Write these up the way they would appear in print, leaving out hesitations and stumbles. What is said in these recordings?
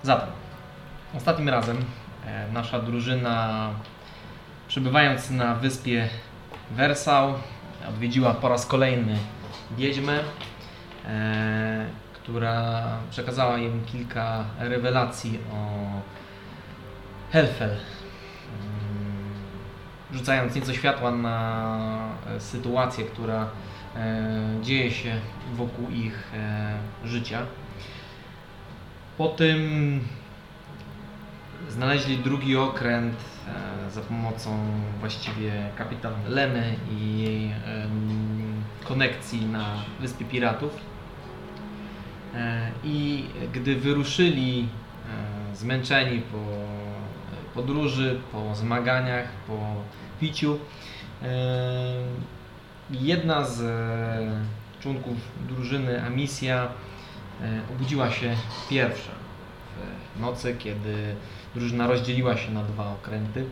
Zatem, ostatnim razem nasza drużyna, przebywając na wyspie Wersał, odwiedziła po raz kolejny wiedźmę, która przekazała im kilka rewelacji o Helfel, rzucając nieco światła na sytuację, która dzieje się wokół ich życia. Po tym znaleźli drugi okręt za pomocą właściwie kapitan Lemy i jej konekcji na Wyspie Piratów. I gdy wyruszyli zmęczeni po podróży, po zmaganiach, po piciu, jedna z członków drużyny, Amicia, obudziła się pierwsza w nocy, kiedy drużyna rozdzieliła się na dwa okręty.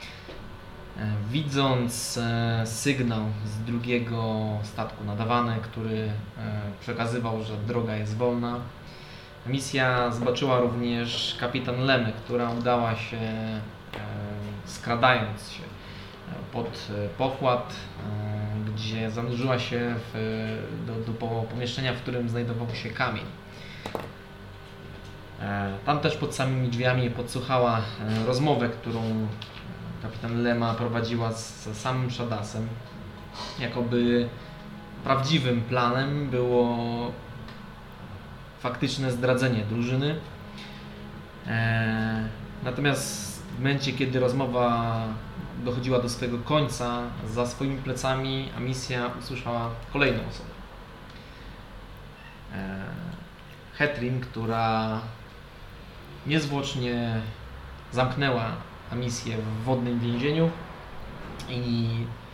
Widząc sygnał z drugiego statku nadawany, który przekazywał, że droga jest wolna, Amicia zobaczyła również kapitan Lemy, która udała się, skradając się pod pokład, gdzie zanurzyła się do pomieszczenia, w którym znajdował się kamień. Tam też pod samymi drzwiami podsłuchała rozmowę, którą kapitan Lema prowadziła z samym Shadasem. Jakoby prawdziwym planem było faktyczne zdradzenie drużyny. Natomiast w momencie, kiedy rozmowa dochodziła do swojego końca, za swoimi plecami Amicia usłyszała kolejną osobę. Hetrin, która niezwłocznie zamknęła Amicię w wodnym więzieniu i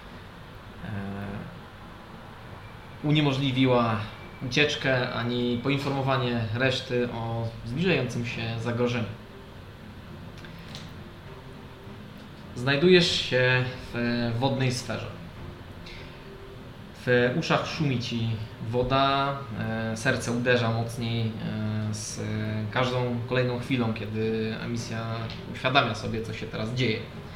uniemożliwiła ucieczkę ani poinformowanie reszty o zbliżającym się zagrożeniu. Znajdujesz się w wodnej sferze. W uszach szumi ci woda, serce uderza mocniej z każdą kolejną chwilą, kiedy Amicia uświadamia sobie, co się teraz dzieje.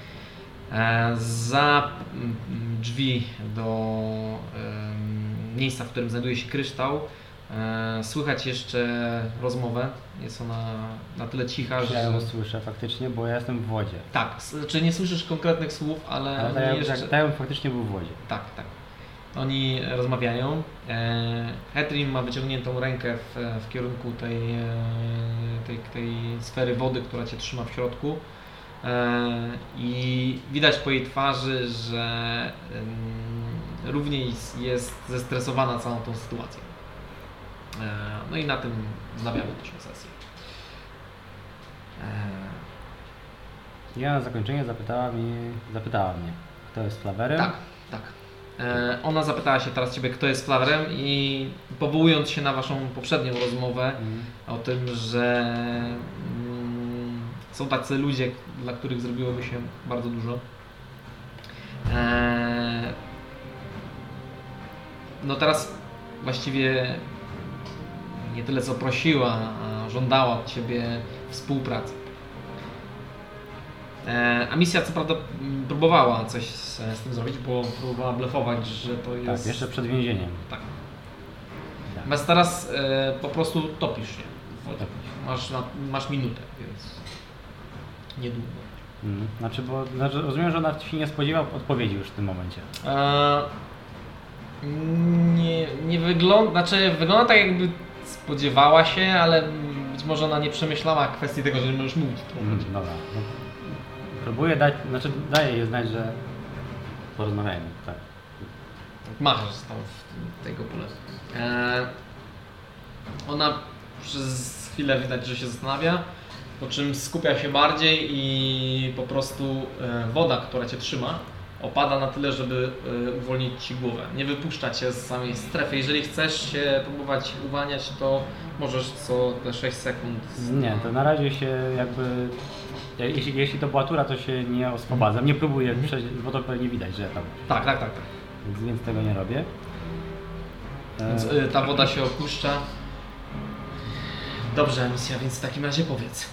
Za drzwi do miejsca, w którym znajduje się kryształ, słychać jeszcze rozmowę. Jest ona na tyle cicha, że... Ja ją słyszę faktycznie, bo ja jestem w wodzie. Tak, czy nie słyszysz konkretnych słów, ale ja faktycznie był w wodzie. Tak, tak. Oni rozmawiają. Hetrin ma wyciągniętą rękę w kierunku tej sfery wody, która cię trzyma w środku. I widać po jej twarzy, że również jest zestresowana całą tą sytuacją. No i na tym wznawiamy naszą sesję. Ja na zakończenie zapytała mnie, kto jest Flaverem? Tak, tak. Ona zapytała się teraz Ciebie, kto jest Flaverem, i powołując się na Waszą poprzednią rozmowę o tym, że są tacy ludzie, dla których zrobiłoby się bardzo dużo. No teraz właściwie nie tyle co prosiła, a żądała od Ciebie współpracy. Amicia co prawda próbowała coś z tym zrobić, bo próbowała blefować, że to jest... Tak, jeszcze przed więzieniem. Tak. Natomiast teraz po prostu topisz się w wodzie. Masz minutę, więc niedługo. Znaczy, rozumiem, że ona się nie spodziewa odpowiedzi już w tym momencie. Nie wygląda, wygląda tak, jakby spodziewała się, ale być może ona nie przemyślała kwestii tego, że nie możesz mówić w tym momencie. Dobra. Próbuję daję jej znać, że porozmawiajmy, tak. Machasz tam w tego pole. Ona przez chwilę widać, że się zastanawia, po czym skupia się bardziej i po prostu woda, która Cię trzyma, opada na tyle, żeby uwolnić Ci głowę. Nie wypuszcza Cię z samej strefy. Jeżeli chcesz się próbować uwalniać, to możesz co te 6 sekund. Nie, to na razie się jakby... Jeśli to była tura, to się nie oswobadzam. Nie próbuję przejść, bo to pewnie widać, że tam... Tak. Więc tego nie robię. Więc ta woda się opuszcza. Dobrze, Amicia, więc w takim razie powiedz.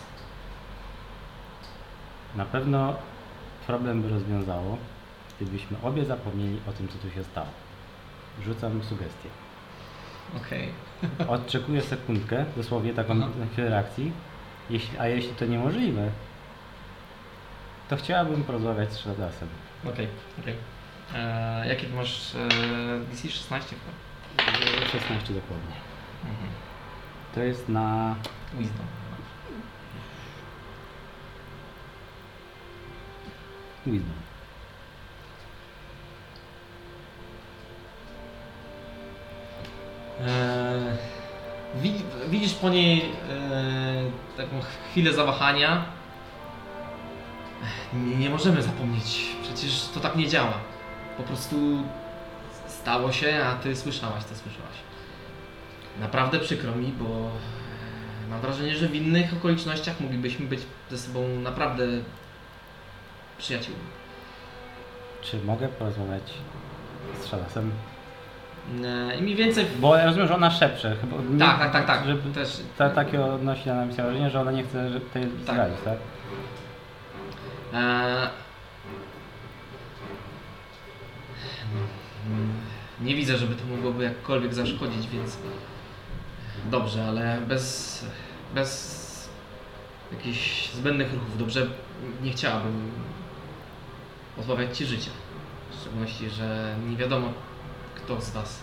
Na pewno problem by rozwiązało, gdybyśmy obie zapomnieli o tym, co tu się stało. Rzucam sugestię. Okej. Odczekuję sekundkę, dosłownie taką chwilę reakcji. A jeśli to niemożliwe, to chciałabym porozmawiać z Shadasem. Okej. Jakie ty masz DC 16 chyba? 16 dokładnie. Mhm. To jest na... Wisdom. Wisdom. Widzisz po niej taką chwilę zawahania. Nie możemy zapomnieć, przecież to tak nie działa. Po prostu stało się, a ty słyszałaś, co słyszałaś. Naprawdę przykro mi, bo mam wrażenie, że w innych okolicznościach moglibyśmy być ze sobą naprawdę przyjaciółmi. Czy mogę porozmawiać z Shadasem? I mniej więcej... Bo ja rozumiem, że ona szepcze. Chyba nie, Tak. Żeby Też... takie odnosi na mnie wrażenie, że ona nie chce tej zdradzić, tak? Nie widzę, żeby to mogłoby jakkolwiek zaszkodzić, więc dobrze, ale bez jakichś zbędnych ruchów. Dobrze, nie chciałabym pozbawiać Ci życia. W szczególności, że nie wiadomo, kto z Was.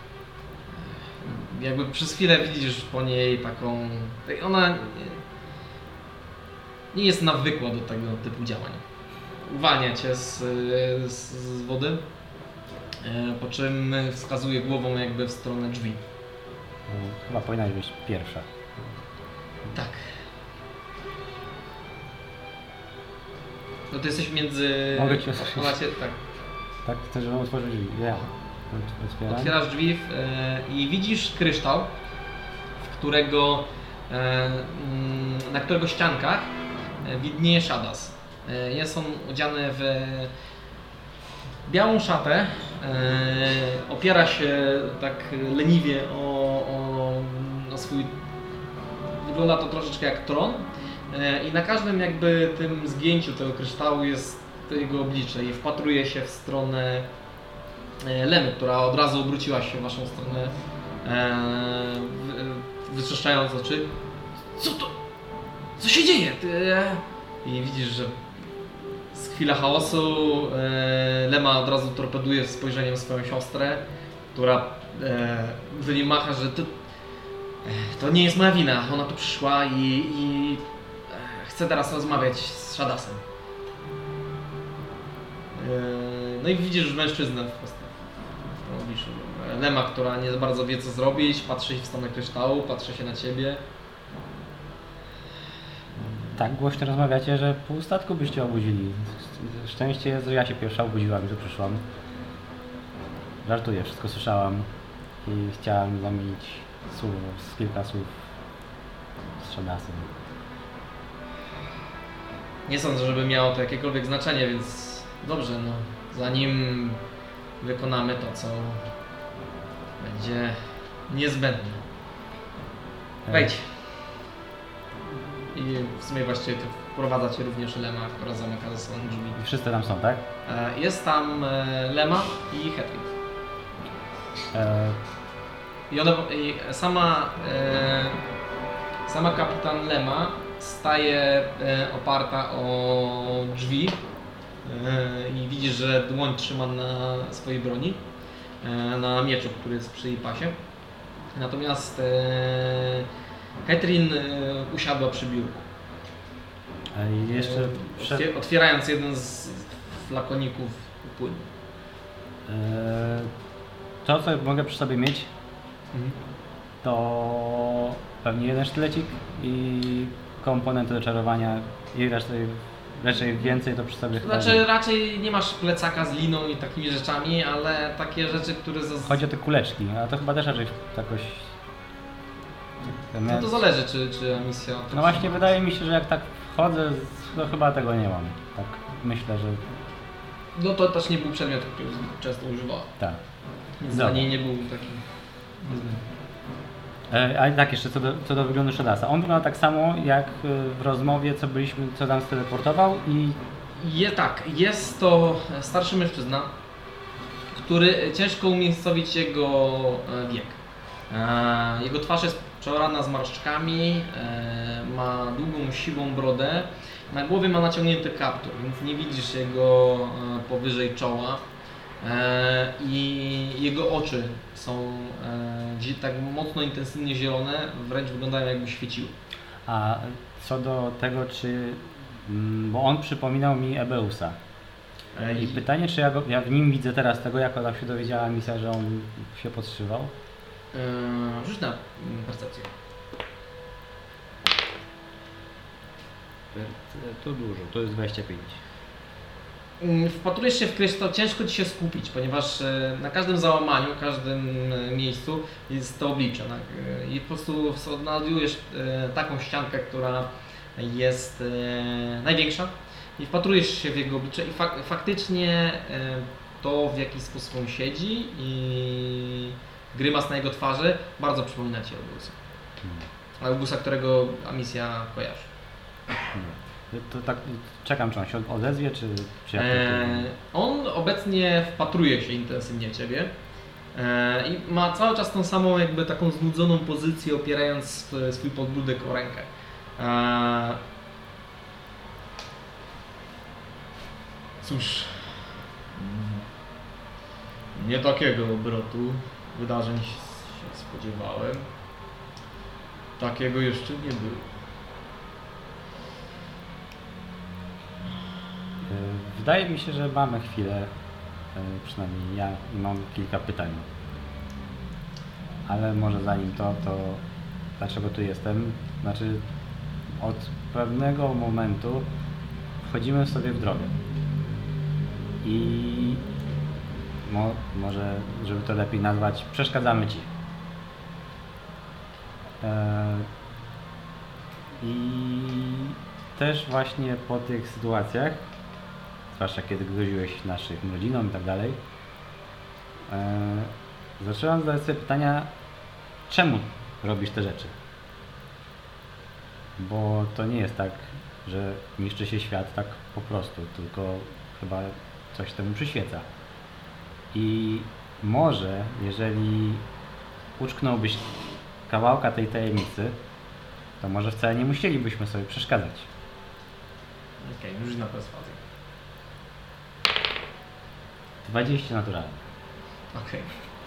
Jakby przez chwilę widzisz po niej taką... Ona nie jest nawykła do tego typu działań. Uwalnia Cię z wody, po czym wskazuje głową jakby w stronę drzwi. Chyba powinnaś być pierwsza. Tak. No to jesteś między... Mogę Cię osłyszeć. Tak. Tak? Chcesz, żebym otworzył drzwi? Ja. Otwieram. Otwierasz drzwi i widzisz kryształ, na którego ściankach widnieje Shadas. Jest on odziany w białą szatę, opiera się tak leniwie o swój... Wygląda to troszeczkę jak tron i na każdym jakby tym zgięciu tego kryształu jest jego oblicze i wpatruje się w stronę Lemy, która od razu obróciła się w waszą stronę, wytrzeszczając oczy. Co to? Co się dzieje? I widzisz, że z chwila chaosu Lema od razu torpeduje spojrzeniem swoją siostrę, która do niej macha, że to nie jest moja wina, ona tu przyszła i chce teraz rozmawiać z Shadasem. No i widzisz mężczyznę w obliczu. Lema, która nie bardzo wie, co zrobić, patrzy się w stronę kryształu, patrzy się na ciebie. Tak głośno rozmawiacie, że pół statku byście obudzili. Szczęście jest, że ja się pierwsza obudziłam, że przyszłam. Żartuję, wszystko słyszałam i chciałam zamienić kilka słów z Shadasem. Nie sądzę, żeby miało to jakiekolwiek znaczenie, więc dobrze, no. Zanim wykonamy to, co będzie niezbędne. Wejdź. I w sumie właściwie to wprowadza Cię również Lema, która zamyka ze sobą drzwi. I wszyscy tam są, tak? Jest tam Lema i Hetwig. I sama kapitan Lema staje oparta o drzwi i widzisz, że dłoń trzyma na swojej broni, na mieczu, który jest przy jej pasie. Natomiast Hetrin usiadła przy biurku. I jeszcze otwierając jeden z flakoników płynu. To, co mogę przy sobie mieć, to pewnie jeden sztylecik i komponenty do czarowania i raczej więcej to przy sobie. Znaczy raczej nie masz plecaka z liną i takimi rzeczami, ale takie rzeczy, które... Chodzi o te kuleczki, a to chyba też raczej jakoś... No to zależy, czy emisja... No właśnie wydaje mi się, że jak tak wchodzę, to chyba tego nie mam. Tak myślę, że... No to też nie był przedmiot, który często używała. Tak. Więc dla niej nie był taki... Ale tak, jeszcze co do wyglądu Shadasa. On wygląda tak samo jak w rozmowie, co nam steleportował i Tak, jest to starszy mężczyzna, który ciężko umiejscowić jego wiek. Jego twarz jest przeorana zmarszczkami, ma długą, siwą brodę, na głowie ma naciągnięty kaptur, więc nie widzisz jego powyżej czoła. I jego oczy są tak mocno intensywnie zielone, wręcz wyglądają jakby świeciły. A co do tego, bo on przypominał mi Ebeusa. I pytanie, czy ja w nim widzę teraz tego, jak ona się dowiedziała misja, że on się podszywał? Rzuć na percepcję. To dużo, to jest 25. Wpatrujesz się w kryształ, ciężko Ci się skupić, ponieważ na każdym załamaniu, każdym miejscu jest to oblicze. I po prostu odnajdujesz taką ściankę, która jest największa i wpatrujesz się w jego oblicze i faktycznie to, w jaki sposób on siedzi i grymas na jego twarzy bardzo przypomina Ci Eubusa. Eubusa, którego misja kojarzy. To tak czekam, czy on się odezwie, czy jak on obecnie wpatruje się intensywnie w Ciebie i ma cały czas tą samą jakby taką znudzoną pozycję, opierając swój podbródek o rękę. Cóż, nie takiego obrotu wydarzeń się spodziewałem. Takiego jeszcze nie było. Wydaje mi się, że mamy chwilę, przynajmniej ja mam kilka pytań. Ale może zanim to dlaczego tu jestem? Znaczy, od pewnego momentu wchodzimy sobie w drogę. I może, żeby to lepiej nazwać, przeszkadzamy Ci. I też właśnie po tych sytuacjach, zwłaszcza kiedy groziłeś naszym rodzinom i tak dalej, zacząłem zadawać sobie pytania, czemu robisz te rzeczy? Bo to nie jest tak, że niszczy się świat tak po prostu, tylko chyba coś temu przyświeca. I może, jeżeli uczknąłbyś kawałka tej tajemnicy, to może wcale nie musielibyśmy sobie przeszkadzać. Okej, rzuć na perswazję. 20 naturalnie. Okej.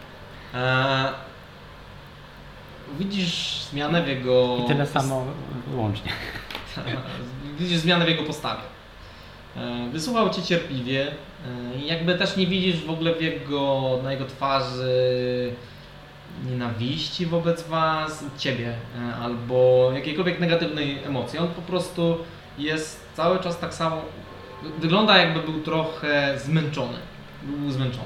Widzisz zmianę w jego... I tyle samo łącznie. Widzisz zmianę w jego postawie. Wysłuchał Cię cierpliwie i jakby też nie widzisz w ogóle na jego twarzy nienawiści wobec Was, Ciebie albo jakiejkolwiek negatywnej emocji. On po prostu jest cały czas tak samo, wygląda jakby był trochę zmęczony. Był zmęczony.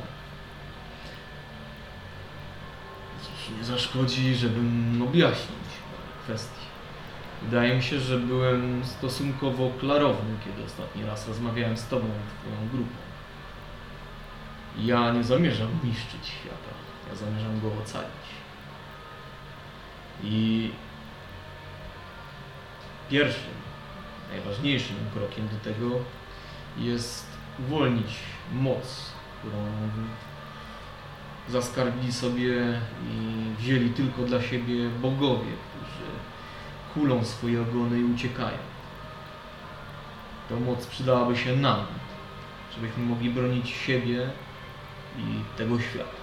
Cóż, nie zaszkodzi, żebym objaśnić kwestię. Wydaje mi się, że byłem stosunkowo klarowny, kiedy ostatni raz rozmawiałem z Tobą, Twoją grupą. Ja nie zamierzam niszczyć świata, ja zamierzam go ocalić. I pierwszym, najważniejszym krokiem do tego jest uwolnić moc, którą zaskarbili sobie i wzięli tylko dla siebie bogowie, którzy kulą swoje ogony i uciekają. Ta moc przydałaby się nam, żebyśmy mogli bronić siebie i tego świata.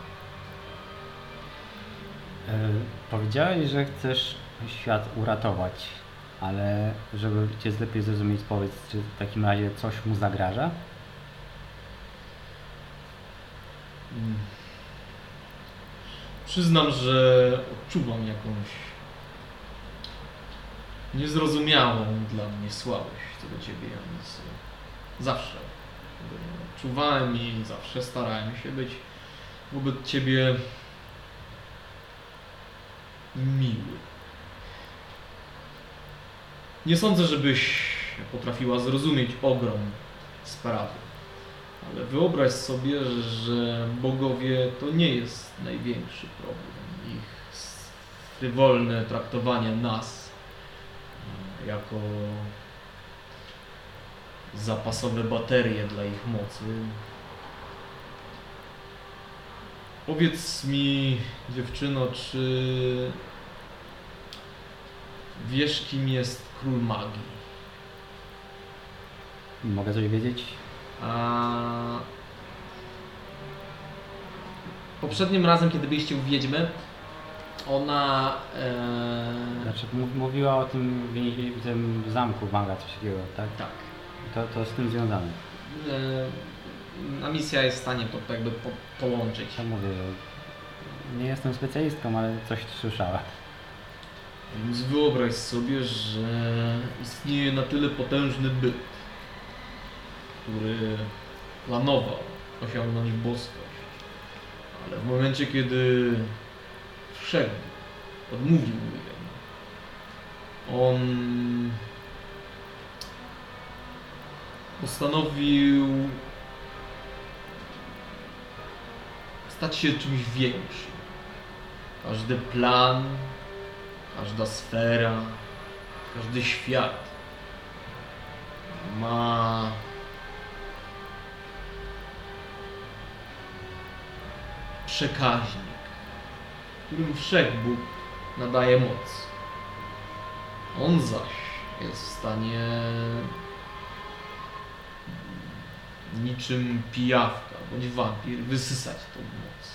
Powiedziałeś, że chcesz świat uratować, ale żeby Cię lepiej zrozumieć, powiedz, czy w takim razie coś mu zagraża? Przyznam, że odczuwam jakąś niezrozumiałą dla mnie słabość co do Ciebie, Janis. Zawsze czuwałem i zawsze starałem się być wobec Ciebie miły. Nie sądzę, żebyś potrafiła zrozumieć ogrom sprawy, ale wyobraź sobie, że bogowie to nie jest największy problem. Ich frywolne traktowanie nas jako zapasowe baterie dla ich mocy. Powiedz mi, dziewczyno, czy wiesz, kim jest król magii? Mogę coś wiedzieć? A poprzednim razem, kiedy byliście u wiedźmy, ona... Znaczy mówiła o tym w tym zamku maga, coś takiego, tak? Tak. To z tym związane. A misja jest w stanie to jakby połączyć. Ja mówię, że nie jestem specjalistką, ale coś słyszała. Więc wyobraź sobie, że istnieje na tyle potężny byt, który planował osiągnąć boskość, ale w momencie, kiedy wszedł, odmówił jej, on postanowił stać się czymś większym. Każdy plan, każda sfera, każdy świat ma przekaźnik, którym Wszechbóg nadaje moc. On zaś jest w stanie niczym pijawka bądź wampir wysysać tą moc.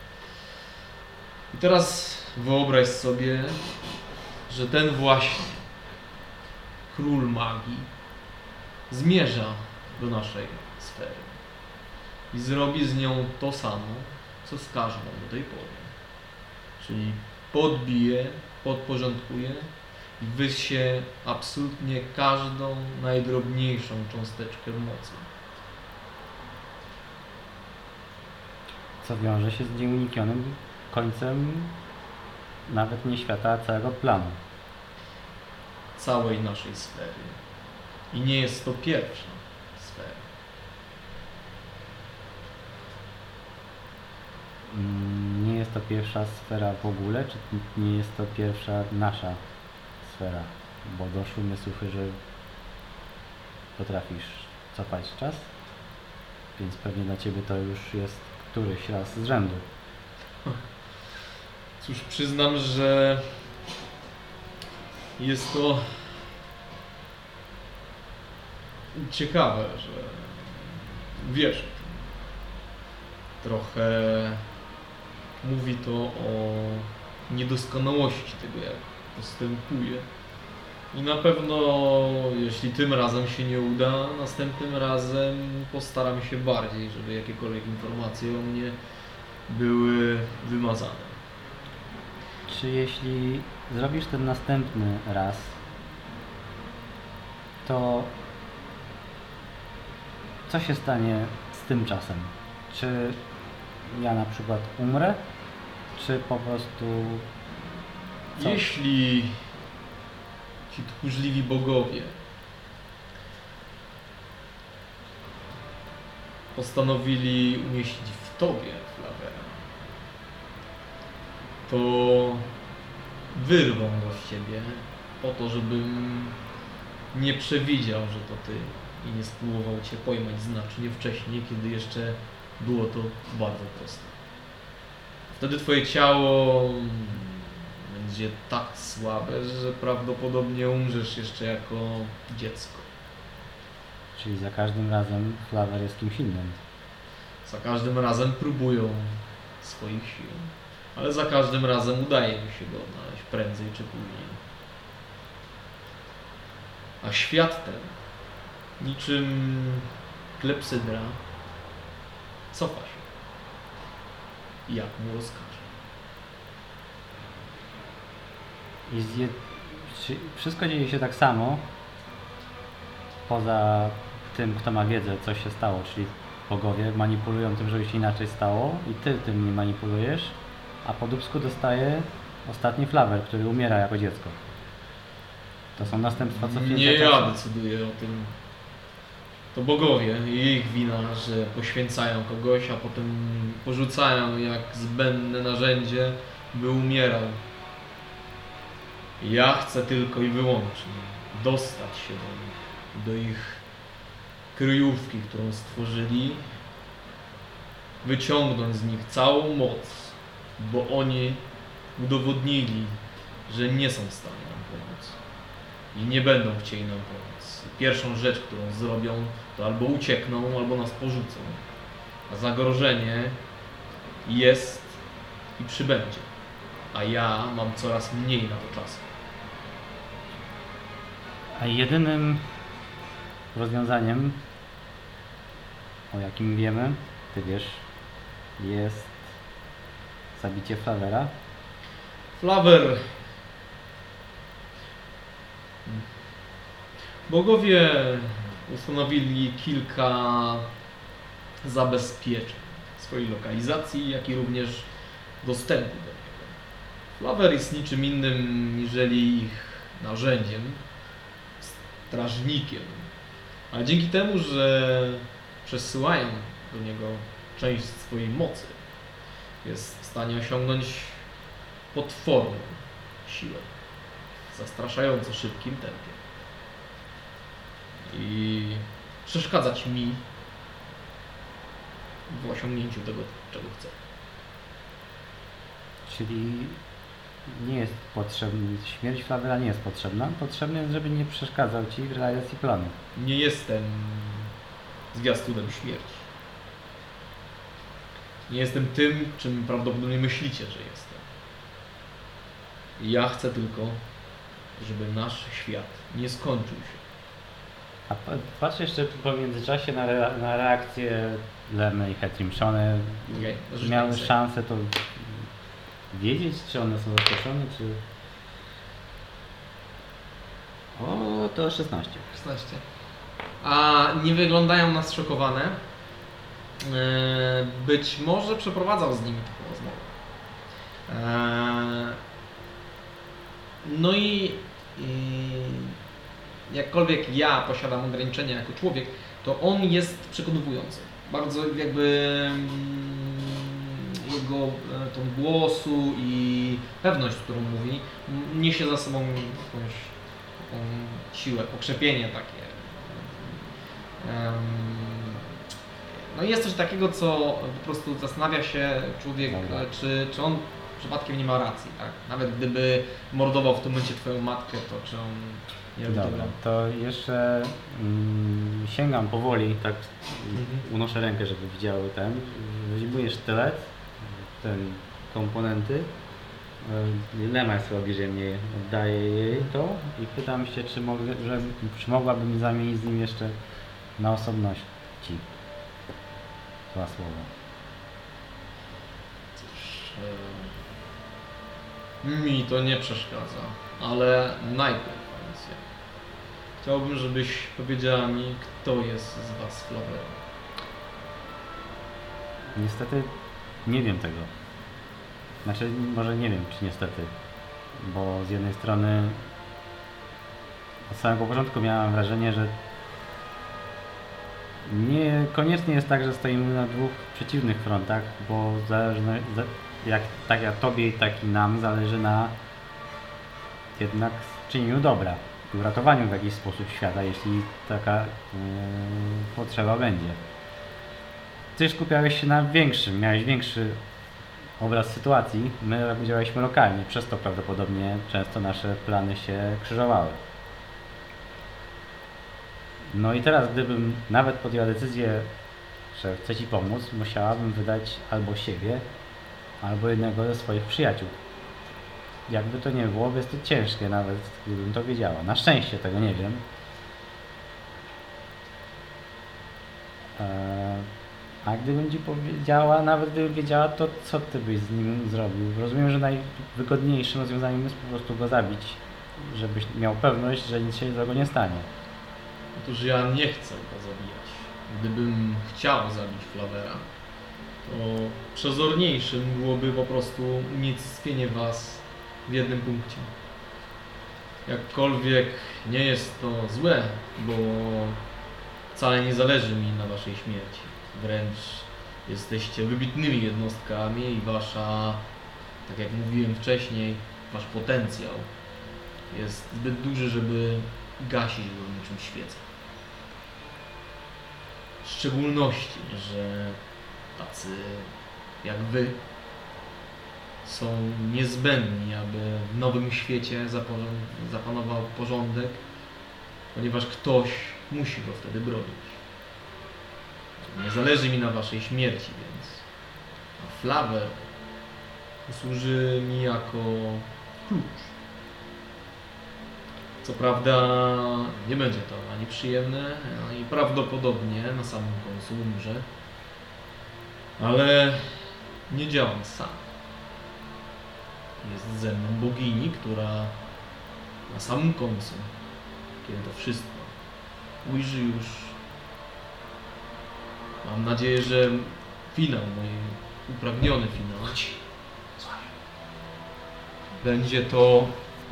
I teraz wyobraź sobie, że ten właśnie król magii zmierza do naszej sfery i zrobi z nią to samo, co z każdą do tej pory. Czyli podbije, podporządkuje i wysie absolutnie każdą najdrobniejszą cząsteczkę mocy. Co wiąże się z nieuniknionym końcem nawet nie świata, a całego planu. Całej naszej sfery. I nie jest to pierwsza sfera. Nie jest to pierwsza sfera w ogóle, czy nie jest to pierwsza nasza sfera? Bo doszły mnie słuchy, że potrafisz cofać czas, więc pewnie dla Ciebie to już jest któryś raz z rzędu. Cóż, przyznam, że jest to ciekawe, że wiesz o tym. Trochę mówi to o niedoskonałości tego, jak postępuje. I na pewno, jeśli tym razem się nie uda, następnym razem postaram się bardziej, żeby jakiekolwiek informacje o mnie były wymazane. Czy jeśli zrobisz ten następny raz, to co się stanie z tym czasem? Czy ja na przykład umrę, czy po prostu... Co? Jeśli ci tchórzliwi bogowie postanowili umieścić w tobie Flavera, to wyrwą go z ciebie po to, żebym nie przewidział, że to ty i nie spróbował cię pojmać znacznie wcześniej, kiedy jeszcze było to bardzo proste. Wtedy twoje ciało będzie tak słabe, że prawdopodobnie umrzesz jeszcze jako dziecko. Czyli za każdym razem Flawer jest kimś innym. Za każdym razem próbują swoich sił, ale za każdym razem udaje mi się go odnaleźć prędzej czy później. A świat ten, niczym klepsydra, cofa się, jak mu rozkaże. Czy wszystko dzieje się tak samo, poza tym, kto ma wiedzę, co się stało, czyli bogowie manipulują tym, żeby się inaczej stało i ty tym nie manipulujesz, a po dupsku dostaje ostatni Flawer, który umiera jako dziecko. To są następstwa cofnięcia Nie czasu. ja decyduję o tym. To bogowie i ich wina, że poświęcają kogoś, a potem porzucają jak zbędne narzędzie, by umierał. Ja chcę tylko i wyłącznie dostać się do nich, do ich kryjówki, którą stworzyli, wyciągnąć z nich całą moc, bo oni udowodnili, że nie są w stanie nam pomóc i nie będą chcieli nam pomóc. Pierwszą rzecz, którą zrobią, to albo uciekną, albo nas porzucą. A zagrożenie jest i przybędzie. A ja mam coraz mniej na to czasu. A jedynym rozwiązaniem, o jakim wiemy, ty wiesz, jest zabicie Flavera. Flaver. Bogowie ustanowili kilka zabezpieczeń swojej lokalizacji, jak i również dostępu do niego. Flaver jest niczym innym niżeli ich narzędziem, strażnikiem, ale dzięki temu, że przesyłają do niego część swojej mocy, jest w stanie osiągnąć potworną siłę w zastraszająco szybkim tempie i przeszkadzać mi w osiągnięciu tego, czego chcę. Czyli nie jest potrzebny, śmierć Flavera nie jest potrzebna. Potrzebne jest, żeby nie przeszkadzał ci w realizacji planu. Nie jestem zwiastunem śmierci. Nie jestem tym, czym prawdopodobnie myślicie, że jestem. Ja chcę tylko, żeby nasz świat nie skończył się. A patrz jeszcze po międzyczasie na reakcję Lemy i Hetrim. Czy one miały szansę to wiedzieć, czy one są zaskoczone, czy... O, to 16. 16. A nie wyglądają na zszokowane. Być może przeprowadzał z nimi taką rozmowę. No i jakkolwiek ja posiadam ograniczenia jako człowiek, to on jest przekonywujący. Bardzo jakby jego ton głosu i pewność, którą mówi, niesie za sobą jakąś taką siłę, pokrzepienie takie. No i jest coś takiego, co po prostu zastanawia się człowiek, czy on przypadkiem nie ma racji, tak? Nawet gdyby mordował w tym momencie twoją matkę, to czy on nie robi Dobra, to jeszcze sięgam powoli, tak unoszę rękę, żeby widziały ten. Wyjmuję sztylet, ten komponenty. Lema jest chyba bliżej mnie, oddaję jej to i pytam się, czy mogłaby mi zamienić z nim jeszcze na osobności. Dwa słowa. Cóż, mi to nie przeszkadza, ale najpierw, Alicja, chciałbym, żebyś powiedziała mi, kto jest z was Flaverem. Niestety nie wiem tego. Znaczy, może nie wiem, czy niestety, bo z jednej strony od samego początku miałem wrażenie, że niekoniecznie jest tak, że stoimy na dwóch przeciwnych frontach, bo tak jak tobie, tak i nam zależy na jednak czynieniu dobra, uratowaniu w jakiś sposób świata, jeśli taka potrzeba będzie. Ty skupiałeś się na większym, miałeś większy obraz sytuacji, my działaliśmy lokalnie, przez to prawdopodobnie często nasze plany się krzyżowały. No i teraz, gdybym nawet podjęła decyzję, że chcę ci pomóc, musiałabym wydać albo siebie, albo jednego ze swoich przyjaciół. Jakby to nie było, jest to ciężkie nawet, gdybym to wiedziała. Na szczęście tego nie wiem. A gdybym ci powiedziała, nawet gdybym wiedziała, to co ty byś z nim zrobił? Rozumiem, że najwygodniejszym rozwiązaniem jest po prostu go zabić, żebyś miał pewność, że nic się złego nie stanie. Otóż ja nie chcę go zabijać. Gdybym chciał zabić Flavera, to przezorniejszym byłoby po prostu unicestwienie was w jednym punkcie. Jakkolwiek nie jest to złe, bo wcale nie zależy mi na waszej śmierci. Wręcz jesteście wybitnymi jednostkami i wasza, tak jak mówiłem wcześniej, wasz potencjał jest zbyt duży, żeby gasić go niczym świecę. W szczególności, że tacy jak wy są niezbędni, aby w nowym świecie zapanował porządek, ponieważ ktoś musi go wtedy bronić. Nie zależy mi na waszej śmierci, więc Flawer służy mi jako klucz. Co prawda nie będzie to ani przyjemne, ani prawdopodobnie na samym końcu umrze, ale nie działam sam. Jest ze mną bogini, która na samym końcu, kiedy to wszystko ujrzy już, mam nadzieję, że finał, mój upragniony finał, będzie to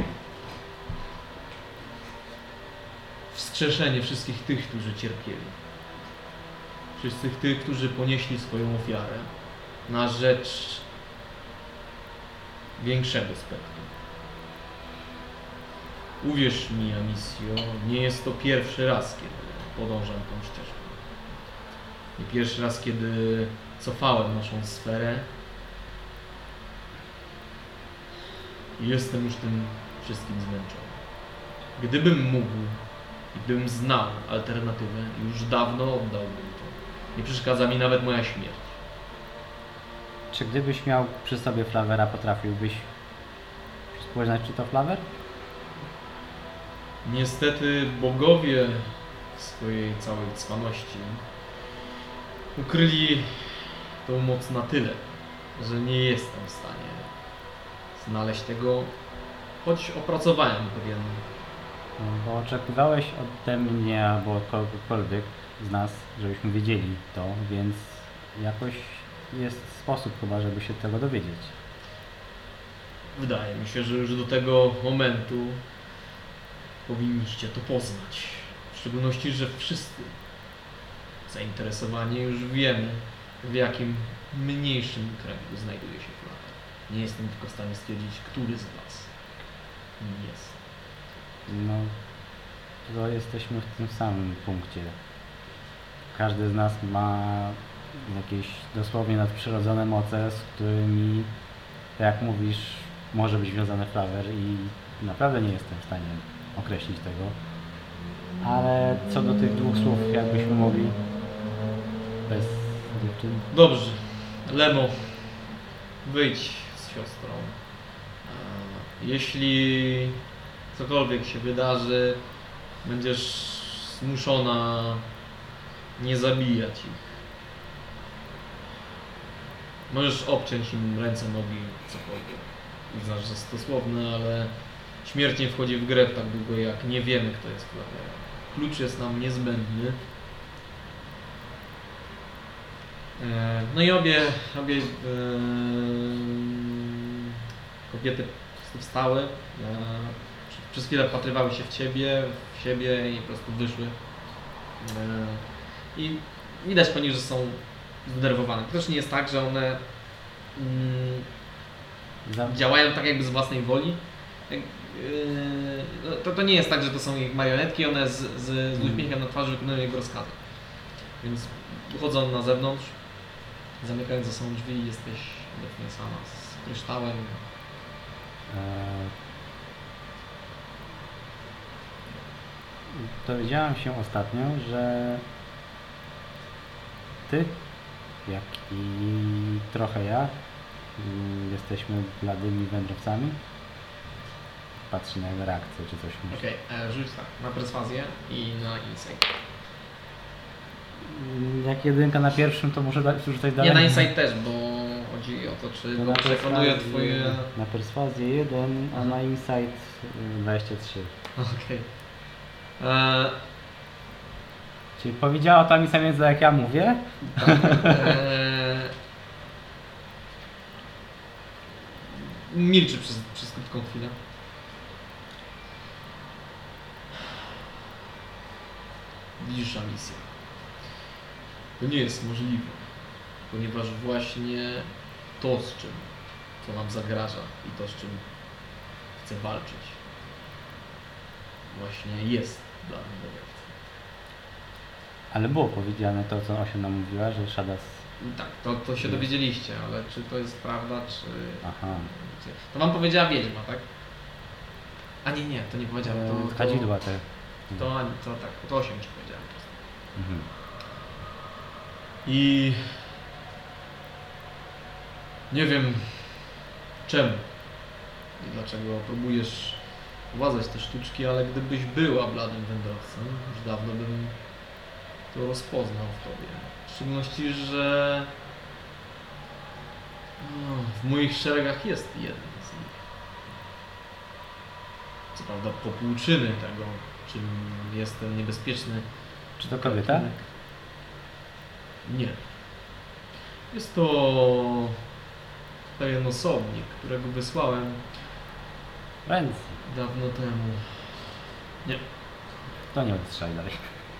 wskrzeszenie wszystkich tych, którzy cierpieli. Wszystkich tych, którzy ponieśli swoją ofiarę na rzecz większego spektrum. Uwierz mi, Amicio, nie jest to pierwszy raz, kiedy podążam tą ścieżką. Nie pierwszy raz, kiedy cofałem naszą sferę. I jestem już tym wszystkim zmęczony. Gdybym mógł i gdybym znał alternatywę, już dawno oddałbym to. Nie przeszkadza mi nawet moja śmierć. Czy gdybyś miał przy sobie Flavera, potrafiłbyś poznać, czy to Flaver? Niestety bogowie w swojej całej cwaności ukryli tą moc na tyle, że nie jestem w stanie znaleźć tego, choć opracowałem pewien... Bo oczekiwałeś ode mnie albo od kogokolwiek z nas, żebyśmy wiedzieli to, więc jakoś jest sposób chyba, żeby się tego dowiedzieć. Wydaje mi się, że już do tego momentu powinniście to poznać. W szczególności, że wszyscy zainteresowani już wiemy, w jakim mniejszym kręgu znajduje się Flawer. Nie jestem tylko w stanie stwierdzić, który z was nim jest. No, to jesteśmy w tym samym punkcie. Każdy z nas ma jakieś dosłownie nadprzyrodzone moce, z którymi, tak jak mówisz, może być związany Flawer i naprawdę nie jestem w stanie określić tego. Ale co do tych dwóch słów, jakbyśmy mogli bez dziewczyn. Dobrze. Lemo, wyjdź z siostrą. Jeśli cokolwiek się wydarzy, będziesz zmuszona nie zabijać ich. Możesz obciąć im ręce, nogi, cokolwiek. Uznasz, że jest stosowne, ale śmierć nie wchodzi w grę tak długo, jak nie wiemy, kto jest Flaverem. Klucz jest nam niezbędny. No i obie kobiety wstały, przez chwilę wpatrywały się w siebie i po prostu wyszły. I widać po nich, że są zdenerwowane. To też nie jest tak, że one działają tak jakby z własnej woli. To nie jest tak, że to są ich marionetki, one z uśmiechem na twarzy wykonują jego rozkazy. Więc wychodzą na zewnątrz, zamykając za sobą drzwi, jesteś obecnie sama z kryształem. Dowiedziałam się ostatnio, że ty, jak i trochę ja, jesteśmy bladymi wędrowcami. Patrzę na jego reakcję, czy coś musi. Okej, rzuć tak, na perswazję i na insight. Jak jedynka na pierwszym, to muszę rzucać dalej. Nie, na insight też, bo chodzi o to, czy To go przekonuje twoje... Na perswazję 1, a na insight 23. Okej. Czyli powiedziała ta mi sam język, jak ja mówię? Milczy przez krótką chwilę. Widzisz, Amicia. To nie jest możliwe, ponieważ właśnie to, z czym co nam zagraża i to, z czym chcę walczyć, właśnie jest dla wędrowca. Ale było powiedziane to, co Osia nam mówiła, że Shadas... I tak, to się dowiedzieliście, ale czy to jest prawda, czy... Aha. To wam powiedziała wiedźma, tak? A nie, to nie powiedziała. Kadzidła te. To tak, to 8 już powiedziałem. Mhm. I... Nie wiem czemu i dlaczego próbujesz władać te sztuczki, ale gdybyś była bladym wędrowcem, już dawno bym to rozpoznał w tobie. W szczególności, że w moich szeregach jest jeden z nich. Co prawda popłuczyny tego, czym jest ten niebezpieczny. Czy to kobieta? gatunek. Nie. Jest to pewien osobnik, którego wysłałem Więc dawno temu. Nie. to nie odstrzelaj dalej.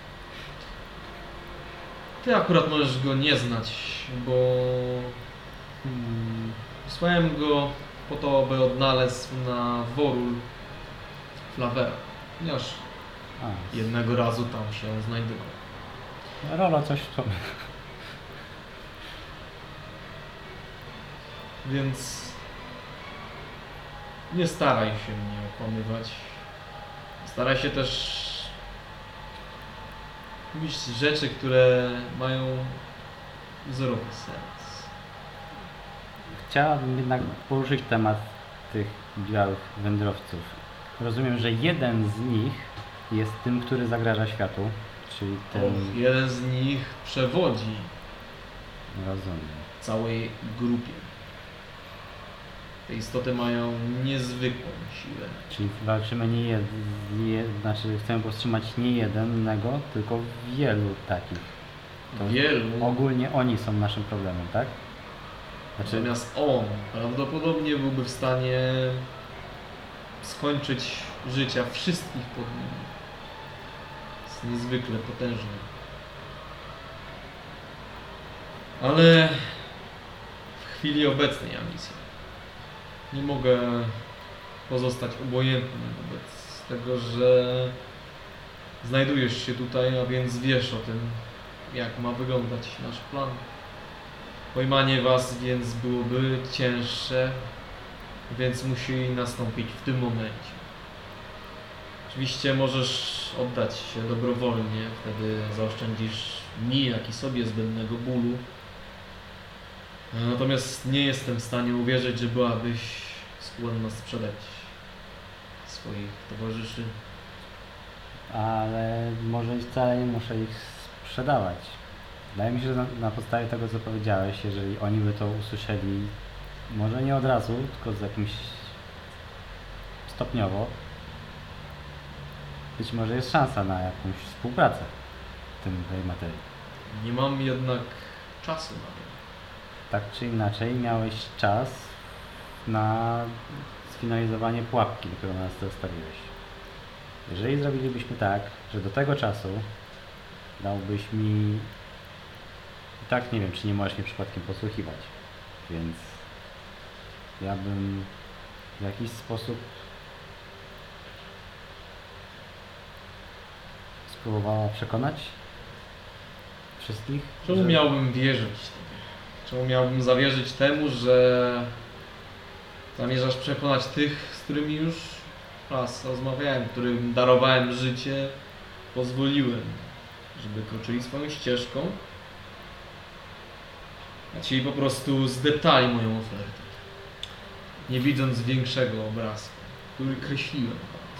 Ty akurat możesz go nie znać, bo wysłałem go po to, by odnalazł na Worul Flavera, ponieważ jednego razu tam się znajdował. Rolo coś w sobie. Więc nie staraj się mnie okłamywać. Staraj się też mówić rzeczy, które mają wzorowy sens. Chciałabym jednak poruszyć temat tych białych wędrowców. Rozumiem, że jeden z nich jest tym, który zagraża światu, czyli ten... Jeden z nich przewodzi Rozumiem. całej grupie. Te istoty mają niezwykłą siłę. Czyli walczymy znaczy chcemy powstrzymać nie jednego, tylko wielu takich. To Wielu. ogólnie oni są naszym problemem, tak? Znaczy, Natomiast on prawdopodobnie byłby w stanie skończyć życia wszystkich pod nim. Jest niezwykle potężny. Ale w chwili obecnej, Amicia, nie mogę pozostać obojętny wobec tego, że znajdujesz się tutaj, a więc wiesz o tym, jak ma wyglądać nasz plan. Pojmanie was więc byłoby cięższe, więc musi nastąpić w tym momencie. Oczywiście możesz oddać się dobrowolnie, wtedy zaoszczędzisz mi, jak i sobie zbędnego bólu. Natomiast nie jestem w stanie uwierzyć, że byłabyś skłonna sprzedać swoich towarzyszy. ale może wcale nie muszę ich sprzedawać. Wydaje mi się, że na podstawie tego, co powiedziałeś, jeżeli oni by to usłyszeli, może nie od razu, tylko z jakimś stopniowo, być może jest szansa na jakąś współpracę w tej materii. Nie mam jednak czasu na to. Tak czy inaczej miałeś czas na sfinalizowanie pułapki, którą nas zostawiłeś. Jeżeli zrobilibyśmy tak, że do tego czasu dałbyś mi... I tak nie wiem, czy nie możesz mnie przypadkiem posłuchiwać, więc ja bym w jakiś sposób spróbowała przekonać wszystkich. Czemu miałbym wierzyć Tobie? Czemu miałbym zawierzyć temu, że zamierzasz przekonać tych, z którymi już raz rozmawiałem, którym darowałem życie, pozwoliłem, żeby kroczyli swoją ścieżką, a ci po prostu zdeptali moją ofertę, nie widząc większego obrazku, który kreśliłem.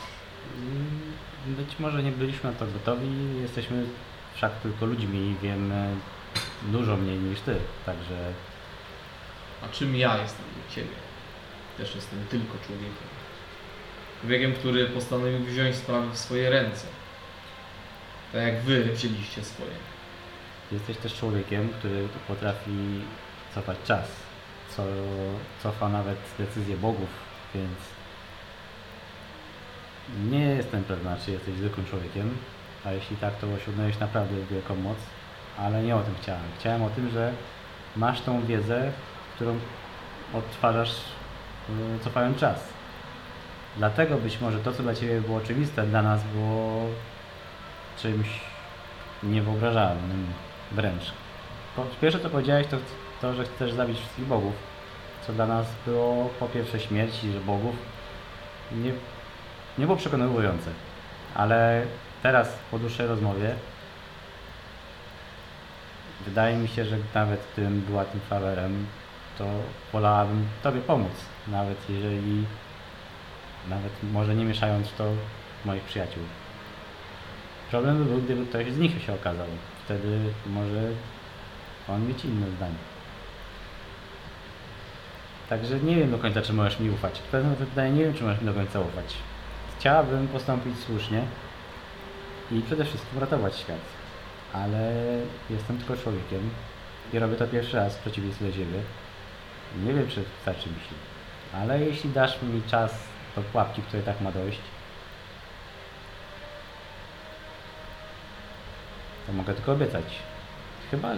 Być może nie byliśmy na to gotowi, jesteśmy wszak tylko ludźmi i wiemy dużo mniej niż ty, także... A czym ja jestem dla Ciebie? Też jestem tylko człowiekiem. Człowiekiem, który postanowił wziąć sprawy w swoje ręce. Tak jak Wy wzięliście swoje. Jesteś też człowiekiem, który potrafi cofać czas, co cofa nawet decyzje bogów, więc nie jestem pewna, czy jesteś zwykłym człowiekiem, a jeśli tak, to osiągnąłeś naprawdę wielką moc, ale nie o tym chciałem. Chciałem o tym, że masz tą wiedzę, którą odtwarzasz cofając czas. Dlatego być może to, co dla Ciebie było oczywiste, dla nas było czymś niewyobrażalnym wręcz. Pierwsze, co powiedziałeś, to, że chcesz zabić wszystkich bogów, co dla nas było po pierwsze śmierci, że bogów nie było przekonujące. Ale teraz, po dłuższej rozmowie, wydaje mi się, że nawet gdybym była tym Flaverem, to wolałabym Tobie pomóc, nawet może nie mieszając w to moich przyjaciół. Problem by był, gdyby ktoś z nich się okazał. Wtedy może on mieć inne zdanie. Także nie wiem do końca, czy możesz mi ufać. Pewne pytanie, nie wiem, czy możesz mi do końca ufać. Chciałabym postąpić słusznie i przede wszystkim ratować świat. Ale jestem tylko człowiekiem i robię to pierwszy raz w przeciwieństwie do Ciebie. Nie wiem, czy starczy mi się. Ale jeśli dasz mi czas do pułapki, której tak ma dojść, to mogę tylko obiecać. Chyba,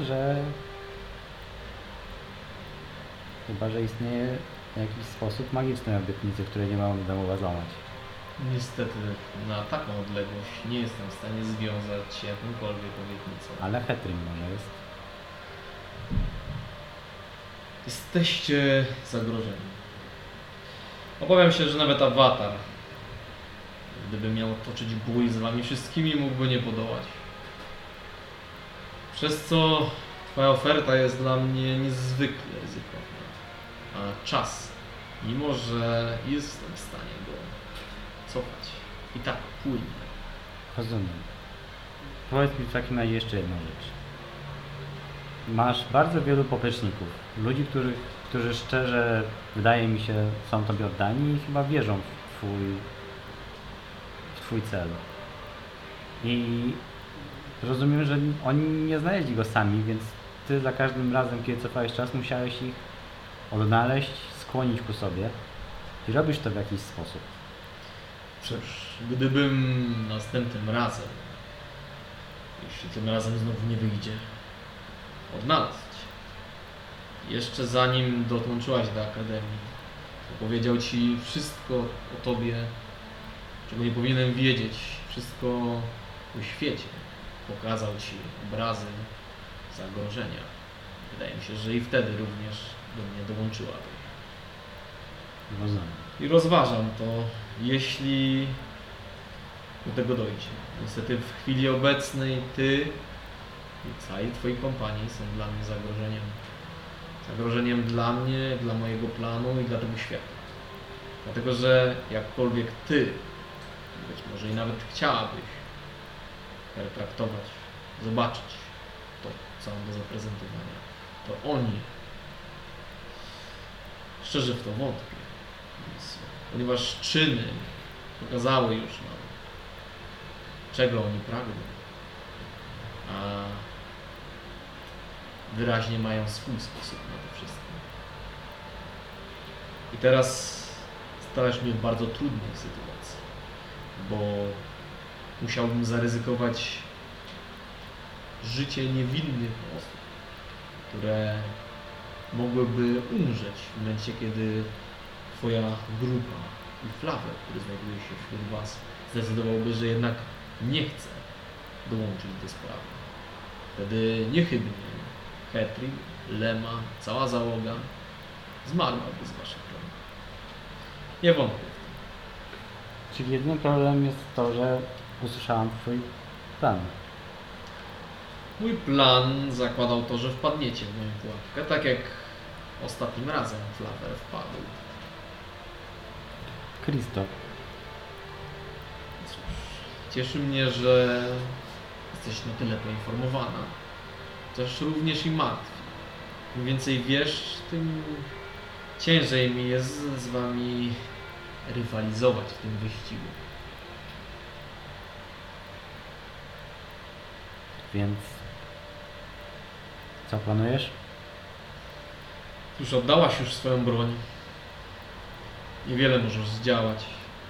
że istnieje jakiś sposób magiczny obietnicy, której nie mam domowa złamać. Niestety na taką odległość nie jestem w stanie związać się jakąkolwiek obietnicą. Ale Hetrim może jest. Jesteście zagrożeni. Obawiam się, że nawet awatar, gdyby miał toczyć bój z wami wszystkimi, mógłby nie podołać. Przez co twoja oferta jest dla mnie niezwykle ryzykowna. A czas, mimo że jestem w stanie go cofać, i tak płynie. Rozumiem. Powiedz mi w takim razie jeszcze jedną rzecz. Masz bardzo wielu popleczników. Ludzi, którzy szczerze, wydaje mi się, są Tobie oddani i chyba wierzą w Twój cel. I rozumiem, że oni nie znaleźli go sami, więc Ty za każdym razem, kiedy cofałeś czas, musiałeś ich odnaleźć, skłonić ku sobie. I robisz to w jakiś sposób. Cóż, gdybym następnym razem, jeśli tym razem znowu nie wyjdzie, odnalazł Cię, jeszcze zanim dołączyłaś do Akademii, opowiedział Ci wszystko o Tobie, czego nie powinienem wiedzieć, wszystko o świecie, pokazał Ci obrazy zagrożenia. Wydaje mi się, że i wtedy również do mnie dołączyłabyś. Rozumiem. I rozważam to, jeśli do tego dojdzie. Niestety w chwili obecnej Ty i cali Twoi kompanii są dla mnie zagrożeniem. Zagrożeniem dla mnie, dla mojego planu i dla tego świata. Dlatego, że jakkolwiek Ty, być może i nawet chciałabyś pertraktować, zobaczyć to, co mam do zaprezentowania, to oni, szczerze w to wątpię. Więc, ponieważ czyny pokazały już nam, czego oni pragną, a wyraźnie mają swój sposób na to wszystko. I teraz stawiasz mnie w bardzo trudnej sytuacji, bo musiałbym zaryzykować życie niewinnych osób, które mogłyby umrzeć w momencie, kiedy Twoja grupa i Flaver, który znajduje się wśród Was, zdecydowałby, że jednak nie chce dołączyć do sprawy. Wtedy niechybnie Hetrim, Lema, cała załoga zmarłaby z Waszych rąk. Nie wątpię w tym. Czyli jedynym problemem jest to, że usłyszałam Twój plan. Mój plan zakładał to, że wpadniecie w moją pułapkę, tak jak ostatnim razem Flaver wpadł. Krzysztof. Cóż, cieszy mnie, że jesteś na tyle poinformowana. Chociaż również i martwi. Im więcej wiesz, tym ciężej mi jest z Wami rywalizować w tym wyścigu. Więc co planujesz? Cóż, oddałaś już swoją broń. Niewiele możesz zdziałać.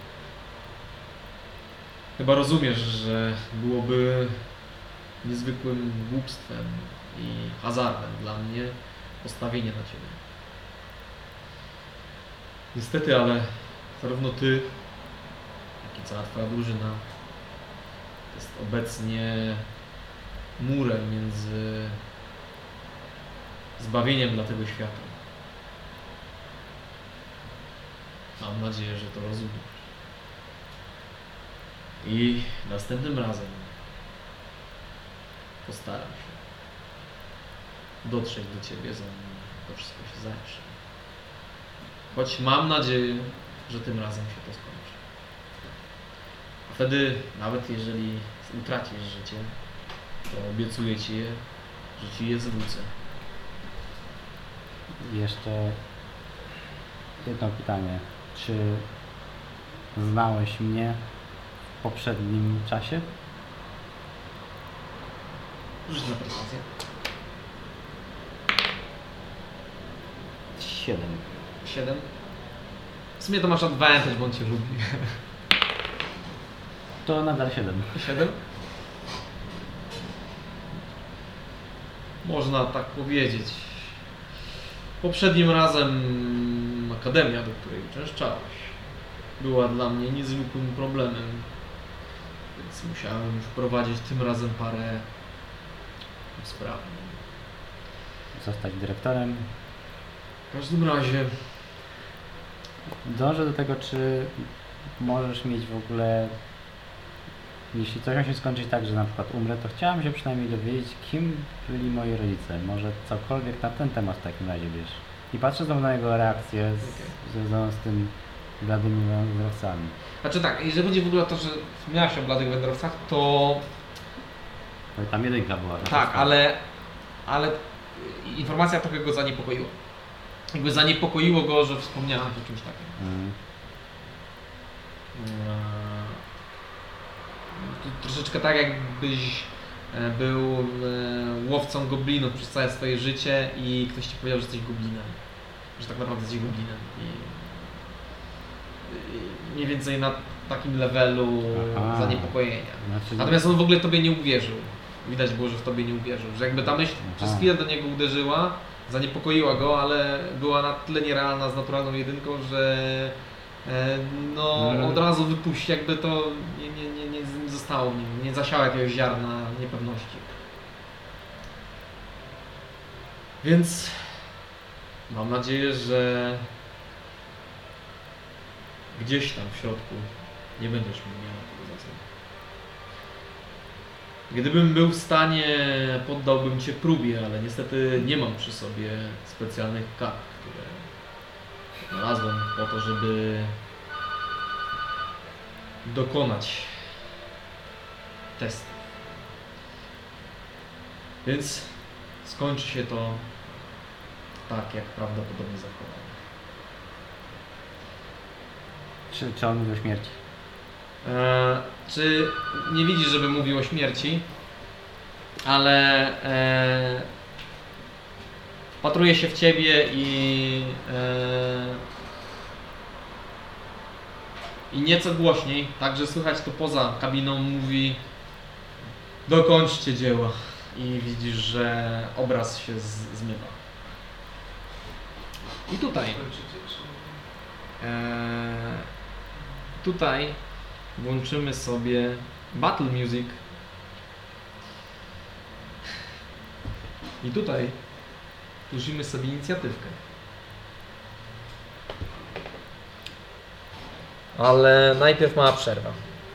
Chyba rozumiesz, że byłoby niezwykłym głupstwem i hazardem dla mnie postawienie na Ciebie. Niestety, ale zarówno Ty, cała twoja drużyna jest obecnie murem między zbawieniem dla tego świata. Mam nadzieję, że to rozumiesz. I następnym razem postaram się dotrzeć do ciebie, zanim to wszystko się zacznie. Choć mam nadzieję, że tym razem się to skończy. A wtedy, nawet jeżeli utracisz życie, to obiecuję ci je, że ci je zwrócę. Jeszcze jedno pytanie. Czy znałeś mnie w poprzednim czasie? Rzuć na perswazję. 7. 7. W sumie to masz advantage, bo on cię lubi. To nadal 7. 7? Można tak powiedzieć. Poprzednim razem akademia, do której uczęszczałeś, była dla mnie niezwykłym problemem, więc musiałem wprowadzić tym razem parę usprawnień. Zostać dyrektorem. W każdym razie Dążę do tego, czy możesz mieć w ogóle, jeśli coś ma się skończyć tak, że na przykład umrę, to chciałem się przynajmniej dowiedzieć, kim byli moi rodzice. Może cokolwiek na ten temat w takim razie wiesz. I patrzę znowu na jego reakcję związaną z tym bladymi wędrowcami. Znaczy tak, jeżeli chodzi w ogóle o to, że wspomniałeś o bladych wędrowcach, to No i tam jedynka była. tak, ale informacja trochę go zaniepokoiła. Jakby zaniepokoiło go, że wspomniałaś o czymś takim. To troszeczkę tak, jakbyś był łowcą goblinów przez całe swoje życie i ktoś ci powiedział, że jesteś goblinem. Że tak naprawdę jesteś goblinem. I mniej więcej na takim levelu zaniepokojenia. Znaczy, Natomiast on w ogóle tobie nie uwierzył. Widać było, że w tobie nie uwierzył. Że jakby ta myśl przez chwilę do niego uderzyła, zaniepokoiła go, ale była na tyle nierealna z naturalną jedynką, że od razu wypuści, jakby to nie zostało w nim, nie zasiało jakiegoś ziarna niepewności. Więc mam nadzieję, że gdzieś tam w środku nie będziesz mi miał tego za co. Gdybym był w stanie, poddałbym cię próbie, ale niestety nie mam przy sobie specjalnych kart, które znalazłem po to, żeby dokonać testu. Więc skończy się to tak, jak prawdopodobnie zakładam. Czy on mówi o śmierci? Czy nie widzisz, żeby mówił o śmierci, ale wpatruje się w ciebie i nieco głośniej, także słychać to poza kabiną, mówi: dokończcie dzieła. I widzisz, że obraz się zmywa. I tutaj włączymy sobie Battle Music. I tutaj użyjmy sobie inicjatywkę. Ale najpierw mała przerwa.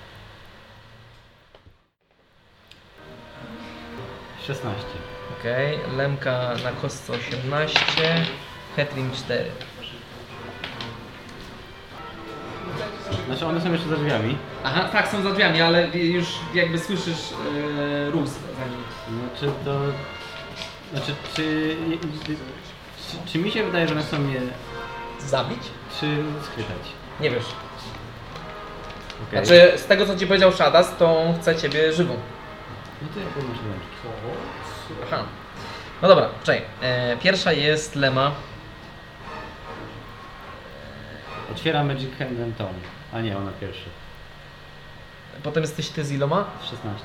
16. Okej, Lemka na kostce 18, Hetrim 4. Znaczy one są jeszcze za drzwiami. Aha, tak, są za drzwiami, ale już jakby słyszysz ruch za nim. Znaczy to... Znaczy czy mi się wydaje, że one chcą mnie Zabić? czy schwytać? Nie wiesz. Okay. Znaczy, z tego co ci powiedział Shadas, to on chce ciebie żywą. No to ja podłączyłem. Aha. No dobra, czekaj. Pierwsza jest Lema. Otwiera Magic Hand and Tone. A nie, ona pierwszy. Potem jesteś ty z iloma? 16.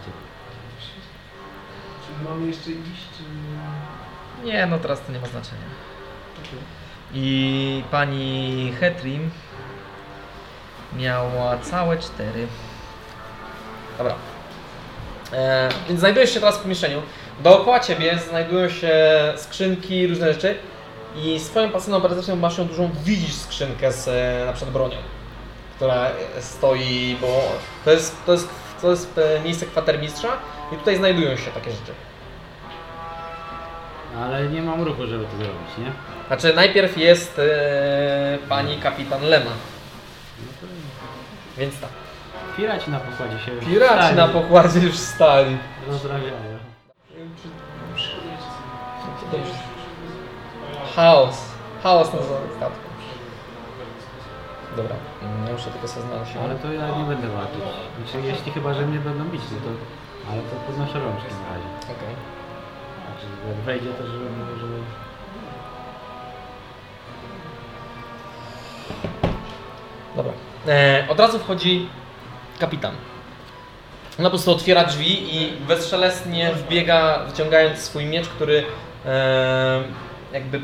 Czy mamy jeszcze iść, czy... Nie, no teraz to nie ma znaczenia. I pani Hetrim Miała całe 4. Dobra. Więc znajdujesz się teraz w pomieszczeniu. Dookoła ciebie znajdują się skrzynki, różne rzeczy. I swoją pasywną percepcją masz ją dużą, widzisz skrzynkę z na przykład bronią, która stoi, bo to jest miejsce kwatermistrza i tutaj znajdują się takie rzeczy. Ale nie mam ruchu, żeby to zrobić, nie? Znaczy najpierw jest pani kapitan Lema. Więc tak. Piraci na pokładzie się już Piraci stali, na pokładzie już stali. rozrabiają. Chaos na statku. Dobra, ja muszę tylko sobie znaleźć. Ale to ja nie będę walczyć. Znaczy, jeśli chyba, że mnie będą bić, to ale to podnoszę rączki na razie. Okej. Znaczy, jak wejdzie, to żeby... Dobra. Od razu wchodzi kapitan. Ona po prostu otwiera drzwi i bezszelestnie wbiega, wyciągając swój miecz, który jakby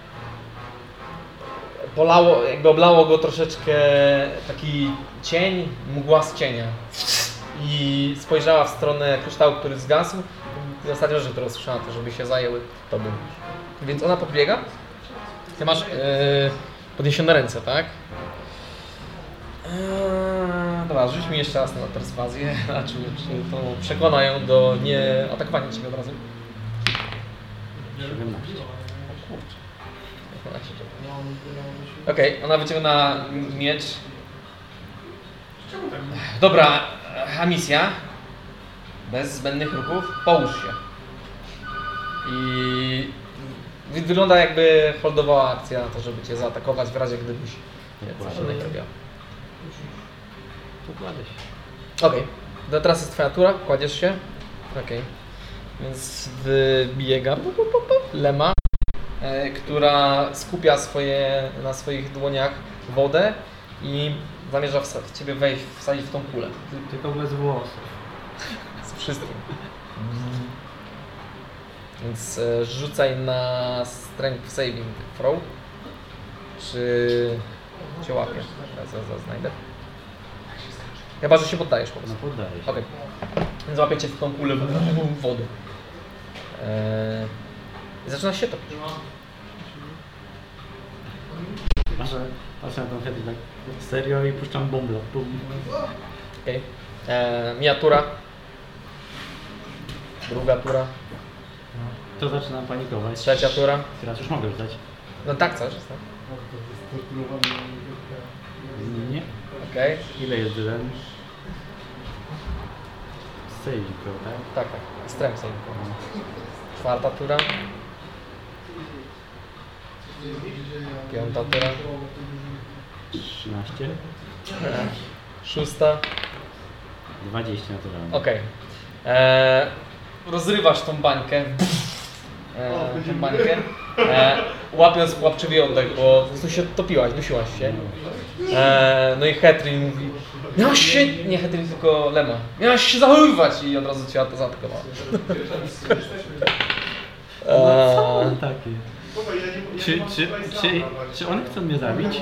oblało go troszeczkę taki cień, mgła z cienia. I spojrzała w stronę kryształu, który zgasł. I ostatnia rzecz, którą słyszała, to żeby się zajęły tobą. Więc ona podbiega. Ty masz podniesione ręce, tak? Dobra, rzuć mi jeszcze raz na perswazję, czy to przekona ją do nie atakowania ciebie od razu. 17. Okej, ona wyciąga miecz. Dobra, a misja? Bez zbędnych ruchów, połóż się. I wygląda jakby holdowała akcja na to, żeby cię zaatakować w razie gdybyś coś innego robiła. Pokładę się. Okej, to teraz jest twoja tura, kładziesz się. Okej, więc wybiega Lema, która skupia na swoich dłoniach wodę i zamierza w ciebie wejść, wsadzić w tą kulę. Tylko bez włosów. Z wszystkim. Więc rzucaj na Strength Saving Throw. Czy cię łapie? Zaraz znajdę. Chyba, że się poddajesz po No prostu. poddaję się. Okej. Więc łapiecie w tą kulę wody. I zaczyna się topić. Patrzę na tą chętę tak serio i puszczam bąbla. Okej. Mija tura. Druga tura. To zaczynam panikować. Trzecia tura. Teraz już mogę rzucać. No tak, coś jest, tak? Nie. Okej. Ile jest jeden? Saving throw, tak? Tak, tak. Strength Saving Throw. Czwarta tura. Piąta tura. 13. Szósta. 20 naturalnie. Okej. Rozrywasz tą bańkę. Łapiąc łapczywie oddech, bo po prostu się topiłaś, dusiłaś się. No i Hetrin mówi: miałaś się, nie Hetrin, tylko Lema, miałaś się zachowywać, i od razu cię zaatakowała. Co on takie? Czy one chcą mnie zabić?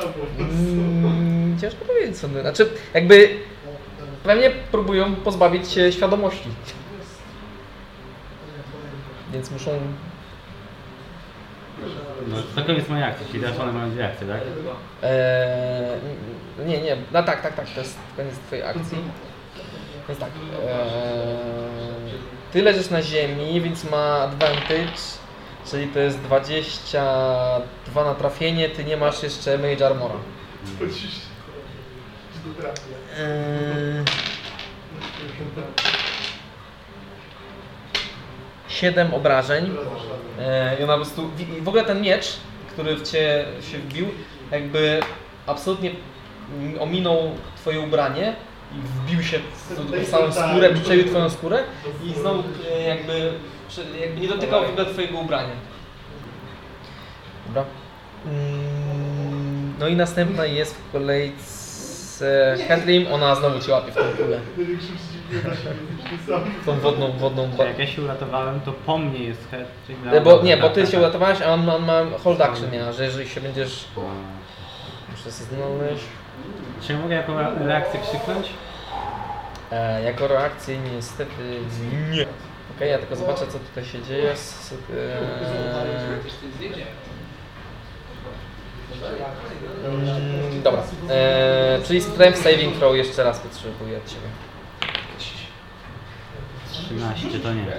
Ciężko powiedzieć, co. Znaczy, jakby pewnie próbują pozbawić się świadomości. Więc muszą... No, to koniec mojej akcji, czyli teraz one mają dwie akcje, tak? Nie, no tak, to jest koniec twojej akcji. Więc tak, ty leżysz na ziemi, więc ma advantage, czyli to jest 22 na trafienie, ty nie masz jeszcze Mage Armora. 7 obrażeń. I ona po prostu... W ogóle ten miecz, który w cię się wbił, jakby absolutnie ominął twoje ubranie i wbił się w całą skórę, przejął twoją skórę i znowu jakby nie dotykał w ogóle twojego ubrania. Dobra. No i następna jest w kolejce Hetrim, ona znowu cię łapie w tą kulę. Tą wodną Jak ja się uratowałem, to po mnie jest head. Bo ty się uratowałeś, a on ma hold action, że jeżeli się będziesz... Muszę sobie znaleźć... Czy ja mogę jako reakcję krzyknąć? Jako reakcję niestety nie. Okej, ja tylko zobaczę co tutaj się dzieje. Dobra. Czyli strength saving throw jeszcze raz potrzebuję od Ciebie. 13 to nie.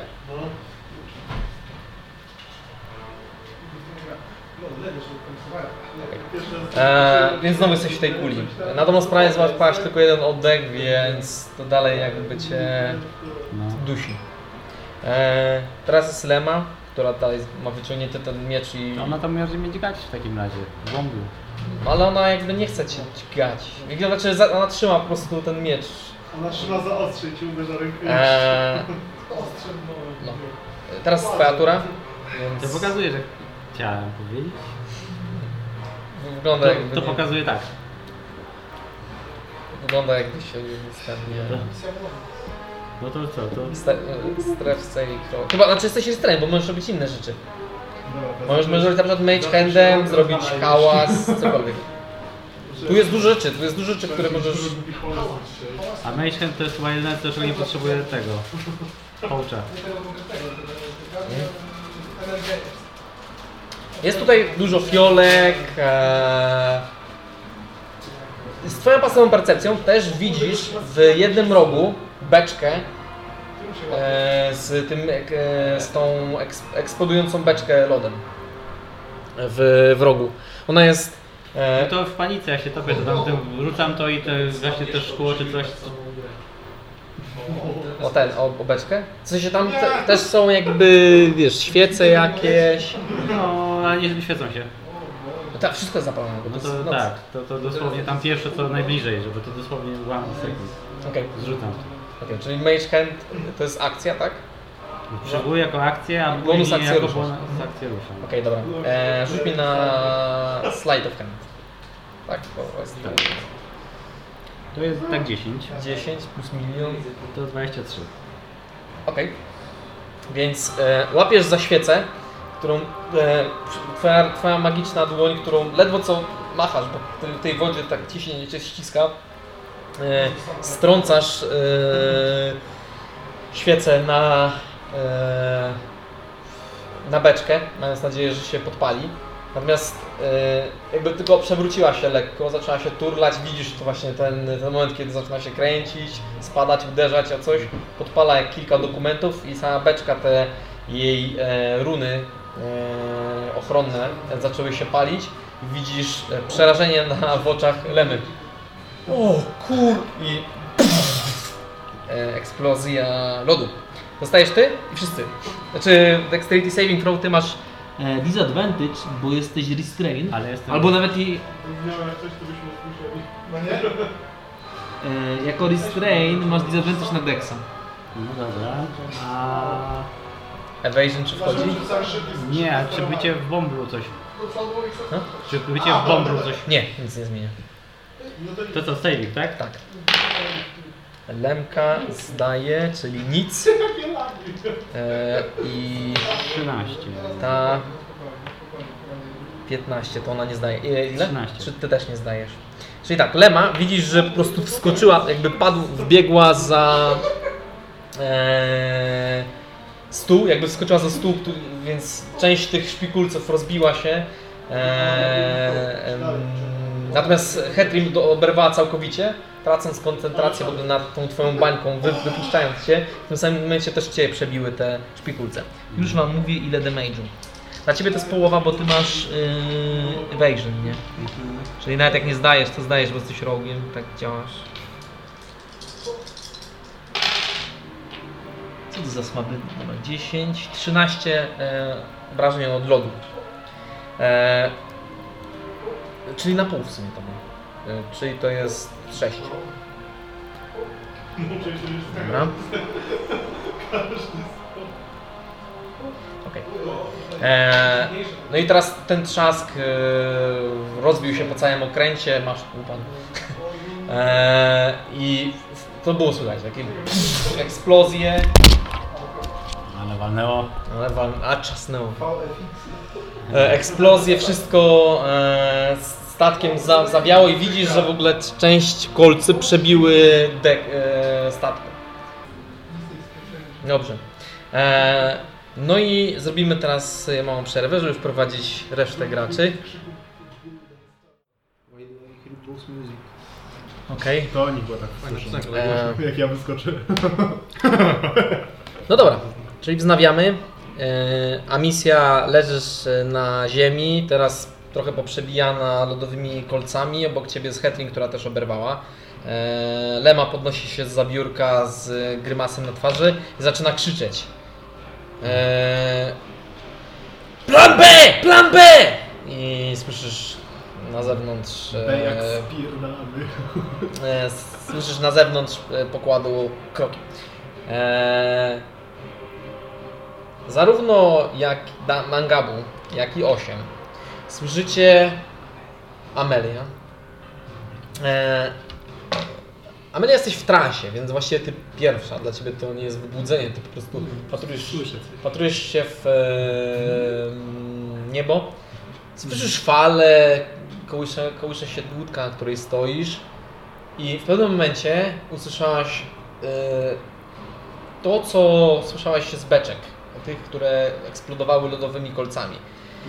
Więc znowu jesteś w tej kuli. Na dobrą sprawę złapałaś tylko jeden oddech, więc to dalej jakby Cię No. dusi. Teraz jest Lema, która dalej ma wyciągnięty ten miecz i... Ona to może mieć gać w takim razie, w bąblu. Ale ona jakby nie chce Cię dźgać. Znaczy ona trzyma po prostu ten miecz. Ona trzyma za ostrze i ci uderza ręką. No. Teraz jest Twoja tura, To więc pokazuje, że chciałem powiedzieć. wygląda jakby... To pokazuje tak. Wygląda jakby się niestety... No to co? To Strength saving throw. Chyba, znaczy jesteś restrained, bo możesz robić inne rzeczy. Dobra, Możesz robić na przykład mage handem, zrobić hałas, cokolwiek. Tu jest dużo rzeczy, które możesz... A Mage Hand to jest chyba jedyne, co czego nie potrzebuje tego. Połcza. Jest tutaj dużo fiolek. Z Twoją pasową percepcją też widzisz w jednym rogu beczkę z tą eksplodującą beczkę lodem w rogu. Ona jest... No to w panice ja się topię, to tam rzucam to i to właśnie też szkło czy coś. O beczkę? W sensie tam też są jakby, wiesz, świece jakieś. No, ale nie świecą się. No tak, wszystko jest zapalone. bo No to jest to noc. tak, to dosłownie tam pierwsze co najbliżej, żeby to dosłownie ułamek sekund. Okej, Zrzucam to. czyli Mage Hand to jest akcja, tak? Przywołuję jako akcję, a Bonus później akcję jako ruszasz. bonus akcję ruszam. Okej, dobra. Rzuć mi na Slide of Hand. Tak, to jest Tak. To jest tak 10. 10 plus milion. To 23. Okej. Więc łapiesz za świecę, którą twoja magiczna dłoń, którą ledwo co machasz, bo w tej wodzie tak ciśnie cię ściska. Strącasz świecę na beczkę, mając nadzieję, że się podpali. Natomiast jakby tylko przewróciła się lekko, zaczęła się turlać, widzisz to właśnie ten moment, kiedy zaczyna się kręcić, spadać, uderzać o coś, podpala jak kilka dokumentów i sama beczka, te jej runy ochronne zaczęły się palić i widzisz przerażenie w oczach Lemy. O kur... i eksplozja lodu. Zostajesz ty i wszyscy. Znaczy Dexterity Saving Throw ty masz disadvantage, bo jesteś restrained, Ale jestem... albo nawet i Miałem coś, co byśmy usłyszeli. No nie? jako restrained masz disadvantage na Dexa. No dobra. A... Evasion czy wchodzi? Nie, a czy bycie w bąblu coś? No? Czy bycie w bąblu coś? Nie, nic nie zmienia. To co, saving, tak? Tak. Lemka zdaje, czyli nic. I 13. ta 15, to ona nie zdaje. Ile? 13. Czy ty też nie zdajesz? Czyli tak, Lema, widzisz, że po prostu wskoczyła, jakby wbiegła za stół, jakby wskoczyła za stół, więc część tych szpikulców rozbiła się. Natomiast Hetrim oberwała całkowicie, tracąc koncentrację w ogóle nad tą twoją bańką, wypuszczając się. W tym samym momencie też cię przebiły te szpikulce. Już wam mówię, ile damage'u. Dla ciebie to jest połowa, bo ty masz evasion, nie? Czyli nawet jak nie zdajesz, to zdajesz, bo jesteś rogiem, tak działasz. Co to za słaby numer? 10, 13 obrażeń od lodu. Czyli na pół w sumie to ma. Czyli to jest 6. Dobra. Okay. No i teraz ten trzask rozbił się po całym okręcie, masz upadł. I to było słychać, takie eksplozje. Ale walnęło. A czasnęło. Eksplozje, wszystko statkiem zawiało i widzisz, że w ogóle część kolcy przebiły dek statku. Dobrze. No i zrobimy teraz małą przerwę, żeby wprowadzić resztę graczy. Okej. To oni było tak słyszą. Jak ja wyskoczę. No dobra, czyli wznawiamy. A misja leżysz na ziemi, teraz trochę poprzebijana lodowymi kolcami, obok ciebie jest Hetling, która też oberwała. Lema podnosi się zza biurka z grymasem na twarzy i zaczyna krzyczeć. Plan B! Plan B! I słyszysz na zewnątrz... Jak spierdalamy. Słyszysz na zewnątrz pokładu kroki. Zarówno jak Mangabu, jak i 8 słyszycie Amelia. Amelia, jesteś w transie, więc właściwie ty pierwsza. Dla ciebie to nie jest wybudzenie, ty po prostu patrujesz się w niebo. Słyszysz falę, kołysze się łódka, na której stoisz i w pewnym momencie usłyszałaś to, co słyszałaś się z beczek, tych, które eksplodowały lodowymi kolcami.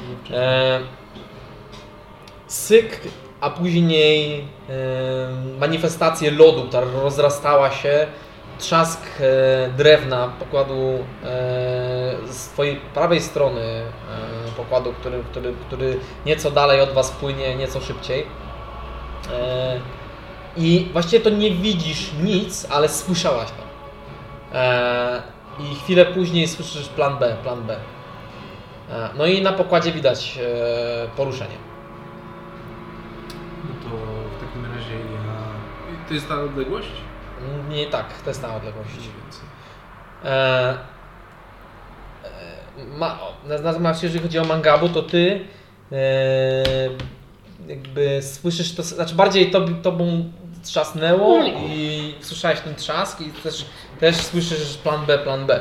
Syk, a później manifestacje lodu, która rozrastała się, trzask drewna pokładu z twojej prawej strony pokładu, który nieco dalej od was płynie, nieco szybciej. I właściwie to nie widzisz nic, ale słyszałaś to. I chwilę później słyszysz plan B. No i na pokładzie widać poruszenie. No to w takim razie To jest ta odległość? Nie, tak, to jest ta odległość. Mniej więcej. Natomiast jeżeli chodzi o Mangabu, to ty jakby słyszysz to, znaczy bardziej tobą trzasnęło i słyszałeś ten trzask i też słyszysz plan B.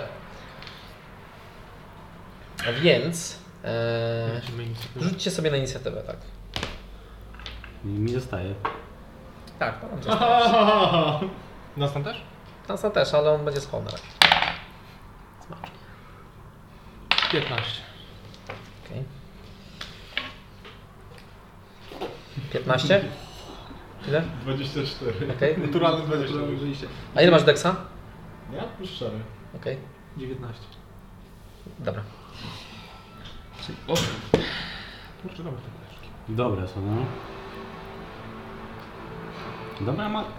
A więc rzućcie sobie na inicjatywę, tak. Mi zostaje. Tak, to nam zostaje. Nas tam też? Tansa też, ale on będzie z honorem. 15. Okej. 15? Ile? 24. Okej. Naturalny 20. A ile masz deksa? Ja? Plus 4. Okej. 19. Dobra. Kurczę, dobra te koleżki. Dobre są, no. Dobra matka.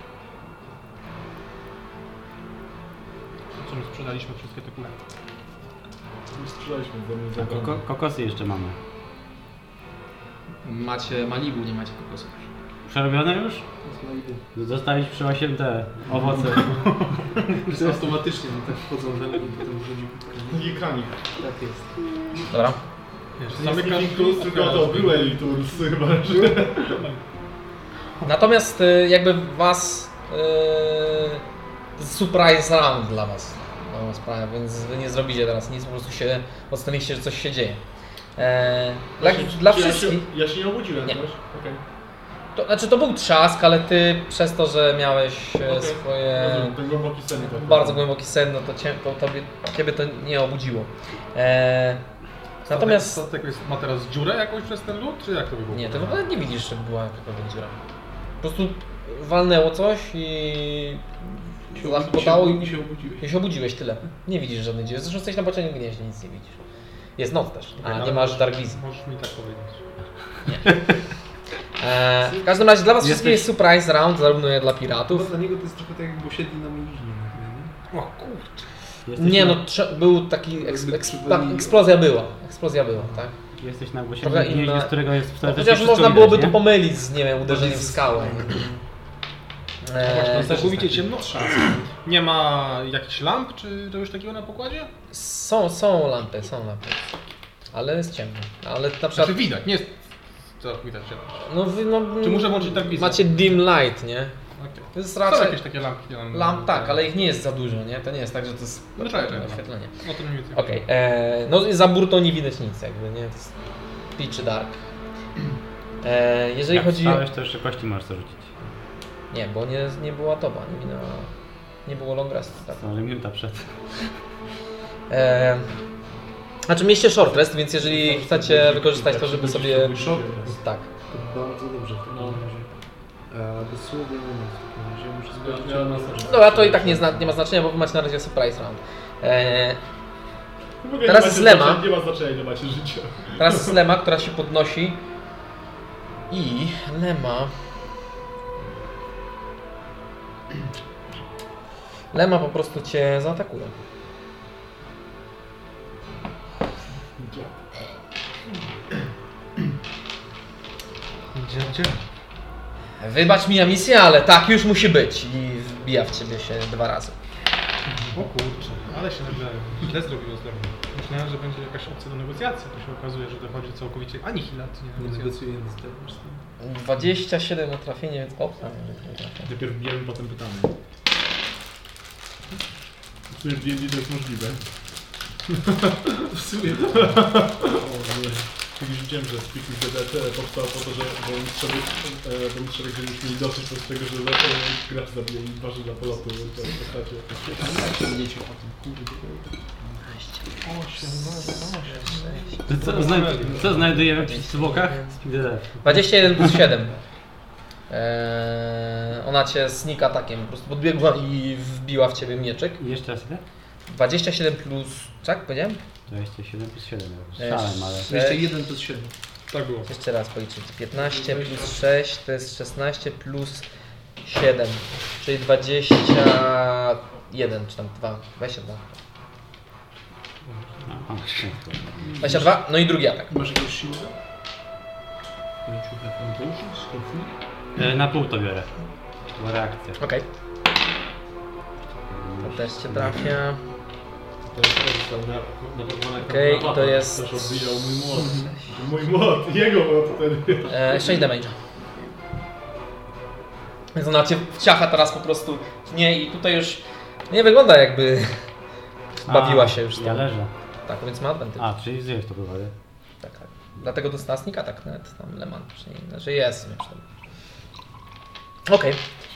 Co my sprzedaliśmy wszystkie te kule? Już sprzedaliśmy za Kokosy jeszcze mamy. Macie Malibu, nie macie kokosów. Przerobione już? Zostawić przy 8 te owoce. Jest automatycznie, no tak wchodzą żelki i potem wchodzi. I kranik. Tak jest. Dobra. Zamykam plus, tylko to były Eliturs chyba, że... Natomiast jakby was surprise round dla was no, sprawia, więc wy nie zrobicie teraz nic, po prostu się odstawiliście, że coś się dzieje. Dla wszystkich. Ja się nie obudziłem, Nie. wiesz? Okej. To znaczy to był trzask, ale ty przez to, że miałeś Okej. swoje Rozumiem, ten głęboki sen. Tak. bardzo głęboki sen, no to ciebie to nie obudziło. Natomiast Statek ma teraz dziurę jakąś przez ten lód, czy jak to wygląda? nie, ty w ogóle nie widzisz, że była jakakolwiek dziura. Po prostu walnęło coś i zachodotało I się obudziłeś. i się obudziłeś, tyle. Nie widzisz żadnej dziury. Zresztą jesteś na pociągu gnieździe, nic nie widzisz. Jest noc też, a Okej, nie masz dark vision. Możesz mi tak powiedzieć. W każdym razie dla was wszystkich jest surprise round, zarówno jak dla piratów. Dla niego to jest trochę tak jakby usiedli na mieliźnie. O kurczę. Jesteś Nie no, był taki, eksplozja była, tak. Jesteś na głosie Trochę gnieździe, inna- z którego jest wcale Chociaż też można nie byłoby widać, to nie? pomylić z, nie wiem, uderzeniem w skałę. To jest całkowicie ciemno. Nie ma jakichś lamp, czy czegoś takiego na pokładzie? Są lampy. Ale jest ciemno. Ale na przykład, Znaczy widać, nie jest całkowicie ciemno. no, Czy muszę włączyć dark vision? macie dim light, nie? Okay. To jest Są raczej jakieś takie lampki. lamp, tak, ale ich nie jest za dużo, nie? To nie jest tak, że to jest No czekaj. oświetlenie. No to mniej więcej. Okej, no i za burtą nie widać nic jakby, nie? To jest pitch dark. Jeżeli Jak chodzi... wstałeś, to jeszcze kości możesz zarzucić. Nie, bo nie była doba, nie było long rest. Tak. Ale minuta przed. Znaczy mieliście short rest, więc jeżeli chcecie wykorzystać to, żeby sobie... Tak. To bardzo dobrze w takim razie. Dosłownie nie ma w takim razie, muszę sprawdzić. Dobra, to i tak nie ma znaczenia, bo wy macie na razie surprise round. Teraz jest Lema. Nie ma znaczenia, ile macie życia. Teraz jest Lema, która się podnosi. I Lema po prostu cię zaatakuje. Gdzie? Wybacz mi misję, ale tak już musi być. I wbija w ciebie się 2 razy. O kurczę, ale się nagle źle zrobiło z lewo. Myślałem, że będzie jakaś opcja do negocjacji, to się okazuje, że dochodzi całkowicie anihilacji. Nie negocjujemy z tym. 27 na trafienie, więc opcja nie trafia. Najpierw bijemy, potem pytamy. W sumie w D&D to jest możliwe. W sumie Kiedyś widziałem, że Speak with the Dead powstał po to, że bo mistrzowie gdzie już mieli dosyć z tego, że gracz zabije i waży na polotu w tej postaci. Wiecie o tym, kurde. 8, Co znajdujemy przy zwłokach? 21 plus 7. Ona cię sneak atakiem, po prostu podbiegła i wbiła w ciebie mieczek. I jeszcze raz ile? 27 plus... tak powiedziałem? 27 plus 7. Słyszałem, ale... 21 plus 7. Tak było. Jeszcze raz policzyć. 15 plus 6 to jest 16 plus 7, czyli 21 czy tam 2, 22. Aha, 22, no i drugi atak. Masz jakiegoś shielda? Na pół to biorę. Była reakcja. Okej. To też cię trafia. Okej, to jest... Też odbijał mój młot. Mój młot, jego młot wtedy. 6 damage. Więc ona cię wciacha teraz po prostu w nie i tutaj już nie wygląda jakby bawiła się już z Ja tym. leżę. Tak, więc ma advantage. A, czyli zjeść to powody. Tak, tak. Dlatego dostała sneak attack nawet tam Leman. Znaczy jest już tam. Okej.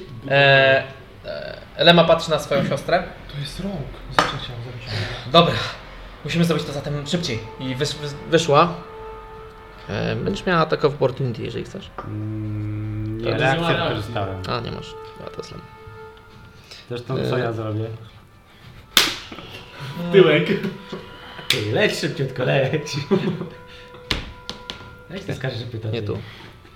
Lema patrzy na swoją siostrę. To jest rąk. Zawsze chciałem zrobić. Dobra, musimy zrobić to zatem szybciej. I wyszła. Będziesz miała attack of opportunity, jeżeli chcesz. Nie, To reakcję jest wykorzystałem. A, nie masz. Ja to jest Lema. Zresztą co ja zrobię? Tyłek. Ty, leć szybciutko, leć. Jak ty skarżysz pytać? Nie tu.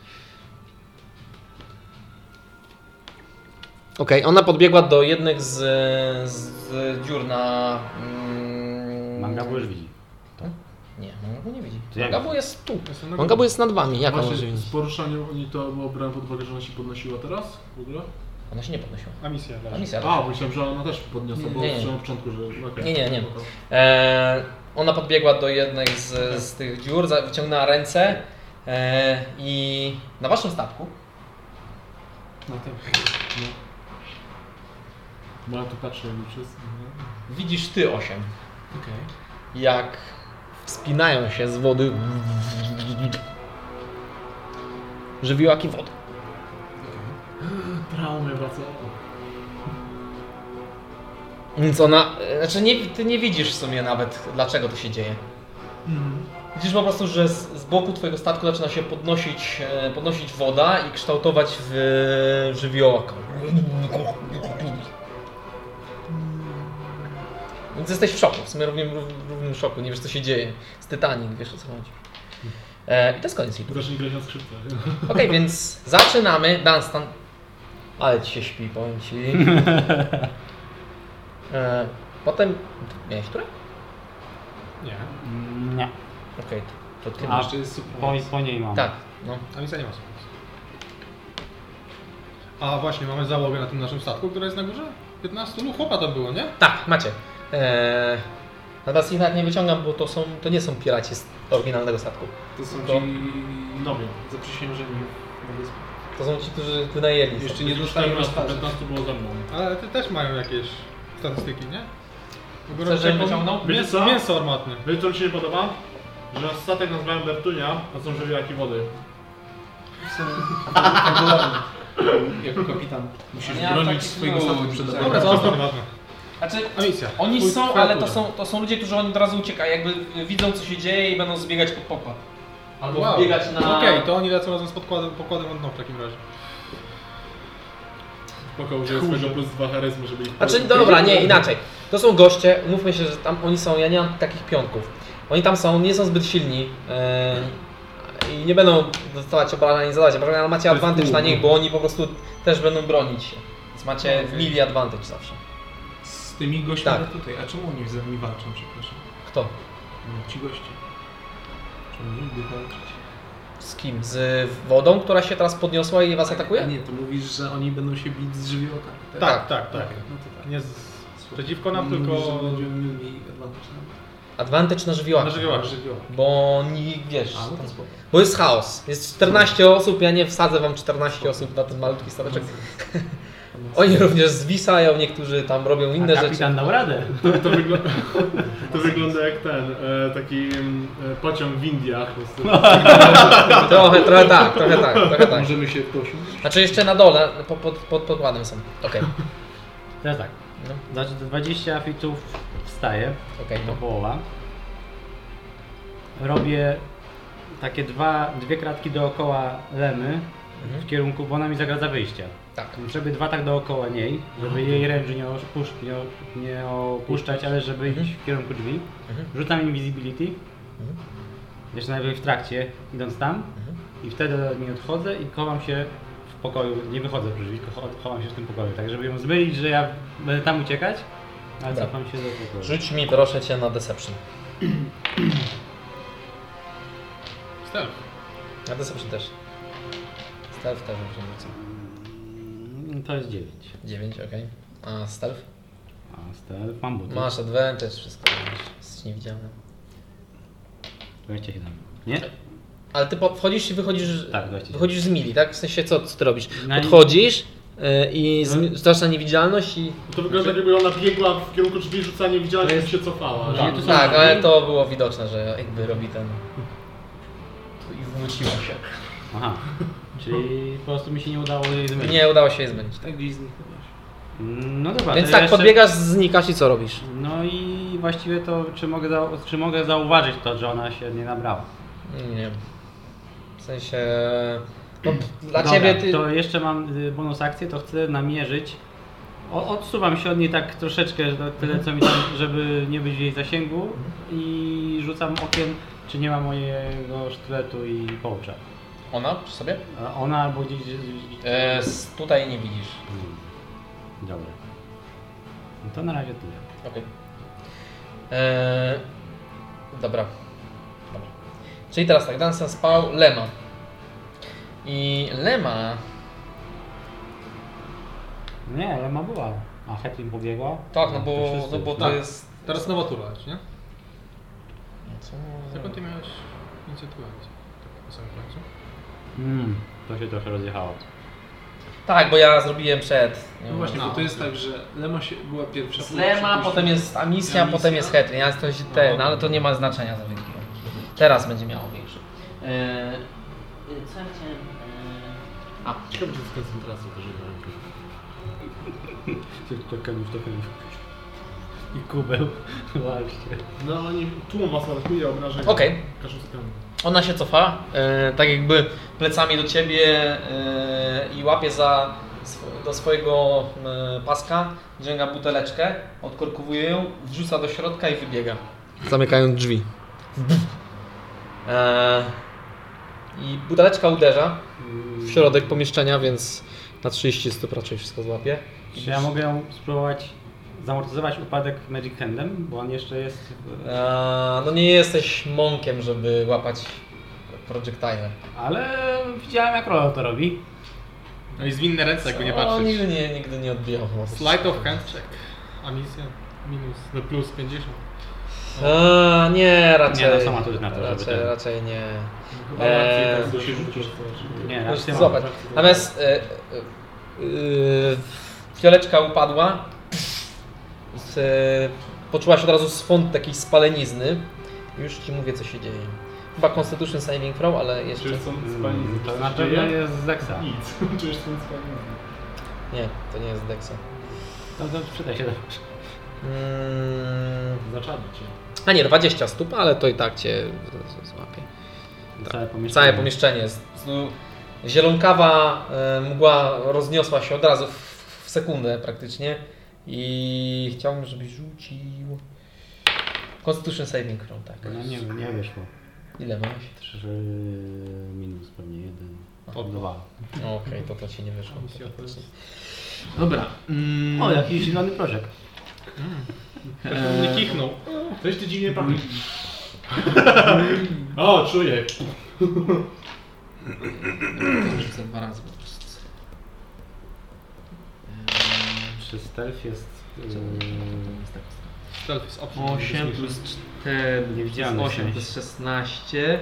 Okej, ona podbiegła do jednych z dziur na... Mangabu już widzi. Nie, Mangabu nie widzi. To jak? Mangabu jest tu. Jestem na Mangabu jest nad wami. Jak on może Właśnie widzieć? z poruszaniem oni to brałem pod uwagę, że ona się podnosiła teraz w ogóle? Ona się nie podnosiła. A misja A leży. misja. A, myślałem, że ona też podniosła, bo Nie. słyszałem na początku, że... Okay. Nie. Ona podbiegła do jednej z tych dziur, wyciągnęła ręce i na waszym statku No tak. No. Bo ja tu patrzę przez... widzisz ty 8. Okej. Jak wspinają się z wody żywiołaki wody. Traumy wracają. Więc ona, znaczy ty nie widzisz w sumie nawet dlaczego to się dzieje. Widzisz po prostu, że z boku twojego statku zaczyna się podnosić woda i kształtować w żywiołaka. Więc jesteś w szoku, w sumie równym szoku, nie wiesz co się dzieje. Z Titanic, wiesz o co chodzi. I to jest koniec jej tury. Zacznij grać na skrzypce. Okej, więc zaczynamy. Dunstan. Ale ci się śpi, powiem ci. Potem... Miałeś turę? Nie. Nie. Okej, to ty A masz. po niej mam. Tak, no. A misja nie ma sensu. A właśnie, mamy załogę na tym naszym statku, która jest na górze? 15 chłopa to było, nie? Tak, macie. Natomiast ich nawet nie wyciągam, bo to nie są piraci z oryginalnego statku. To są To- ci nowi, zaprzysiężeni na wyspie. To są ci, którzy wynajęli. Jeszcze nie dostałem rozkazu. 15 było ze mną. Ale te też mają jakieś statystyki, nie? Chcesz, żebym wyciągnął? Wiecie co? Mięso armatne. Wiecie co mi się nie podoba? Że statek nazywałem Bertunia, a są żywiołaki wody. Jako kapitan musisz Ja bronić takich swojego statku ludzi, przed tak. atakiem. Dobra, co ostatnio ważne. Znaczy, A misja. oni Twój- są, twoja ale tura. to są ludzie, którzy oni od razu uciekają, jakby widzą co się dzieje i będą zbiegać pod pokład. Albo Wow. wbiegać na... Okej, to oni lecą razem z pokładem od dno w takim razie. Spoko, użyję swojego plus 2 charyzmy, żeby ich... Znaczy, dobra, nie, inaczej. To są goście, umówmy się, że tam oni są, ja nie mam takich pionków. Oni tam są, nie są zbyt silni i nie będą dostawać obrażeń ani zadawać obrażeń, ale macie advantage na nich, bo oni po prostu też będą bronić się. Więc macie w mili advantage zawsze. Z tymi gośćmi Tak. tutaj. A czemu oni z nami walczą, przepraszam? Kto? No, ci goście. Czemu nie lubię walczyć? Z kim? Z wodą, która się teraz podniosła i was A atakuje? nie, to mówisz, że oni będą się bić z żywiołami. Tak. No to tak. Nie przeciwko nam, tylko Mówisz, że będziemy mieli advantage Advantage na żywiołach. na żywiołach. Bo nie wiesz. A, no tam- to spoko. Bo jest chaos. Jest 14 osób, ja nie wsadzę wam 14 osób na ten malutki stateczek. Oni również zwisają, niektórzy tam robią inne rzeczy. Kapitan dał radę. To wygląda jak ten, taki pociąg w Indiach. Po prostu. Trochę tak. Możemy się prosić? Znaczy jeszcze na dole, pod pokładem są. Okej. Teraz tak. No. Znaczy 20 fitów wstaje, Okej, to no. połowa. Robię takie dwie kratki dookoła Lemy w kierunku, bo ona mi zagradza wyjście. Tak. Więc robię dwa tak dookoła niej, żeby jej range nie opuszczać, ale żeby iść w kierunku drzwi. Rzucam invisibility. Jeszcze najpierw w trakcie, idąc tam. I wtedy nie odchodzę i chowam się w pokoju. Nie wychodzę przez drzwi, tylko chowam się w tym pokoju. Tak, żeby ją zmylić, że ja będę tam uciekać, ale Dobra. cofam się do pokoju. Rzuć mi proszę cię na Deception. Stealth. Na Deception też. Stealth też muszę rzucać. To jest 9. 9, okej. A Stealth? A stealth mam buty. Masz advantage, wszystko masz. Jest niewidzialne. 27. Nie? Ale ty wchodzisz i wychodzisz, Tak, 27. wychodzisz z mili, tak? W sensie co ty robisz? Na- Podchodzisz i strasz na niewidzialność i... To wygląda jakby ona biegła w kierunku drzwi, rzucanie widziała i się cofała. Tak. że- to są Tak, drzwi. ale to było widoczne, że jakby robi ten... I wróciła się. Aha. Czyli po prostu mi się nie udało jej zmylić. Nie udało się jej zmylić. Tak gdzieś zniknąłeś. No dobra. Więc to tak, jeszcze- podbiegasz, znikasz i co robisz? No i właściwie to, czy mogę zauważyć to, że ona się nie nabrała? Nie wiem. W sensie... No, dla Dobra, ciebie ty... to jeszcze mam bonus akcję, to chcę namierzyć. Odsuwam się od niej tak troszeczkę, tyle co mi tam, żeby nie być w jej zasięgu i rzucam okiem, czy nie ma mojego sztyletu i połcza. Ona przy sobie? A ona albo gdzieś... Tutaj nie widzisz. Dobra. No to na razie tyle. Okej. Dobra. Czyli teraz tak, Dansen spał, Lema. I Lema... Nie, ale ma była. A Hetlin pobiegła? Tak, To wszyscy. bo to Tak. jest... Teraz nowa tura, nie? Co? Zakąd ty miałeś inicjatywę? Tak, na samym końcu. To się trochę rozjechało. Tak, bo ja zrobiłem przed. No właśnie, bo to jest tak, że Lema się była pierwsza. Z Lema, później- potem jest Amisja, potem jest Hetlin. Ja to się no, ale to nie ma znaczenia za wielkiego. Teraz będzie miało większe. Co ja chciałem... Ciekawe, czy z koncentracją też I kubeł. Właśnie. No oni tłum was atakuje, obrażenia. Okej. Każą sekundę. Ona się cofa, tak jakby plecami do ciebie i łapie do swojego paska, wyciąga buteleczkę, odkorkowuje ją, wrzuca do środka i wybiega. Zamykając drzwi. I buteleczka uderza w środek pomieszczenia, więc na 30 stóp raczej wszystko złapie. Czy ja mogę ją spróbować zamortyzować upadek Magic Handem, bo on jeszcze jest... No nie jesteś monkiem, żeby łapać projectile. Ale widziałem jak Rolo to robi. No i zwinne ręce, jakby nie O, patrzeć. nigdy nie odbijał. Slide of hand check. A misja minus, no plus 50. Nie, raczej. Nie, no sama to jest na to, żeby ten- raczej nie. To się rzucisz. Nie, Możesz raczej mam. złapać. Natomiast fioleczka upadła. Poczułaś od razu swąd takiej spalenizny. Już ci mówię, co się dzieje. Chyba Constitution Saving Throw, ale jeszcze... Czy są spaliny? To na pewno jest z Dexa. Nic. Czy są spaliny? Nie, to nie jest Dexa. To przyda się. Zaczadzi cię. A nie, 20 stóp, ale to i tak cię złapie. Całe pomieszczenie. Całe pomieszczenie jest. Zielonkawa mgła rozniosła się od razu w sekundę praktycznie. I chciałbym, żebyś rzucił... Constitution Saving Throw, tak. No nie wyszło. Ile miałeś? 3 minus pewnie 1. O, 2. Okej, to ci nie wyszło. Misja to jest... Dobra. O, jakiś zielony proszek. Ktoś mnie kichnął. Coś ty dziwnie pachnie. O, czuję. Rzucę 2 razy po prostu. Przy stealth jest... Stealth jest option. 8 plus 4 plus Niewidzialny 8 szczęście. plus 16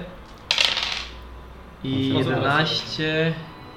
i Wchodzą 11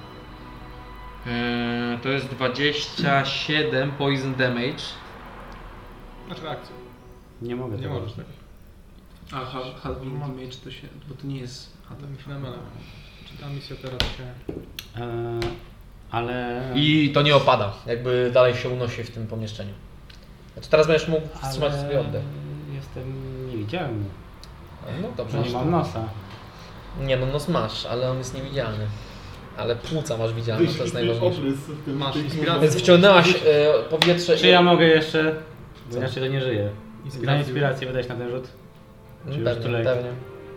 to jest 27 poison damage. Znaczy reakcję. Nie mogę Nie tego. możesz tak. A halving damage to się... bo to nie jest atak. Myślałem, ale... Czy ta misja teraz się... Ale... I to nie opada, jakby dalej się unosi w tym pomieszczeniu. Znaczy teraz będziesz mógł wstrzymać sobie oddech. Jestem niewidzialny. No dobrze. Nie mam nosa. Nie no, nos masz, ale on jest niewidzialny. Ale płuca masz widzialne, to jest najważniejsze. obrys w tym. Masz tych inspirację. Więc wciągnęłaś powietrze Czy ja mogę jeszcze... Bo Co? inaczej to nie żyję. Na inspirację wydać na ten rzut? Czy już too Pewnie, late? pewnie.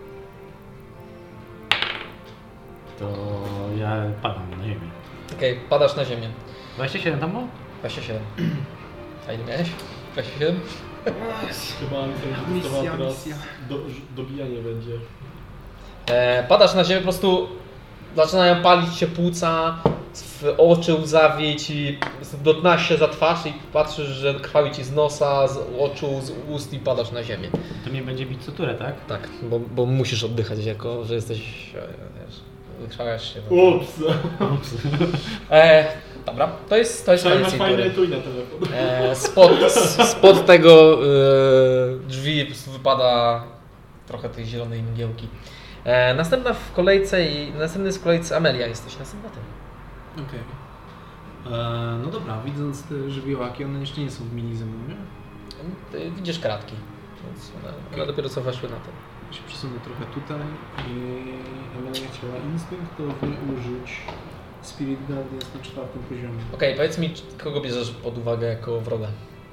To ja padam na ziemię. Okej, padasz na ziemię. 27 tam było? 27. A ile miałeś? 27? Chyba Misja, teraz misja. dobijanie będzie. Padasz na ziemię, po prostu zaczynają palić się płuca, w oczy łzawić i dotnasz się za twarz i patrzysz, że krwawi ci z nosa, z oczu, z ust i padasz na ziemię. To mnie będzie bić co turę, tak? Tak, bo musisz oddychać, jako że jesteś, wiesz, wykrwawiasz się. Ups! Dobra, to jest koniec Masz tej fajny tury. etui na telefon. Spod tego drzwi po prostu wypada trochę tej zielonej mgiełki. Następna w kolejce następny jest w kolejce Amelia, jesteś następna ty. Okej. No dobra, widząc te żywiołaki, one jeszcze nie są w mini ze mną, nie? Ty widzisz kratki, więc one dopiero co weszły na to. Ja się przesunę trochę tutaj i Emilia chciała instynktownie użyć Spirit Guardians na 4. poziomie. Okej, powiedz mi, kogo bierzesz pod uwagę jako wroga?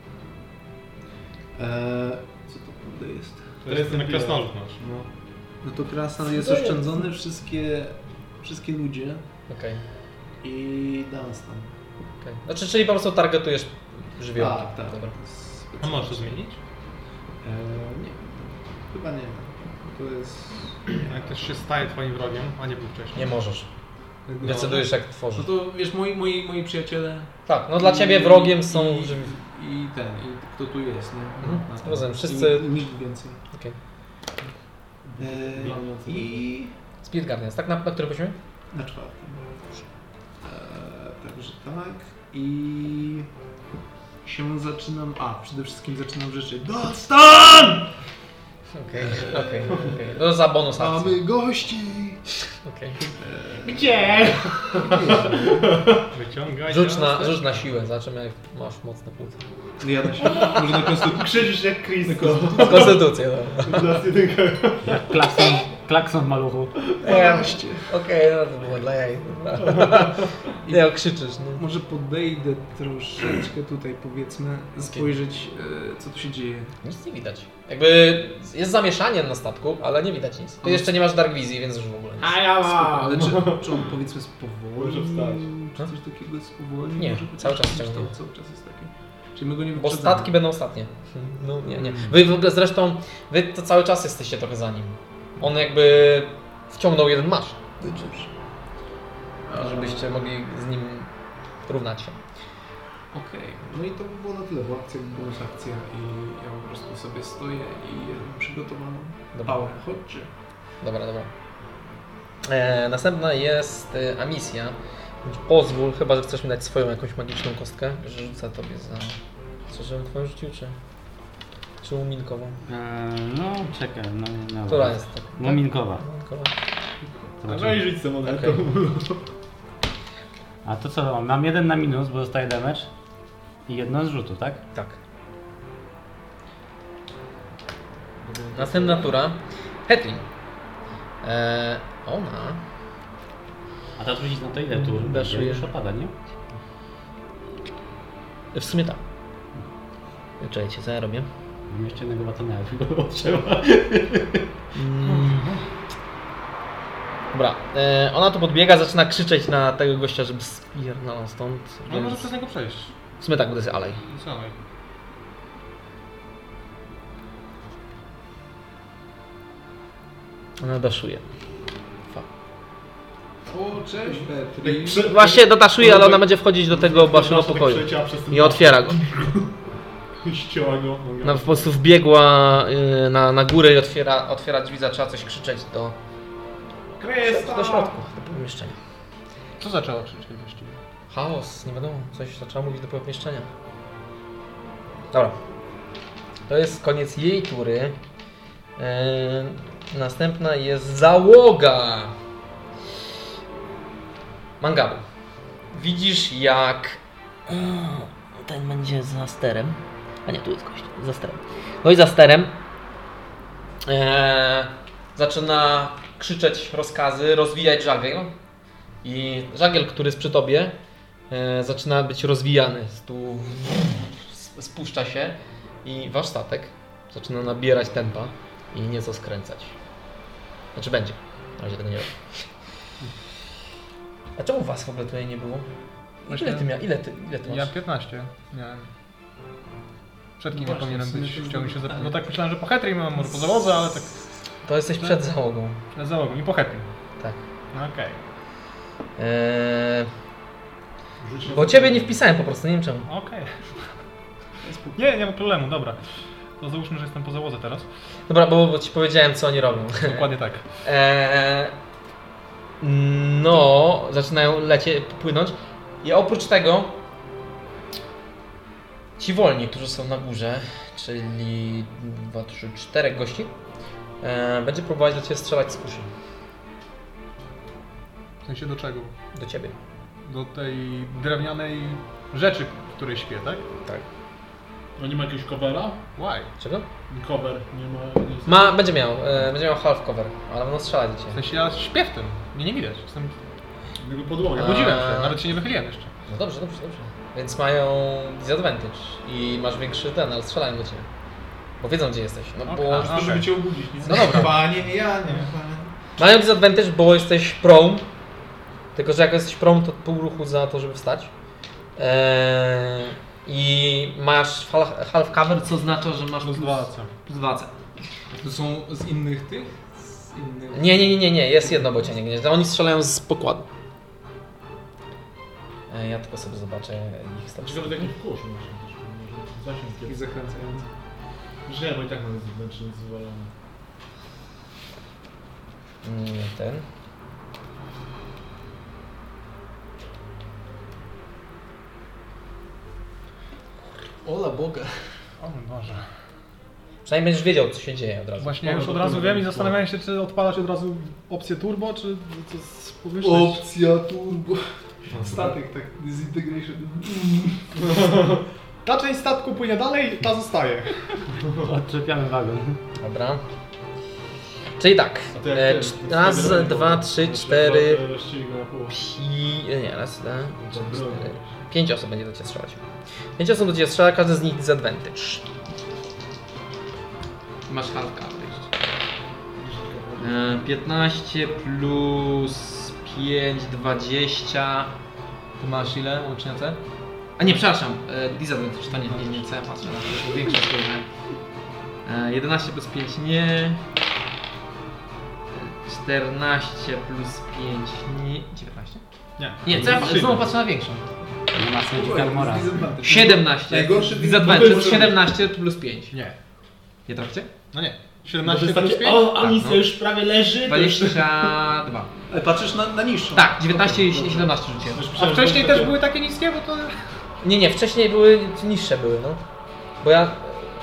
Co to kurde jest? To jest ten krasnolud nasz. No to Krasan jest oszczędzony, wszystkie ludzie Okej. i Dunstan. Znaczy, czyli po prostu targetujesz żywiołki. Tak. Dobra. A możesz to zmienić? Nie, chyba nie. To jest... Jak też się staje twoim wrogiem, a nie był wcześniej. Nie możesz. Decydujesz jak tworzysz. No to wiesz, moi przyjaciele... Tak, no dla ciebie wrogiem są żywi. I kto tu jest, nie? Mhm, rozumiem, wszyscy- I nikt więcej. Okej. I Spirit Guardians, tak? Na którym poziomie? na 4. Także tak. I się zaczynam... przede wszystkim zaczynam rzeczy. Dunstan! Okej. No za bonus akcji. Mamy gości! Okej. Gdzie? Wyciągaj Rzuć na siłę, zobaczymy jak masz mocne płuca. Ja na siebie. Może na konstytucję. Krzyżysz jak Kristo. Konstytucję, no. Nas jedynka. Klakson w maluchu. Okej, no to było dla jaj. Nie, okrzyczysz, no. Może podejdę troszeczkę tutaj, powiedzmy, spojrzeć, co tu się dzieje. Nic nie widać. Jakby jest zamieszanie na statku, ale nie widać nic. Ty jeszcze nie masz Dark Wizji, więc już w ogóle nic. Ale czy on, powiedzmy, spowolnił? Może wstać. Czy coś takiego spowolnił? Nie, Może cały czas to ciągnie. cały czas jest takie. Czyli my go nie Bo wyprzedzamy. statki będą ostatnie. No nie. Wy w ogóle zresztą, wy to cały czas jesteście trochę za nim. On jakby wciągnął jeden masz. Żebyście mogli z nim równać się. Okej, no i to by było na tyle, bo akcja bonus akcja i ja po prostu sobie stoję i przygotowano. Dobra. Power, chodźcie. Dobra. Następna jest Amisja. Pozwól, chyba że chcesz mi dać swoją jakąś magiczną kostkę, że rzucę tobie za... Co, żebym twoją rzucił, czy... Czy muminkową? No, czekaj, no. Która jest? Tak? Muminkowa. Muminkowa. Zobaczymy. No i żyć samą Okej. A to co, mam 1 na minus, bo dostaję damage i 1 z rzutu, tak? Tak. Następna tura. Hetri. Ona A ta trucizna to ile tur? Daszuje. Już opada, nie? w sumie tak. Czekajcie, co ja robię? Mam jeszcze jednego batona, tylko trzeba. Dobra, ona tu podbiega, zaczyna krzyczeć na tego gościa, żeby spierdalał stąd. No może przez niego przejść. W sumie tak, bo to jest alej. Co? Ona daszuje. O, cześć Petri. Właśnie dodaszuje, ale ona będzie wchodzić do tego waszego pokoju i otwiera go. Ścięła go. Ona po prostu wbiegła na górę i otwiera drzwi, zaczęła coś krzyczeć do środku, do pomieszczenia. Co zaczęło krzyczeć właściwie? Chaos, nie wiadomo, coś zaczęła mówić do pomieszczenia. Dobra. To jest koniec jej tury. Następna jest załoga. Mangabu. Widzisz jak ten będzie za sterem. A nie, tu jest gość, za sterem. No i za sterem zaczyna krzyczeć rozkazy, rozwijać żagiel. I żagiel, który jest przy tobie, zaczyna być rozwijany. Tu spuszcza się i wasz statek zaczyna nabierać tempa i nieco skręcać. Znaczy będzie. Na razie tego nie robię. A czemu was w ogóle tutaj nie było? Ile ty miałeś? Ile ty masz? Ja 15 miałem. Przed kim ja powinienem być? Chciałbym się zapytać. No tak myślałem, że po Hetrim, może po załodze, ale tak To jesteś przed załogą. przed załogą i po Hetrim. Tak. No okej. Bo ciebie nie wpisałem po prostu, nie wiem czemu. Okej. Nie ma problemu, dobra. To załóżmy, że jestem po załodze teraz. Dobra, bo ci powiedziałem co oni robią. Dokładnie tak. No, zaczynają płynąć. I oprócz tego ci wolni, którzy są na górze, czyli 2, 3, 4 gości, będzie próbować do ciebie strzelać z kuszy. W sensie do czego? Do ciebie. Do tej drewnianej rzeczy, w której śpię, tak? Tak. No nie ma jakiegoś covera? Why? Czego? Cover, nie ma... Będzie miał half cover, ale będą strzelać do W ciebie. sensie ja śpię w tym. Mnie nie widać. Jestem... Jakby podłogę. Budziłem się, nawet się nie wychyliłem jeszcze. No dobrze. Więc mają disadvantage i masz większy ten, ale strzelają do ciebie. Bo wiedzą gdzie jesteś. No bo... Okej. Żeby cię obudzić, nie? No dobra. Panie, ja nie. Mają disadvantage, bo jesteś prone. Tylko, że jak jesteś prone, to pół ruchu za to, żeby wstać. I masz half cover, co oznacza, że masz Plus 2 AC. plus 2 AC. To są z innych tych? Z innych... Nie, jest jedno, bo cię nie gnieździ. Oni strzelają z pokładu. Ja tylko sobie zobaczę ich Ciekawe statystyki. jaki kurz masz. Zasięg Taki jest. zakręcający. Że nie, bo i tak mamy zewnętrzny zwalony. Nie ten. Ola Boga. O mój Boże. Przynajmniej będziesz wiedział, co się dzieje od razu. Właśnie ja już od razu wiem i zastanawiałem się, czy odpalać od razu opcję turbo, czy coś pomyśleć. Opcja turbo. Statek tak, disintegration. Ta część statku płynie dalej, ta zostaje. Odczepiamy wagon. Dobra. Czyli tak. A to jak ten, Raz, wtedy dwa, robią, trzy, że cztery, rozcięli go na pół. nie, raz, dwa, trzy, Dobra. cztery. 5 osób będzie do ciebie strzelać. 5 osób do ciebie strzela, każdy z nich disadvantage. Masz half coverage. 15 plus 5, 20. Ty masz ile łącznie C? A nie, przepraszam, disadvantage to nie C, patrzę na to, bo większe spojrzenie. 11 plus 5 nie. 14 plus 5 nie. 19? Nie. Nie, co ja znowu patrzę na większą. Nie ma sensu armora. 17. Najgorszy Disadvantage 17 plus 5. Nie. Nie traficie? No nie. To 17 jest plus takie, 5? o, amunicja no. już prawie leży. to już- 22. Ale patrzysz na niższą. Tak, 19 i 17 rzuciłem. A wcześniej też były takie niskie, bo to... Nie, wcześniej były niższe były, no. Bo ja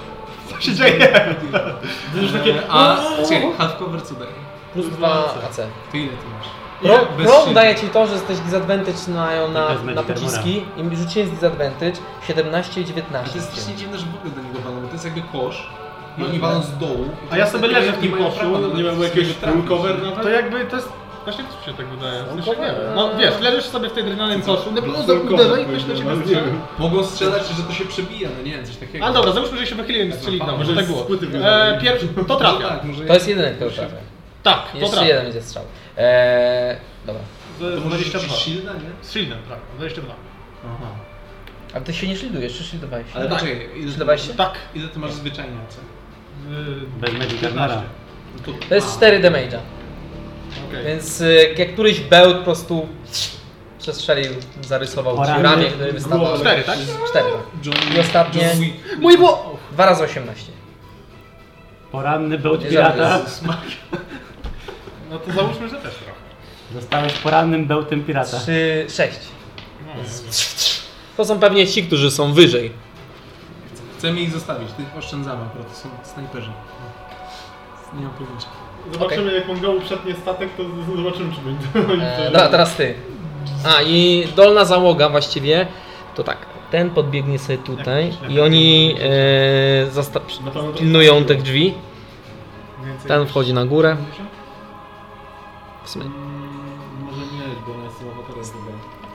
Co się dzieje? To już takie... Czekaj, half cover co daje? Plus 2 AC. To ile ty masz? Bez Pro shielda. daje ci to, że jesteś disadvantage na Bez Magic pociski i rzuciłem z disadvantage 17 i Ale 19. to jest strasznie dziwne, że w ogóle do niego walą, bo to jest jakby kosz i oni walą z dołu. A ja sobie leżę w tym koszu, Nie mamy jakiegoś full cover nawet? To jakby to jest... Właśnie mi się tak wydaje. W sensie, nie cover? wiem. No wiesz, leżysz sobie w tej drewnianym koszu, no Full cover uderza i ktoś do powiedział, ciebie no, nie strzela. wiem. Mogą strzelać, że to się przebija, no nie wiem, coś takiego. A dobra, załóżmy, że się wychyliłem i strzeli, no, może tak było. z płyty wygląda. Pierwszy, to trafia. Tak, może To jest jedyny, kto trafia. Tak, to Jeszcze trafia. jeden będzie strzał. Dobra. To jest to może 22. shielda, nie? Z shieldem, tak, 22. Aha. Ale ty się nie shieldujesz, czy shieldowałeś się? Ale tak. poczekaj, ile Shieldowałeś się? Tak. Ile ty masz zwyczajnie AC? Bez Magic 15. Armora. To jest 4 damage'a. Okej. Więc jak któryś bełt po prostu przestrzelił, zarysował ci Poranny ramię, który wystawał. 4, tak? 4. John, I ostatnie- John Wick. Mój bło... 2 razy 18. Poranny bełt Nie pirata. żartuję. No to załóżmy, że też trochę. Zostałeś porannym bełtem pirata. 3, 6. No, To są pewnie ci, którzy są wyżej. Chcemy ich zostawić, tych oszczędzamy, akurat to są snajperzy. Nie mam pojęcia. Zobaczymy, jak Mongołów przetnie statek, to zobaczymy, czy będzie. Dobra, teraz ty. A i dolna załoga właściwie, to tak, ten podbiegnie sobie tutaj i oni pilnują te drzwi. Więcej Ten niż wchodzi na górę. 50? W sumie Może nie, bo ona jest awatarem chyba.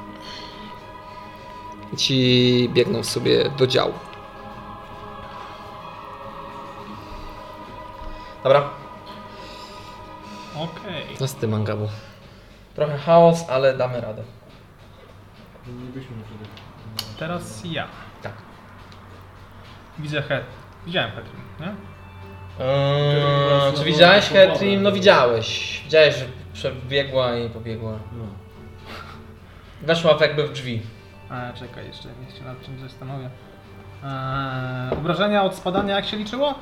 ci biegną sobie do działu. Dobra, Okej. to z tym Mangabu. Trochę chaos, ale damy radę. Nie byśmy może Teraz ja. Tak. Widzę Widziałem Hetrim, nie? Czy widziałeś Hetrim? No widziałeś. Widziałeś, że przebiegła i pobiegła. No. Weszła jakby w drzwi. Czekaj, jeszcze niech się nad czymś zastanowię. Obrażenia od spadania jak się liczyło?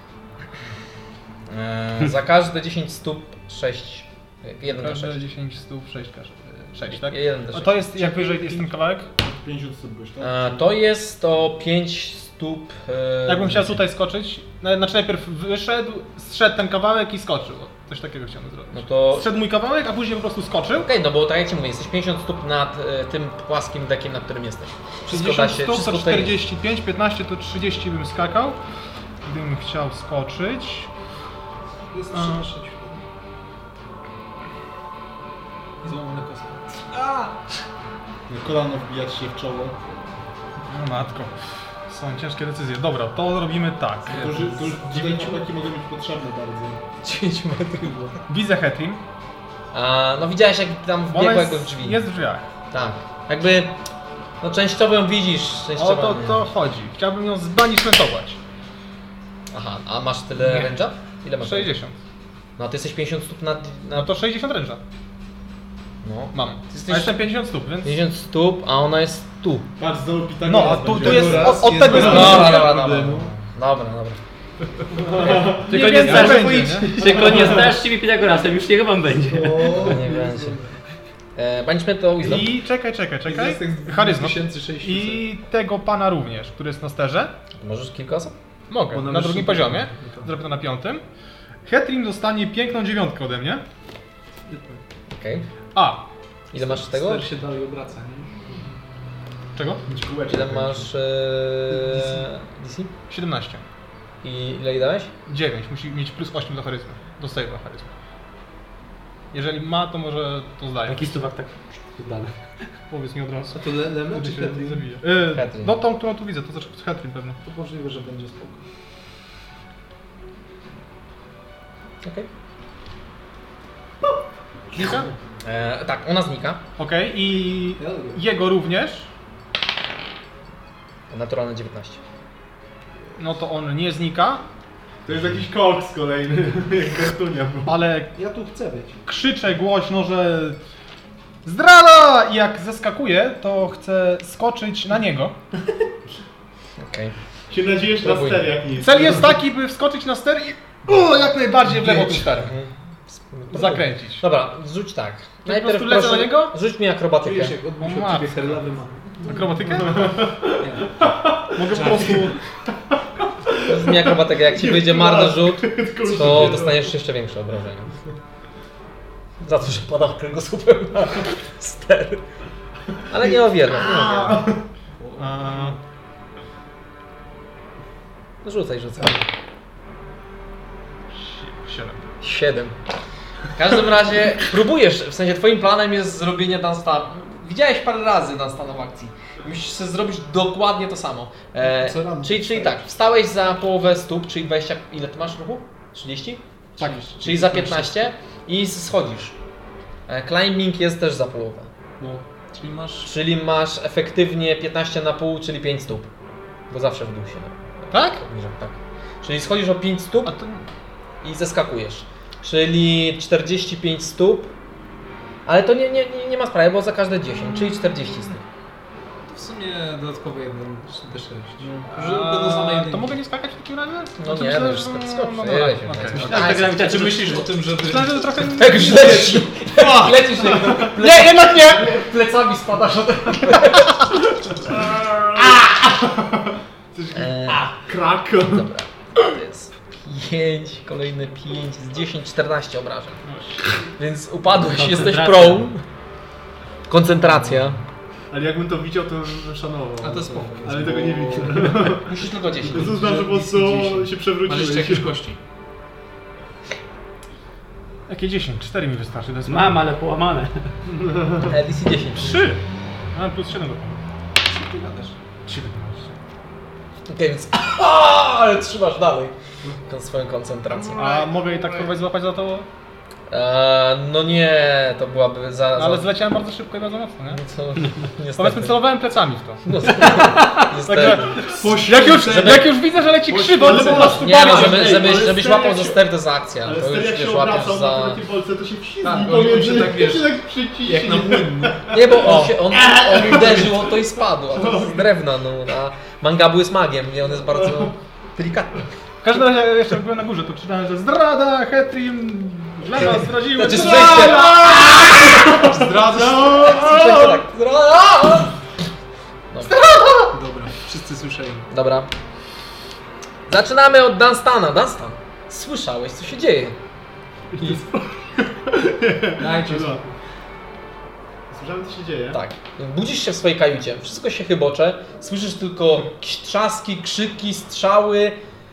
Za każde 10 stóp 6. 1 do Każde 6. 10 stóp, 6, tak? 1 do 6. To jest jak wyżej jest ten kawałek? 50 stóp byś, tak? To jest to 5 stóp. Jakbym chciał tutaj skoczyć, znaczy najpierw wyszedł, zszedł ten kawałek i skoczył. Coś takiego chciałem zrobić. No to. Zszedł mój kawałek, a później po prostu skoczył. Okej, no bo tak jak ci mówię, jesteś 50 stóp nad tym płaskim dekiem, na którym jesteś. Wszystko 50 da się, stóp wszystko to tutaj 45, 15 to 30 bym skakał. Gdybym chciał skoczyć. Jest A. 3 Złamana kostka. Kolano wbijać się w czoło. No matko. Są ciężkie decyzje. Dobra, to robimy tak. To już tutaj ciupaki mogą być potrzebne bardzo. 10 metrów. Widzę Hetrim. No widziałeś jak tam Ona wbiegła jego w drzwi. jest w drzwiach. Tak. Jakby. No częściowo ją widzisz, O częściowo to, nie. to chodzi. Chciałbym ją zbanishmentować. Aha, a masz tyle Nie. range'a? Ile masz? 60. No ty jesteś 50 stóp nad. No to 60 ręża. No. Mam. jesteś- A jestem 50 stóp, więc... 50 stóp, a ona jest tu. Patrz, znowu Pitagora. No, a tu będzie. jest raz od jest tego jest raz. Dobra. Tylko nie będzie, zdarzysz, nie? tylko nie zdarzysz mi Pitagorasem, już niech wam będzie. Nie będzie. Banishment to Wisdom. I czekaj. Jest Charyzma. 2600. I tego pana również, który jest na sterze. Możesz kilka osób? Mogę, Bo na na wyższym drugim poziomie. poziomie. Zrobię to na 5. Hetrim dostanie piękną 9 ode mnie. Okej. A, Ile masz tego? Ster się dalej obraca, nie? czego? Kółeczko Ile będzie. masz DC? 17. I ile jej dałeś? 9, musi mieć plus 8 do charyzmy. Do save'a charyzmy. Jeżeli ma, to może to zdaje. Jaki stówak tak dalej. Powiedz mi od razu. A to Leme czy Się Hetrim? zabije. Hetrim. No tą, którą tu widzę, to znaczy Hetrim pewno. To możliwe, że będzie spoko. Okej. Znika? Tak, ona znika. Okej, i jego również. Naturalne 19. No to on nie znika, To jest jakiś koks kolejny, jak kartunia. ale Ja tu chcę być. krzyczę głośno, że zdrada! I jak zeskakuje, to chcę skoczyć na niego. Okej. Się nadziejesz na Próbuj. ster jak nic. Cel jest taki, by wskoczyć na ster i jak najbardziej w lewo tym sterem. Zakręcić. Dobra, zrzuć tak. po prostu lecę na niego? Rzuć mi akrobatykę. Czujesz jak odbił się O od ciebie matko. herlawy mam. Akrobatykę? Nie. Mogę po prostu... brzmi akrobatyka. Jak ci wyjdzie marny rzut, to dostaniesz jeszcze większe obrażenia. Za to, że pada kręgosłupem na ster. Ale nie o wiele. Rzucaj. 7. W każdym razie próbujesz, w sensie twoim planem jest zrobienie Dunstana. Widziałeś parę razy Dunstana w akcji. Musisz sobie zrobić dokładnie to samo. Czyli tak, wstałeś za połowę stóp, czyli 20, ile ty masz ruchu? 30? Tak. Czyli za 15 i schodzisz. Climbing jest też za połowę. No. Czyli masz efektywnie 15 na pół, czyli 5 stóp. Bo zawsze w dół się. Tak? Tak. Czyli schodzisz o 5 stóp A to... i zeskakujesz. Czyli 45 stóp. Ale to nie ma sprawy, bo za każde 10, czyli 40 stóp. W sumie dodatkowo 1 D6. To mogę nie skakać w takim razie? No To nie, myślę, no już że- skocz. no dobra. Tak, Czy myślisz o tym, żeby... Myślałem, że to trochę... jak już lecisz, nie, jednak nie! Plecami spadasz od Krak! Dobra, to jest 5, kolejne 5, z 10, 14 obrażeń. Więc upadłeś, jesteś pro. Koncentracja. Ale jakbym to widział, to bym szanował. A to spoko. Ale tego nie widzę. Musisz tylko 10. To znam, że po prostu się Masz przewróciłeś. jeszcze jakieś kości? Jakie 10? 4 mi wystarczy. To jest Mam, ale połamane. DC 10. 3! Mam plus 7 do Ty gadasz. 17. Okej, więc ale trzymasz dalej swoją koncentrację. A mogę jej tak próbować złapać za to? No nie, to byłaby za... Ale zleciałem bardzo szybko i bardzo mocno, nie? No to niestety. Powiedzmy, celowałem plecami w to. No to, Także, niestety. jak już widzę, że leci krzywo, to po prostu Nie no, bawię. żebyś łapał za ster, to jest akcja. Ale To wtedy już jak się wiesz, łapiesz obracał za... na tej bolce, to się wślizgnie Tak, on pomiędzy, się tak, wiesz, się tak przyciśnie. Jak na młyn. Nie, bo on uderzył o to i spadł, a to z drewna, no. A Mangabu jest magiem i on jest bardzo delikatny. W każdym razie jeszcze jak byłem na górze, to czytałem, że zdrada, Hetrim, Żlema zdradziły. Znaczy zdrada! Zdradza! Przejście tak. Dobra, wszyscy słyszeli. Dobra. Zaczynamy od Dunstana. Dunstan, słyszałeś, co się dzieje? Dajcie Dobra. Słyszałem, co się dzieje. Tak. Budzisz się w swojej kajucie, wszystko się chybocze, słyszysz tylko jakieś trzaski, krzyki, strzały.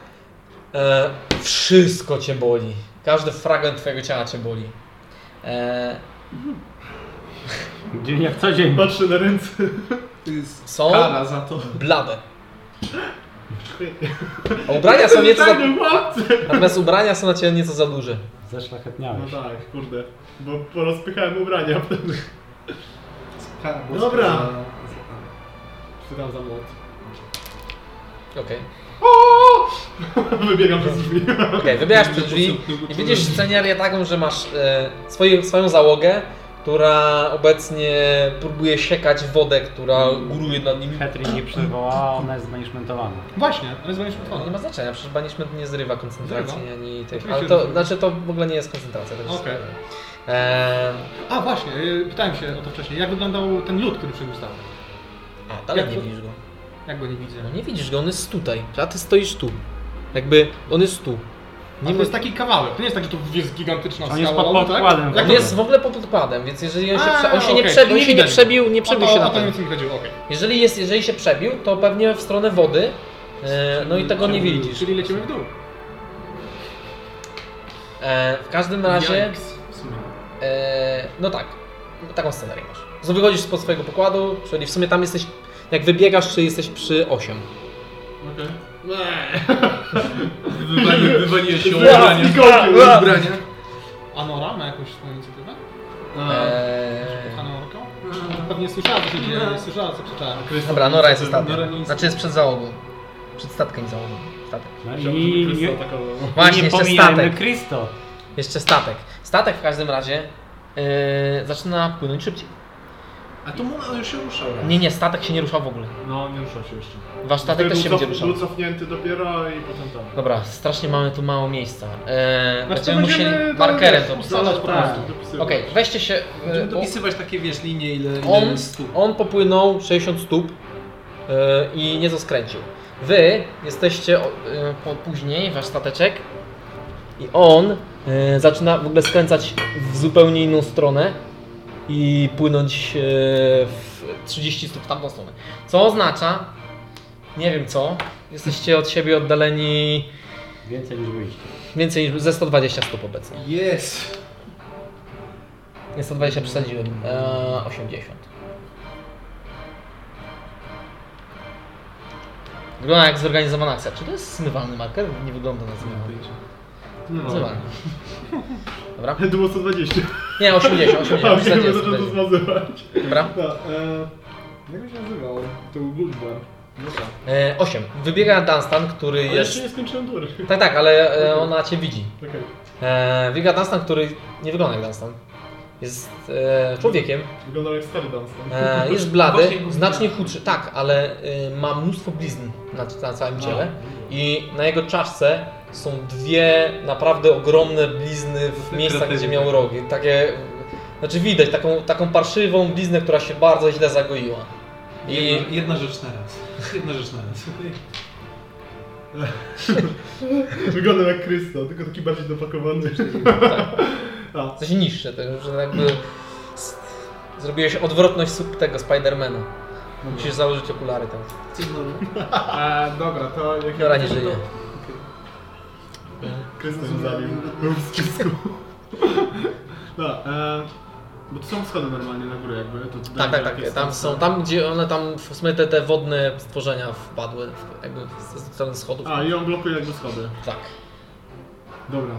Wszystko cię boli. Każdy fragment twojego ciała cię boli. Dzień jak co dzień. Patrzę na ręce. To jest Są kara za to. blade. A ubrania są nieco za... Natomiast ubrania są na ciebie nieco za duże. Zeszlachetniałeś. No tak, kurde. Bo porozpychałem ubrania wtedy. Kara Dobra. za- Chwytam za młot. Okej. Wybiegam przez drzwi. Okej, wybierasz przez drzwi i widzisz scenerię taką, że masz swoją załogę, która obecnie próbuje siekać wodę, która góruje nad nimi. Hetrin nie przywołała, ona jest zbanishmentowana. Właśnie, ale No, zbanishmentowana. nie ma znaczenia, przecież banishment nie zrywa koncentracji Zrywa? ani tych. Oczywiście, Ale że to zrywa. znaczy to w ogóle nie jest koncentracja. To jest Okej. okay. A właśnie, pytałem się o to wcześniej. Jak wyglądał ten lód, który przebył stał? A, dalej Jak nie to- widzisz go. Jak go nie widzę? No nie widzisz go, on jest tutaj. A ty stoisz tu. Jakby on jest tu. Nie, to jest taki kawałek. To nie jest tak, że to jest gigantyczna On jest skała, pod tak? podkładem. Jak On to jest w ogóle pod podkładem, więc jeżeli on się, A, on się nie okej, przebił, to nie widać. przebił się o na to ten. nic mi chodziło, okej. Jeżeli się przebił, to pewnie w stronę wody. No i tego nie widzisz. Czyli lecimy w dół. W każdym razie, Yikes, w sumie. no tak, taką scenerię masz. Znowu wychodzisz spod swojego pokładu, czyli w sumie tam jesteś, jak wybiegasz, czy jesteś przy 8. Okej. Wywaliłeś się ubrania. Ubrania. A Nora ma jakąś swoją inicjatywę? Eee, Kochana Norką? Pewnie słyszała, co się dzieje, słyszała, co krzyczałem. dobra, Nora jest ostatnia. Nora nie jest- Znaczy jest przed załogą. Przed statkiem i załogą. Statek. No I i Właśnie, nie jeszcze pomijajmy statek. Christo. Jeszcze statek. Statek w każdym razie zaczyna płynąć szybciej. A to on już się ruszał raz. Nie, statek się nie ruszał w ogóle. No, nie ruszał się jeszcze. Wasz statek też się będzie ruszał. Był cofnięty dopiero i potem tam. Dobra, strasznie mamy tu mało miejsca. Znaczy, Będziemy musieli markerem to ustalać pisać. po Tak. prostu. Dopisywać. Okej, weźcie się. Będziemy bo dopisywać takie, wiesz, linie, ile on, stóp. on popłynął 60 stóp i nieco skręcił. Wy jesteście później, wasz stateczek, i on zaczyna w ogóle skręcać w zupełnie inną stronę i płynąć w 30 stóp w tamtą stronę. Co oznacza, nie wiem co, jesteście od siebie oddaleni Więcej niż wyjście. więcej niż ze 120 stóp obecnie. Jest! Nie 120 przesadziłem, 80. Wygląda jak zorganizowana akcja. Czy to jest zmywalny marker? Nie wygląda na zmywalny. Zmywalny. Dobra. To było 120. Nie, 80, 80. Okej, przesadziłem, będę to przesadziłem. zmazywać. Dobra. Jak się nazywał? To był Good Bar. No tak. 8. Wybiega Dunstan, który Ale jest... jeszcze nie skończyłem tury. Tak, ale ona cię widzi. Okej. Wybiega Dunstan, który nie wygląda jak Dunstan. Jest człowiekiem. Wyglądał jak stary Dunstan. Jest blady, Właśnie go znacznie chudszy. Tak, ale ma mnóstwo blizn na całym ciele. I na jego czaszce są dwie naprawdę ogromne blizny w miejscach, gdzie miał rogi. Takie, znaczy widać taką parszywą bliznę, która się bardzo źle zagoiła. Jedna rzecz na raz. Jedna rzecz na raz. Wyglądał jak Krysto, tylko taki bardziej dopakowany. A. Coś niższe, to że jakby zrobiłeś odwrotność tego Spidermana. Musisz założyć okulary tam. Co znowu? Dobra, to jak Dobra, nie żyje. Krysto się zabił. Był w spisku. Dobra, bo to są schody normalnie na górę jakby. To Tak. Tam są, tam gdzie one tam w sumie te wodne stworzenia wpadły, jakby ze strony schodów. A, i on blokuje jakby schody. Tak. Dobra.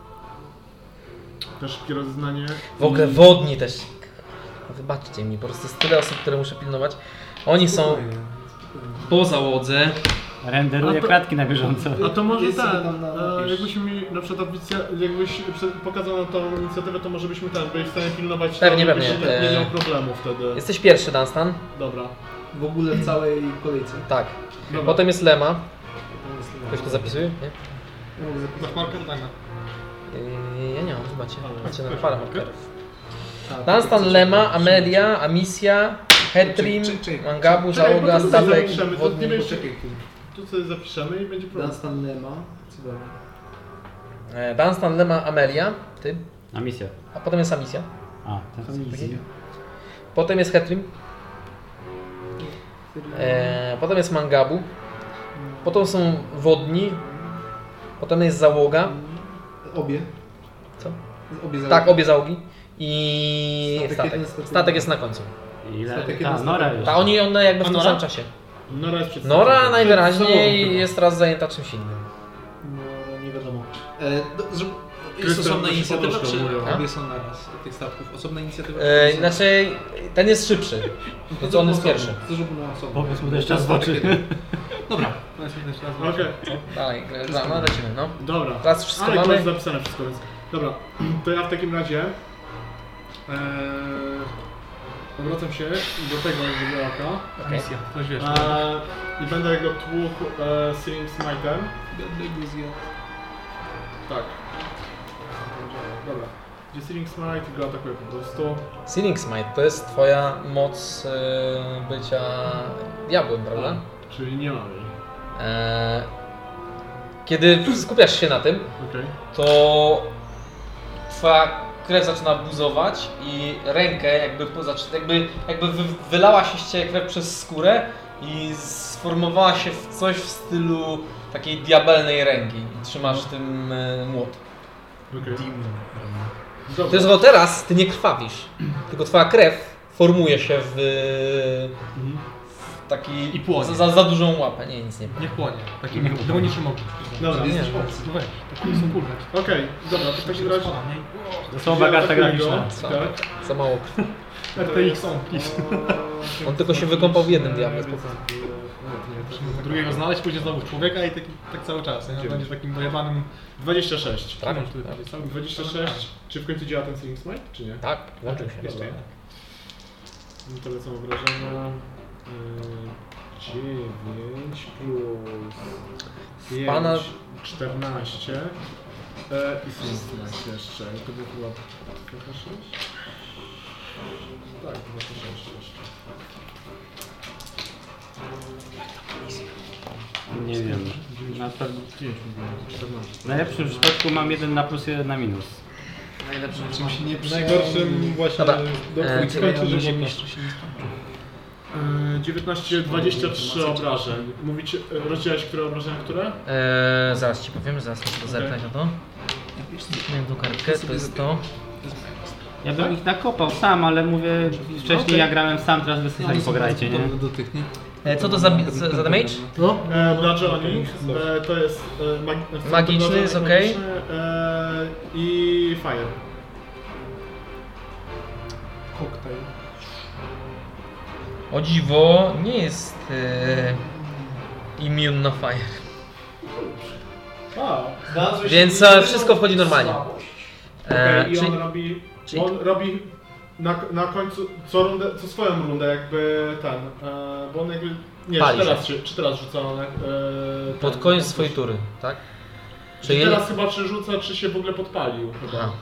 Też szybkie rozeznanie. W ogóle wodni też. Wybaczcie mi, po prostu jest tyle osób, które muszę pilnować. Oni są po załodze. Renderuję A to- klatki na bieżąco. A to może Jest sobie tak, tam napisz. jakbyśmy mieli na przykład jakbyś pokazał nam tą inicjatywę, to może byśmy byli w stanie pilnować Pewnie, to, pewnie. jeśli nie miał problemu wtedy. Jesteś pierwszy, Dunstan. Dobra. W ogóle w całej kolejce. Tak. Dobra. Potem jest Lema. Ktoś to zapisuje? Nie? Masz marker? Tak. Ja nie mam, zobaczcie. Macie na Weź parę marker. markerów. Dunstan, Lema, Amelia, Amisja, Hetrim, Czekaj. Mangabu, Czekaj, Załoga, bo to tutaj Statek, zapiszemy, to Wodny. nie wiesz, Poczekaj tu. tu sobie zapiszemy i będzie problem. Dunstan Lema. Co dalej? Dunstan, Lema, Amelia, ty, A misja. a potem jest Amisja. A, ten Misja. Potem jest Hetrim, potem jest Mangabu, potem są Wodni, potem jest Załoga, Obie. co? Obie załogi. Tak, obie załogi i Statek statek. jeden, statek Statek jest na końcu. Ile? Statek Ta, jeden, Nora statek jeszcze. A one jakby w tym Nora? samym czasie. Nora jest przed Nora najwyraźniej Załoga. jest teraz zajęta czymś innym. No, nie wiadomo. Jest Krystian, osobna to się inicjatywa, poduszką czy mówią. obie są naraz tych statków? Osobna inicjatywa? Znaczy, ten jest szybszy, więc on jest pierwszy. To zróbmy na osobno. Powiedz mu też czas w oczy. Dobra. Okej, Dalej, no lecimy, no. dobra. Teraz wszystko Ale to mamy. jest zapisane wszystko, więc... Dobra, to ja w takim razie... Odwracam się do tego wyglądaka. Okej. Coś wiesz. I będę go tłukł Searing Smite'em. Tak. Dobra. Gdzie Searing Smite go atakuje po prostu. Searing Smite to jest twoja moc bycia diabłem, prawda? Czyli nie mamy jej. Kiedy skupiasz się na tym, Okej. to twoja krew zaczyna buzować i rękę jakby wylała się z ciebie krew przez skórę i sformowała się w coś w stylu takiej diabelnej ręki i trzymasz w tym młot. Okej. To Dobra. jest, bo teraz ty nie krwawisz, tylko twoja krew formuje się w Mhm. taki I płonie. za dużą łapę. Nie, nic nie. Nie płonie. Takim demonicznym ogniem. Dobra. Nie, No weź, takie są kurwa. Okej, dobra, to w takim razie... Dosłowna karta graficzna. Co? Tak. Za mało krwi. RTX on. On tylko się wykąpał w jednym diable. Drugiego znaleźć, pójdzie znowu w człowieka i tak cały czas. Nie? Będziesz takim dojebanym... 26. Tak? Możesz tutaj powiedzieć, cały 26. Czy w końcu działa ten Searing Smite, czy nie? Tak, włączył się. Dobra. No to lecą obrażenia. 9 plus 5, Pana- 14. I Searing Smite jeszcze. To było chyba 26? Tak, 26 jeszcze. Nie wiem. Na pewno. 5 14. W najlepszym przypadku mam 1 na plus, 1 na minus. Najlepszy Czym się nie W najgorszym właśnie Dobra. skończy, że mistrz się nie skończy. 19, 23 obrażeń. Mówicie, rozdzielać które obrażenia, które? Zaraz ci powiem, zaraz muszę to zerknąć na to. Miałem tą kartkę, to jest to. Ja bym ich nakopał sam, ale mówię, wcześniej ja grałem sam, teraz wy sobie pograjcie, nie? Do tych, nie? Co to za damage? No. Bludgeoning, to jest Magiczny, jest okej. I fire. Koktajl. O dziwo, nie jest immune na fire. Więc wszystko wchodzi normalnie. Okej, i czyli- on robi... czyli- On robi na końcu co swoją rundę jakby ten, bo on jakby... Nie, Pali czy teraz rzuca on Pod ten, koniec swojej tury, tak? Czy teraz chyba czy rzuca, czy się w ogóle podpalił chyba. Aha.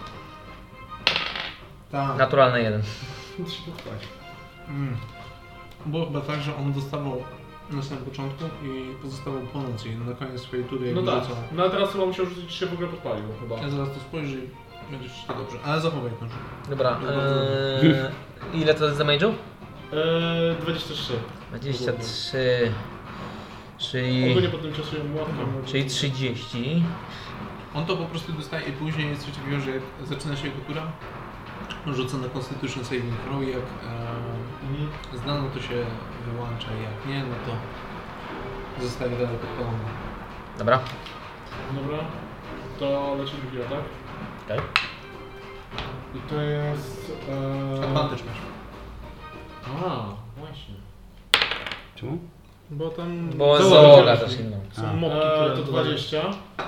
Tak. Naturalne 1. Się podpalił. Było chyba tak, że on dostawał na samym początku i pozostawał po nocy i na koniec swojej tury No jakby tak, rzucał. no a teraz chyba musiał rzucić, czy się w ogóle podpalił chyba. Ja zaraz to spojrzę i będzie wszystko dobrze. Ale zachowaj to. Dobra, ile to jest damage'u? 23. 23, czyli, Ogólnie potem ciosuje młotkiem. czyli 30. On to po prostu dostaje i później jest coś takiego, że jak zaczyna się jego tura, rzuca na Constitution Saving Throw i jak zdano to się wyłącza, jak nie, no to zostaje dalej podpalony. Dobra. Dobra, to leci drugi atak. Okay. I to jest... Advantage masz. A, właśnie. Czemu? Bo tam... Bo Dobra, załoga dobra. też inną. Są mopki, To które 20.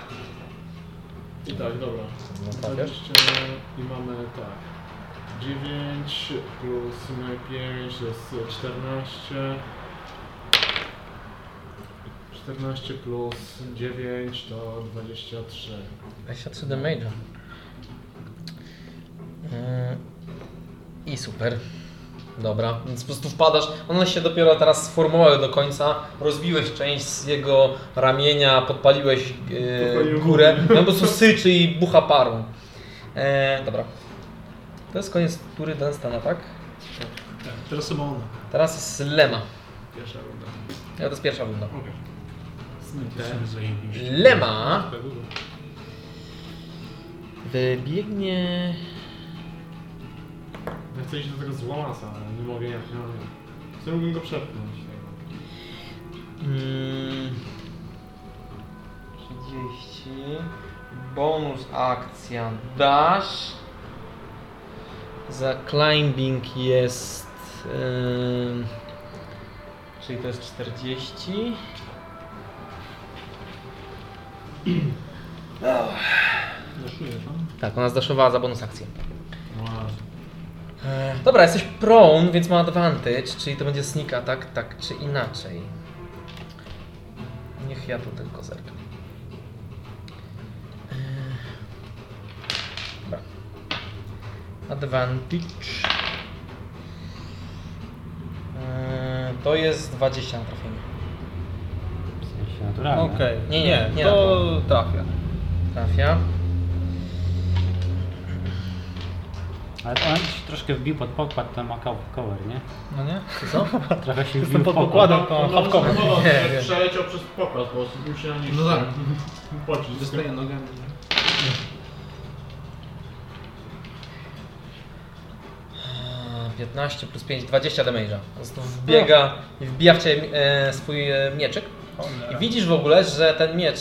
I tak, dobra. No, trafiasz? 20 i mamy tak. 9 plus moje 5 to jest 14. 14 plus 9 to 23. 23 damage'a. I super. Dobra, więc po prostu wpadasz, one się dopiero teraz sformowały do końca, rozbiłeś część z jego ramienia, podpaliłeś górę, no po prostu syczy i bucha parą. Dobra. To jest koniec tury Dunstana, tak? Tak, teraz chyba ona. Teraz jest Lema. Pierwsza runda. Ja to jest pierwsza runda. Okej. Okay. Zajebiście. Lema wybiegnie... Ja chcę iść do tego złamasa, ale nie mogę jak nie mogę. Chcę mógłbym go przepchnąć. 30. Bonus akcja dash. Za climbing jest... czyli to jest 40. Zaszuję to. Tak, ona zdaszowała za bonus akcję. Dobra, jesteś prone, więc ma advantage, czyli to będzie sneak attack, tak czy inaczej. Niech ja tu tylko zerknę. Dobra. Advantage. To jest 20 na trafienie. W sensie naturalne. Okej, Nie, to trafia. Trafia. Ale to on się troszkę wbił pod pokład, to ma cover, nie? No nie? Co? Trochę się Jestem wbił pod w pokład. pokładem, to hawkowy. Nie. Przeleciał przez pokład, bo zbił się na nim. No tak. Pocisk. Dostaję nogami. 15 plus 5, 20 damage'a. Po prostu wbiega i wbija w ciebie swój mieczyk. I widzisz w ogóle, że ten miecz,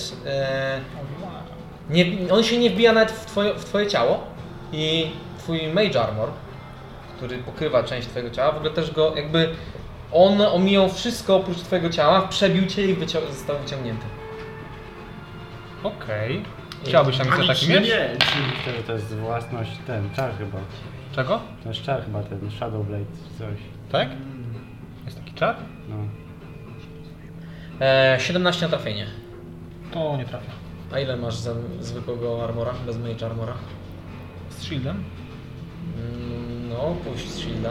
on się nie wbija nawet w twoje ciało. I twój mage armor, który pokrywa część twojego ciała, w ogóle też go jakby, on omijał wszystko oprócz twojego ciała, przebił cię i został wyciągnięty. Okej. Chciałbyś tam mieć taki miecz? Nie, Wtedy to jest własność, ten czar chyba. Czego? To jest czar chyba, ten Shadow Blade czy coś. Tak? Jest taki czar? No. 17 na trafienie. To nie trafia. A ile masz za zwykłego armora, bez mage armora? Z shieldem? No, puść z shielda.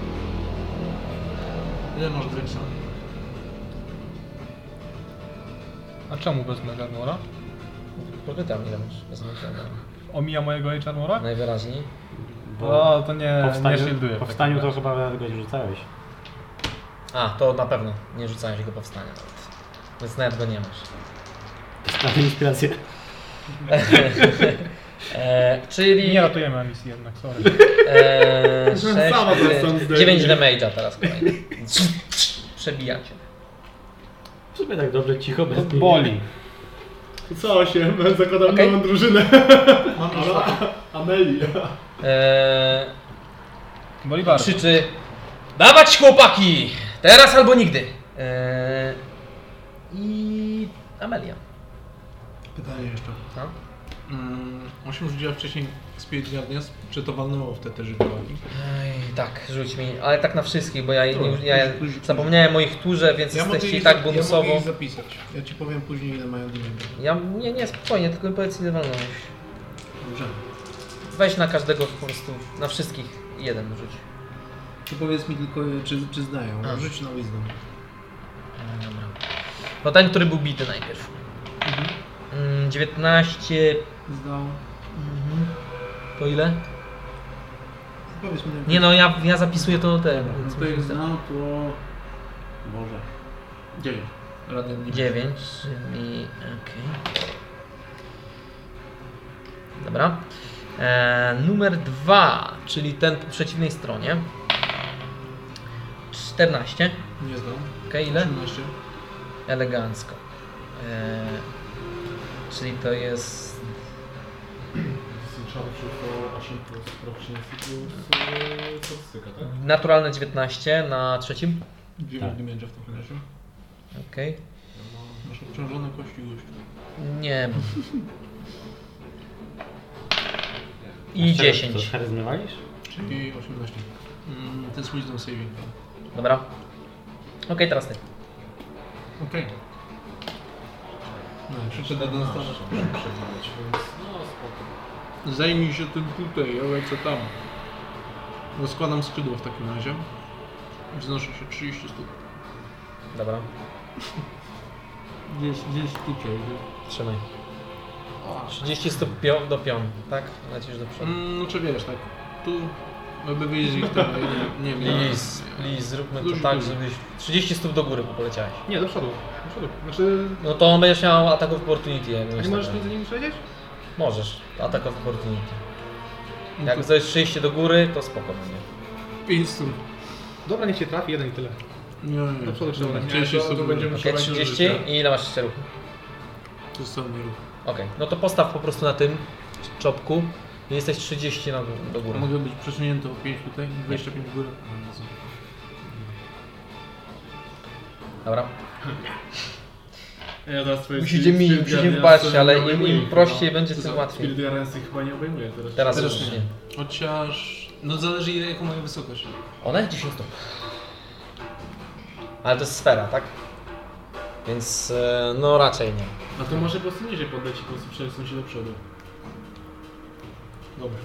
Ile masz Grexa? A czemu bez Mage Armora? Popytam ile masz bez Armora. Omija mojego Age Armora? Najwyraźniej. O, to nie powstaniu, shielduję. po powstaniu to chyba go rzucałeś. A, to na pewno nie rzucałeś go powstania nawet. Więc nawet go nie masz. Mamy inspirację. Czyli... Nie ratujemy emisji jednak, sorry. 9 damage'a teraz kolejny. Przebijacie. W sumie tak dobrze cicho, bez biegu. Boli. To co, 8, zakładam Okej. nową drużynę. Mam już taką. Amelia. Boli bardzo. Krzyczy: dawać chłopaki! Teraz albo nigdy! I Amelia. Pytanie jeszcze. No? 8 rzuciła wcześniej Spirit Guardians. Czy to walnęło w te żywiołaki? Tak, rzuć mi, ale tak na wszystkich, bo ja zapomniałem o ich turze, więc jesteście i tak Ja mogę bonusowo. ich zapisać. Ja ci powiem później, ile mają damage. Nie, spokojnie, tylko mi powiedz ile walnąłeś. Dobrze. Weź na każdego po prostu, na wszystkich jeden rzuć. To powiedz mi tylko, czy zdają. A. Rzuć na Wisdom. Dobra. No ten, który był bity najpierw. 19. Zdał. To ile? Powiedz mi. Nie no, ja zapisuję to ten. To jak znał, to... Boże. 9. Radiant nie 9, czyli okej. Dobra. Numer 2, czyli ten po przeciwnej stronie. 14. Nie zdał. Okej, ile? 18. Elegancko. Czyli to jest... Trzeba to 8 plus proficiency plus statystyka, tak? Naturalne 19 na trzecim. 2 Tak. damage'a w takim razie. Okej. Masz obciążone kości gościu. Nie. I 10. Co, charyzmy walisz? Czyli 18. Ten jest Wisdom saving. Dobra. Okej, teraz ty. Okej. No, przyszedł do nas. Przewijać, więc no spoko. Zajmij się tym tutaj, ja lecę tam. Rozkładam skrzydło w takim razie. Wznoszę się 30 stóp. Dobra. Gdzieś tutaj. Trzymaj. 30 stóp do pion, tak? Lecisz do przodu. No czy wiesz, tak. Tu jakby wyjść ich tam, nie wiem. Liz, zróbmy to Duży tak, duży. żebyś 30 stóp do góry poleciałeś. Nie, do przodu. Do przodu. Znaczy, No to on będziesz miał attack of opportunity. Jak nie będziesz możesz tak między nimi przejdzieć? Możesz, attack of opportunity. No Jak to zrobisz 30 do góry, to spoko będzie. 5 stóp. Dobra, niech cię trafi, jeden i tyle. Nie. Do przodu trzeba lecieć. 30 stóp. to będziemy Okej, 30 i ile masz jeszcze ruchu? To jest cały ruch. Okej, no to postaw po prostu na tym czopku i jesteś 30 do góry. Mogę być przesunięty o 5 tutaj, 25 w górę. Dobra. Ja teraz twoje Musicie Spirit wpaść, Guardiansy ale nie im obejmuje, prościej chyba. będzie, To tym co, łatwiej. Spirit Guardiansy chyba nie obejmuje teraz. Teraz Teraz już nie. nie. Chociaż... No zależy jaką mają wysokość. One? 10 stóp. Ale to jest sfera, tak? Więc no raczej nie. A to może po prostu niżej poddać i po prostu przesunąć się do przodu. Dobra.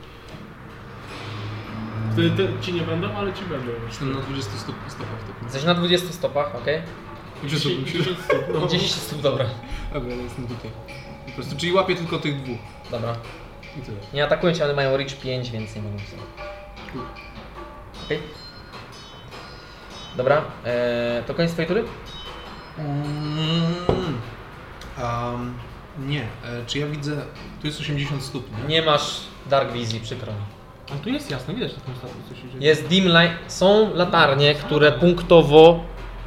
Wtedy ci nie będą, ale ci będą. Jestem na 20 stopach w takim. Jesteś na 20 stopach, okej? 10 stóp, no. 10 stóp, dobra. Dobra, jestem tutaj. Po prostu, czyli łapię tylko tych dwóch. Dobra. I tyle. Nie atakują cię, ale mają reach 5, więc nie mogą sobie. Okej. Dobra, to koniec twojej tury? Nie. Czy ja widzę... Tu jest 80 stóp, nie? Nie masz Dark Wizji, przykro mi. A tu jest jasno, widać na tym statku, co się dzieje. Jest dim light, są latarnie, które punktowo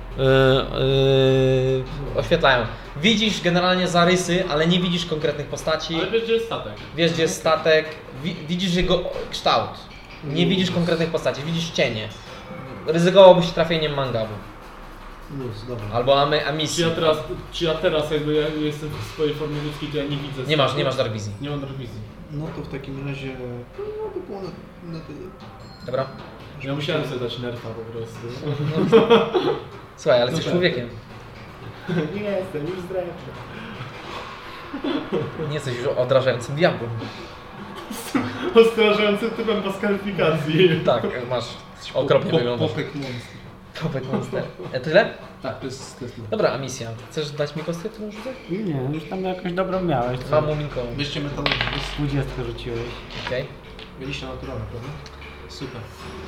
oświetlają. Widzisz generalnie zarysy, ale nie widzisz konkretnych postaci. Ale wiesz, gdzie jest statek. Wiesz, gdzie jest statek, widzisz jego kształt. Nie widzisz konkretnych postaci, widzisz cienie. Ryzykowałbyś trafieniem mangabu. Luz, dobra. Albo Amisji. Czy ja teraz jakby ja jestem w swojej formie ludzkiej, to ja nie widzę Nie masz statku? Dark Wizji. Nie mam rewizji. No to w takim razie... No to było na tyle. Dobra. Ja musiałem sobie dać nerfa po prostu. Słuchaj, ale jesteś tak. człowiekiem. Nie jestem, już zręczny. Nie jesteś już odrażającym diabłem. Ostrażającym typem bez kwalifikacji. Tak, masz okropnie wyglądasz. Popek monster. Kopek monster. Tyle? Tak, to jest tyle. Dobra, a misja. Chcesz dać mi kostkę, którą rzucę? Nie, już tam jakąś dobrą miałeś. Mam muminkową. Weźcie metalowy, 20 rzuciłeś. Okej. mieliście naturalne, prawda? Super.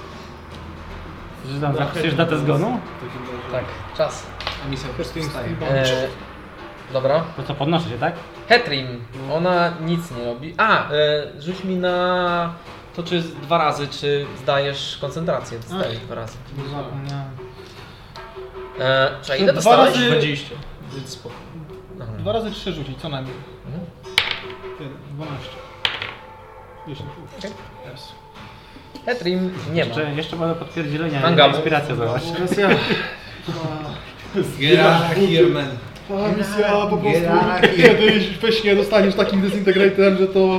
Że tam chcesz datę zgonu? Tak, czas. A misja wstaje. Dobra. To co, podnoszę się, tak? Hetrim, ona nic nie robi. Rzuć mi na to, czy 2 razy, czy zdajesz koncentrację. Zdajesz 2 razy. Zapomniałem. Czekaj, ile 2 dostałeś? razy- 20. Więc spoko. Aha. 2 razy 3 rzucić, co najmniej. Mhm. 12. 10. Okej. Yes. Hetrim nie ma. Jeszcze mamy potwierdzenia, Mangabu. inspiracja, zobacz. Teraz ja. Gerard Hierman. A misja po prostu Gerard. kiedyś we śnie dostaniesz takim dezintegratem, że to...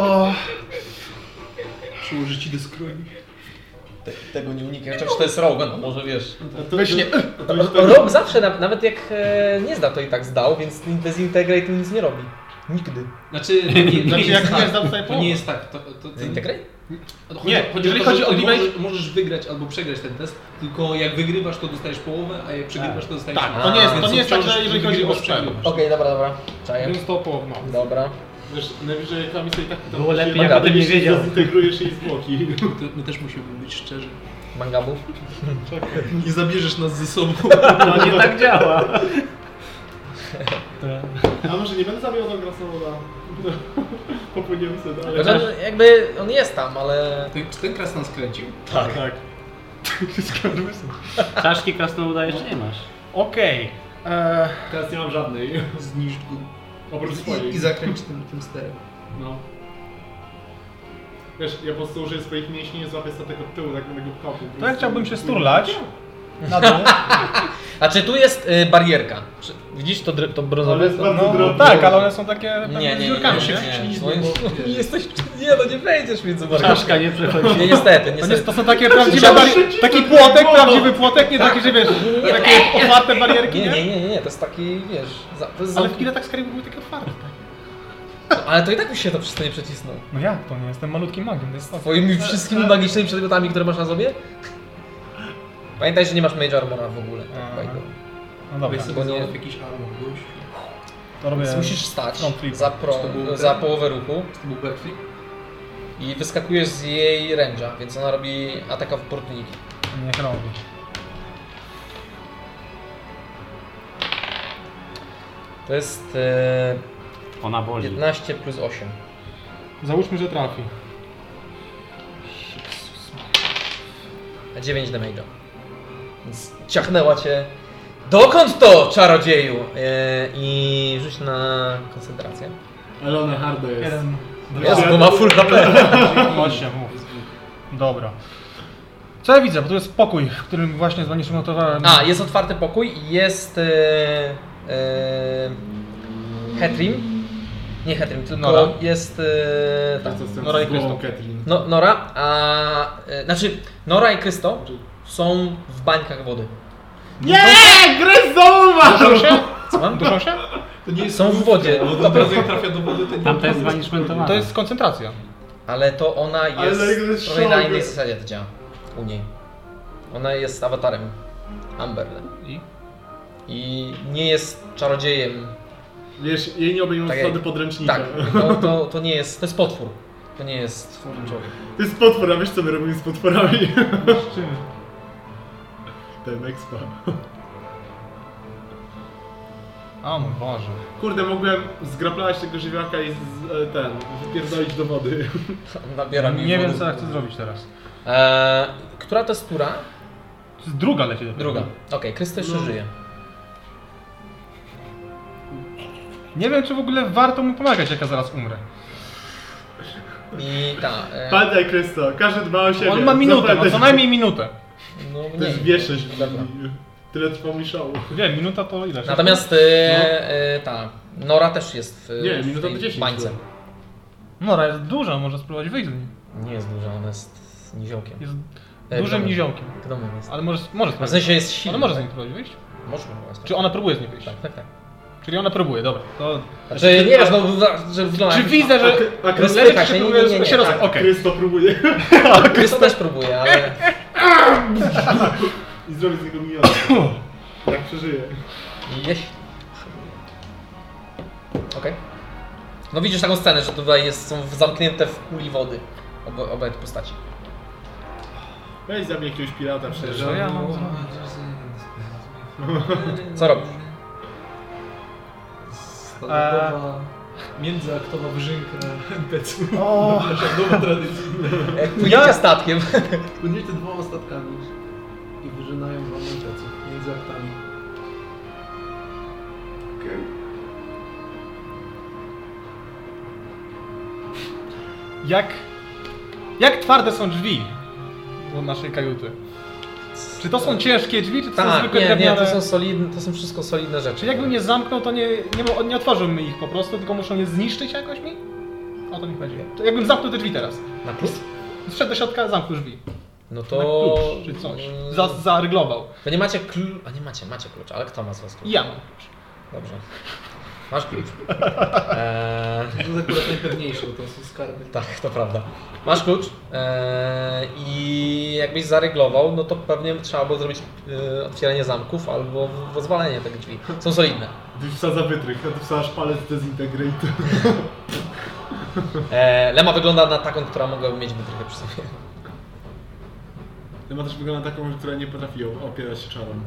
Przyłoży ci do skroni. Tego nie unikniesz, chociaż to jest Rogue, no może wiesz. We śnie... Rogue zawsze, nawet jak nie zda, to i tak zdał, więc Dezintegrate nic nie robi. Nigdy. Znaczy, Znaczy, jak nie zdam sobie to nie jest tak. To Dezintegrate? Nie, jeżeli chodzi o remake- możesz wygrać albo przegrać ten test, tylko jak wygrywasz, to dostajesz połowę, a jak przegrywasz, to dostajesz Tak, połowę. to nie jest, Więc to nie jest tak, wciąż że jeżeli chodzi o wygrywasz, szczerze. przegrywasz. Okej, dobra. Czaję. Więc to połowna. Dobra. Wiesz, najwyżej jak misja i tak... tam Było się lepiej, nada, jak o tym nie jeśli wiedział. Dezintegrujesz jej zwłoki. My też musimy być szczerzy. Mangabów. Nie zabierzesz nas ze sobą. No nie tak działa. A może nie będę zabijał do Krasnoluda? Popłyniemy sobie dalej. Chociaż jakby on jest tam, ale... Ten kras nas kręcił. Tak. Czaszki krasnoluda jeszcze nie masz. Okej. Teraz nie mam żadnej. Zniszcz go. Oprócz swojej. I zakręć tym sterem. No. Wiesz, ja po prostu użyję swoich mięśni, nie złapię statek od tyłu, tak będę go pchał. To ja chciałbym się sturlać. Na dół. Znaczy tu jest barierka. Widzisz to brązowe? Ale jest bardzo No, drobne. tak, ale one są takie pewnie Nie, z dziurkami, nie? nie jesteś... Nie, no nie wejdziesz między barierką. Czaszka nie przechodzi. Nie, niestety. To są takie prawdziwe taki płotek, prawdziwy płotek, nie taki, że wiesz, takie otwarte barierki, Nie, to jest taki, wiesz... To jest Ale w kile tak Skyrim były takie otwarte. Ale to i tak byś się to wszystko nie przecisnął. No jak to nie? Jestem malutkim magiem, to jest to. Twoimi wszystkimi magicznymi przedmiotami, które masz na sobie? Pamiętaj, że nie masz Mage Armora w ogóle. A. Tak, by the way. No dobra, Weź bo sobie nie- załatw jakiś armor, gość. to robię... Więc musisz stać front flip. za połowę ruchu To był backflip? i wyskakujesz z jej range'a, więc ona robi atak of opportunity. Niech robi. To jest Ona boli. 15 plus 8. Załóżmy, że trafi. A 9 damage'a. Więc ciachnęła cię. Dokąd to, czarodzieju? I rzuć na koncentrację. Ale ona harda jest. Jeden. Jezu, bo ma full HP. 8, mów. Dobra. Co ja widzę? Bo tu jest pokój, w którym właśnie z wami notowałem. A, jest otwarty pokój i jest Hetrim. Nie Hetrim, tylko Nora. jest tak. Nora i Krystal. Krystal. Catherine. Nora, znaczy Nora i Krysto są w bańkach wody. Nie! Gry zdobywa! Duszą się? Co mam? Duszą się? To nie jest Są w wodzie. Bo to jak trafia do wody, to nie Tam to jest zbanishmentowane. To jest koncentracja. Ale to ona Ale jest to jest trochę na szok. innej zasadzie to działa u niej. Ona jest awatarem Amberle i nie jest czarodziejem. Wiesz, jej nie obejmą Tak zasady jak- podręcznika. Tak, to nie jest, to jest potwór. To nie jest człowiek. To jest potwór, a wiesz co my robimy z potworami? Z czym? Ten expa. O mój Boże. Kurde, mogłem zgraplać tego żywiaka i wypierdolić do wody. Nabiera mi Nie wody. wiem, co ja chcę zrobić teraz. Która to jest tura? To jest druga leci dopiero. Druga. Okej, Krysto jeszcze żyje. Nie wiem, czy w ogóle warto mu pomagać, jak ja zaraz umrę. I ta. Pamiętaj, Krysto, każdy dba o siebie. On ma minutę, no Zapamiętaj. co najmniej minutę. No To jest mniej. wieszeć. Dobra. Tyle trwał mi szału. Wiem, minuta to ile? Natomiast ta. Nora też jest w, Nie, w minuta to tej 10. bańce. No, jest duża, może spróbować wyjść z niej. Nie jest duża, ona jest niziołkiem. Jest E, dużym gnomem. niziołkiem. Gnomem jest. Ale może W spróbować. sensie jest Ale silny. może z niej spróbować wyjść? Można było Czy ona próbuje z niej wyjść? Tak. Czyli ona próbuje, dobra. To... Znaczy, nie wiesz, no, że wygląda Czy jak- widzę, że... A Krysto, Rozpycha się, nie, Okej. Krysto próbuje. Krysto też próbuje, ale... I zrobię z niego miniona. Jak przeżyje. Jeśli. Okej. No widzisz taką scenę, że tutaj są zamknięte w kuli wody obie te postaci. Weź zabij jakiegoś pirata przecież. Co ja mam Co robisz? Standardowa, międzyaktowa wyżynka NPC-ów. O! Nasza nowa tradycja. Jak płyniecie statkiem. Płyniecie 2 statkami i wyżynają wam NPC-ów między aktami. Jak twarde są drzwi do naszej kajuty? Czy to są ciężkie drzwi, czy to są Tak, zwykłe nie, drewniane? to są solidne, to są wszystko solidne rzeczy. Czy jakbym je zamknął, to nie otworzyłbym ich po prostu, tylko muszą je zniszczyć jakoś mi? O to mi chodzi. To jakbym zamknął te drzwi teraz. Na klucz? Zszedł do środka, zamknął drzwi. No Na to... klucz, czy coś. Zaryglował. To nie macie klucz... A nie macie klucz, ale kto ma z was klucz? I ja mam klucz. Dobrze. Masz klucz. To jest akurat najpewniejsze, bo to są skarby. Tak, to prawda. Masz klucz i jakbyś zaryglował, no to pewnie trzeba było zrobić otwieranie zamków albo rozwalenie tych drzwi. Są solidne. Ty wsadza wytrych, a ty wsadzasz palec dezintegrate. Lema wygląda na taką, która mogłaby mieć wytrychy przy sobie. Ma też wygląda taką, która nie potrafi opierać się czarem.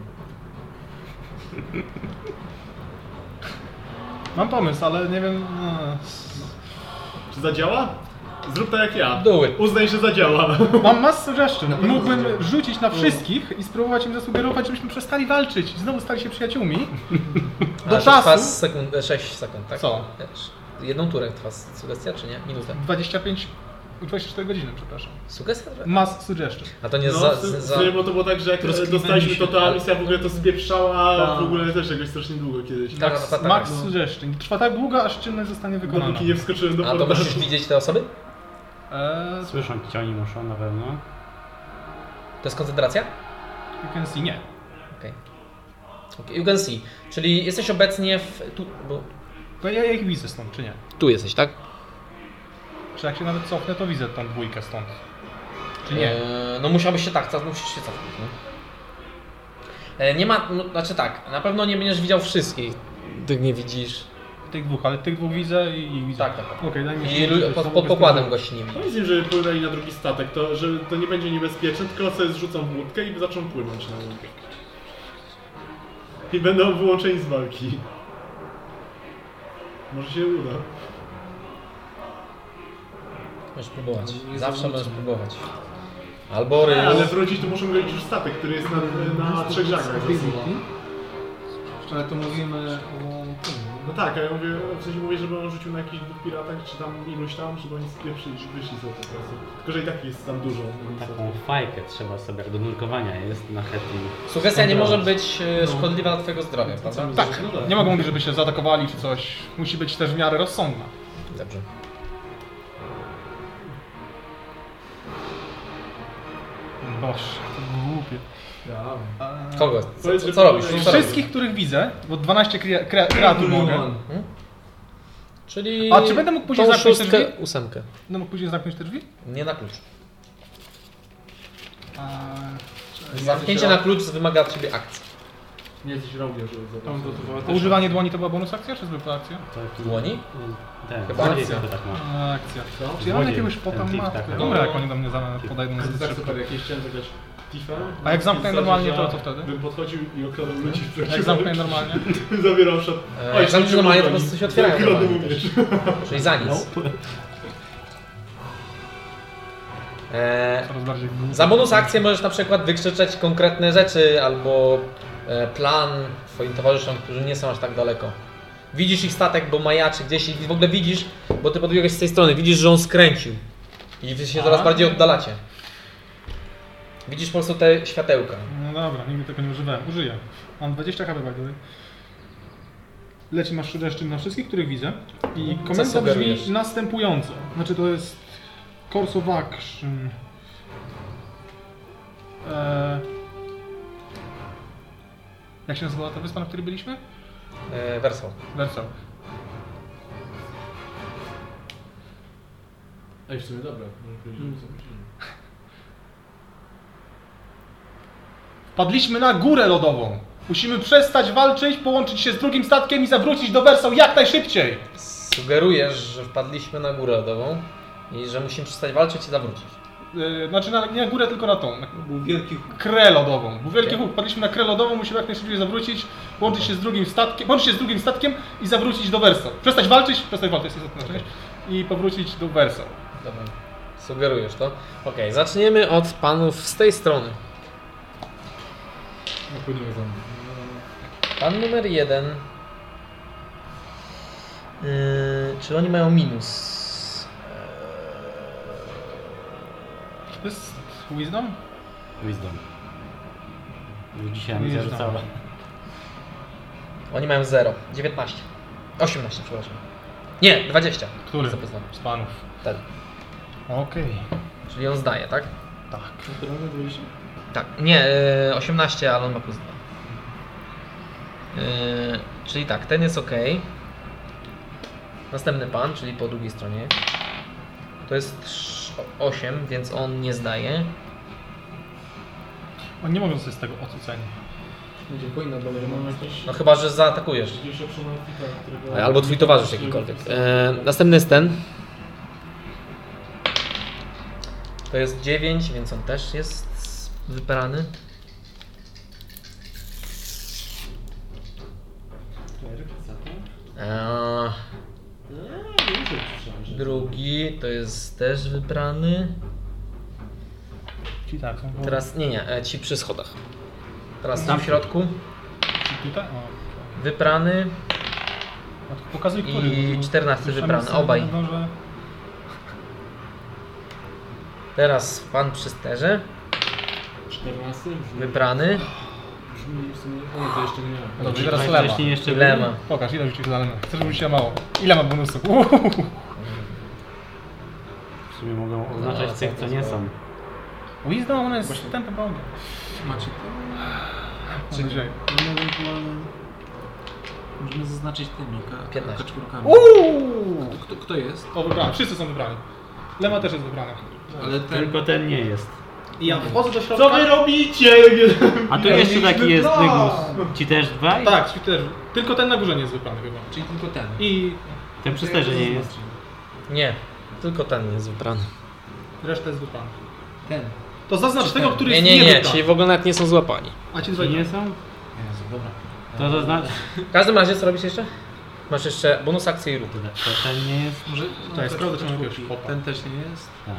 Mam pomysł, ale nie wiem... Czy zadziała? Zrób tak jak ja. Do it. Uznaj, że zadziała. Mam mass suggestion. pewno Mógłbym zadziała. rzucić na wszystkich i spróbować im zasugerować, żebyśmy przestali walczyć. Znowu stali się przyjaciółmi. Do A, że trwa czasu... 6 sekund, tak? Co? Jedną turę trwa sugestia, czy nie? Minutę. 24 godziny, przepraszam. Sugestia? Mass suggestion. A to nie No, bo to było tak, że jak Troskliwe dostaliśmy myśli. to, ta misja w ogóle to spieprzała Tak. w ogóle też jakoś strasznie długo kiedyś. Tak. Max suggestion. Trwa tak długo, aż czynność zostanie wykonana. Dopóki nie wskoczyłem do A to portalu. musisz widzieć te osoby? Słyszą, gdzie oni muszą na pewno. To jest koncentracja? You can see, nie. Okej. You can see. Czyli jesteś obecnie w... To ja ich widzę stąd, czy nie? Tu jesteś, tak? Czy jak się nawet cofnę, to widzę tą dwójkę stąd. Czy nie? No musiałbyś się musisz się cofnąć. No. Nie ma, no, znaczy tak, na pewno nie będziesz widział wszystkich. Tych nie widzisz. Tych dwóch, ale tych dwóch widzę i ich widzę. Tak. Okej, daj mi I się pod pokładem gości nie widzisz. Powiedz im, żeby płynęli na drugi statek, to że to nie będzie niebezpieczne, tylko sobie zrzucą w łódkę i zaczną płynąć na łódkę. I będą wyłączeni z walki. Może się uda. Możesz próbować. Nie Zawsze zawrócą. możesz próbować. Albo ryż. Ale wrócić to muszą wrócić już statek, który jest na 3 żaglach za sobą. Ale to mówimy o tym. No tak, a ja mówię, w sensie mówię, żeby on rzucił na jakichś 2 piratach, czy tam iluś tam, żeby oni spieprzili, wyszli sobie po prostu. Tylko, że i tak jest tam dużo. Taką fajkę trzeba sobie, jak do nurkowania jest na Hetri. Sugestia nie może być szkodliwa dla twojego zdrowia, prawda? Tak, nie mogą mówić, żeby się zaatakowali czy coś. Musi być też w miarę rozsądna. Dobrze. Boże, to głupie. Kogo? Powiedz, że Co robisz? powiedz- Co robisz? Wszystkich, których widzę, bo 12 kreatur mogę. Czyli A czy będę mógł później tą zamknąć te szóstkę, drzwi? 8. Będę mógł później zamknąć te drzwi? Nie na klucz. A... Zamknięcie na klucz wymaga od ciebie akcji. Nie jesteś rąbiem, żeby Tam zobaczyć. dotowała A też. używanie dłoni to była bonus akcja, czy zwykła akcja? Dłoni? Ten, Chyba złodziej akcja. to tak ma. Akcja. Co? Czy ja mam Złodziej, jakiegoś ten potem thief, matkę? tak. Dobra, jak oni do mnie podejdą To zbyt jest tak szybko. super, jak jeśli chciałem zagrać Tifa. A jak zamknę normalnie, to co wtedy? Bym podchodził i okradał ludzi w trakcie Jak zamknę walki. normalnie? Zabierał szat. Jak zamkniesz normalnie, to po prostu się otwierają Zakrody normalnie umiesz. Czyli za nic. Coraz bardziej głupie. Za bonus akcję możesz na przykład wykrzyczeć konkretne rzeczy albo plan twoim towarzyszom, którzy nie są aż tak daleko. Widzisz ich statek, bo majaczy gdzieś i w ogóle widzisz, bo ty podbiegłeś z tej strony, widzisz, że on skręcił. I wy się coraz bardziej oddalacie. Widzisz po prostu te światełka. No dobra, nigdy tego nie używałem. Użyję. Mam 20 HP by the way. Leci masz suggestion na wszystkich, których widzę. I komenda sugerujesz? brzmi następująco. Znaczy to jest course of action. Jak się nazywała ta wyspa, na której byliśmy? Wersał. Wersal. Ej, w sumie dobra. Może powiedzieć, co myślimy. Wpadliśmy na górę lodową. Musimy przestać walczyć, połączyć się z drugim statkiem i zawrócić do Wersał jak najszybciej. Sugerujesz, że wpadliśmy na górę lodową i że musimy przestać walczyć i zawrócić. Znaczy nie na górę, tylko na tą. Był wielki huk. Krę lodową. Był wielki huk. Wpadliśmy na krę lodową, musimy jak najszybciej zawrócić, połączyć się z drugim statkiem i zawrócić do Wersał. Przestać walczyć, jest istotna część, i powrócić do Wersał. Dobra. Sugerujesz to? Okej, zaczniemy od panów z tej strony. Napłynęły za mną. Pan numer 1. Czy oni mają minus? To jest Wisdom? Wisdom. Dzisiaj mi Wisdom. zarzucała. Oni mają 0. 19. 18, przepraszam. Nie, 20. Który? Zapoznam. Z panów. Ten. Okej. Czyli on zdaje, tak? Tak. Naturalne byliście? Tak. Nie, 18, ale on ma plus 2. Czyli tak, ten jest ok. Następny pan, czyli po drugiej stronie. To jest 8, więc on nie zdaje. Oni nie mogą sobie z tego ocenić. Będzie wojna dalej. Mam jakiś... No chyba, że zaatakujesz. Gdzieś optionalfika, którego... Albo twój towarzysz jakikolwiek. Następny jest ten. To jest 9, więc on też jest wyparany. Drugi to jest też wybrany. Ci tak są. Teraz nie, ci przy schodach. Teraz tam w środku. Ci tutaj? O. Wyprany No to pokazuj, który. i bo- 14 bo wybrany, przynajmniej obaj. będą, że- Teraz pan przy sterze. 14? Wybrany. Brzmi w sumie... O, to jeszcze nie miałem. Dobrze, teraz Tutaj lewa. wcześniej jeszcze Ile byli? ma? Pokaż, ile rzucisz za lemę. Chcę, żeby się mało. Ile ma bonusów? W sumie mogą oznaczać No, tych, co nie są. Wisdom, ona jest tempem boga. Macie to? Mam nadzieję. No ewentualnie możemy zaznaczyć tymi 15. kaczkurkami. Uuu! Kto jest? O, wybrany. Wszyscy są wybrani. Lema też jest wybrana. Ale ten... Tylko ten nie jest. I ja wchodzę do środka. Co wy robicie? A tu jeszcze taki jest dygus. Ci też dwaj? Tak, ci też. Tylko ten na górze nie jest wybrany chyba. Czyli tylko ten. I Ten przy sterze nie jest. Nie, tylko ten jest wybrany. reszta jest wybrana. Ten. To zaznacz tego, który Nie, jest nie, nie, niewybrany. czyli w ogóle nawet nie są złapani. A ci Ci dwaj nie są? Jezu, dobra. To znaczy... W każdym razie co robisz jeszcze? Masz jeszcze bonus akcji i ruch. To ten nie jest... Może... Tak, sprawdzę, czy mam kaczkurki. jakiegoś popa. Ten też nie jest. Tak.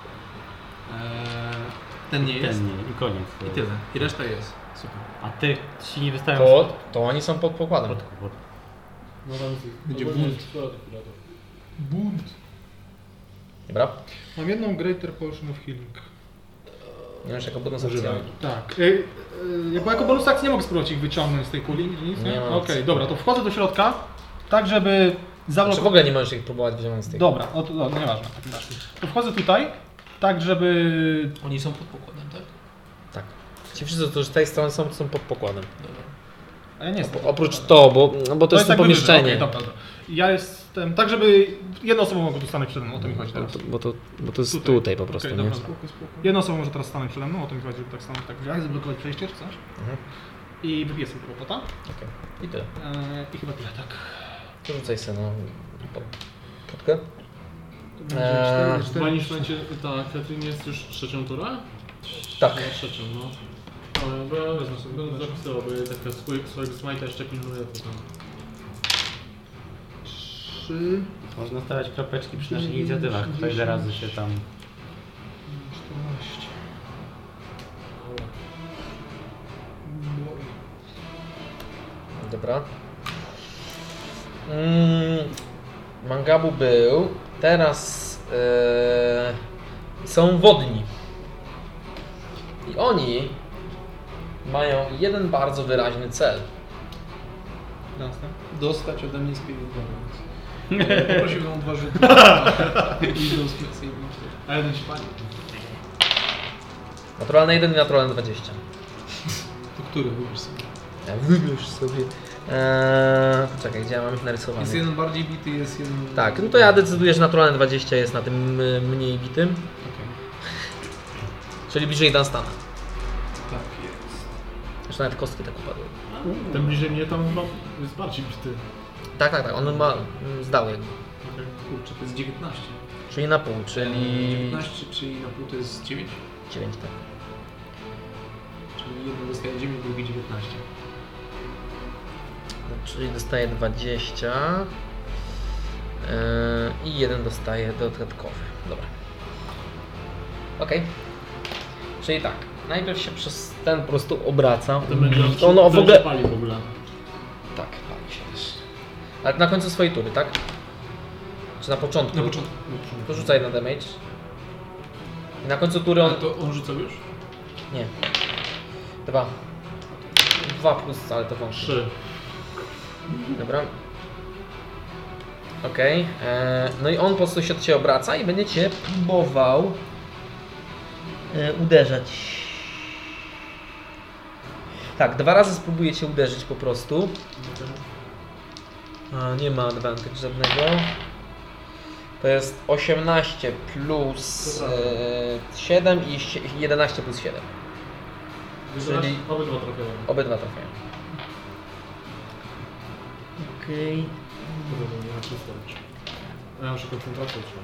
Ten nie jest. Ten nie. I koniec. I tyle. I reszta jest. Super. A ty ci nie wystawią... To oni są pod pokładem. pod... No tam Będzie ogólnie bunt. jest piratów. Bunt. Dobra? Mam jedną Greater Potion of Healing. Nie masz jako bonus akcji. ale- Tak. Bo jako bonus akcji nie mogę spróbować ich wyciągnąć z tej kuli, nic, nie? Nie ma Okej, opcji. dobra, to wchodzę do środka, tak żeby Czy w zablokować... ogóle nie możesz ich próbować wyciągnąć z tej. Dobra, no nieważne. w takim razie. To wchodzę tutaj, tak żeby... Oni są pod pokładem, tak? Tak. Ci wszyscy, którzy z tej strony są pod pokładem. Dobra. A ja nie jestem. Oprócz to, bo to jest to jakby pomieszczenie. wyżej. Okej, dobra. Ja jestem... Tak, żeby jedna osoba mogła tu stanąć przede mną, o to mi chodzi teraz. Bo to jest tutaj po prostu, Okej, nie? dobra, dobra. Jedna osoba może teraz stanąć przede mną, o to mi chodzi, żeby tak stanąć, tak jak zablokować przejście czy coś. Mhm. I wypiję sobie kłopota. Okej. I tyle. I chyba tyle, tak. To rzucaj sobie no, podkę. To będzie 4, Pani słuchajcie, ta Katrin jest już trzecią turę? Tak. No, trzecią, no. Ale bo ja wezmę sobie, będę zapisywał, bo ja tak swojego smajta jeszcze pilnuję, to tam... 3, Można stawiać kropeczki przy naszych inicjatywach. Kto ile razy się tam... 14. Dobra. Mangabu był. Teraz są wodni. I oni mają jeden bardzo wyraźny cel. Jasne. Dostać ode mnie Spirit Balance. Poprosiłbym o 2 rzuty. I do Spirit A jeden ci pani. Naturalny 1 i naturalny 20. To który wybierz sobie? Ja wybierz sobie. Czekaj, gdzie ja mam ich narysowane? Jest jeden bardziej bity, jest jeden... Tak, no to ja decyduję, że naturalny 20 jest na tym mniej bitym. Czyli bliżej Dunstana. Tak jest. to nawet kostki tak upadły. Ten bliżej mnie tam chyba jest bardziej bity. Tak, on ma, zdał jakby. Kurczę, to jest 19. Czyli na pół, czyli 19, czyli na pół to jest 9? 9, tak. Czyli jeden dostaje 9, drugi 19. Czyli dostaje 20 i jeden dostaje dodatkowy. Dobra. Okej. Czyli tak, najpierw się przez ten po prostu obraca. To ono w ogóle... pali w ogóle. Tak, pali się też. Ale na końcu swojej tury, tak? Czy na początku? Na początku. Porzucaj na damage. I na końcu tury on... A to on rzucał już? Nie. 2. 2 plus, ale to wątpię. 3. Dobra. Okej. No i on po prostu się do Ciebie obraca i będzie Cię próbował uderzać. Tak, 2 razy spróbuję Cię uderzyć po prostu. Nie ma advantage żadnego. To jest 18 plus 7 i 11 plus 7. Czyli Obydwa trafiają. obydwa trafiają. Okej. Nie ma czysto. Ja muszę koncentrację utrzymać.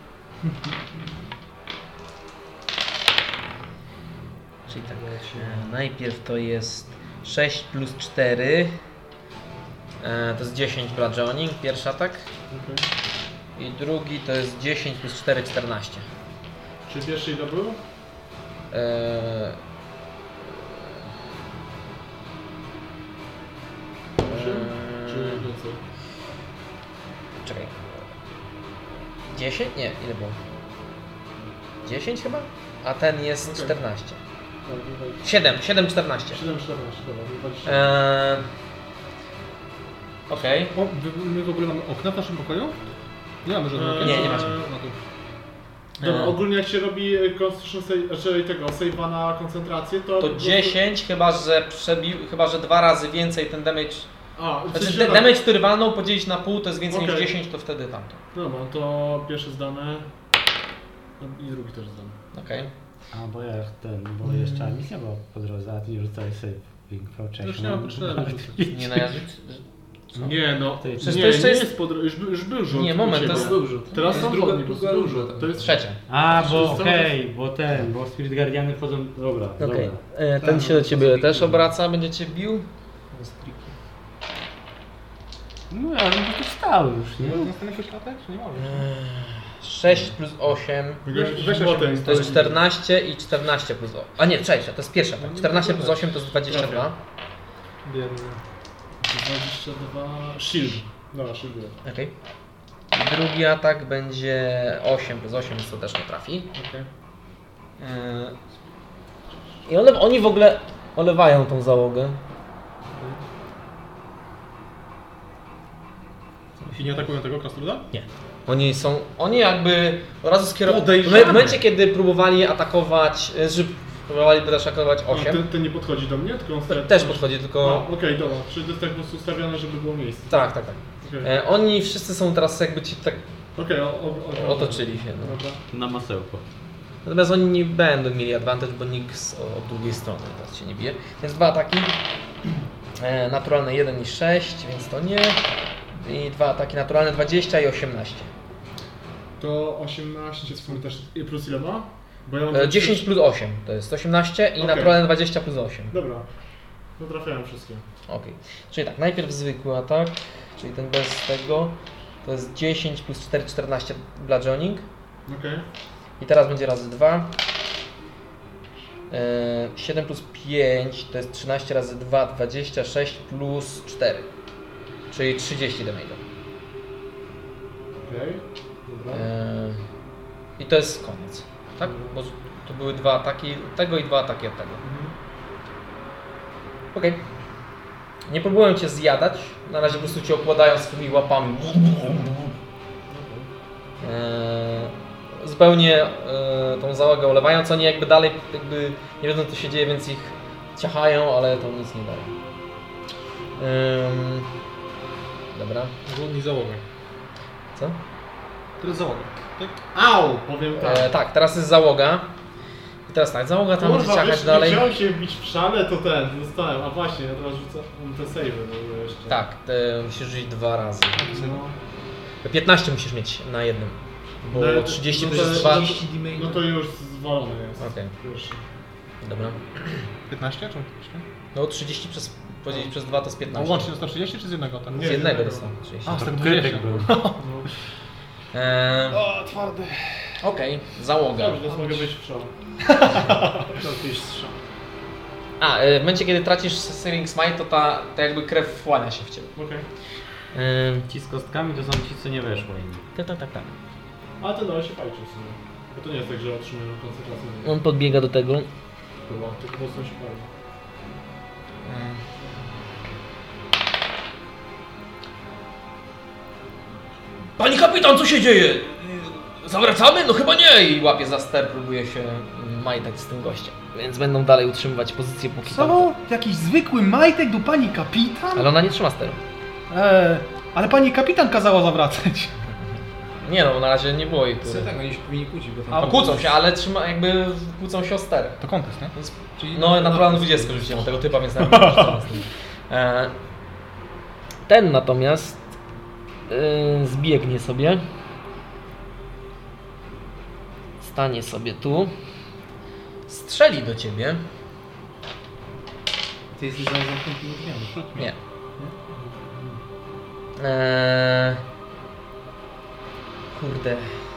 Czyli tak, najpierw to jest 6 plus 4, to jest 10 bludgeoning, pierwszy atak. I drugi to jest 10 plus 4, 14. Czy pierwszy ile był? Eee, 8? Czy więcej? Czekaj. 10? Nie, ile było? 10 chyba? A ten jest Okej. 14. Tak, 7, 14. 7, 14, dobra, 20. Okej. O, my w ogóle mamy okna w naszym pokoju? Nie mamy żadnego okna. Nie, nie macie. No to... Dobra, Eee. ogólnie jak się robi Constitution save, znaczy tego save'a na koncentrację, to... To 10, chyba że 2 razy więcej ten damage. A, w Znaczy sensie, damage, który walnął, podzielić na pół, to jest więcej niż Okej. 10, to wtedy tamto. Dobra, to pierwszy zdane i drugi też zdane. Okej. A bo ja bo jeszcze misja była po drodze, a ty nie rzucałeś sobie Protection. Już nie mam potrzeby. Nie najarzyć? Nie no, To jest- nie, to jeszcze nie jest- jest już był rzut. Nie, moment, u to ciebie. jest- Był rzut. Teraz To są jest wodni, po prostu był rzut. To jest Trzecia. A, bo Wszyscy- okej, bo Spirit Guardiany wchodzą... Dobra, Okej. dobra. Ten się do ciebie też obraca, będzie cię bił. No ja bym tu stał już, nie? Następny jakiś atak? Czy nie mamy? 6 plus 8 Weź młotem. to jest 14 i 14 plus 8. A nie, cześć, to jest pierwsza. Tak. 14 plus 8 to jest 22. Biedny. 22... Shield. Dobra, shield było. Okej. I drugi atak będzie 8 plus 8, więc to też nie trafi. Okej. I oni w ogóle olewają tą załogę. I nie atakują tego krasnoluda? Nie. Oni jakby od razu skierowali. Podejrzane. W momencie, kiedy próbowali atakować, że próbowali też atakować A 8, ten nie podchodzi do mnie, tylko on stawia... też podchodzi, tylko. Okej, dobra. Czyli to jest tak po prostu ustawione, żeby było miejsce. Tak. Okej, Oni wszyscy są teraz jakby ci tak Okej, otoczyli się. No. Dobra. Na masełko. Natomiast oni nie będą mieli advantage, bo nikt od drugiej strony teraz się nie bije. Więc 2 ataki. Naturalne 1 i 6, więc to nie. I 2 ataki naturalne 20 i 18. To 18 w sumie też... I plus ile ma? Bo ja mam 10 plus 8 to jest 18 i Okej. naturalne 20 plus 8. Dobra. No trafiałem wszystkie. Ok. Czyli tak, najpierw zwykły atak, czyli ten bez tego. To jest 10 plus 4, 14 bludgeoning. Okej. I teraz będzie razy 2. 7 plus 5 to jest 13 razy 2, 26 plus 4. Czyli 30 damage'a. Okej. Dobra. I to jest koniec. Tak? Bo to były 2 ataki tego i 2 ataki od tego. Okej. Nie próbuję cię zjadać. Na razie po prostu cię okładają swoimi łapami. Zupełnie tą załogę olewając. Oni jakby dalej nie wiedzą co się dzieje, więc ich ciachają, ale to nic nie daje. Dobra. Głodni załogę. Co? To jest załoga, tak? Au! Powiem tak. Tak, teraz jest załoga. I teraz tak, załoga tam będzie Kurwa, ciachać wiesz, dalej. chciałem się bić w szale, to dostałem. A właśnie, ja teraz rzucę te save'y no jeszcze. Tak, musisz rzucić 2 razy. No. 15 musisz mieć na jednym. Bo No, 30 no to to jest 2. 30 damage. No to już zwolony jest. Okej. Pierwszy. Dobra. 15 czy? No 30 podzielić przez 2 to jest A 15. łącznie dostał 30 czy z jednego? Tak? Nie, Z jednego jednego. dostał 30. A, z tego Krytyk 20. był. O, twardy. Okej, załoga. Dobrze, teraz mogę wejść w szale. To jakieś strzał. W momencie kiedy tracisz Searing Smite, to ta jakby krew wchłania się w ciebie. Okej. Ci z kostkami to są ci, co nie weszło im. Tak. Ale ten dalej się pajczy w sumie. Bo to nie jest tak, że otrzymują koncentrację. On podbiega do tego. Chyba, tylko mocno się pali. Pani kapitan, co się dzieje? Zawracamy? No chyba nie! I łapie za ster, próbuje się majtać z tym gościem. Więc będą dalej utrzymywać pozycję póki Co? Jakiś zwykły majtek do pani kapitan? Ale ona nie trzyma steru. Ale pani kapitan kazała zawracać. Nie no, bo na razie nie było jej Co tury. tak, oni się powinni kłócić, bo A, tam... No kłócą się, ale kłócą się o ster. To kontest, nie? Więc, Czyli no naturalną 20 rzuciłem tego typa, więc nawet nie rzucam z nim. Ten natomiast zbiegnie sobie. Stanie sobie tu. Strzeli do ciebie. Ty jesteś za zamkniętymi drzwiami. Nie. Kurde.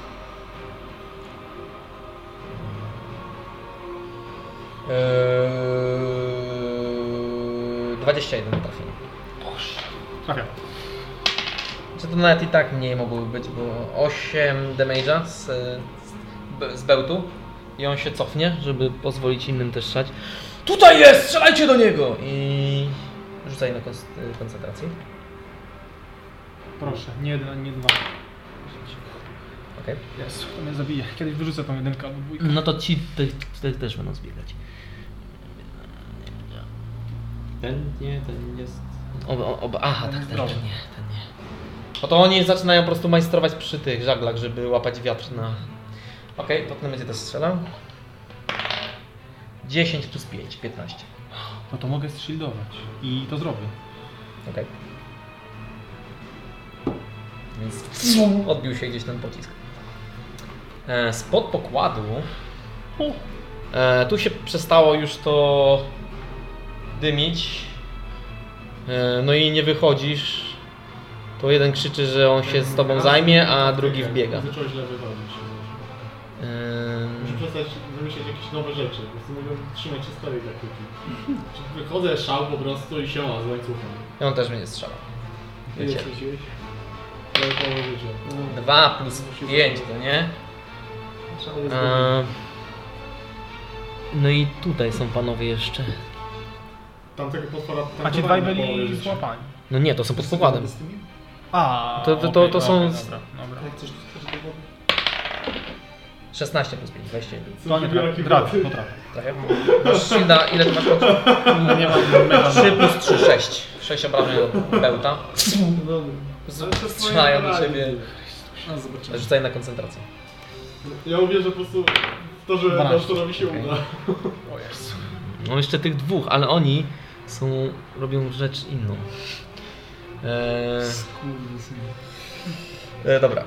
Eee, 21 trafienia. Trafia. Czy to nawet i tak mniej mogłoby być, bo 8 damage'a z bełtu i on się cofnie, żeby pozwolić innym też strzelać. Tutaj jest! Strzelajcie do niego! I rzucaj na koncentrację. Proszę, nie jeden, nie dwa. Okej. Jezu, to mnie zabije. Kiedyś wyrzucę tą jedynkę albo dwójkę. No to ci też będą zbiegać. Ten jest... Aha, tak, ten Zdrowy. nie. No to oni zaczynają po prostu majstrować przy tych żaglach, żeby łapać wiatr na... Okej, to ten będzie też strzelał. 10 plus 5, 15. No to mogę shieldować. I to zrobię. Okej. Więc odbił się gdzieś ten pocisk. Spod pokładu tu się przestało już to dymić. No i nie wychodzisz. To jeden krzyczy, że on się z tobą zajmie, a drugi wbiega. Zacząłeś źle wychodzić. Muszę przestać wymyślać jakieś nowe rzeczy. Po prostu mogę trzymać się starej taktyki. Wychodzę, szał po prostu i siema z łańcuchem. I on też będzie strzelał. Ile Wiecie. straciłeś? Prawie połowę życia. 2 plus 5 to nie? Szał jest No i tutaj są panowie jeszcze. Tamtego potwora A ci dwaj byli złapani. No nie, to są pod pokładem. Z tymi? A, To okej, są- Dobra, dobra. Jak chcesz do tego? 16 plus 5, 21. To nie trafię. Trafię, to trafię. Trafię? Masz shielda, ile ty masz końców? Nie mam mega 3 plus 3, 6. 6 obrażeń od bełta. Strzelają do ciebie. No zobaczymy. Rzucaj na koncentrację. Ja uwierzę po prostu w to, że 12. Dasztorowi się uda. O Jezu. No jeszcze tych dwóch, ale oni robią rzecz inną. Dobra.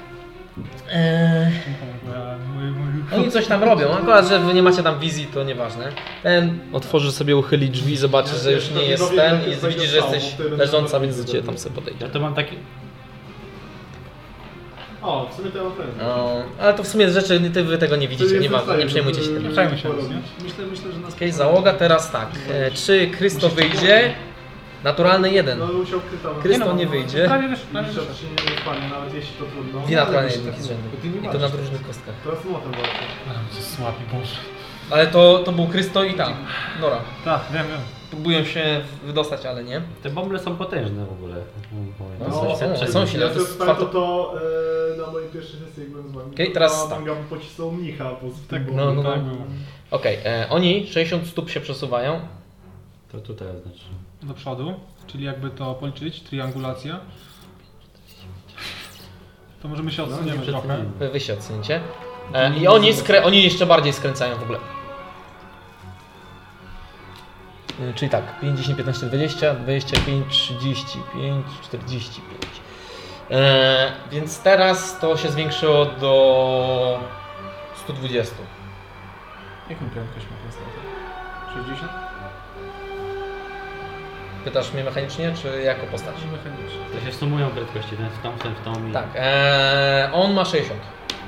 Oni coś tam robią, akurat, że wy nie macie tam wizji, to nieważne. Ten otworzy sobie, uchyli drzwi, zobaczy, że już nie jest ten i widzi, że jesteś leżąca, więc do ciebie tam sobie podejdzie. Ja to mam takie... O, w sumie to ja mam ten. No, ale to w sumie rzeczy, wy tego nie widzicie, nieważne, nie przejmujcie się tym. Nie przejmuj się, nie? Myślę, że nas... Okej, załoga teraz tak. Czy Krysto wyjdzie? Naturalny 1. No musiał kryta. Krysto nie wyjdzie. Prawie wyszło, prawie Misza wyszło. się nie spadnie, nawet jeśli to trudno. Dwie naturalne jedynki z rzędu. I to na różnych kostkach. Teraz młotem walczę. Ale się słabi, Boże. Ale to był Krysto i tam. Nora. Tak, wiem. Próbują się wydostać, ale nie. Te bąble są potężne w ogóle. No, są silne, Ja to jest twardo twardo. to na mojej pierwszej sesji, jak byłem z wami. Okej, teraz to tak. Manga pocisnął mnicha po prostu. Tak, No, no, tak no. było. Okej, oni 60 stóp się przesuwają. To tutaj oznacza. Do przodu, czyli jakby to policzyć, triangulacja. To możemy się odsuniemy trochę. Wy się odsunięcie. I oni jeszcze bardziej skręcają w ogóle. Czyli tak, 5, 10, 15, 20, 25, 35, 45. Więc teraz to się zwiększyło do 120. Jaką prędkość ma ten statek? 60? Pytasz mnie mechanicznie, czy jako postać? Mechanicznie. To się sumują prędkości, ten w tą i... Tak, on ma 60.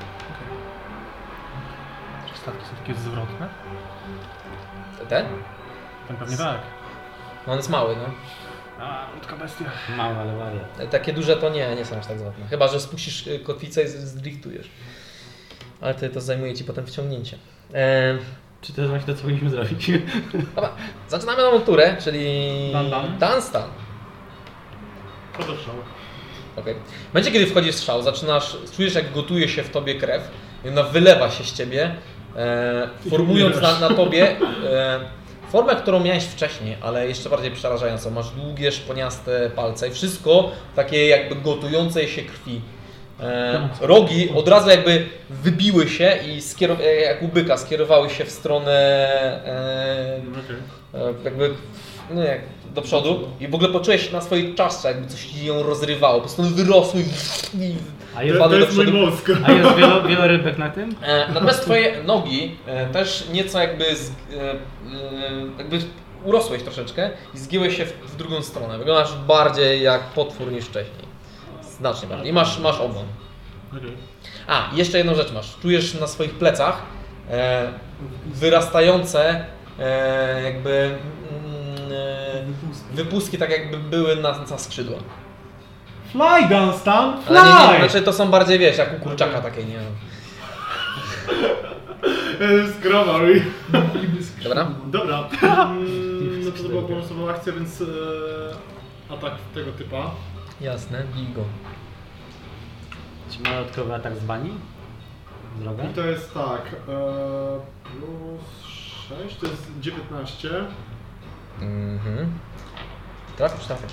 Statki są takie zwrotne? Ten? Ten pewnie tak. No on jest mały, no. A, łódka bestia. Mały, ale wariat. Takie duże to nie są aż tak zwrotne. Chyba że spuścisz kotwicę i zdriftujesz. Ale to zajmuje ci potem wciągnięcie. Czy to jest właśnie to, co powinniśmy zrobić? Dobra, zaczynamy nową turę, czyli Dan. Dunstan. Co to szał? Okay. W momencie, kiedy wchodzisz w strzał, czujesz jak gotuje się w tobie krew i ona wylewa się z ciebie, formując na tobie formę, którą miałeś wcześniej, ale jeszcze bardziej przerażającą. Masz długie, szponiaste palce i wszystko takie jakby gotującej się krwi. Rogi od razu jakby wybiły się i jak u byka skierowały się w stronę jakby jak do przodu i w ogóle poczułeś na swojej czaszce, jakby coś ją rozrywało, po prostu wyrosły i To jest mój mózg. A jest wielorybek na tym? Natomiast twoje nogi też nieco jakby urosłeś troszeczkę i zgięłeś się w drugą stronę. Wyglądasz bardziej jak potwór niż wcześniej. Znacznie bardziej. I masz ogon. Okay. A, jeszcze jedną rzecz masz. Czujesz na swoich plecach wyrastające jakby wypustki, tak jakby były na skrzydła. Fly, Dunstan, fly! Ale nie, znaczy to są bardziej, wiesz, jak u kurczaka takiej, nie wiem. Zgromał. Dobra? Dobra. No to była pomysłowa akcja, więc atak tego typa. Jasne, bij go. Czy ma dodatkowy atak z bani? Droga? I to jest tak, plus 6, to jest 19. Mhm. Trafisz. Dobra.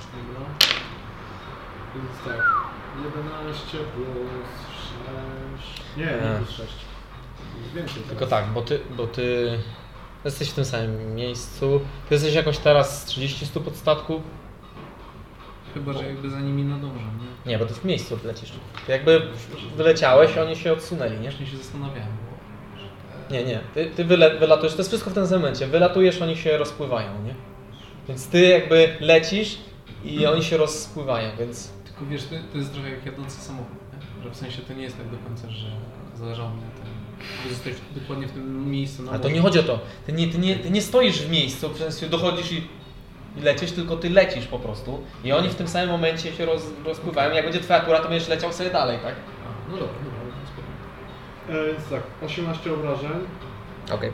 To jest tak, 11 plus 6. Nie plus 6. Więcej Tylko tak, bo ty jesteś w tym samym miejscu. Ty jesteś jakoś teraz 30 stóp od statku. Chyba, że jakby za nimi nadążam, nie? Nie, bo ty w miejscu lecisz. Ty jakby wyleciałeś, oni się odsunęli, nie? Właśnie się zastanawiałem, bo... Nie. Ty wylatujesz, to jest wszystko w tym samym momencie. Wylatujesz, oni się rozpływają, nie? Więc ty jakby lecisz i oni się rozpływają, więc... Tylko wiesz, to jest trochę jak jadący samochód, nie? Że w sensie to nie jest tak do końca, że zależało mi na tym, by zostać dokładnie w tym miejscu. Ale to nie chodzi o to. Ty nie stoisz w miejscu, w sensie dochodzisz i lecisz, tylko ty lecisz po prostu. I oni w tym samym momencie się rozpływają. Jak będzie twoja tura, to będziesz leciał sobie dalej, tak? No dobra, spokojnie. Więc tak, 18 obrażeń. Okej.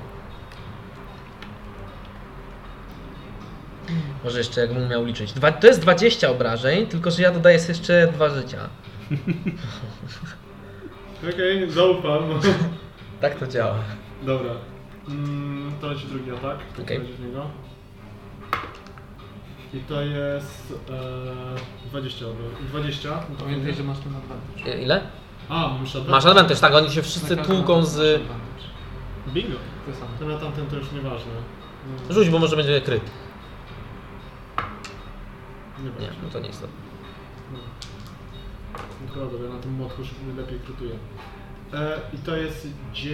Może jeszcze jakbym miał liczyć. To jest 20 obrażeń, tylko że ja dodaję sobie jeszcze 2 życia. Okej, zaufam. Tak to działa. Dobra. To leci drugi atak. Okej. Będzie w niego. I to jest 20 obrażeń. 20. Pamiętaj, że masz ten advantage. Ile? A, muszę dać. Masz advantage, tak? Oni się wszyscy Na każdym tłuką masz z... advantage. Bingo. To samo. Ten na tamten to już nieważne. Rzuć, bo może będzie kryt. Nie Nie, będzie. no to nie istotne. No chyba dobra, na tym młotku już lepiej krytuję. I to jest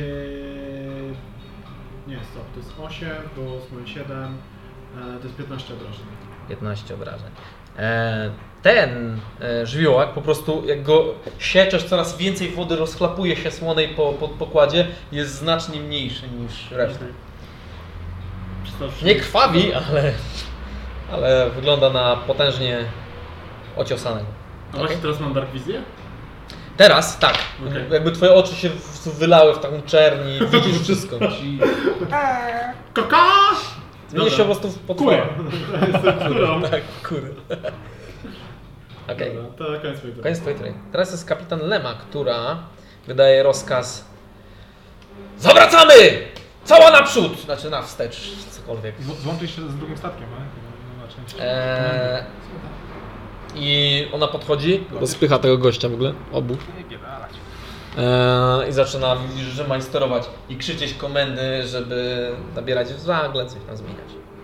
Nie, stop, to jest 8 plus mój 7. To jest 15 obrażeń. 15 obrażeń. Ten żywiołak po prostu, jak go sieczesz, coraz więcej wody rozchlapuje się słonej po pokładzie, jest znacznie mniejszy niż reszta. Nie krwawi, ale wygląda na potężnie ociosanego. A właśnie teraz mam Dark Wizję? Teraz tak, Okej. jakby twoje oczy się wylały w taką czerń i widzisz wszystko. Kaka! Zmienisz się po prostu w potwora. Jestem kurą. Tak, kurę. Okej. Dobra, to koniec mojej tury. Koniec twojej tury. Teraz jest kapitan Lema, która wydaje rozkaz: zawracamy! Cała naprzód! Znaczy na wstecz, cokolwiek. Złączyć się z drugim statkiem, nie? I ona podchodzi, rozpycha tego gościa w ogóle, obu. Nie pierdalać. I zaczyna, widzisz, że majstorować i krzyczeć komendy, żeby nabierać żagle, coś tam zmieniać.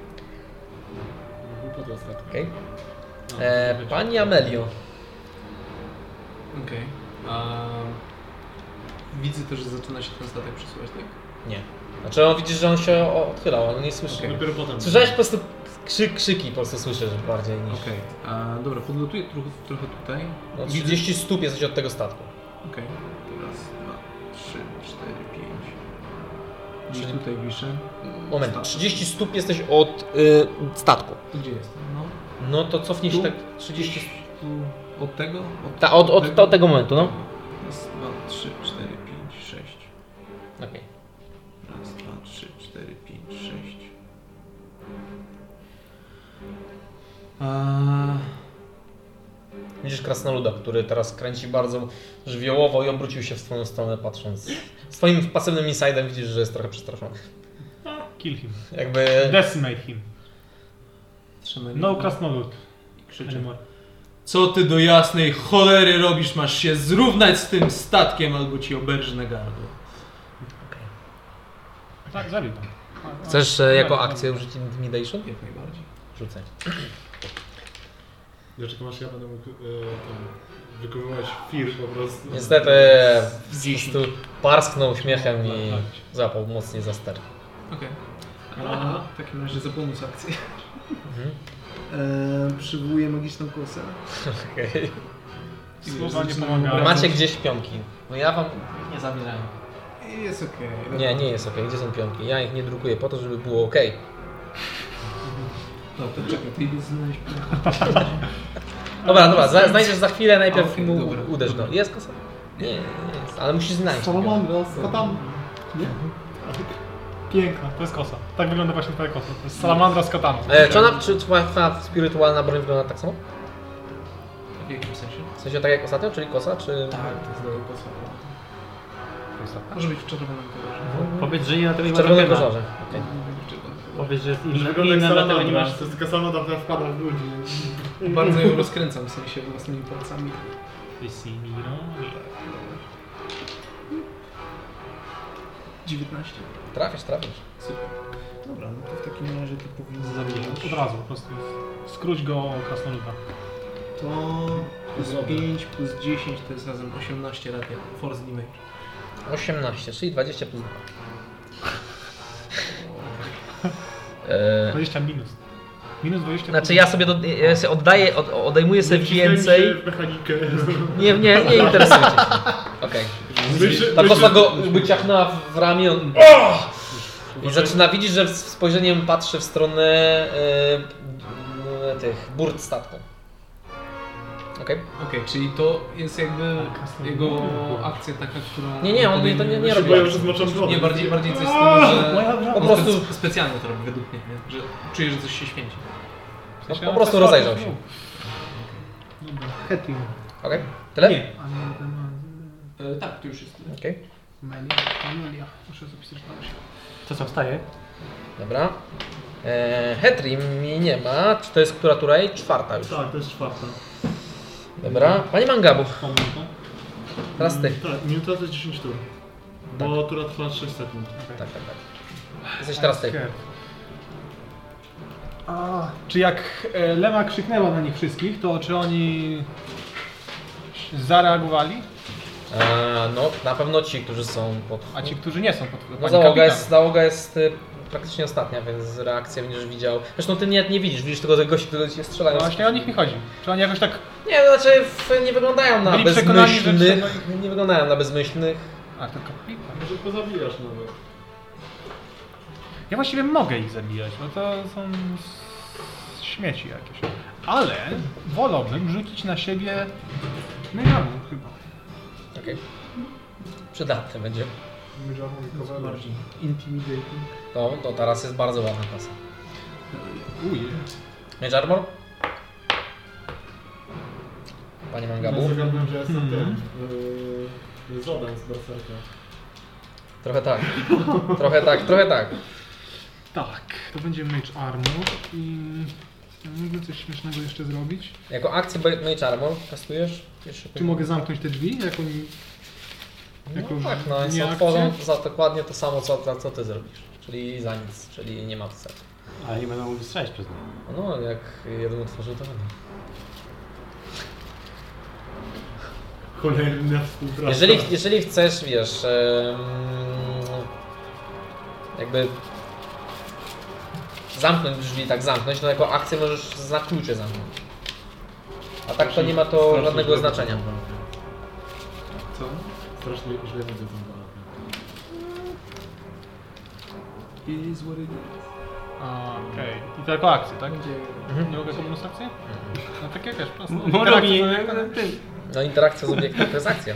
Okej. Pani Amelio. Okej. Widzę też, że zaczyna się ten statek przesuwać, tak? Nie. Znaczy on widzisz, że on się odchylał, on nie słyszy. Okej. Dopiero potem. Słyszałeś po prostu krzyki, po prostu słyszę, że bardziej niż... Okej. Dobra, podlotuję trochę tutaj. No, Widzę- 30 stóp jesteś od tego statku. Okej. Raz, 2, 3, 4, 5. Gdzieś Czyli- tutaj wiszę. Moment, Statek. 30 stóp jesteś od statku. To gdzie jestem? No. No to cofnij się Tu? tak 30 stóp. Tu od tego? Od tego momentu, no. Raz, 2, 3, 4, 5, 6. Okej. Raz, 2, 3, 4, 5, 6. Widzisz krasnoluda, który teraz kręci bardzo żywiołowo i obrócił się w twoją stronę patrząc. Swoim pasywnym insidem widzisz, że jest trochę przestraszony. Kill him. Jakby... Decimate him. Trzymaj No mnie. krasnolud. Krzyczę. Anymore. Co ty do jasnej cholery robisz? Masz się zrównać z tym statkiem, albo ci oberży na gardło. Tak, zabił go. Chcesz jako akcję użyć Intimidation? Jak najbardziej. Rzucę. Ja czekam aż ja będę mógł wykonywać fear po prostu. Niestety po prostu parsknął śmiechem i złapał mocniej za ster. Okej. W takim razie za bonus akcję. Mhm. Przywołuję magiczną kosę. Okay. Słowa nie pomagają. Macie gdzieś pionki. No ja wam nie zabierałem. Jest okej. Nie jest okej. Gdzie są pionki? Ja ich nie drukuję po to, żeby było okej. No to czekaj, ty idziesz znaleźć. Dobra, znajdziesz za chwilę, najpierw Okej, mu dobra, uderz. dobra. No. Jest kosa? Nie jest. Ale musisz znaleźć. Salamandra z kotami. Nie? Piękna, to jest kosa. Tak wygląda właśnie twoja kosa. To jest salamandra z kataną. Czy twoja spirytualna broń wygląda tak samo? W jakim sensie? W sensie tak jak ostatnio, czyli kosa, czy... To jest dalej kosa. Może być w czerwonym kolorze. Powiedz, że nie na tego nie W ma czerwonym tokena. kolorze. Okej. W czerwonym kolorze. Powiedz, że jest Wygląda jak inna, dlatego nie salamandra. masz... To jest taka salamandra, która wpada w ludzi. Bardzo ją rozkręcam, w sensie własnymi palcami. Wysimiro. 19. Trafisz. Super. Dobra, no to w takim razie to powinno zabijać. Od razu, po prostu. Skróć go o krasnoluda. To plus 5 plus 10 to jest razem 18 radia. Force damage. 18, czyli 20 plus 2. 20 minus. Minus 20. Znaczy ja sobie odejmuję sobie więcej. Się w mechanikę. Nie interesujcie się. Okej. Ta kosa go jakby ciachnęła w ramię. On... I zaczyna, widzisz, że spojrzeniem patrzy w stronę tych burt statku. Okej? Okej, czyli to jest jakby jego akcja taka, która... Nie, on to nie robi. Boję, że zmoczam wodę. Nie, bardziej coś z tego, że Po prostu specjalnie to robi według mnie, nie? Że czuje, że coś się święci. po prostu rozejrzał się. Dobra, Hetim. Okej? Tyle? Nie. Tak, to już jest. Okej. Amelia. Muszę zapisać na się. To co, wstaje? Dobra. Hetrim mi nie ma. Czy to jest która tura jej? Czwarta już. Tak, to jest czwarta. Dobra. Pani Mangabu, Pomóż. teraz ty. Tak, minuta to jest 10 tur. Bo tura trwa 6 sekund. Tak. Jesteś teraz ty. Czy jak Lema krzyknęła na nich wszystkich, to czy oni zareagowali? No, na pewno ci, którzy są pod... A ci, którzy nie są pod No pani załoga jest praktycznie ostatnia, więc reakcja będziesz widział. Zresztą ty nie widzisz tylko tych gości, którzy cię strzelają. No właśnie o nich mi chodzi. Czy oni jakoś tak... Nie, to znaczy nie wyglądają na Byli przekonani, że bezmyślnych. trzeba Nie wyglądają na bezmyślnych. A, tylko kapitan. Może pozabijasz nawet. Ja właściwie mogę ich zabijać, bo to są śmieci jakieś. Ale wolałbym rzucić na siebie Myjamu chyba. Okej. Przydatne będzie. Bardziej intimidating. To teraz jest bardzo ładna klasa. Uje. Mage Armor? Pani Mangabu? Zagadłem, że jestem tym. Zodan z Berserka. Trochę tak. Tak, to będzie Mage Armor i... Mogę coś śmiesznego jeszcze zrobić? Jako akcję Mage Armor kastujesz? Czy mogę zamknąć te drzwi? Jak oni... Jako tak, no i nie otworzą akcję? za dokładnie to samo, co ty zrobisz. Czyli za nic, czyli nie ma celu. Ale nie będą mogli strzelać przez nie. No, jak jeden otworzył, to będą. Cholerna współpraca. Jeżeli chcesz, wiesz, jakby zamknąć drzwi, tak zamknąć, no jako akcję możesz na klucze zamknąć. A tak to nie ma to Strasznie żadnego źle znaczenia. widzę tą walkę. Co? Strasznie źle widzę tą walkę. It is what it is. Okej. I to jako akcję, tak? Mhm. Nie mogę jako bonus akcję? No tak jakaś prosta. Robi No interakcja z obiektem to jest akcja.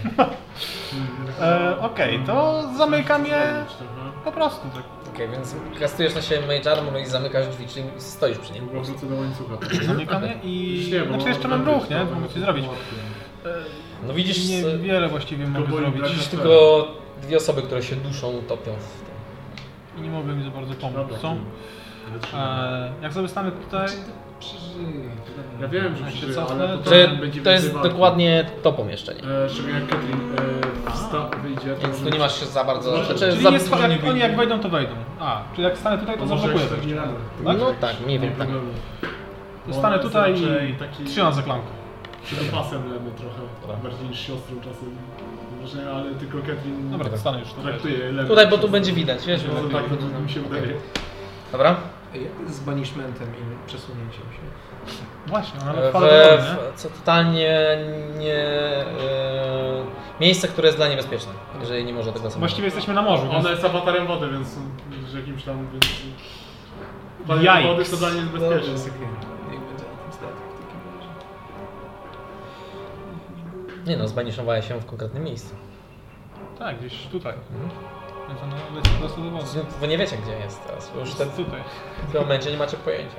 Okej, to zamykam je po prostu. Tak. Okej, więc kastujesz na siebie Mage Armor i zamykasz drzwi, czyli stoisz przy nim. Chyba wrócę do łańcucha. Zamykam je i... Nie, bo Znaczy jeszcze mam ruch, nie? Mogę coś zrobić. No widzisz, Niewiele właściwie mogę boi zrobić. brak- widzisz tylko dwie osoby, które się duszą, utopią w tym. I nie mogę mi za bardzo pomóc, Dobra, co? Jak sobie stanę tutaj... Ja wiem, że Jak się przeżyję, cofnę, ale to- potem Że będzie to jest więcej walki. dokładnie to pomieszczenie. Szczególnie jak Katrin wyjdzie, to Więc tu nie masz się za bardzo... Może- Znaczy, Czyli za... nie jak oni jak wejdą, to wejdą. A, czyli jak stanę tutaj, to zablokuję. tak nie rano. No tak, nie wiem, tak. To stanę tutaj Raczej i taki- trzymam za klamkę. Przydopasem lemy trochę, bardziej niż siostrą czasem. Może, ale tylko Katrin Dobra, to stanę już tutaj. traktuje lemy. Tutaj, bo tu będzie widać, wiesz? No, tak, to mi się wydaje. Dobra? Jak z banishmentem i przesunięciem się? Właśnie, ona W, nawet wpada do wody, nie? co totalnie nie... miejsce, które jest dla niej bezpieczne, jeżeli nie może tego samego. Właściwie jesteśmy na morzu, więc... Ona jest awatarem wody, więc z jakimś tam, więc... Jajks. Walenie wody to dla niej jest Dobrze, bezpieczne. jest okej. Niech będzie na tym statku w takim razie. Nie no, zbaniszowała się w konkretnym miejscu. Tak, gdzieś tutaj. Mhm. Więc ona leci prosto do wody. Wy nie wiecie, gdzie jest teraz, bo już Jest tutaj. w tym momencie nie macie pojęcia.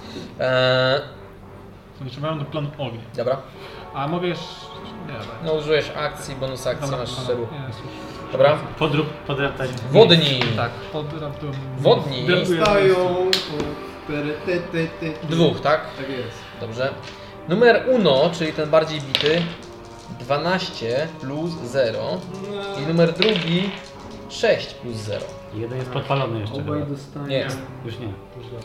Wytrzymają do planu ognia. Dobra. A mogę jeszcze... Nie, dobra. No użyłeś akcji, bonus akcji, Dobra, masz dobra. jeszcze ruch. Jest już. Dobra. Podraptać. Wodni. Tak, podraptują. Wodni. Dostają... Dwóch, tak? Tak jest. Dobrze. Numer uno, czyli ten bardziej bity, 12 plus 0. I numer drugi, 6 plus 0. Jeden jest podpalony jeszcze. Obaj chyba. dostają... Nie jest. Już nie. Nie,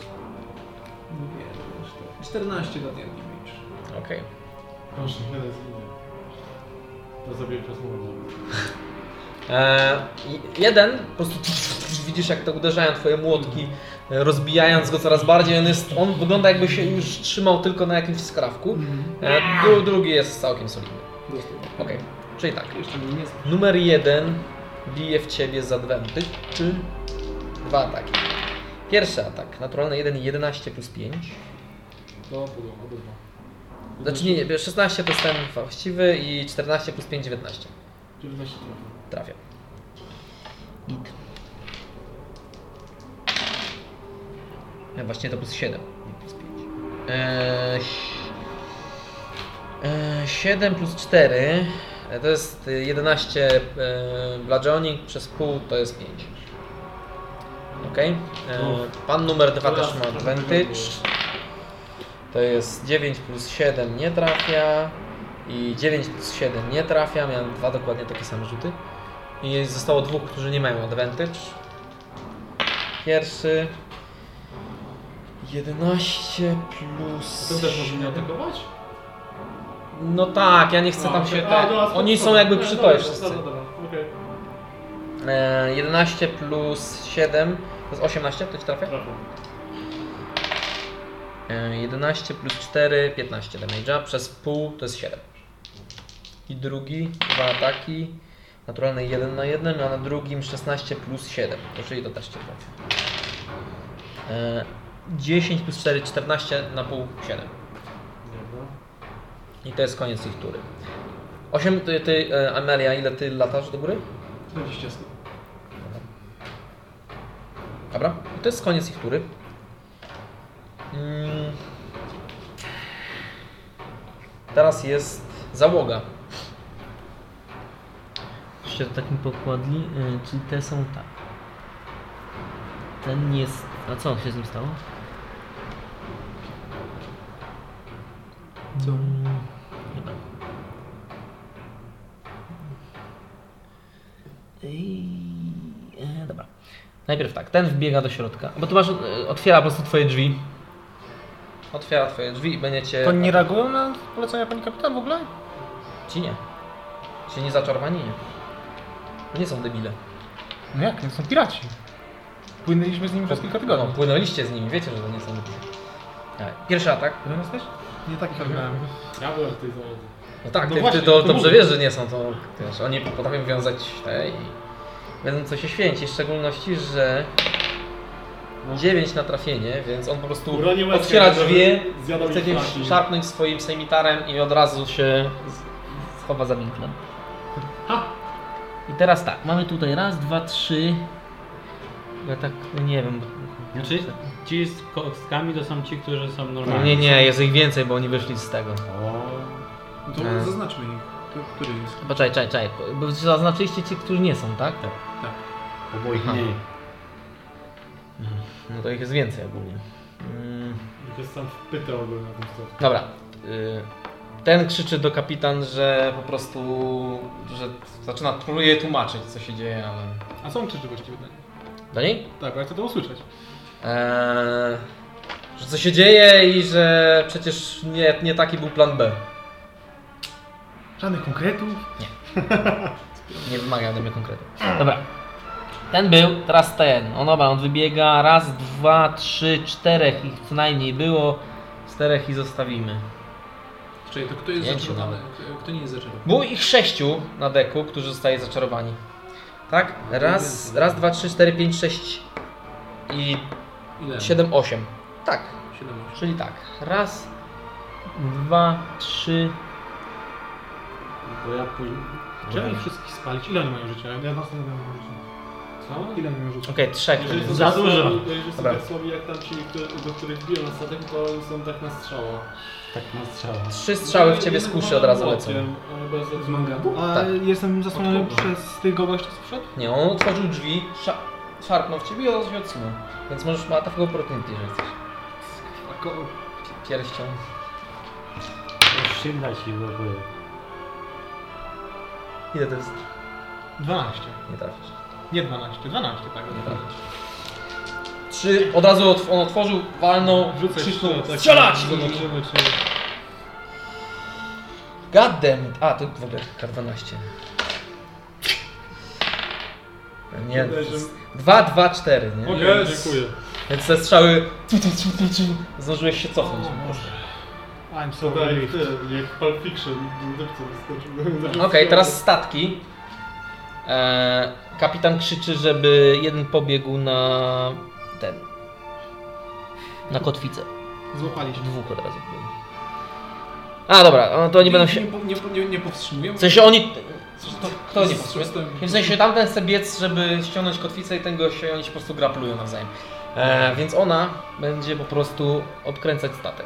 14 lat jak nie widzisz. Okej. Proszę, jeden z innych. To zabiję czas morza. Jeden, po prostu widzisz jak to uderzają twoje młotki, rozbijając go coraz bardziej. On wygląda jakby się już trzymał tylko na jakimś skrawku. Drugi jest całkiem solidny. Okej, czyli tak. Jeszcze mnie nie znam. Numer 1 bije w ciebie z advantage. 2 ataki. Pierwszy atak, naturalny 1 i 11 plus 5. No, obydwa. Znaczy nie, 16 to jest ten właściwy i 14 plus 5, 19. 19 Trafia. Git. Właśnie to plus 7, nie plus 5. 7 plus 4 to jest 11 bludgeoning przez pół to jest 5. Ok. Pan numer 2 też ma advantage. To jest 9 plus 7 nie trafia i 9 plus 7 nie trafia. Miałem dwa dokładnie takie same rzuty. I zostało dwóch, którzy nie mają advantage. Pierwszy 11 plus... Ten też może mnie atakować? No tak, ja nie chcę tam się... Oni są jakby przy tobie wszyscy. Dobra, okej. 11 plus 7 to jest 18, to ci trafia? Trafię. 11 plus 4, 15 damage'a, przez pół to jest 7. I drugi, dwa ataki, naturalny 1 na 1, a na drugim 16 plus 7, czyli to też cię trafia. 10 plus 4, 14 na pół, 7. Dobra. I to jest koniec ich tury. 8, Amelia, ile ty latasz do góry? 20 stóp. Dobra, i to jest koniec ich tury. Teraz jest załoga. Jeszcze to tak mi podkładli, czyli te są tak. Ten jest... A co się z nim stało? Co? Nie wiem. Dobra. Najpierw tak, ten wbiega do środka, bo tu masz, otwiera po prostu twoje drzwi. Otwiera twoje drzwi i będziecie... To nie reagują na polecenia pani kapitan w ogóle? Ci nie. Ci nie zaczarowani, nie. To nie są debile. No jak, to są piraci. Płynęliśmy z nimi przez kilka No, tygodni. płynęliście z nimi, wiecie, że to nie są debile. Tak. Pierwszy atak. Ty jesteś? Nie takich oglądałem. Ja byłem w tej załodze. No tak, No ty, właśnie, ty to to dobrze mówię. wiesz, że nie są to... Wiesz, oni potrafią wiązać te i... Wiedzą, co się święci, w szczególności, że... 9 na trafienie, więc on po prostu Uronię łezkę, otwiera żeby drzwi, zjadał chce ich cię flaki. szarpnąć swoim sejmitarem i od razu się schowa za winklem. I teraz tak, mamy tutaj raz, dwa, trzy. Ja tak, no nie wiem. Znaczy, ci z kostkami to są ci, którzy są normalni. Nie, jest ich więcej, bo oni wyszli z tego. O, To zaznaczmy ich. Który jest? Czekaj, bo zaznaczyliście ci, którzy nie są, tak? Tak. oboje Aha. mniej. No to ich jest więcej ogólnie. Jest tam wpytę ogólnie na tym stopniu. Dobra. Ten krzyczy do kapitan, że po prostu, że próbuje tłumaczyć, co się dzieje, ale... A co on krzyczy właściwie? Do niej? Tak, bo ja chcę to usłyszeć. Że co się dzieje i że przecież nie taki był plan B. Żadnych konkretów. Nie wymaga ode mnie konkretnie. Dobra. Ten był, teraz ten. On wybiega. Raz, dwa, trzy, czterech ich co najmniej było. 4 i zostawimy. Czyli to kto jest 5 zaczarowany? Kto nie jest zaczarowany? Było ich 6 na deku, którzy zostali zaczarowani. Tak? Raz, 2, 3, 4, 5, 6 i Ile? 7, 8. Tak. 7, 8. Czyli tak. Raz, 2, 3. Bo ja później... Trzeba ich wszystkich spalić. Ile oni mają życia? Ja na ostatnio mam życia. Co? Ile oni mają życia? Okej, 3. Jeżeli są Za tak dużo. słabi, jeżeli są Dobra. tak słabi jak tam ci, do których biją na statek, to oni są tak na strzała. Tak na strzała. 3 strzały w ciebie z kuszy od razu lecą. Bez mangabu? A Tak. jestem zasłoniony przez tego gościa, co wszedł? Nie, on otworzył drzwi, szarpnął w ciebie i od razu się odsunął. Więc możesz ma takiego opportunity, że chcesz. Pierścią. Szynda ci w ogóle. Ile to jest? 12. Nie trafisz. Nie 12, 12 tak. Nie trafisz. 3, od razu on otworzył, walnął, krzyknął, strzelać! I... Zobaczymy, czy... God damn it. A, to w ogóle K12. Nie, 2, 2, 4, nie? Okej, dziękuję. Więc te strzały... Zdążyłeś się cofnąć. I'm so To tak jak relieved. ty, jak Pulp Fiction, dupce wyskoczył. Okej, teraz statki. Kapitan krzyczy, żeby jeden pobiegł na ten. Na kotwicę. Złapaliśmy. 2 od razu pobiegł. A dobra, no to oni będą się. Nie powstrzymują? W sensie oni. Kto nie Z- powstrzymuje? stoją- W sensie tamten chce biec, żeby ściągnąć kotwicę i ten gość oni się po prostu graplują nawzajem. Więc ona będzie po prostu obkręcać statek.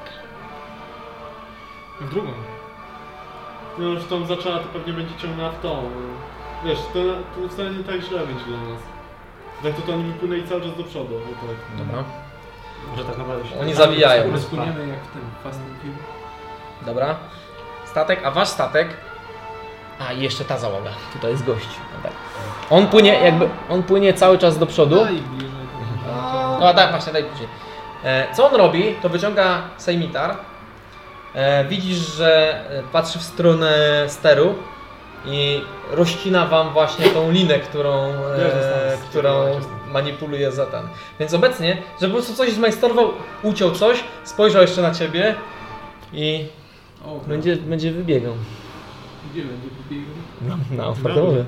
W drugą. No już tą zaczęła, to pewnie będzie ciągnęła w tą. Wiesz, to wcale nie tak źle będzie dla nas. Tak to oni wypłynęli cały czas do przodu. bo tak. Dobra. Że tak naprawdę się... Oni zawijają. Rozpłyniemy jak w tym Fast and Furious. Dobra. Statek, a wasz statek. A i jeszcze ta załoga. Tutaj jest gość. No tak. On płynie cały czas do przodu. Daj bliżej. No a tak, właśnie, daj później. Co on robi, to wyciąga sejmitar. Widzisz, że patrzy w stronę steru i rozcina wam właśnie tą linę, którą manipuluje za ten. Więc obecnie, że po prostu coś zmajstrował, uciął coś, spojrzał jeszcze na ciebie i O, będzie wybiegał. Gdzie będzie pobiegł? Na otwartomowie.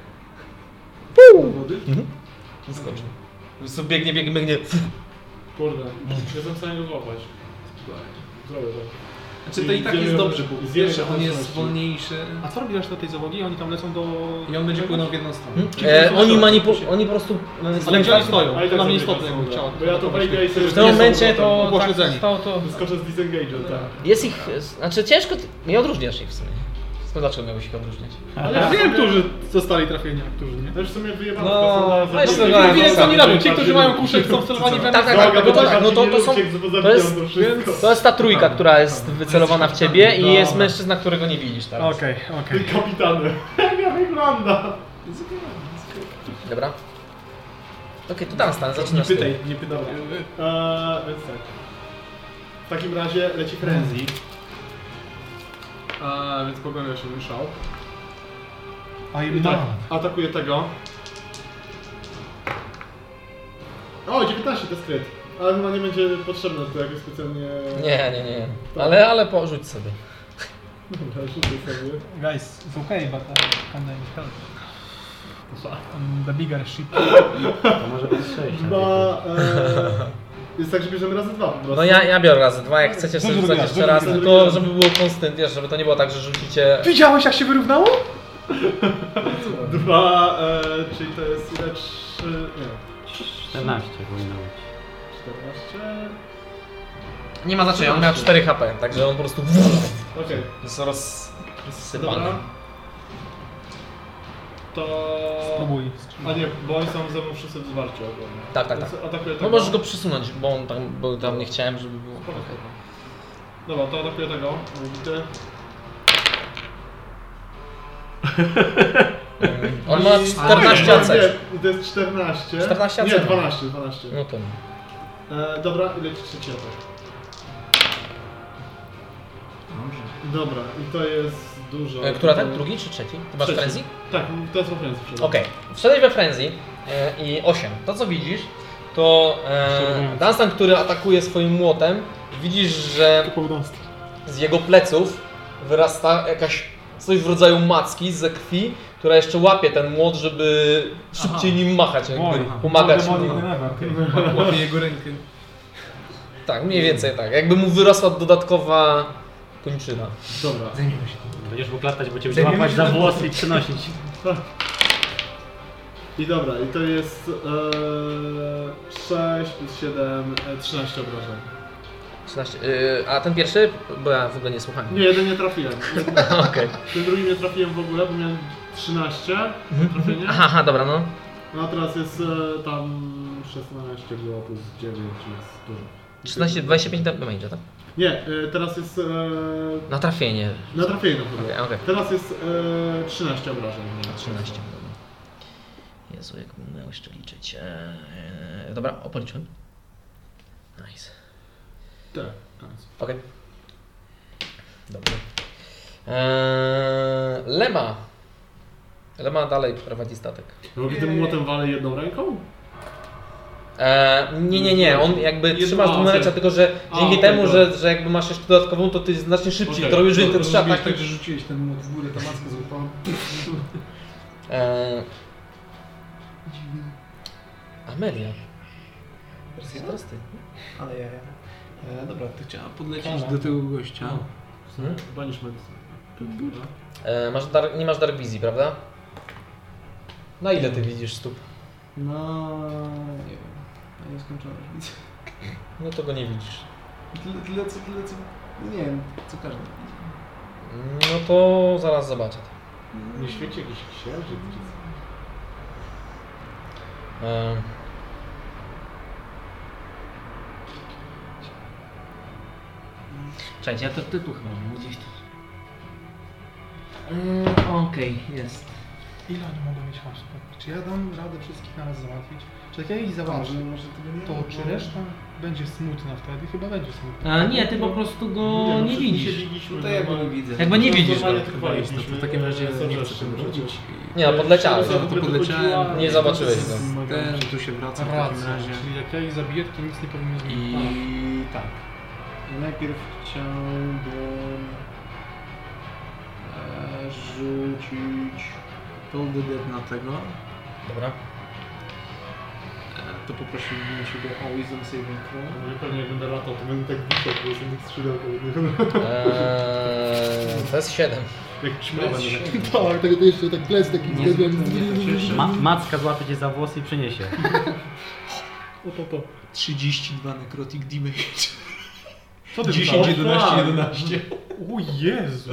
Wody? Skoczył. Po prostu biegnie. Kurde, jestem w stanie go złapać. Zrobię to. Znaczy to i tak jest dobrze, bo Zjemy pierwsze on jest konieczności. wolniejszy A co robi reszta tej załogi? Oni tam lecą do... i on będzie płynął w jedną stronę. Oni po prostu... Ale gdzie oni stoją? A i To tak nam nie zrobię istotne, to jakbym chciał. Bo ja to wejdę i sobie... W tym momencie to Upośledzeni. to Wyskoczę z disengage'em, tak. jest ich, znaczy ciężko, nie odróżniasz ich w sumie. Dlaczego miałbyś ich odróżniać? Ale ja wiem, którzy zostali trafieni, a którzy nie. Też w sumie wyjebałem No, to weź są to na- na- Wiem, co oni robią. Ci, którzy mają kusze i są celowani we mnie. Tak, no to jest ta trójka, która jest wycelowana w ciebie i jest mężczyzna, którego nie widzisz teraz. Okej. Kapitany. Jak ja wygląda? Dobra. Okej, to tam stan, Nie zaczynasz ty. pytaj, nie pytaj. Więc tak. W takim razie leci Frenzy. Więc pogłębia się ruszał. I tak, atakuje tego. O, 19 to jest kryt. Ale chyba nie będzie potrzebne to jakoś specjalnie... Nie. Tak. Ale porzuć sobie. Dobra, rzucę sobie. Guys, it's okay, but I can't help. The bigger ship. To może być 6. Jest tak, że bierzemy razy 2 po prostu. No ja biorę razy 2, jak chcecie sobie Dużo rzucać wygrasz, jeszcze dużo raz, wygrasz. tylko żeby było konstynt, wiesz, żeby to nie było tak, że rzucicie... Widziałeś jak się wyrównało? 2, czyli to jest ile? 3... Nie. 14 powinno być. 14... Nie ma znaczenia, on miał 4 HP, także on po prostu Okej. jest rozsypany. Dobra. To... Spróbuj. A nie, bo oni są ze mną wszyscy w zwarciu ogólnie. Tak. Więc atakuje tego. No możesz go przysunąć, bo tam nie chciałem, żeby było... Dobra, to atakuje tego. Widzę. On ma 14 AC. Nie, to jest 14. 14 Nie, AC. 12. No to Dobra, i leci trzeci atak. Dobra, i to jest dużo. Która tak? Drugi czy trzeci? Ty masz Trzeci. frenzy? Tak, to jest o frenzy. Okej. Wszedłeś we frenzy i 8. To co widzisz, to Dunstan, który atakuje swoim młotem, widzisz, że z jego pleców wyrasta jakaś coś w rodzaju macki ze krwi, która jeszcze łapie ten młot, żeby szybciej nim machać, jakby pomagać mu. Łapie jego rękę. Tak, mniej więcej tak. Jakby mu wyrosła dodatkowa kończyna. Dobra. Będziesz mógł latać, bo cię będzie łapać za włosy i przenosić. I dobra, i to jest 6 plus 7, 13 obrażeń. 13. A ten pierwszy? Bo ja w ogóle nie słuchałem. Nie, jeden nie trafiłem. Okej. Ten drugi nie trafiłem w ogóle, bo miałem 13 trafienie. Aha, dobra, no. No a teraz jest tam 16 było plus 9, jest dużo. 13, 25 damage, tak? Nie, teraz jest Na trafienie. na trafienie na pewno. Okej. Teraz jest 13 obrażeń. 13. Jezu, jak bym miał jeszcze liczyć. Dobra, policzyłem. Nice. Tak, koniec. Okej. Dobrze. Lema dalej prowadzi statek. Mogę tym młotem walę jedną ręką? Nie. On jakby Jedno- trzymasz a, dwóch okej. tylko że A, dzięki okej, temu, dobra. że jakby masz jeszcze dodatkową, to ty znacznie szybciej Okej. to robisz, że te To trzy zrobiłeś ataki. tak, że rzuciłeś ten młot w górę, ta maska złapała. Amelia. Teraz ty. Ale ja. Dobra, to chciałem podlecieć do tego gościa. Banishment. Nie masz Dark Wizji, prawda? Na ile ty widzisz stóp? No, nie wiem. Ja nie skończyłem już. No to go nie widzisz. Tyle co, nie wiem, co każdy widzi. No to zaraz zobaczę. Nie świeci jakiś księżyc czy co? Czekajcie, ja to ty tu chyba mam gdzieś tu. Okej, jest. Ile oni mogą mieć hasów? Czy ja dam radę wszystkich naraz załatwić? Czy jak ja ich załatwię, to czy reszta będzie smutna wtedy? Chyba będzie smutna. Nie, ty po prostu go no, nie wszyscy widzisz. siedzieliśmy, No to ja go nie normalnie- widzę. Jakby nie widzisz go. Normalnie tylko To waliliśmy, w takim razie są nie rzeczy, chcę tym rzucić. Nie, no podleciałeś. Osoby, To które podleciałem. wychodziła- Nie zobaczyłeś go. Ten tu się wraca w takim Racja, razie. czyli jak ja ich zabiję, to nic nie powinno zmienić. I tak. Najpierw chciałbym rzucić Toll the Dead na tego. Dobra. To poprosiłbym się go o Wisdom Saving Throw. Może pewnie jak będę latał, to będę tak wisiał, bo jestem tych skrzydełko. To jest 7. Jak ćmiewa. Tak, tego to jeszcze tak plec taki Macka złapie cię za włosy i przyniesie. To. 32 necrotic damage. Co ty 10, 11, wstałeś? 11. O Jezu!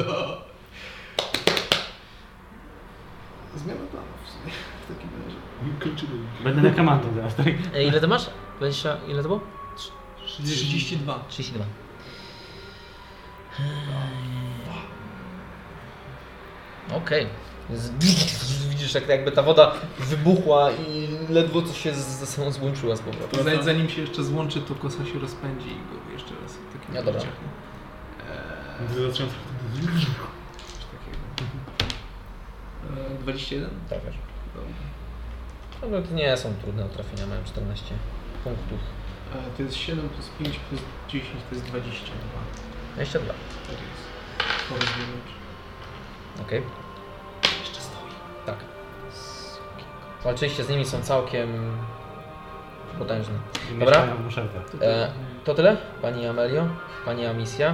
Zmiana planów w sumie w takim razie. Kończymy. Będę nekromantą teraz, tak? Ile ty masz? 20, ile to było? 32. 32. Okej. Widzisz, jakby ta woda wybuchła i ledwo co się ze sobą złączyła z powrotem. Zanim się jeszcze złączy, to kosa się rozpędzi i go jeszcze raz. Takim No dobra. ciachnie. Zacząłem 21? Tak, wiesz. No, to nie są trudne do trafienia, mają 14 punktów. To jest 7 plus 5 plus 10 to jest 22. 22. Tak jest. Powiedz mi, Okej. jeszcze stoi. Tak. Walczyliście z nimi, są całkiem potężne. I Dobra. mieszkają w muszelkach. To tyle? Pani Amelio? Pani Amicia?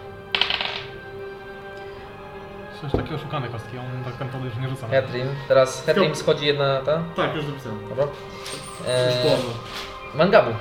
Coś takie oszukane kostki, on tak ten już nie rzuca. Hetrim. Teraz Hetrim schodzi jedna ta. Tak, już dopisałem. Dobra. Już połowa. Mangabu.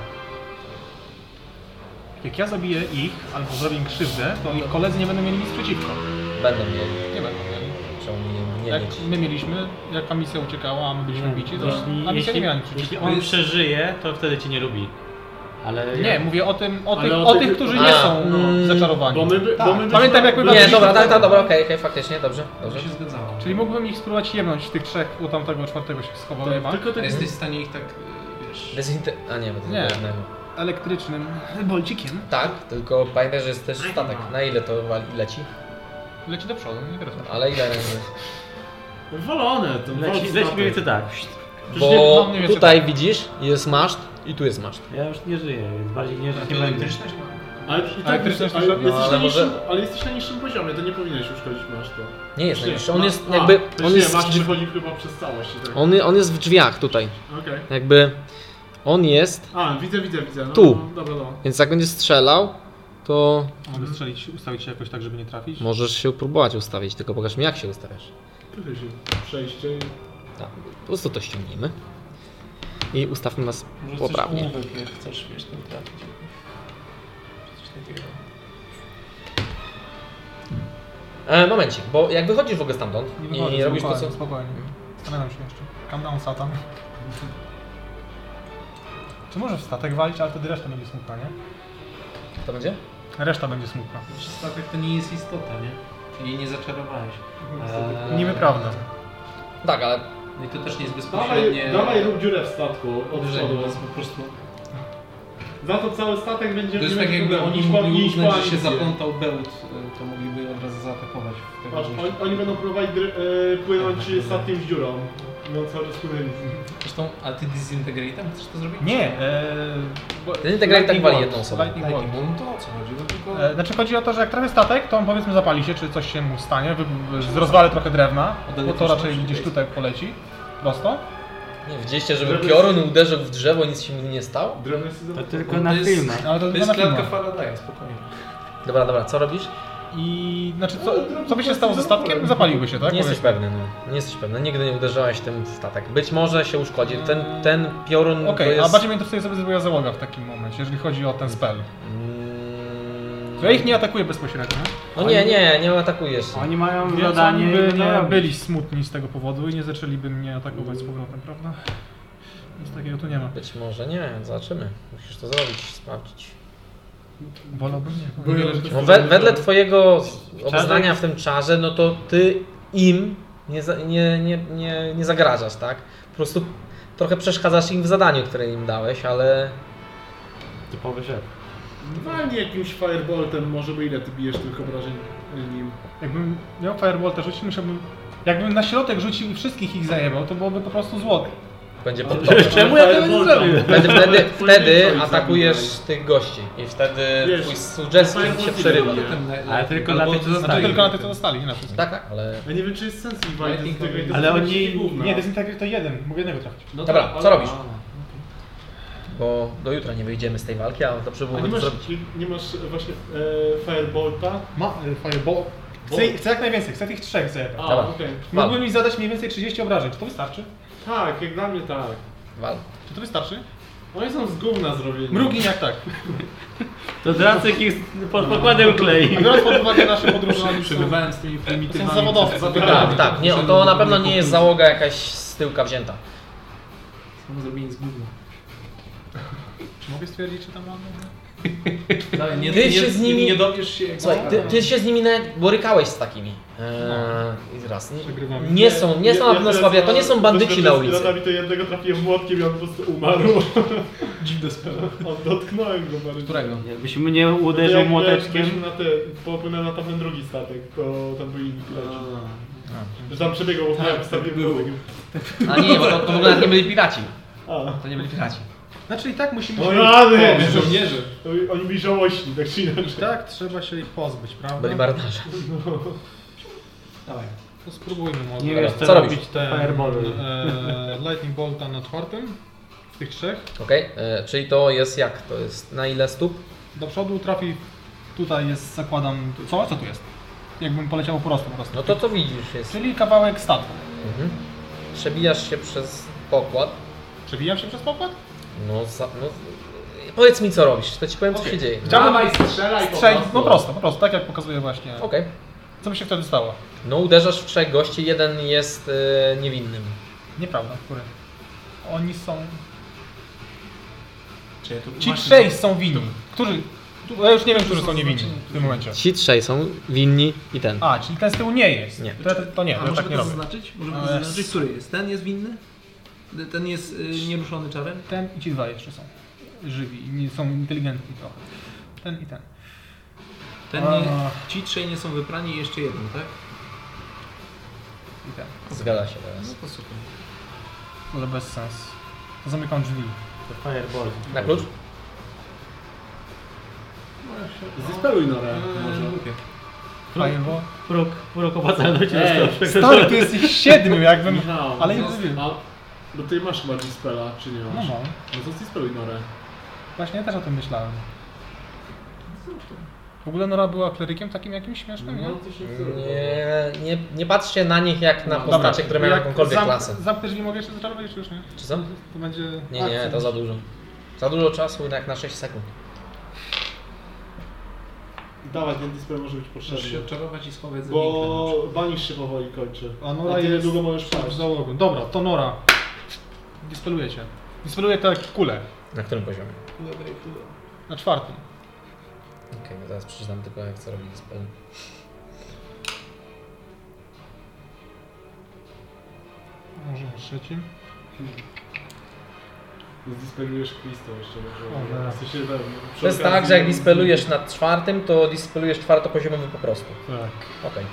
Jak ja zabiję ich, albo zrobię im krzywdę, to ich koledzy nie będą mieli nic przeciwko. Będą mieli. Nie będą mieli. Czemu nie Jak mieć? my mieliśmy, jak ta misja uciekała, a my byliśmy bici, to a misja nie miała nic przeciwko. jeśli on przeżyje, to wtedy cię nie lubi. Ale Nie, mówię o tym, Ale o tych, tych- którzy nie są zaczarowani. Bo my Pamiętam jak my Nie, byliśmy- dobra, tak, dobra, okej, faktycznie, dobrze. To się zgadzało. Czyli mógłbym ich spróbować jebnąć, tych trzech, bo tamtego czwartego się schował jeba. Tylko A tak jesteś w stanie ich tak, wiesz... A nie, bo to Nie. jest jednego. Elektrycznym bolcikiem Tak, tylko pamiętaj, że jest też statek. Na ile to leci? leci do przodu, nie interesuje. Ale ile? Wolone, to leci mniej więcej tak. Bo mniej więcej tutaj widzisz, jest maszt i tu jest maszt. Ja już nie żyję, więc bardziej nie żyć To nie będę. elektryczność ma. Ale i tak Elektryczność ale też- jesteś, ale na może- niższym, ale jesteś na niższym poziomie, to nie powinieneś uszkodzić masz to. Nie jest Nie, najwyższy, on ma- jest a, jakby, to on nie, jest, masz wychodzi chyba przez całość. Tak. on jest w drzwiach tutaj. Okej. Jakby, on jest A, widzę. No, Tu. Dobra. Więc jak będzie strzelał, to Mogę strzelić, ustawić się jakoś tak, żeby nie trafić. możesz się próbować ustawić, tylko pokaż mi jak się ustawiasz. Tutaj się przejście i... Tak, po prostu to ściągnijmy. I ustawmy nas Może coś poprawnie. ołówek, jak chcesz, wiesz, tam trafić. Coś takiego. Momencik, bo jak wychodzisz w ogóle stamtąd i robisz to co... Spokojnie. Zastanawiam się jeszcze. Calm down, Satan. Czy możesz w statek walić, ale wtedy reszta będzie smutna, nie? To będzie? Reszta będzie smutna. Statek to nie jest istota, nie? Jej nie zaczarowałeś. Niby prawda. Tak, ale No i to też nie jest bezpośrednie... Dawaj rób dziurę w statku od Brzegu, przodu. więc po prostu... Za to cały statek będzie... To jest nie tak będzie jakby problemu. oni mogli Niż uznać, że się koalicję. zaplątał bełt, to mogliby od razu zaatakować. w tego Patrz, gościa. oni będą próbować płynąć statkiem z dziurą. No cały czas płynęli. Zresztą, a ty disintegratem chcesz to zrobić? Nie, ten integrate tak wali jedną osobę. Lightning Bolt. No to o co chodzi? No tylko... Znaczy chodzi o to, że jak trafię statek, to on powiedzmy zapali się, czy coś się mu stanie, rozwalę trochę drewna, bo to raczej gdzieś tutaj poleci, prosto. Nie, widzieliście, żeby piorun uderzył w drzewo i nic się mu nie stało? Drewno jest To za... tylko To na jest- filmach. Ale to To tylko jest na klatka filmach. Faradaya, spokojnie. Dobra, co robisz? I znaczy co by się stało ze statkiem? Zapaliłby się, tak? Nie jesteś pewny, no. Nie jesteś pewny. Nigdy nie uderzałeś tym w statek. Być może się uszkodzi. Ten piorun Okej, to jest... a bardziej mnie interesuje, co by zrobiła załoga w takim momencie, jeżeli chodzi o ten spell. Mm, To ja ich nie atakuję bezpośrednio. No nie atakujesz. Oni mają Więc zadanie oni by i nie robić. byli smutni z tego powodu i nie zaczęliby mnie atakować z powrotem, prawda? Nic takiego tu nie ma. Być może nie, zobaczymy. Musisz to zrobić, sprawdzić. Wolałbym nie. Niewiele rzeczy- No wedle twojego obznania w tym czarze, no to ty im nie zagrażasz, tak? Po prostu trochę przeszkadzasz im w zadaniu, które im dałeś, ale... Typowy szef. Walnie jakimś fireboltem, może by ile ty bijesz tych obrażeń nim. Jakbym miał Firebolt też rzucić, musiałbym... Jakbym na środek rzucił i wszystkich ich zajebał, to byłoby po prostu złoto. Będzie podpowiem. Czemu ja tego nie zrobię? Wtedy atakujesz tych gości i wtedy Wiesz, twój suggestion się przerywa. Ale tylko na tych, co Znaczy zostali. tylko na tych, co zostali, nie na wszystkich. Tak, ale... Ja nie wiem, czy jest sens ich walczyć z tego. to Ale są oni- takie gówna. Nie, Dezintegrate to jeden, mogę jednego trafić. No Dobra, tak, co ale- robisz? Bo do jutra nie wyjdziemy z tej walki, a dobrze A byłoby nie to masz, zrobić. nie masz właśnie firebolta? Ma Firebolt. Chcę jak najwięcej, chcę tych trzech zajebać. A, Dobra. okej. Mógłbym mi zadać mniej więcej 30 obrażeń, czy to wystarczy? Tak, jak dla mnie tak. Wal. Czy to wystarczy? Oni są z gówna zrobieni. Mrugin jak tak. To Dracek ich pod pokładem klei. A biorąc pod uwagę nasze podróże, oni są... Przebywałem z tymi prymitywami. są zawodowcy. Tak, tak, nie, to na pewno nie jest załoga jakaś z tyłka wzięta. Są zrobieni z gówna. Czy mogę stwierdzić, czy tam mam? Ty się z nimi- Nie dowiesz się jak... Słuchaj, ty się z nimi nawet borykałeś z takimi. I teraz, Przegrywamy. nie są na pewno słabi, to nie są bandyci na ulicy. Z to jednego trafiłem młotkiem i on po prostu umarł. Dziwne sprawy. On dotknąłem go bardzo. Którego? Jakbyś mnie uderzył młoteczkiem. Popłynąłem na tamten drugi statek, to tam byli inni piraci. Że tam przebiegał statek był. A nie, bo to w ogóle nawet nie byli piraci. A. To nie byli piraci. Znaczy i tak musimy O się... rany! Żołnierze. Oni byli żałośni, tak czy inaczej. Tak, trzeba się ich pozbyć, prawda? Byli marynarze. Dawaj. To spróbujmy może. Nie wiesz Co co robisz? robić, to Ten, fireball. Lightning Bolta na 4. Z tych 3. Okej, czyli to jest jak? To jest na ile stóp? Do przodu trafi, tutaj jest, zakładam, co tu jest? Jakbym poleciał po prostu. No to co widzisz jest? Czyli kawałek statku. Mhm. Przebijasz się przez pokład. Przebijam się przez pokład? No, powiedz mi co robisz, to ci powiem co się dzieje. Dawaj, strzelaj po Strzelić, prostu. no prosto, tak jak pokazuje właśnie. Okej. Co by się wtedy stało? No uderzasz w 3 gości, jeden jest niewinnym. Nieprawda, który? Oni są... Czy tu Ci masz- 6 są winni. Którzy... Ja już nie wiem, którzy są niewinni w tym momencie. Ci 3 są winni i ten. A, czyli ten z tyłu nie jest. Nie. To nie, A to ja możemy tak nie to robię. zaznaczyć? Możemy No to jest. zaznaczyć, który jest? Ten jest winny? Ten jest nieruszony czarem? Ten i ci 2 jeszcze są żywi i nie są inteligentni trochę. Ten i ten. Ten A. nie, ci 3 nie są wyprani i jeszcze jeden, tak? I ten. Zgadza się teraz. No to super. Ale bez sensu. To zamykam drzwi. To fireball. Na klucz? Zdispeluj Norę może. Lubię. Fireball. Próg opłacalności Ej, Stary, tu jest ich 7 jakbym... Michał, Ale nie no, wiem. a, bo ty masz chyba Dispela, czy nie No masz? mam. No to zdispeluj Norę. Właśnie ja też o tym myślałem. W ogóle Nora była klerykiem takim jakimś śmiesznym, nie? No to się Nie patrzcie na nich jak na Dobra, postacie, które mają jak jakąkolwiek klasę. Zamknę drzwi, mogę jeszcze zaczarować, czy już nie? Czy co? To będzie... Nie, to za dużo. Za dużo czasu jak na 6 sekund. Dawaj, ten dispel może być Możesz się potrzebny. odczarować i schować za Bo banisz się powoli kończy. A Nora tyle jest długo możesz przed paść. załogą. Dobra, to Nora. Dispeluje cię. Dispeluje te kule. Na którym poziomie? Na 4. Okej, no teraz przeczytam tylko jak co robi spell. Może na 3. Zdispelujesz Kristę jeszcze. O, może. W sensie, tak, przy To jest okazji- tak, że jak dispelujesz na 4, to dispelujesz 4-poziomowy po prostu. Tak. Okej.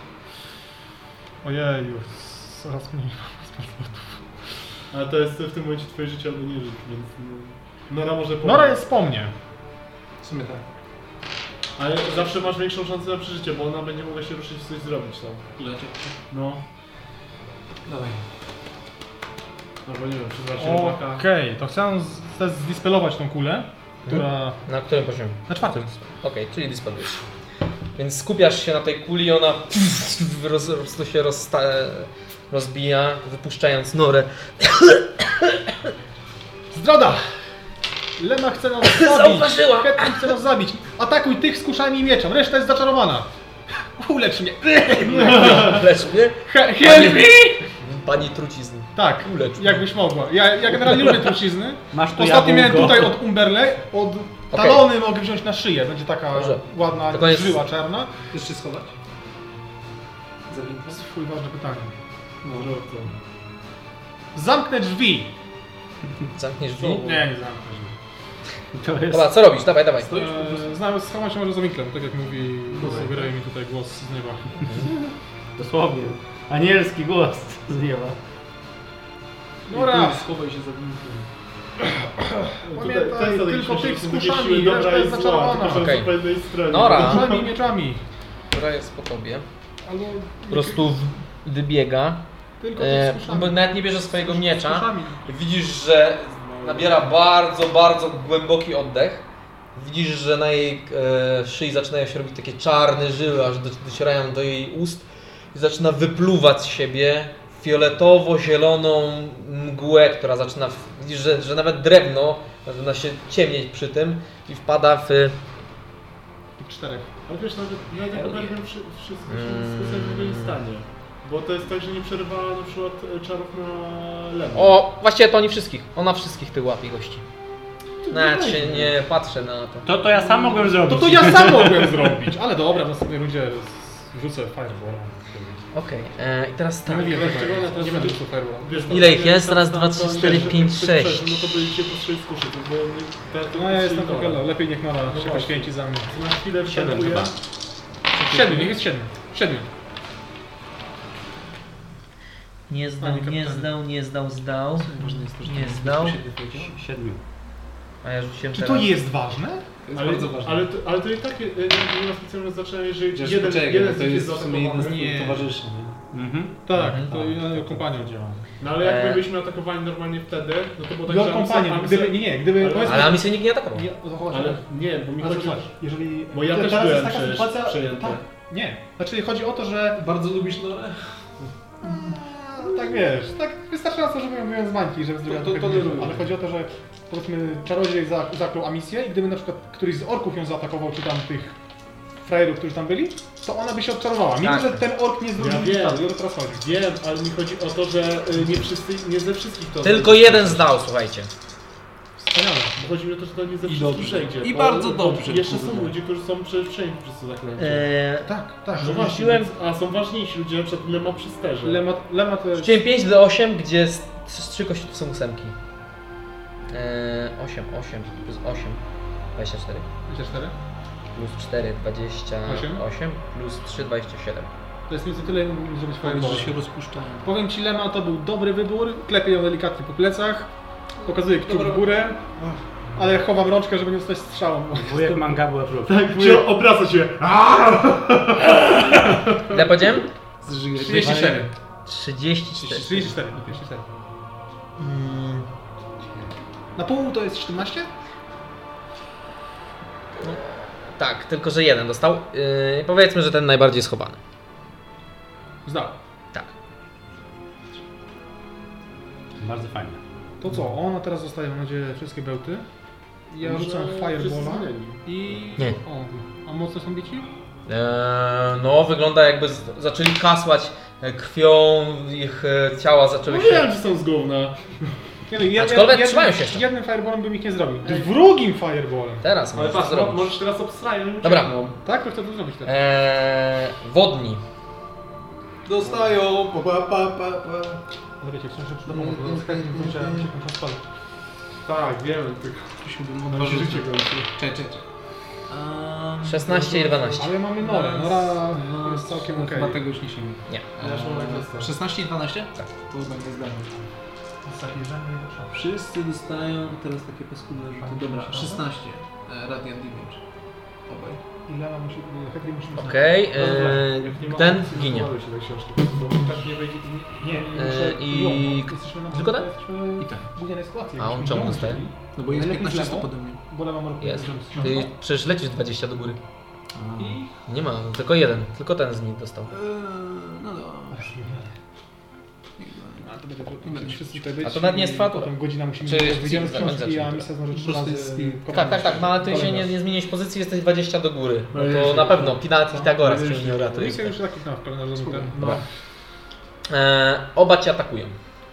Ojeju, coraz mniej. Ale to jest w tym momencie twoje życie albo nie żyć, więc Nora może pomóc. Nora jest po mnie. W sumie tak. Ale zawsze masz większą szansę na przeżycie, bo ona będzie mogła się ruszyć i coś zrobić tam. Leczy. No. Dawaj. Albo nie wiem, przyzwać się robaka. Okej, to chcę zdispelować tą kulę, która... Na którym poziomie? Na 4. Okej, czyli dispelujesz. Więc skupiasz się na tej kuli i ona po prostu się rozbija, wypuszczając norę. Zdrada! Lema chce nas zabić! Zauważyła! Hetman chce nas zabić! Atakuj tych z kuszami i mieczem, reszta jest zaczarowana! Ulecz mnie! Lecz mnie? Help me! Pani trucizny. Tak, Ulecz mnie. jakbyś mogła. Ja generalnie lubię trucizny. Masz tu Ostatnio miałem jabłko. tutaj od Umberle, od talony mogę wziąć na szyję. Będzie taka Dobrze. ładna Tylko jest- żyła czarna. Chcesz się schować? Za winklem? Swój ważne pytanie. Może to. Zamknę drzwi! Zamkniesz drzwi? Nie zamknę drzwi. To jest... Dobra, co robisz? Dawaj, dawaj. Schowam się może za winklem, tak jak mówi, sugeruje mi tutaj głos z nieba. Dosłownie. Anielski głos z nieba. Nora! Schowaj się za winklem. Pamiętaj, tylko tych z kuszami, dobra reszta i jest zła, zaczarowana. tylko że Okej. z zupełnej stronie. Nora. Kuszami, mieczami. Która jest po tobie. Albo Po prostu wybiega. tylko tych z Bo kuszami. nawet nie bierze swojego Z miecza. kuszami. Widzisz, że nabiera bardzo, bardzo głęboki oddech. Widzisz, że na jej szyi zaczynają się robić takie czarne żyły, aż docierają do jej ust i zaczyna wypluwać z siebie fioletowo-zieloną mgłę, która zaczyna... Widzisz, że nawet drewno zaczyna się ciemnieć przy tym i wpada w... Tych 4. Ale wiesz, nawet jak ogarniam wszystko w ogóle nie stanie. Bo to jest tak, że nie przerywa na przykład czarów na lewo. O, właściwie to oni wszystkich. Ona wszystkich tych łapie gości. To Nawet się nie patrzę na to. To ja sam mogłem zrobić. To ja sam mogłem zrobić, ale dobra, w następnej rundzie rzucę Fireball. Okej, i teraz tak. Nie będę rzucał Fireball. Ile ich jest? Raz, dwa, trzy, cztery, pięć, sześć. No to byliście po 6 kuszy, bo No ja jestem trochę lepiej niech Nora się poświęci za mnie. na chwilę 7 wstępuje. chyba. 7, niech jest 7. 7. Nie zdał, nie zdał, zdał. Ważne jest to, że Nie zdał. 7. A ja rzuciłem Czy teraz. to jest ważne? To jest Ale, bardzo ważne. ale to i tak nie ma specjalnego znaczenia, jeżeli Że jeden poczekaj, z to nich jest w sumie jeden z zaatakowany. towarzyszy. Tak, to ja kompanią działam. No ale jak my byśmy atakowali normalnie wtedy, no to było tak, Ja że kompanią, gdyby Ale- powiedzmy... Ale Amisy nikt nie atakował. Nie, o to chodzi. Ale nie, bo mi Ale chodzi... zobacz, jeżeli... Bo ja też teraz byłem jest taka przecież sytuacja... przejęty. Tak, nie. Znaczy chodzi o to, że... Bardzo lubisz Norę? Tak wiesz, tak wystarczająco, żeby ją wyjąć z bańki, żeby zrobiła To trochę toleruję. mniejszą. Ale chodzi o to, że powiedzmy czarodziej zakrył Amisję i gdyby na przykład któryś z orków ją zaatakował, czy tam tych frajerów, którzy tam byli, to ona by się odczarowała. Mimo, Tak. że ten ork nie zrobił Ja nic wiem. stanu, i o to teraz chodzi. Wiem, ale mi chodzi o to, że nie ze wszystkich to... Tylko jeden zdał, słuchajcie. Wspaniale. Bo chodzi mi o to, że to nie ze I wszystkich dobrze. przejdzie. I bo- bardzo bo dobrze, Jeszcze są kurde. ludzie, którzy są przejęci przez to zaklęcie. Tak, No właśnie, rzuciłem- a są ważniejsi ludzie, na przykład Lema przy sterze. Lema to jest... Rzuciłem 5 do 8, gdzie 3 kości to są ósemki. 8 plus 8, 24. 24? Plus 4, 28. Plus 3, 27. To jest mniej więcej tyle, mógłbym zrobić Powiedz, Fireball. że się rozpuszczają. Powiem Ci, Lema to był dobry wybór, klepię ją delikatnie po plecach, pokazuję kciuk w górę, ale chowam rączkę, żeby nie dostać strzałą. Wujek Mangabu approve. Tak, się obraca się. Ile powiedziałem? 34. 34. 34. Na pół to jest 14? Tak, tylko że jeden dostał. Powiedzmy, że ten najbardziej schowany. Zdał. Tak. Bardzo fajne. To co, ona teraz zostaje, mam nadzieję, wszystkie bełty. Ja Może rzucam wszyscy Firebola zmieni. i... Nie. O, a mocno są bici? No, wygląda jakby zaczęli kasłać krwią, ich ciała zaczęły się... Mówiłem, że są z gówna. Nie, no, ja, Aczkolwiek trzymają się jeszcze. Jednym Fireballem bym ich nie zrobił. Drugim Fireballem. Teraz Ale możesz patrz, to zrobić. możesz teraz obstrają. Dobra. Tak, to chcę to zrobić teraz. Wodni. Dostają, Ale wiecie, wciąż do pomocy, bo z chętnie się kończą spady. Tak, wiem, tylko Musiałbym nam się odważyć. życie kończy. Czekaj. 16 i 12. Ale mamy Norę. Nora jest całkiem okej. Chyba tego już nie sięgnie. Nie. Ja już mam jak 16 i 12? Tak. To będzie zdanie. Wszyscy dostają teraz takie paskudne rzuty. Dobra, 16 radiant damage. Obaj. Ile musi... Hedry musi być... Okej, Jak nie ma ten opcji, ginie. rozmawiaj się tak książki, bo tak nie wejdzie... Nie, I- tylko ten? I tak. W gównianej sytuacji. A on jakbyśmy czemu ją dostaje? chcieli, No bo jest Najlepiej 15 z lewą. stop ode mnie. Bo lewa ma ruch Jest. 50. Ty przecież lecisz 20 do góry. A. Nie ma, tylko jeden. Tylko ten z nich dostał. No dobra. A to będzie wszyscy tutaj być. A to nawet nie jest trwa Potem godzina musimy... Czy jest wyjdziemy z zakończyć książki, a zacząć misja może 3 Po prostu razy... jest Tak, no ale ty się nie zmieniłeś pozycji, jesteś 20 do góry. No to na pewno Pinat i Tagoras cię nie uratuje. Misja już taki na kalendarzu. Dobra. Oba cię atakują.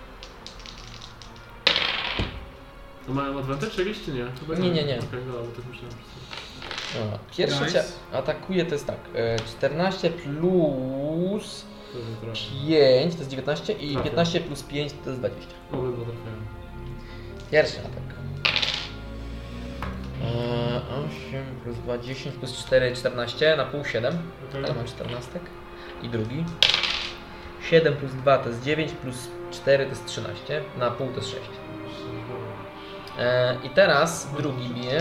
To mają advantage jakieś czy nie? Chyba Nie. Okej, dobra, bo tak myślałem. Dobra. Pierwszy Nice. cię atakuje, to jest tak. 14 plus To jest trochę. 5 to jest 19 i Trafia. 15 plus 5 to jest 20. Obydwa trafiają. Pierwszy atak. 8 plus 2, 10 plus 4, 14, na pół 7, Okej. ale mam 14. I drugi. 7 plus 2 to jest 9, plus 4 to jest 13, na pół to jest 6. I teraz drugi bije.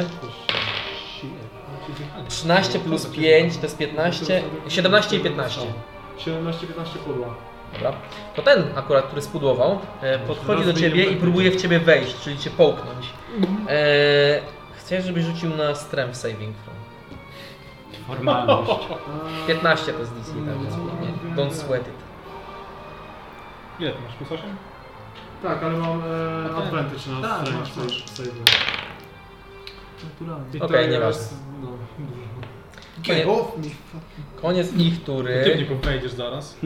13 plus 5 to jest 15, 17 i 15. 17-15 pudła. Dobra. To ten akurat, który spudłował, podchodzi do ciebie i próbuje w ciebie wejść, czyli cię połknąć. Chcę, żebyś rzucił na strength saving throw. Formalność. 15 to jest DC, także nie, don't sweat it. Ile ty masz? Plus 8? Tak, ale mam advantage na Tak, strength masz. save. Naturalnie. I Okej, to nieważne. jest, no, dużo. Koniec, off me. koniec ich Ty w tury. niego wejdziesz zaraz.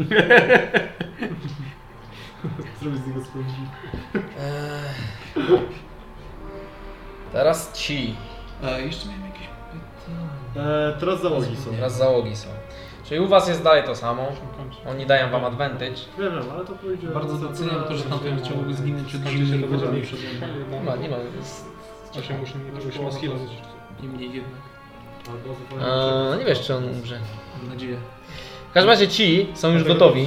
Zrobię z niego spędzi. Teraz ci. Jeszcze miałem jakieś pytania. Teraz załogi są. Teraz załogi są. Czyli u was jest dalej to samo. Oni dają wam advantage. Wiem, ale to pójdzie... Bardzo doceniam to, że tamten chciałby zginąć od Skończy się zimnej to będzie wody. mniejsze. Nie ma. Jest... 8 musimy ma skilla. Niemniej jednak. Nie wiesz, czy on umrze. Mam nadzieję. W każdym razie ci są już gotowi.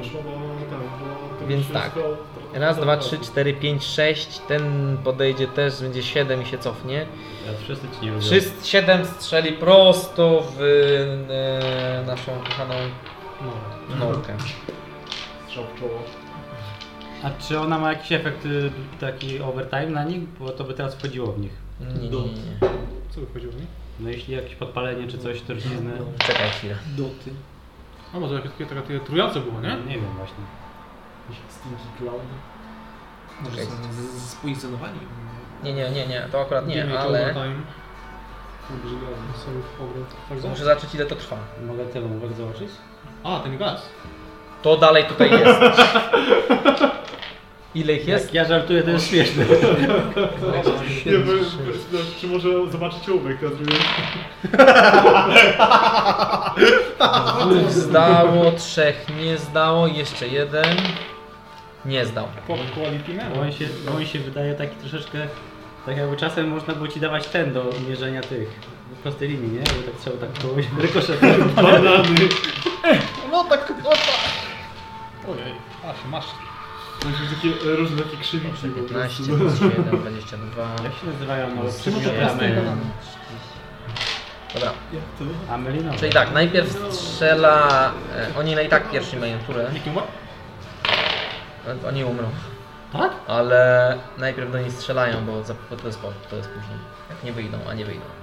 Więc Więc tak. Raz, dwa, trzy, 4, 5, 6. Ten podejdzie też, będzie 7 i się cofnie. Ja wszyscy ci nie lubią. 7 strzeli prosto w naszą kochaną norkę. Strzał w czoło. A czy ona ma jakiś efekt taki overtime na nich? Bo to by teraz wchodziło w nich. Nie. Co wychodziło mi? No jeśli jakieś podpalenie czy coś, truciznę. Czekaj chwilę. Doty. A może jakieś takie trujące było, nie? Nie wiem właśnie. Stinky Cloud. Może Okej. są spoizonowani. Nie, to akurat nie, Damage ale overtime. Save powrót. Tak za? muszę zobaczyć ile to trwa. Mogę tyle uwag zobaczyć? A, ten gaz. To dalej tutaj jest. Ile ich jest? Jak ja żartuję, to jest śmieszne. Nie wiem, czy może zobaczyć ołówek na drugim. 2 zdało, 3 nie zdało, jeszcze jeden nie zdał. Quality man. Bo on się wydaje taki troszeczkę, tak jakby czasem można było ci dawać ten do mierzenia tych prostej linii, nie? Bo tak trzeba tak kogoś rykoszetować. Banany. No tak, ojej, a się masz. To są takie różne takie krzywiki po 15, prostu. 27, 22. Jak się nazywają? No, Amelin. Dobra, Amelinowe. czyli tak, najpierw strzela. Oni i tak pierwszy mają turę. Nikt nie umarł? Oni umrą. Tak? Ale najpierw do nich strzelają, bo to jest później. Jak nie wyjdą, a nie wyjdą.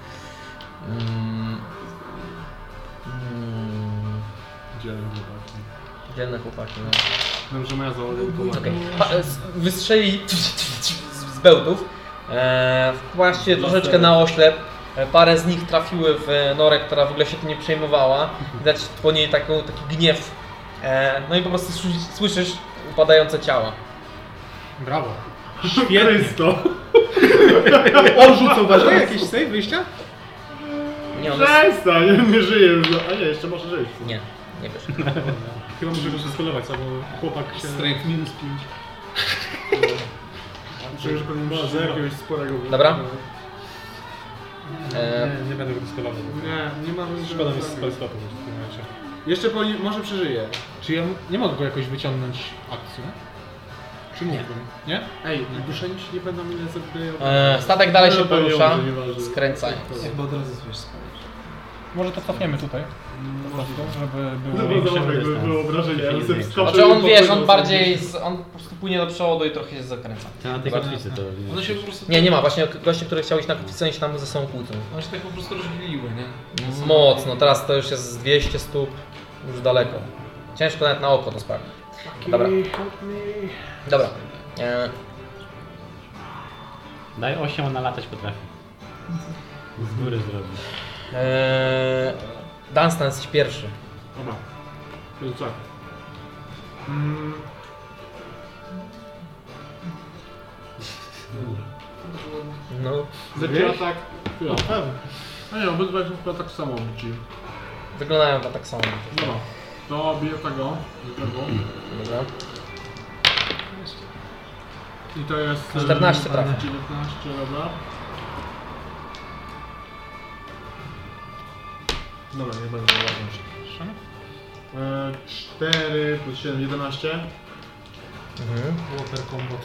Dzielne chłopaki, no. Wiem, że moja załoga pomaga. Okej. Wystrzeli z bełtów. Właśnie troszeczkę na oślep. Parę z nich trafiły w norę, która w ogóle się tym nie przejmowała. Widać po niej taki gniew. No i po prostu słyszysz upadające ciała. Brawo. Chrysto! On rzucał ważne jakieś save wyjścia? Nie, on Przestań, nie żyje już. A nie, jeszcze może żyć. Nie, nie wiesz. Chyba muszę go zeskolować, bo chłopak się... Strength minus 5. Myślę, że pewnie ma zero jakiegoś sporego. Dobra. Nie będę go deskolował. Nie mam. Szkoda mi spell slotu w tym momencie. Jeszcze może przeżyje. Czy ja nie mogę go jakoś wyciągnąć akcją? Czy mógłbym? Nie? Ej, duszenić nie będą ile zadają. Statek dalej się No, to porusza, nieważne. skręcając. Jakby od razu wiesz spalić. Może to cofniemy tutaj. Po prostu, żeby No było bo większe dobra, jakby dystans. było wrażenie, ale sobie wskoczył Znaczy on i wiesz, popłynął on sobie bardziej, gdzieś. on po prostu płynie do przodu i trochę się zakręca. To na tej Dobra. kotwicy to... One się po prostu... Nie ma, właśnie goście, które chciał iść na kotwicę, oni się tam ze sobą kłócą. One się tak po prostu rozdzieliły, nie? Mocno, teraz to już jest z 200 stóp, już daleko. Ciężko nawet na oko to sprawdzić. Dobra. Dobra. Daj 8, ona latać potrafi. Z góry zrobi. Dunstan jesteś pierwszy. Dobra. Więc tak. No. Leci atak. Ja, pewnie. A nie, obydwa są chyba tak samo bici. Wyglądają to tak samo. Dobra. To biję tego. Tego. Dobra. I to jest... 14 trafia. 19, dobra. Dobra, nie będę ładniejszy. 4 plus 7, 11. Mhm. Water combat.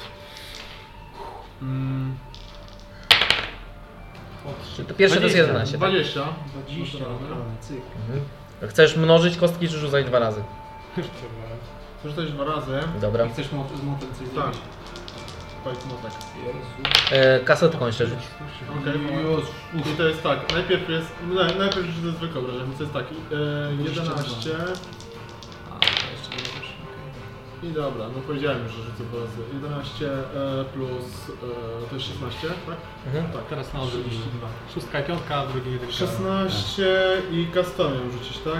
Czyli to pierwsze to jest 11. Tak? 20. 20. Cyk. Mhm. Chcesz mnożyć kostki czy rzucać 2 razy? Przeczytać 2 razy. Dobra. Chcesz z motem coś Tak. zrobić? Fight motek. Kasetką jeszcze rzuć. Okej, i to jest tak, najpierw jest, najpierw już to jest zwykłe obrażenie, więc to jest tak, 11 A, to jeszcze nie wiesz. i dobra, no powiedziałem już, że rzucę 2 razy, 11 plus, to jest 16, tak? Mhm. Tak, Teraz na odwrót. Szóstka i piątka, a drugi jeden. 16 i customem rzucić, tak?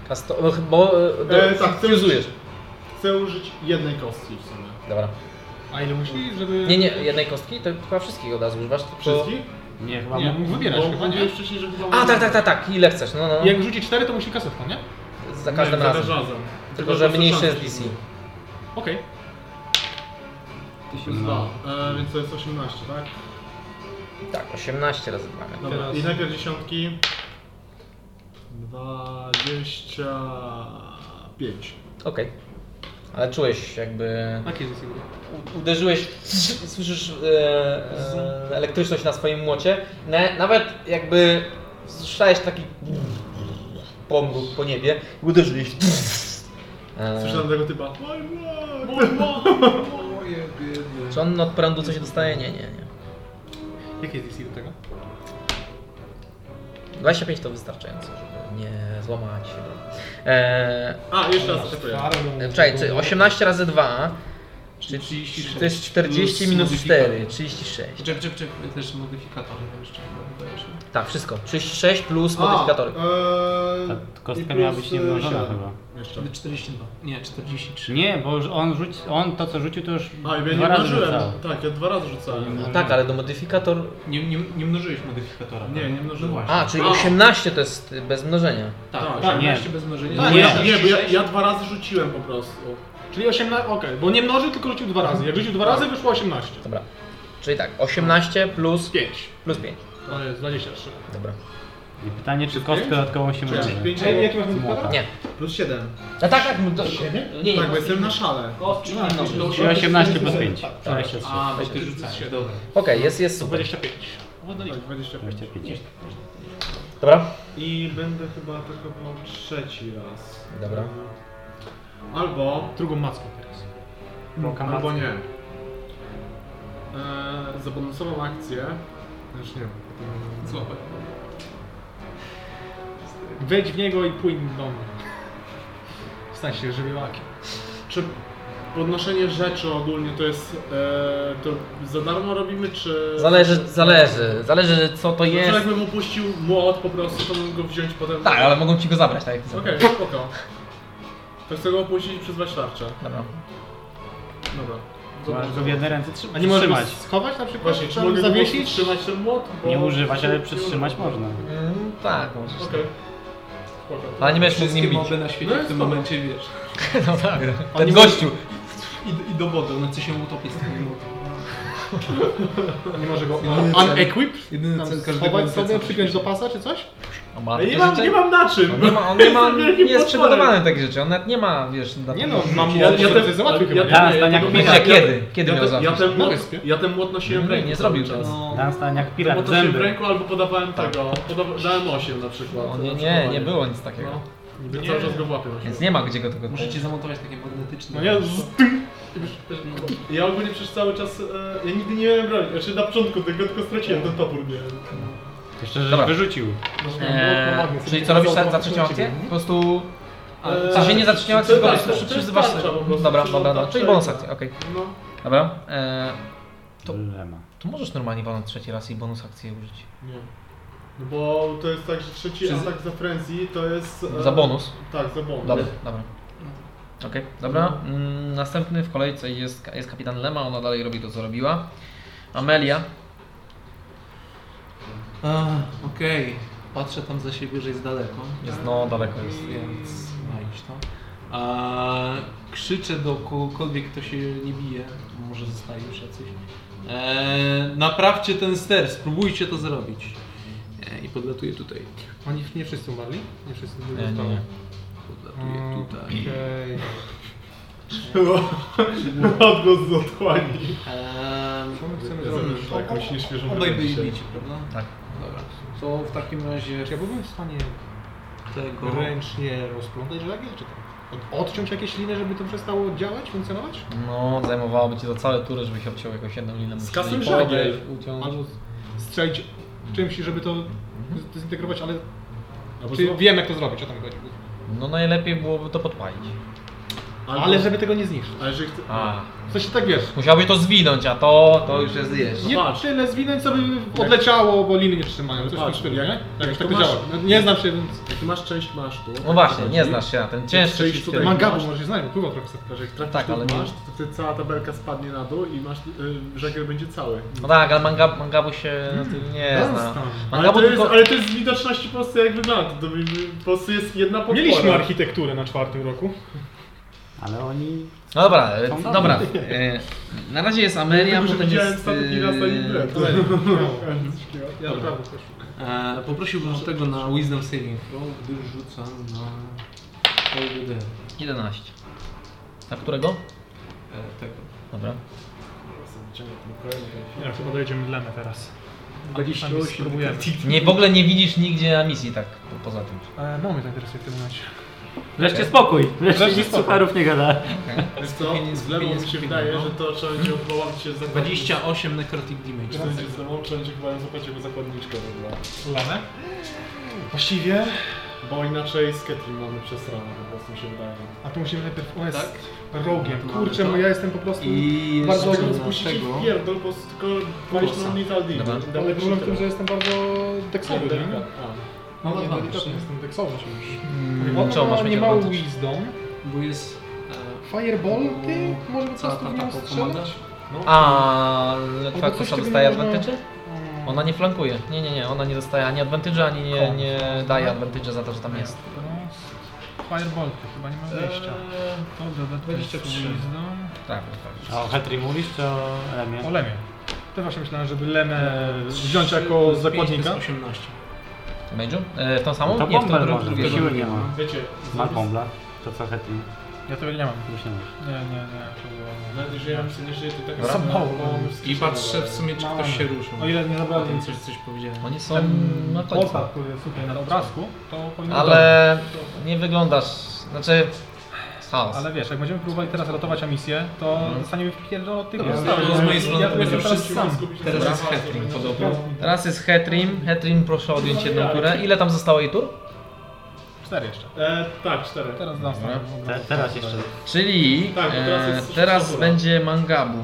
Bo Tak, chcę fuzujesz. Chcę użyć jednej kostki w sumie. Dobra. A ile musi, żeby... Nie, jednej kostki? To chyba wszystkich od razu używasz. Tylko... Wszystkich? Nie, chyba Nie, mógł wybierać Bo chyba, nie? mówiłeś wcześniej, że chyba... A, tak, ile chcesz, no. Jak rzuci 4, to musi kasetką, nie? Za każdym razem. Tylko, że mniejszy jest DC. Okej. 2, więc to jest 18, tak? Tak, 18 razy 2. Dobra, Teraz- i najpierw dziesiątki. 25. Okej. Ale czułeś jakby... Jakie jest jego? Uderzyłeś, słyszysz elektryczność na swoim młocie. Nawet jakby słyszałeś taki pomruk po niebie i uderzyłeś. Słyszałem tego typa. Moje biedne. Czy on od prądu coś dostaje? Nie. Jakie jest DC do tego? 25 to wystarczająco, żeby nie złamać się. A, jeszcze raz czekuję. Czekaj, 18 razy 2, czyli 36. to jest 40 Plus minus modyfikator. 4, 36. Czek, też modyfikatory jeszcze dodajesz. Tak, wszystko. 36 plus modyfikatory. Ta kostka miała być niemnożona chyba. Jeszcze. 42. Nie, 43. Nie, bo już on to co rzucił to już A, ja nie 2 razy mnożyłem. rzucał. Tak, ja 2 razy rzucałem. No tak, ale do modyfikator... Nie mnożyłeś modyfikatora. Nie, nie mnożyłem. No właśnie. A, czyli 18 to jest bez mnożenia. Tak, tak, 18 nie. bez mnożenia. Tak, Nie. bo ja 2 razy rzuciłem po prostu. Czyli 18, okej, bo nie mnoży, tylko rzucił 2 razy. Jak rzucił 2 razy, wyszło 18. Dobra. Czyli tak, 18 plus 5. 5. To jest 23. Dobra. I pytanie, czy kostkę dodatkową się mnoży. 5, Ej, jaki masz modyfikator? Nie. plus 7. No tak, to... Nie, Tak, bo jestem na szale. Czyli 18 plus 5. Tak. 23. A, bo ty rzucałeś, dobra. Okej, jest super. 25. Tak, 25. 25. Dobra. I będę chyba atakował trzeci raz. Dobra. Albo... Drugą macką teraz. Albo nie. Za bonusową akcję... Już nie wiem. Złapaj. Wejdź w niego i płyń do mnie. Stań się żywiołakiem. Czy podnoszenie rzeczy ogólnie to jest... to za darmo robimy, czy... Zależy co to Czy jest. jakbym upuścił młot po prostu, to mógł go wziąć potem... Tak, ale mogą ci go zabrać, tak jak chcesz. Okej, spoko. To chcę go opuścić i przyzwać tarczę. Dobra. Dobra. Masz go w jednej ręce A nie możesz go trzymać. schować na przykład? Właśnie, czy Tam mogę zawiesić? trzymać ten młot? Bo... Nie używać, ale przytrzymać można. Tak, możesz. Okej. Spoko. Ale nie będziesz mógł z nim Wszystkie bić. moby na świecie No w tym spoko. momencie, wiesz. No tak. Oni Ten gościu. I do wody, one co się utopi z tym młotem. Nie może go Jedyny cel- unequip? Jedyny Tam cel każdego schować NPC sobie, w przypiąć do świecie. pasa czy coś? On ma Ale takie nie mam, rzeczy? nie mam na czym! On nie ma, Jestem nie wielkim jest potworem. przygotowany na takie rzeczy, on nawet nie ma, wiesz... na Nie to- no, mam Ja- młot, ja to ten- jest załatwił ja- chyba. Ja stań jak tego- pirat. Kiedy miał załatwić? Ja ten młot nosiłem w ręku. Nie zrobił cały czas. tego. Dan stań jak No pirat bo w to się w zęby. ręku albo podawałem tego, dałem 8 na przykład. O, na nie, przykład. nie było nic takiego. No. Ja cały czas go łapię. Więc nie ma gdzie go tego... Możecie zamontować takie magnetyczne... No nie, Ja ogólnie przez cały czas, ja nigdy nie miałem broni, znaczy na początku tego tylko straciłem ten topór, nie. Jeszcze, że Dobra. wyrzucił. Czyli co robisz za trzecią akcję? Po prostu... W sensie nie za trzecią akcję, tylko po tak, prostu to jest przyzywasz... tarcza po prostu, Dobra, przyzywam tarczę czyli i- bonus akcja, okej. No. Dobra. To- Problema. To możesz normalnie walnąć trzeci raz i bonus akcję użyć. Nie. No bo to jest tak, że trzeci atak za frenzy to jest... Za bonus? Tak, za bonus. Dobra, dobra. Okej, dobra. Następny w kolejce jest kapitan Lema, ona dalej robi to, co robiła. Amelia. Okej. Patrzę tam za siebie, że jest daleko. Jest, no, daleko jest. Więc znajdziesz to. Krzyczę do kogokolwiek, kto się nie bije. Może zostaje już jacyś. Naprawcie ten ster, spróbujcie to zrobić. I podlatuję tutaj. Oni nie wszyscy umarli? Nie wszyscy Nie, nie, nie. Podlatuję tutaj. Okej. Odgłos z otchłani. Co my chcemy Ja zrobić? zrobię jakąś nieświeżą Obaj byli dzisiaj. bici, prawda? Tak. Dobra. To w takim razie Czy ja byłbym w stanie tego... ręcznie rozplątać żagiel, czy tak? Odciąć jakieś liny, żeby to przestało działać, funkcjonować? No, zajmowałoby ci to całe tury, żebyś obciął jakąś jedną linę. Musisz Skasuj jej żagiel. podejść, uciąć. Albo strzelić czymś, żeby to dezintegrować, ale Albo czy znowu- wiem jak to zrobić, o to mi chodzi. No najlepiej byłoby to podpalić. Ale żeby tego nie zniszczyć. Ale jeżeli W sensie tak wiesz, Musiałbyś to zwinąć, a to już jest wiesz. nie patrz. tyle zwinąć, co by odleciało, bo liny nie trzymają. Coś w tym patrz, stylu, jak- nie? jak Jak to tak to masz- działa. No, nie znam się, więc... jak ty masz część tu... No właśnie, nie znasz się na ten cięższy Przejść shift. tutaj. Mangabu masz- może się znać, bo pływał trochę sobie. Że jak trafisz Tak, tu ale nie- masz, to wtedy cała tabelka spadnie na dół i masz, żegiel będzie cały. No tak, ale Mangabu się na tym nie zna. Ale to, jest, tylko... ale to jest z widoczności po prostu jak wygląda. To po prostu jest jedna podpora. Mieliśmy architekturę na 4. roku. Ale oni... No dobra, Są dobra. Na razie jest Ameria, Tylko, że potem widziałem jest... statki raz na nim grę. Ja Dobra. naprawdę też. Poprosiłbym tego na Wisdom Saving Throw, gdyż rzucam na PWD. 11. A którego? Tego. Dobra. Ja chyba dojedziemy Lemę teraz. 28. Spróbujemy. Nie, w ogóle nie widzisz nigdzie na misji tak poza tym. No mnie to interesuje w tym momencie. Wreszcie spokój! Wreszcie Wreszcie nic spokój. sucharów nie gada. Wiesz co, z lewą mi się wydaje, że to trzeba będzie odwołać się za 28 necrotic damage. To będzie z lewą, trzeba będzie chyba zapłacić jako zakładniczkę w ogóle. Lemę? Właściwie... Bo inaczej z Ketrim mamy przesrane, po prostu mi się wydaje. A tu musimy najpierw... On jest Tak? rogiem. No to Kurczę, mamy bo to. ja jestem po prostu... I Bardzo jeszcze dobrze na Spuścić tego. w pierdol, po prostu tylko wejść na Lethal Deal. Dobra. Ale problem w tym, że jestem bardzo deksowy, nie? Mam Nie, advantage, delikatnie nie? jestem deksowy już. Czemu masz mieć nie mały advantage? wisdom. Bo jest... Fireball, ty? Może po Cała prostu ta w nią pomaga? strzelać? A twoja coś kosa tego dostaje nie można- advantage? Ona nie flankuje. Nie, ona nie dostaje ani advantage, ani nie daje advantage za to, że tam jest. Fireball, ty chyba nie ma wyjścia. To doda 23. wisdom. Tak. A o Hetri mówisz, czy o Lemie? O Lemie. To właśnie myślałem, żeby Lemę wziąć jako zakładnika. To jest 18. Mage'u? W tą samą? To Nie, w tą Bombel drugą. może, siły nie ma. Wiecie, Ma bombla. To co Hetri? Ja tego nie mam. Już nie masz. Nie. nawet jeżeli ja myślę, nie żyje, to tak Dobra. samo. Mało. I patrzę w sumie, czy ktoś się ruszył. O ile nie zabrali Coś powiedziałem. Oni są ten na końcu. portal, który jest tutaj na obrazku, to powinien być Ale nie wyglądasz... Znaczy... Chaos. dobry. Ale wiesz, jak będziemy próbowali teraz ratować Amisję, to zostaniemy wpierdoleni od tych Dobra, rozstawów. to z mojej strony Ja tu jestem będę teraz wszystko sam. Teraz jest Hetrim podobno. Teraz jest Hetrim. Hetrim, proszę odjąć jedną turę. Ile tam zostało jej tur? 4 jeszcze. Tak, 4. Teraz dam Dobra. Teraz jeszcze. Czyli Tak, bo teraz jest teraz szósta tura. będzie Mangabu.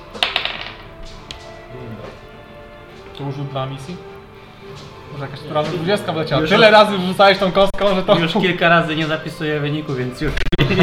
To już rzut dla Amisji? Może jakaś tura 20 wleciała. Już- Tyle razy wrzucałeś tą kostką, że to... Już kilka razy nie zapisuję wyniku, więc już...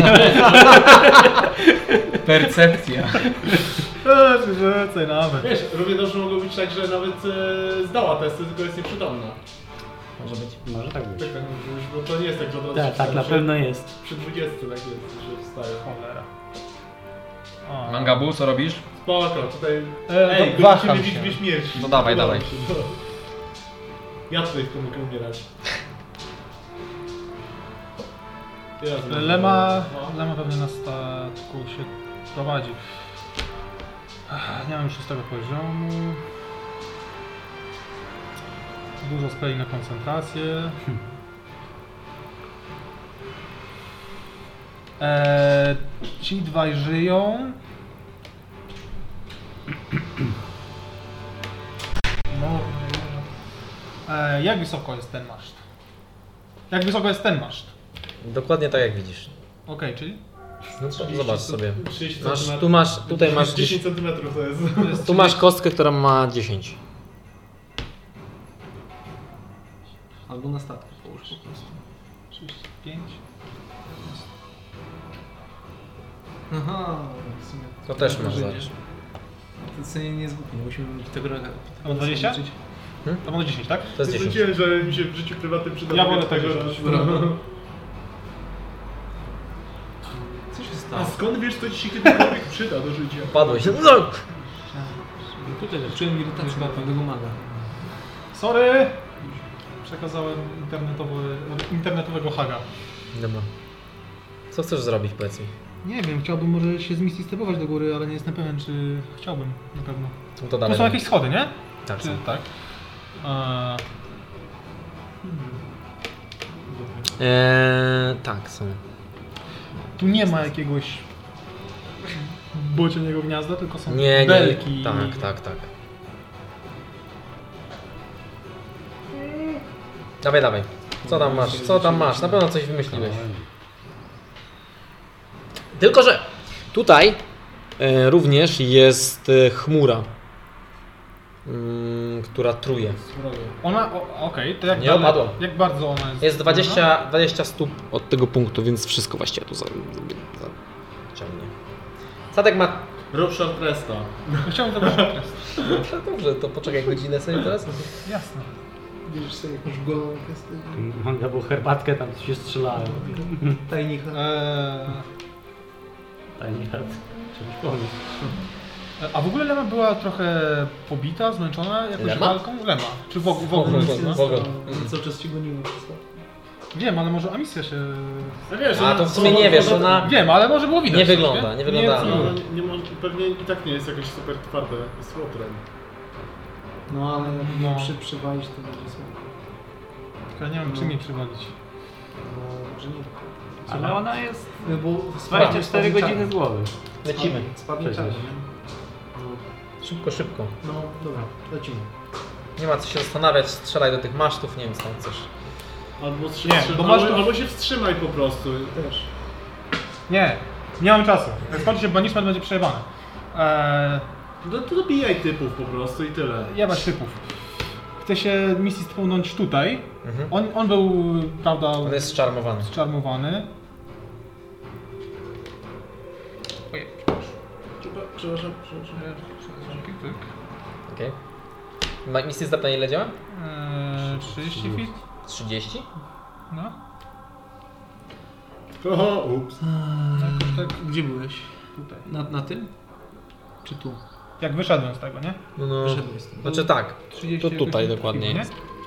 Percepcja. Rzucaj nawet. Wiesz, równie dobrze mogło być tak, że nawet zdała testy, tylko jest nieprzytomna. Może być. Może tak być. Tak, bo to nie jest tak, że od razu Tak, się tak, wstaje. na pewno jest. Przy 20 tak jest, że wstaje. Cholera. O. Mangabu, co robisz? Spoko, tutaj... to Ej, waham będziemy się. w liczbie śmierci. No dawaj, Podoba dawaj. mi się, no. Ja tutaj w mogę umierać. Jezu. Lema No. pewnie na statku się prowadzi. Nie mam już 6 poziomu. Dużo speli na koncentrację. Ci dwaj żyją. No, jak wysoko jest ten maszt? Jak wysoko jest ten maszt? Dokładnie tak jak widzisz. Okej, czyli? No to zobacz sobie. 30 Masz, centymetrów. tutaj masz 10 cm to jest. Tu masz kostkę, która ma 10. Albo na statku połóż po prostu. 35. Aha, w sumie. To też masz Żyjesz. zaś. To sobie nie jest głupie, musimy tego A ma 20? liczyć. To ma 10, tak? To jest 10. Zwróciłem, że mi się w życiu prywatnym przyda. Ja wolę tego tego raz. Co się A stało? skąd wiesz, co ci się kiedykolwiek przyda do życia? Padłeś. No. Tutaj czułem irytację do pewnego maga. Sorry! Przekazałem internetowego haga. Dobra. Co chcesz zrobić, powiedz mi? Nie wiem, chciałbym może się z misji stepować do góry, ale nie jestem pewien, czy chciałbym na pewno. No to Tu dalej. są jakieś schody, nie? Tak, Czy są. tak? Tak, są. Tu nie ma jakiegoś bocianiego gniazda, tylko są Nie, belki. nie. Tak. Dawaj. Co tam masz? Co tam masz? Na pewno coś wymyśliłeś. Tylko że tutaj również jest chmura, która truje. Ona, okej, to jak Nie opadła. Jak bardzo ona jest? Jest 20 stóp od tego punktu, więc wszystko właściwie tu ciągnie. Statek ma... Rób short resta. Chciałbym zobaczyć. No dobrze, to poczekaj godzinę sobie teraz. Jasne. Widzisz sobie jakąś golą kwestię? Manga było herbatkę, tam się strzelałem. Tajnika. Tajnie chat. Czegoś pomysł. A w ogóle Lema była trochę pobita, zmęczona jakąś Lema? walką? Lema. Czy w ogóle? W ogóle. Cały czas ci gonimy. Wiem, ale może Amisja się... No wiesz, A to w sumie nie wiesz, ona Wiem, ale może było widać. nie coś, wygląda, nie wygląda. nie ma, pewnie i tak nie jest jakoś super twarde z łotrem. No ale No. jak przywalić to będzie słabo. Tylko nie wiem, czym jej przywalić. No, że nie. Ale ona jest Bo 24 godziny z głowy. Lecimy. Spadnie czas, Przecież. nie? Szybko. No dobra, lecimy. Nie ma co się zastanawiać, strzelaj do tych masztów, nie wiem co tam chcesz. Albo, Nie, bo masz to- albo się wstrzymaj po prostu. Też. Nie mam czasu. Jak skończy się banishment, będzie przejebane. No to dobijaj typów po prostu i tyle. Jebać typów. Chce się misji spełnąć tutaj. Mhm. On był, prawda, On jest zczarmowany. zczarmowany. Przepraszam. Okej. Misja zdap na ile działa? 30 feet? 30? No. Oho, ups. Jakoś tak Gdzie byłeś? tutaj. Na tym? Czy tu? Jak wyszedłem z tego, nie? No. Wyszedłeś z tym. Znaczy tak, 30 to tutaj jakoś dokładnie takiego, jest.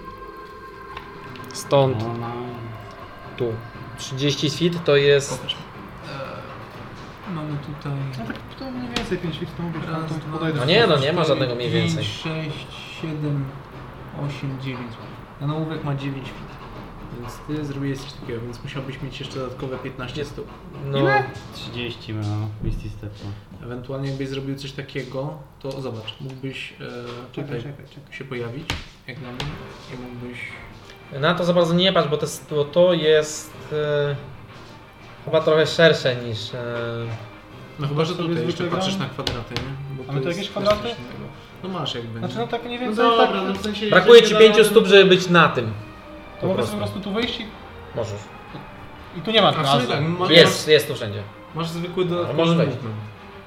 Stąd No. tu. 30 feet to jest... Pokaż. Mamy tutaj... No tak to mniej więcej 5 feet, to mówię, Raz, to dwa, podejdę. No nie, no nie ma żadnego mniej 5, więcej. 6, 7, 8, 9. A nałówek ma 9 feet. Więc ty zrobiłeś coś takiego, więc musiałbyś mieć jeszcze dodatkowe 15 stóp. No, 30 ma Misty Stepu. Ewentualnie jakbyś zrobił coś takiego, to zobacz, mógłbyś tutaj Czekaj. się pojawić, jak na mnie, i mógłbyś... na to za bardzo nie patrz, bo to jest chyba trochę szersze niż... No chyba, że sobie tutaj jeszcze zwykłego? patrzysz na kwadraty, nie? Bo Mamy tu jest jakieś kwadraty? coś innego. No masz jakby. Znaczy no tak mniej No więcej dobra, tak, no w sensie... Brakuje jeżeli ci nie 5 da stóp, rady, żeby być na tym. to mogę sobie po prostu tu wyjść Możesz. i tu nie ma A w sumie razu. tak, Jest tu wszędzie. masz zwykły dodatkowy może wejść. movement.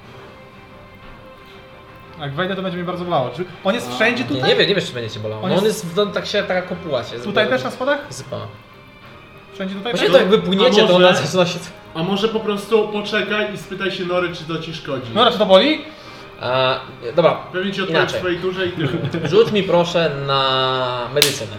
Jak wejdę, to będzie mnie bardzo bolało. Czy on jest wszędzie Nie, tutaj? nie wiesz czy będzie cię bolało. On No on jest- jest, tak się, taka kopuła się Tutaj też na schodach? sypała. Wszędzie tutaj? Właśnie też? to jak wypłyniecie, A to ona może- zaczyna się... A może po prostu poczekaj i spytaj się Nory, czy to ci szkodzi. No czy to boli? Dobra, Pewnie ci odpowie w inaczej. swojej turze i tyle. Rzuć mi proszę na medycynę.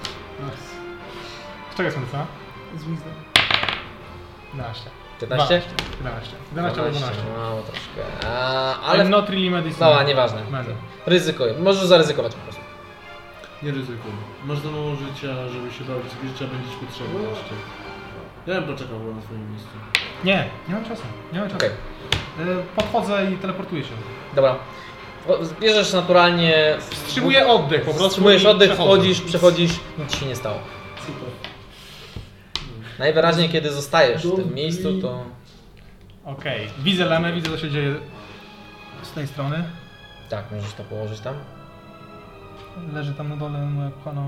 Z czego jest medycyna? Z wisdom. 11. 15? 11. 11 albo 12. Mało troszkę. Ale Ale... not really medicine. Dobra, nieważne. Będę. Ryzykuj. Możesz zaryzykować po prostu. Nie ryzykuj. Masz za mało życia, żeby się bawić. Życia będziesz potrzebny jeszcze. Ja bym poczekał na swoim miejscu. Nie mam czasu. Nie mam czasu. Okej. Podchodzę i teleportuję się. Dobra. Bierzesz naturalnie... Wstrzymuję oddech po prostu. Wstrzymujesz i oddech, przechodzę. przechodzisz, nic ci się nie stało. Super. Najwyraźniej kiedy zostajesz w tym miejscu, to... Okej. Widzę Lemę, widzę co się dzieje z tej strony. Tak, możesz to położyć tam. Leży tam na dole moja kochana.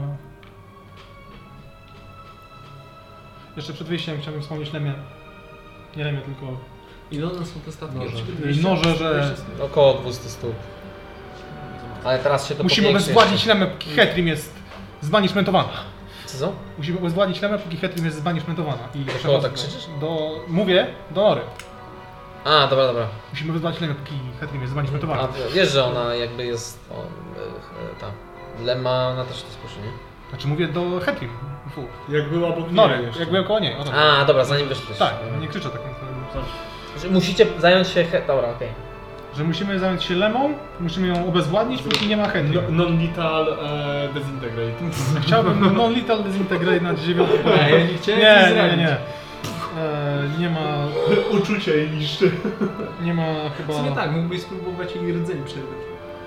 Jeszcze przed wyjściem chciałbym wspomnieć Lemie. Nie Lemie, tylko Ile one są te statki? jej noże, że Około 200 stóp. Ale teraz się to musimy powiększy obezwładnić jeszcze. Lemę, póki Hetrim jest zbanishmentowana. Co? Musimy obezwładnić Lemę, póki Hetrim jest zbanishmentowana. I kogo przechodzę tak krzyczysz? Mówię do Nory. A, dobra. Musimy obezwładnić Lemę, póki Hetrim jest zbanishmentowana. A wiesz, że ona jakby jest... ta... Lemma, ona też to słyszy, nie? Znaczy mówię do Hetrim. Fu. Jak była obok Nory, niej jeszcze. jak byłem koło niej. O to. A, dobra, zanim wyszłeś. Tak, nie krzyczę tak. Że musicie zająć się... Dobra, okej. Że musimy zająć się Lemą, musimy ją obezwładnić, póki nie ma Hetrim. Non-lethal disintegrate. Chciałbym non-lethal disintegrate na 9. Ja nie chciałem Nie. Nie ma, Uczucia jej niszczy. nie ma chyba... W sumie tak, mógłbyś spróbować jej rdzeń przerwać.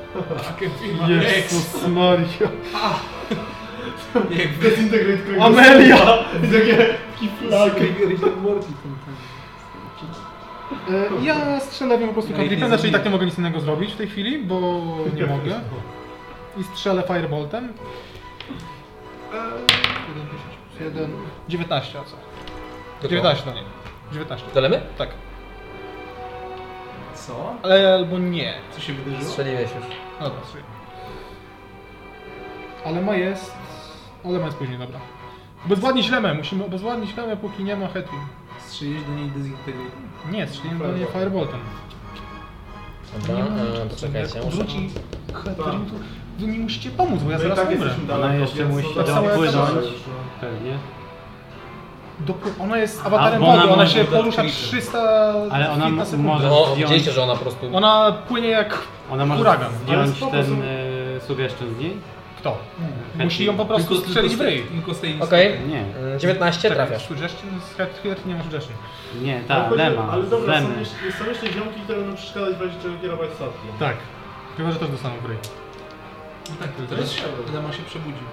Jezus Maria. Jakby... Disintegrate którego Amelia! I taki flag. Rick and Morty tam. Ja strzelę po prostu Ja ich Cantripem, nie znaczy i zabiję. tak nie mogę nic innego zrobić w tej chwili, bo nie mogę. I strzelę Fireboltem. 19, a co? 19 do niej. 19. Dolemy? Tak. Co? Ale albo nie. Co się wydarzyło? Strzeliłeś już. No dobra, sobie. Ale ma jest... Ale ma jest później, dobra. Obezwładnić Lemę, musimy obezwładnić Lemę, póki nie ma Hetwin. Strzeliłeś do niej dezintegrity? Nie, strzeliłem do niej Fireboltem. Dobra, poczekajcie, Jak muszę... wróci Hetwin, to wy mi musicie pomóc, bo ja No i zaraz tak umrę. jesteśmy Ona daleko, jeszcze więc musi tak samo jak dopłynąć, Dobra. pewnie. Ona jest awatarem A, bo ona wody, ona może się dodać porusza creeper. 300 Ale ona feet na sekundę. może No, zdjąć, widzieliście, że ona po prostu... Ona płynie jak ona może huragan. Ale zdjąć spoko, ten są- suggestion z niej? Kto? Musi ją po prostu strzelić w ryj. Tylko z tej Okej, Nie. 19 trafiasz. Suggestion z Hetwin nie ma suggestion. Nie, Ale ta, chodzi- Lema, Ale dobra, Lemy. są jeszcze ziomki, które będą przeszkadzać w razie czego kierować statkiem. Tak. Chyba, że też dostaną w ryj. No tak, to teraz Lema się przebudzi.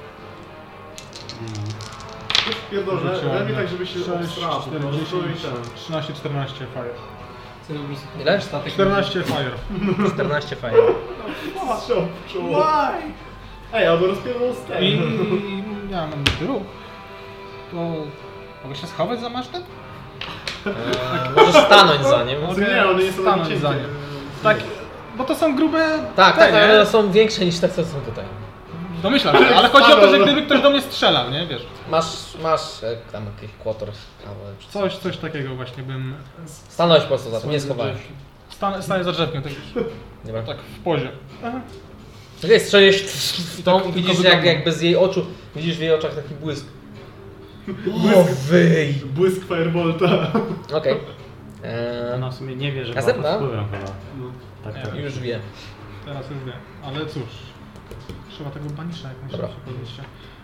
Już pierdolę, Rzuciłem lepiej tak, żeby się 6, obstrało. 4, 10, 13, 14 fire. Chcę po prostu Ile? statek 14 fire. 14 fajnie. Strzał w czoło. Ej, albo rozpierdolą stek. I ja mam ruch. To mogę się schować za masztem? Możesz stanąć za nim. Znaczy nie, one nie są stanąć takie za cienkie. nim. Tak, bo to są grube... Tak, te, tak, nie? ale są większe niż te, co są tutaj. Domyślam się, ale chodzi o to, że gdyby ktoś do mnie strzelał, nie? Wiesz, Masz tam jakiś kłotor, kawę czy coś. coś takiego właśnie bym... Stanąłeś po prostu za tym, nie schowałeś. Stanę za drzewkiem, tak, Dobra. tak w pozie. Okej, strzeliłeś w tą i widzisz tylko jakby z jej oczu, widzisz w jej oczach taki błysk. O wyj! Błysk Firebolta. Okej. Ona w sumie nie wie, że była Następna? pod wpływem chyba. Tak, Nie, tak. Już wie. Teraz już wiem, ale cóż. Trzeba tego banisza jak Dobra. najszybciej podnieść.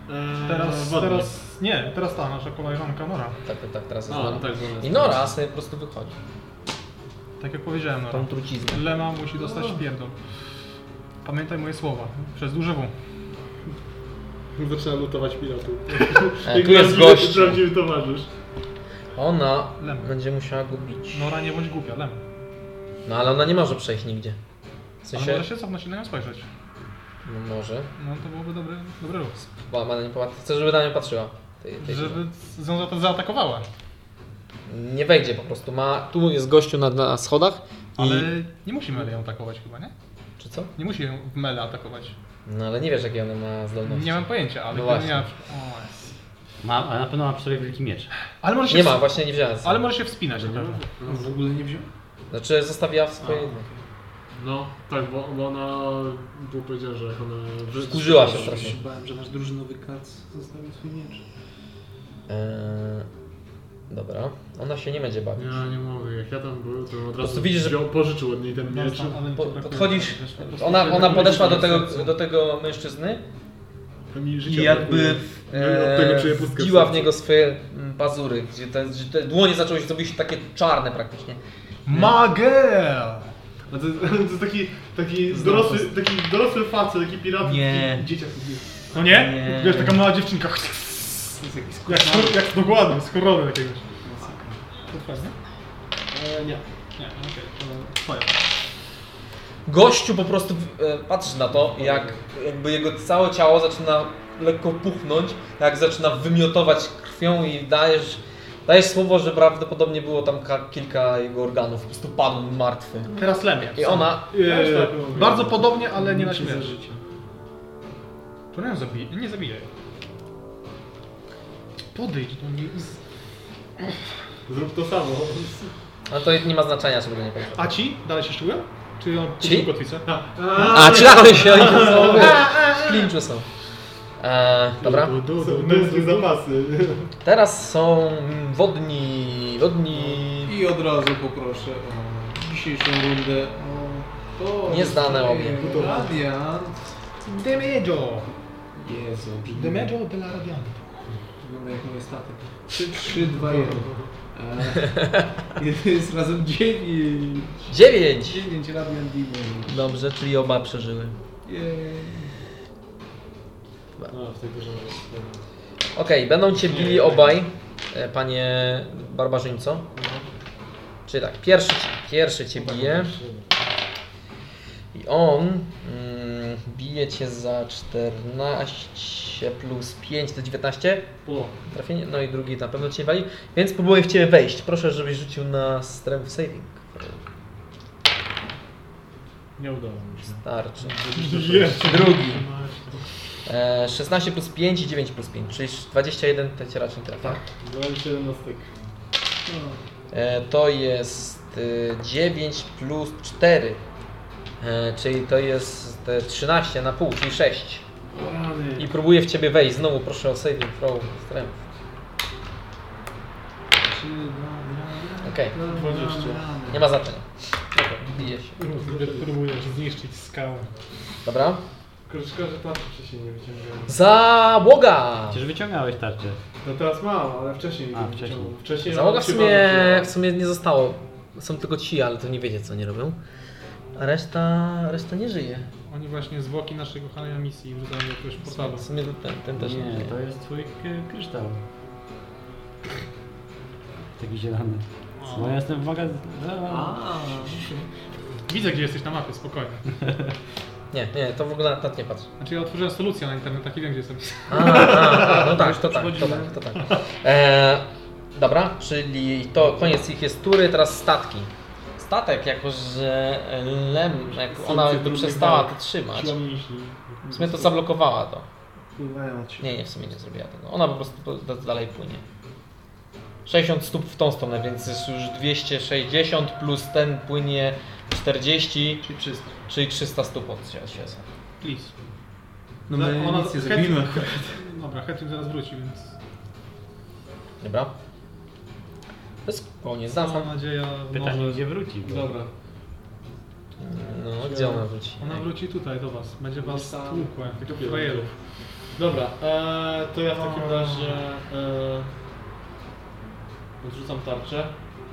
Teraz ta nasza koleżanka Nora. Tak, teraz jest A, Nora. tak, bo I Nora sobie po prostu wychodzi. Tak jak powiedziałem, Nora. Tą truciznę. Lema musi dostać pierdol. Pamiętaj moje słowa. Przez duże W. zaczyna lutować piratów. Tu jest gość. Prawdziwy towarzysz. Ona Lem. będzie musiała go bić. Nora nie bądź głupia, Lema. No ale ona nie może przejść nigdzie. W Ale sensie... może się cofnąć i na nią spojrzeć. No może. No to byłoby dobry ruch. Chcę, żeby na nią patrzyła. Żeby ją zaatakowała. Nie wejdzie po prostu. Tu jest gościu na schodach. Ale nie musi melee ją atakować chyba, nie? Czy co? Nie musi ją w melee atakować. No ale nie wiesz jakie ona ma zdolności. Nie mam pojęcia, ale No gdyby właśnie. miała... O, jest. Ale na pewno ma przy sobie wielki miecz. Ale może się Nie ma, właśnie nie wziąłem. Ale może się wspinać na pewno. No, w ogóle nie wziął. Znaczy zostawiła w swojej... No, tak, bo ona powiedziała, że jak ona... Wkurzyła się Ja strasznie. się bałem, że nasz drużynowy kac zostawił swój miecz. Dobra. Ona się nie będzie bawić. Ja nie mogę, jak ja tam byłem, to od prostu razu widzisz, że- pożyczył od niej ten miecz. Podchodzisz, ona podeszła do tego mężczyzny Mi życie i jakby brakuje. Od tego czuję pustkę w wbiła w sercu. niego swoje pazury, gdzie te dłonie zaczęły się zrobić takie czarne praktycznie. Magel! A to jest taki dorosły facet, taki pirat. Nie. taki dzieciak. No nie? Nie. Wiesz, taka mała dziewczynka. jest jakiś Jak dokładnie, z horroru jakiegoś. To twoje, nie? Nie. Nie, okej, to twoje. Gościu po prostu patrzy na to, jakby jego całe ciało zaczyna lekko puchnąć, jak zaczyna wymiotować krwią i dajesz słowo, że prawdopodobnie było tam kilka jego organów, po prostu padł martwy. Teraz Lemie. I ona... Bardzo podobnie, ale nie na śmierć. To nie ją zabije. Nie zabije jej. Podejdź do niej i... Zrób to samo. No to nie ma znaczenia, żeby go nie pamiętał. A ci? Dalej się szczyły? Czy on Ci? puścił kotwicę? A, ci dalej się oni są w klinczu są. Dobra. Męskie zapasy. Teraz są wodni. I od razu poproszę o dzisiejszą rundę o to. Nieznane obie. Radiant. Damage'o! Jezu, Damage'o de la Radiant. wygląda jak mój statek. 3, 2, 1. To jest razem 9. 9. 9 Radiant Demon. Dobrze, czyli oba przeżyły. No, w tej grze Okej, będą cię bili obaj, panie barbarzyńco. Czyli tak, pierwszy Pierwszy cię bije. I on bije cię za 14 plus 5 to 19. Trafienie, no i drugi na pewno cię wali. Więc próbuję w ciebie wejść. Proszę, żebyś rzucił na strength saving. Nie udało mi się. Starczy. Jeszcze Drugi. 16 plus 5 i 9 plus 5, czyli 21 to cię raczej trafia. Tak, 21 na styk. To jest 9 plus 4, czyli to jest 13 na pół, czyli 6. I próbuję w ciebie wejść. Znowu proszę o saving throw strength. Okej, 20. nie ma znaczenia. Bije się. Próbujesz zniszczyć skałę. Dobra. Szkoda, że tarczy wcześniej nie wyciągałem. Załoga! Przecież wyciągałeś tarczę. No teraz mam, ale wcześniej nie A, wyciągnąłem. wcześniej. Wcześniej Załoga się w sumie nie zostało. Są tylko ci, ale to nie wiecie co nie robią. A reszta nie żyje. Oni właśnie zwłoki naszego halenia misji wrzucają do jakiegoś portalu. W sumie ten też nie Nie, żyje. to jest twój kryształ. Taki zielony. No ja jestem w magazynie. Widzę, gdzie jesteś na mapie, spokojnie. Nie, to w ogóle na to nie patrz. Znaczy ja otworzyłem solucję na internetach i wiem, gdzie jestem. No tak, to tak. Dobra, czyli to koniec ich jest tury, teraz statki. Statek, jako że jak ona jakby przestała to trzymać, w sumie to zablokowała to. Nie, w sumie nie zrobiła tego. Ona po prostu dalej płynie. 60 stóp w tą stronę, więc jest już 260 plus ten płynie 40, czyli 300 stóp od siebie. Please. No my Ona- nic nie zrobimy. Dobra, Hetrim zaraz wróci, więc Dobra. To jest koniec. mam nadzieję, Pytanie, może... gdzie wróci. bo- Dobra. No, gdzie ona wróci? Ona wróci tutaj do was, będzie was Sam. tłukła, jak Dopiero. frajerów. Dobra, to ja w takim razie odrzucam tarczę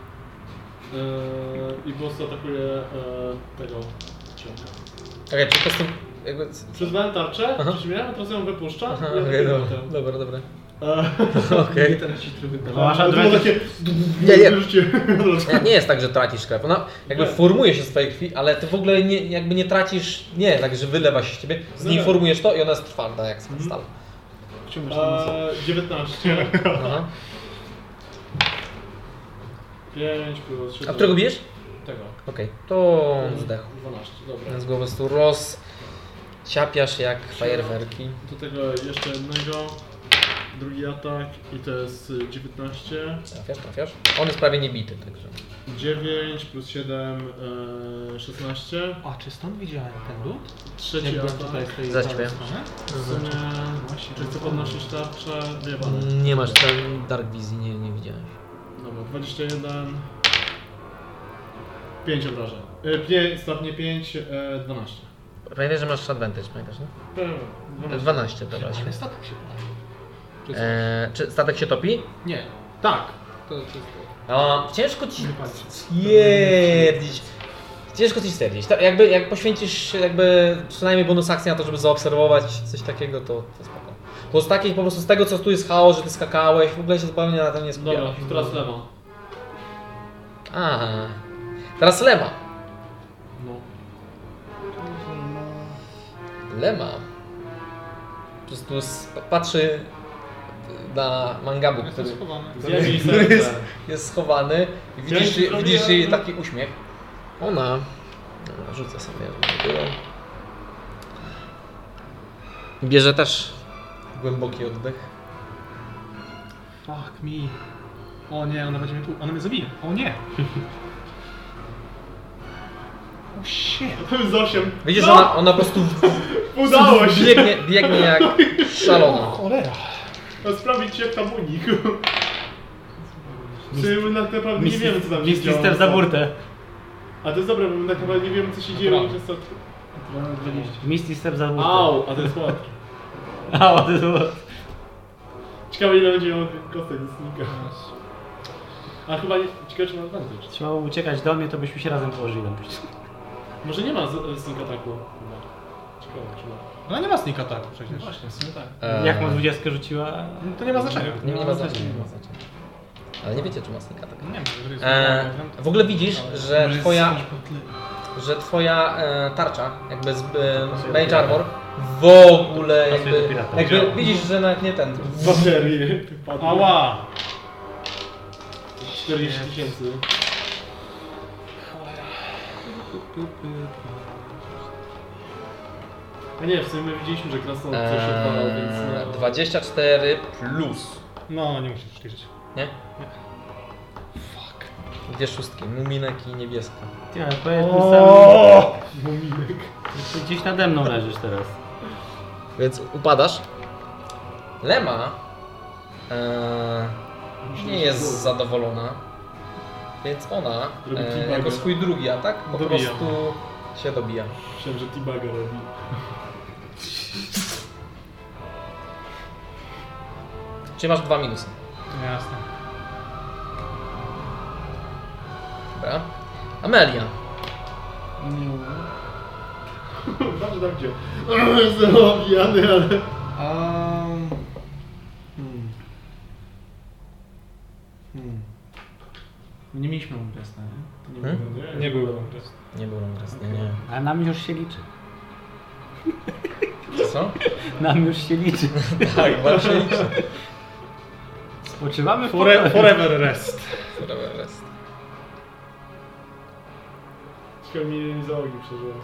i po prostu atakuję tego ciąga. Okej, czy po prostu jakby... Przyzwałem tarczę, Aha. przyzwałem, a teraz ją wypuszczam Aha, i okej, atakuję dobra. potem. Okej. Teraz ci trochę Masz Ale to było advantage. takie... Nie, nie jest tak, że tracisz krew. Ona jakby formuje się z twojej krwi, ale ty w ogóle nie tracisz, nie tak, że wylewa się z ciebie, z niej Nie. formujesz to i ona jest twarda jak stal. Wciągasz na nosę. 19. Aha. 5 plus 7. A którego bijesz? Tego. Okej, to zdechł. 12, dobra. Więc go po prostu rozciapiasz jak fajerwerki. Do tego jeszcze jednego. Drugi atak i to jest 19. Trafiasz. On jest prawie niebity, także. 9 plus 7, 16. A czy stąd widziałem ten lód? Trzeci Jak byłem atak. tutaj z tej Za prawej ciebie. strony? W sumie, czy chcę podnosić tarczę? Wyjebane. Nie masz tam Dark Vision, nie widziałeś. Dobra, 21. 5 obrażeń. Stopnie 5, 12. Pamiętaj, że masz advantage, pamiętasz, nie? 12, dobra. Ale statek się pali. Czy co? Czy statek się topi? Nie. Tak. To jest Ciężko ci stwierdzić. To jak poświęcisz jakby przynajmniej bonus akcji na to, żeby zaobserwować coś takiego, to spoko. Bo z takich po prostu z tego co tu jest chaos, że ty skakałeś, w ogóle się zupełnie na tym nie Dobra, skupiałeś. teraz lewa. Aha. Teraz Lema. No. Lema. Po prostu patrzy na Mangabu, Jestem który schowany. Zjadź serce. jest schowany i widzisz jej taki uśmiech. Ona... Dobra, rzucę sobie, żeby było. Bierze też głęboki oddech. Fuck me. O nie, ona będzie mnie tu. Ona mnie zabije. O nie. O shit. To jest 8. Widzisz, że ona po prostu Udało się! biegnie jak szalona. Cholera. Sprawić jak tabunik. Czyli my tak naprawdę nie wiemy co tam się Misty dzieje. step za burtę. A to jest dobre, bo my tak naprawdę nie wiemy co się dzieje. Dobra. Często... Misty step za burtę. Au, a to jest łatwe. Au, to było. Ciekawe ile będzie miał kostek do snika. A chyba nie... Ciekawe czy ma advantage. Trzeba uciekać do mnie, to byśmy się razem położyli. Może nie ma sneak ataku chyba. Ciekawe czy ma. Ona nie ma sneak attacku przecież. Właśnie, w sumie tak. Jak mu 20 rzuciła? To nie ma znaczenia. Nie ma znaczenia. Ale nie wiecie, czy ma sneak attack. Nie wiem, jeżeli jest W ogóle widzisz, że Może twoja, jest coś po tle. że twoja tarcza, jakby z Mage Armor, w ogóle jakby widzisz, że nawet nie ten. Baterie wypadły. Ała! 40 000. A nie, w sumie my widzieliśmy, że krasnolud coś odpalał, więc... no. 24 plus. No, nie musisz już liczyć. Nie? Fuck. Dwie szóstki, muminek i niebieska. Ty, ale powiedz mi sam, Muminek. ty gdzieś nade mną leżysz teraz. Więc upadasz. Lema nie jest zadowolona, więc ona Robi teabaga. jako swój drugi atak po Dobija. prostu się dobija. Myślałem, że T-Baga robi. Czyli masz 2 minusy. Jasne. Dobra. Amelia. Bardzo tam gdzie. Jestem obijany, ale... Nie mieliśmy Umbresta, nie? To nie Hmm? było. Nie było. Nie był long nie. A nam już się liczy. Co? Nam już się liczy. Tak, bardzo liczy. Spoczywamy w Forever rest. Forever rest. Ciekawe mnie nie załogi przeżyłem.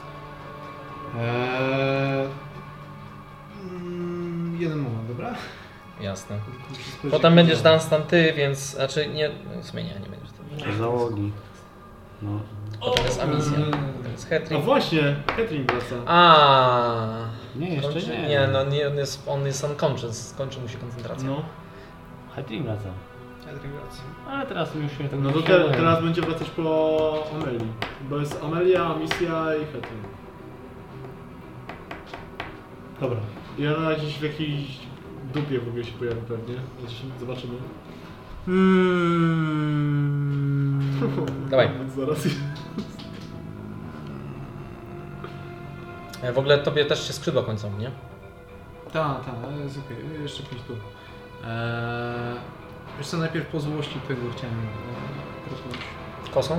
Jeden moment, dobra? Jasne. Muszę spojrzeć, Potem będziesz jak Dunstan ty, więc... Znaczy nie... W sumie nie będziesz ty. załogi. No. Potem jest Amicia. Potem jest A Hetring. właśnie, Catherine wraca. A. Nie, jeszcze Kończy- nie. Nie, no nie, on jest unconscious. Skończy mu się koncentracja. No. Hetrim wraca. Ale teraz już się tak No to teraz będzie wracać po Amelii. Bo jest Amelia, Misja i Catherine. Dobra. I ona gdzieś w jakiejś dupie w ogóle się pojawi pewnie. Zobaczymy. Dawaj. Zaraz. W ogóle tobie też się skrzydła kończą, nie? Tak, jest okej. Jeszcze 5 tu. Wiesz co, najpierw po złości tego chciałem kroknąć. Kosą?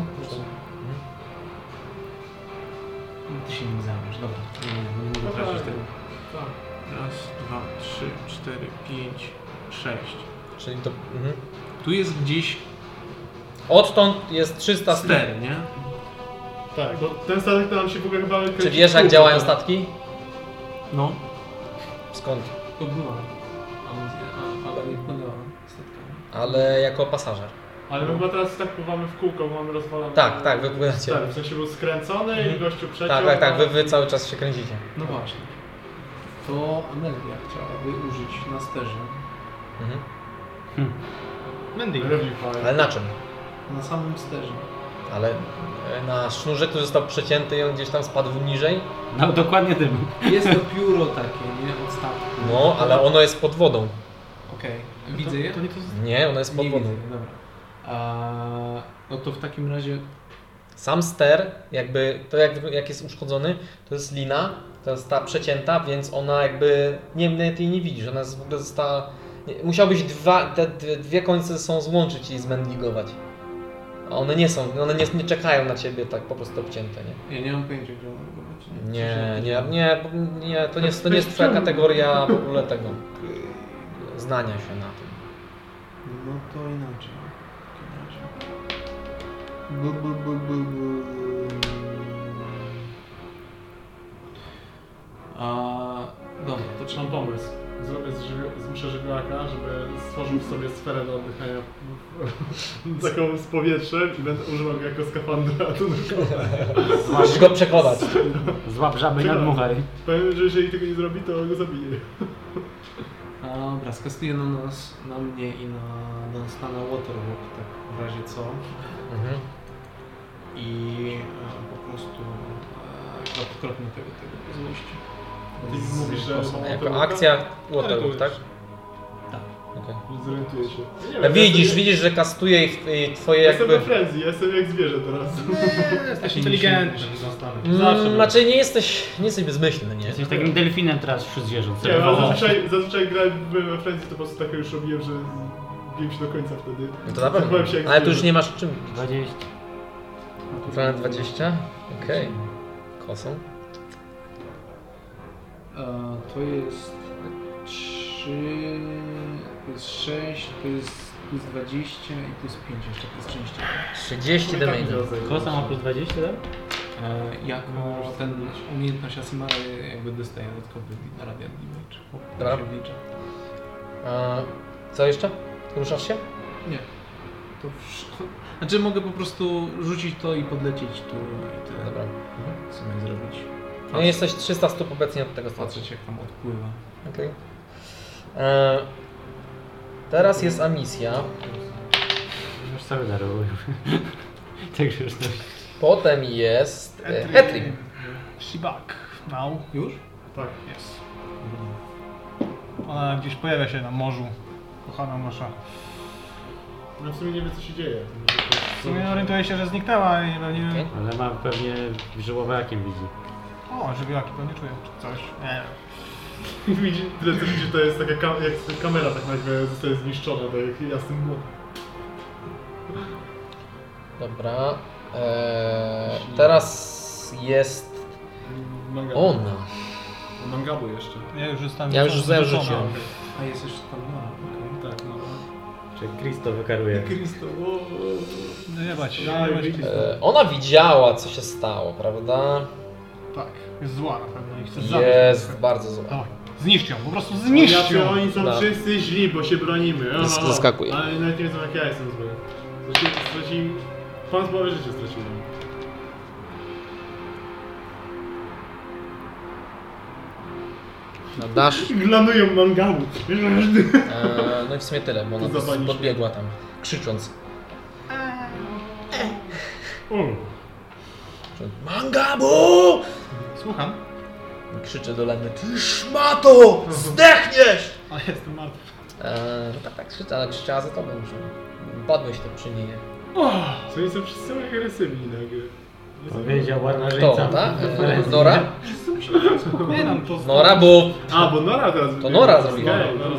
Ty się nim zajmiesz, dobra. Nie mogę tracić tego. Tak. Raz, 2, 3, 4, 5, 6. Czyli to... Mhm. Tu jest gdzieś Odtąd jest 300 stóp. ster, nie? Tak, bo ten statek to nam się w ogóle chyba... Czy wiesz jak działają statki? No. Skąd? To była. Ale nie płynęła statkami. Ale jako pasażer. Ale my chyba teraz tak pływamy w kółko, bo mamy rozwalone... Tak, wy pływacie. Tak, w sensie był skręcony i gościu przeciął. Tak, wy cały czas się kręcicie. No właśnie. To Amelia chciałaby użyć na sterze. Mhm. Mendy. Ale na czym? Na samym sterze. Ale na sznurze, który został przecięty i on gdzieś tam spadł niżej? No dokładnie tym. Jest to pióro takie, nie? Od statku. No, ale ono jest pod wodą. Okej. Widzę je? Nie, ono jest pod Nie wodą. widzę, dobra. No to w takim razie Sam ster, jakby to jak jest uszkodzony, to jest lina, to jest ta przecięta, więc ona jakby nawet jej nie widzisz, ona jest w ogóle została... Musiałbyś te dwie końce ze sobą złączyć i zmendligować. A one nie są, one nie czekają na ciebie tak po prostu obcięte, nie? ja nie mam pojęcia, gdzie ona mogła być. Nie, to nie jest twoja kategoria w ogóle tego znania się na tym. No to inaczej. Dobra, to Mam trzeba pomysł. Zrobię zmuszę żeglarza, żeby stworzył sobie sferę do oddychania taką z powietrzem i będę używał go jako skafandra. Musisz go przekonać. Złap żaby i nadmuchaj. Powiem, że jeżeli tego nie zrobi, to go zabiję. Dobra, skastuję na mnie i na Dunstana Waterwalk, tak w razie co. Mhm. I po prostu kroknę tego złości. Ty mówisz, że mam Jako akcja Waterwalk, tak? Tak. Okay. Zorientuję się. Widzisz, że kastuje i twoje Jestem jakby... we frenzy, jestem jak zwierzę teraz. Jesteś inteligentny. Znaczy nie jesteś bezmyślny, nie? Jesteś takim delfinem teraz wśród zwierząt. Nie, ale zazwyczaj grałem we frenzy, to po prostu tak już robiłem, że biłem się do końca wtedy. No to na pewno. Zachowałem się jak Ale tu już zwierzę. nie masz czym. 20. Plan 20? Okej. Kosą. To jest 3, to jest 6, to jest plus 20 i plus 5 jeszcze, plus 30. 30 damage. Kosa ma plus 20, tak? Jako ten umiejętność Asimara jakby dostaje dodatkowy radiant damage. Dobra. To się wlicza. Co jeszcze? Ruszasz się? Nie. To znaczy mogę po prostu rzucić to i podlecieć tu i tyle. Dobra. Co mam zrobić? No i jesteś 300 stóp obecnie od tego stacji. Patrzeć jak tam odpływa. Okej. Teraz jest Amisja. Już sobie daruję. Także już to... Potem jest Hetrim. She back now. Już? Tak. Yes. Ona gdzieś pojawia się na morzu. Kochana nasza. No w sumie nie wie co się dzieje. W sumie orientuję się, że zniknęła i pewnie... Okej. Ale ma pewnie żułowakiem widzi. O, żywiołaki pewnie czują czy coś. Nie wiem. Widzi, tyle co widzi, to jest taka jak kamera tak nagle zostaje zniszczona, tak jak ja z tym Dobra. Teraz jest Mangabu. ona. Mangabu jeszcze. Ja już zostałem Ja już wrzucona. rzuciłem. A jest jeszcze tam no, Tak, no. Czy Kristo wykaruje? Kristo, No nie bać. Daj, Nie bać. wyjdź. Ona widziała, co się stało, prawda? Tak, jest zła na pewno i chce zabić. Jest bardzo zła. Dawaj, zniszcz ją, po prostu zniszcz ją. Oni są Da. wszyscy źli, bo się bronimy. Zaskakuje. Ale nawet nie wiedzą jak ja jestem zły. Straciłem... Pan z połowy życia straciłem. No dasz. Glanują Mangabu. No i w sumie tyle, bo ona To zawaliśmy. podbiegła tam, krzycząc. Mangabu! Słucham, Krzyczy do Leny. Ty szmato! Zdechniesz! ale jestem martwy. No tak, ale krzyczała za tobą, że padłeś to przy niej. Co oni są wszyscy agresywni nagle. Powiedział Kto, tak? Nora? Nie no, to... Nora, bo... A, bo Nora teraz... To Nora zrobiła. Okej, Nora.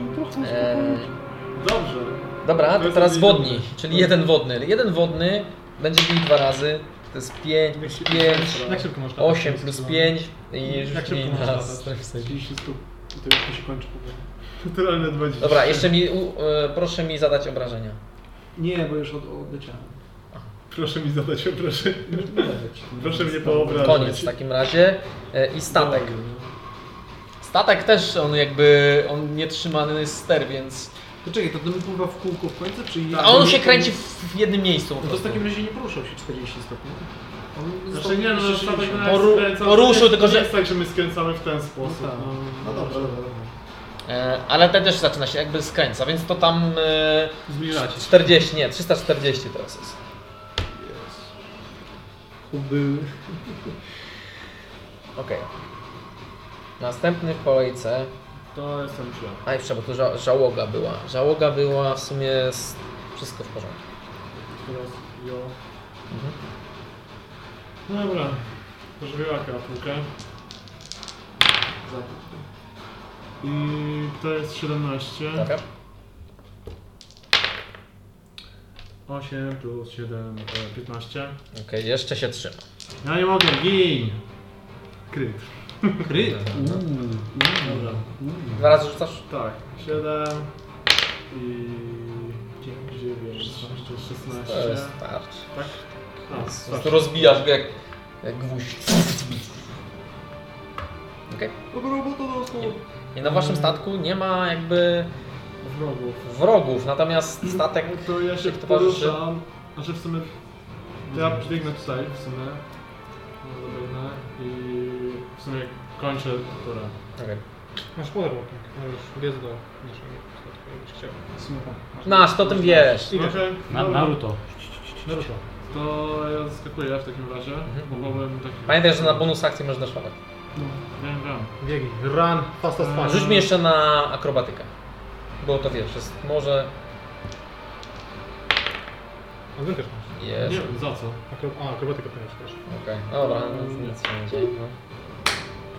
Dobrze. Dobra, To to jest teraz jeden wodni, wodny. czyli jeden wodny. Jeden wodny będzie bił 2 razy. To jest 5 plus 5, Jak szybko można 8 plus 5 i Jak rzuć mi szybko na można strefę. 30 stóp. I to już się kończy powoli. Naturalne 20. Dobra, jeszcze mi, proszę mi zadać obrażenia. Nie, bo już odleciałem. Proszę mi zadać obrażenie. Proszę mnie poobrażać. Koniec w takim razie. I statek. Statek też on jakby, on nie trzymany jest ster, więc... To czekaj, to ten pływa w kółko w końcu, czy... A on się kręci w jednym miejscu. po No to w prostu. takim razie nie poruszał się 40 stopni. On Znaczy nie, no statek na Poruszył, tylko że... że- jest tak, że my skręcamy w ten sposób. No tak. No dobrze. Ale ten też zaczyna się jakby skręca, więc to tam Zbliżacie. 40, nie, 340 teraz jest. Kuby. Okej. Następny w kolejce. To jestem źle. A jeszcze, bo tu żałoga była. Żałoga była w sumie wszystko w porządku. Teraz jo. Mhm. No dobra. Pożywiłaka półkę. I to jest 17. Dobra. 8 plus 7, 15. Okej, jeszcze się trzyma. Ja nie mogę, gin! Kryt. Kryt? Dobra. 2 razy rzucasz? Tak, 7 i 9, 16. To jest starczy. Tak? A, Po prostu starczy. rozbijasz go jak gwóźdź. Okej. Dobra robota dookoła. I na waszym statku nie ma jakby Wrogów. wrogów, natomiast statek No to ja się ich towarzyszy. poruszam. Znaczy w sumie... To ja biegnę tutaj w sumie. No, dobiegnę i w sumie kończę turę. Okej. Masz power walking, możesz biec do naszego statku, jakbyś chciał. Nasz, to o tym wiesz. Idę. Okej, dobra. Naruto. Naruto. To ja zaskakuję w takim razie, bo byłem taki... Pamiętaj, że na bonus akcji możesz daszować. Wiem. Biegnij. Run, fast as fast. Rzuć mi jeszcze na akrobatykę. Bo to wiesz, jest może... A ty też masz. Nie Jest. wiem za co. Akrobatyka powinieneś też. Okej. Dobra, nic nie dzieje. No.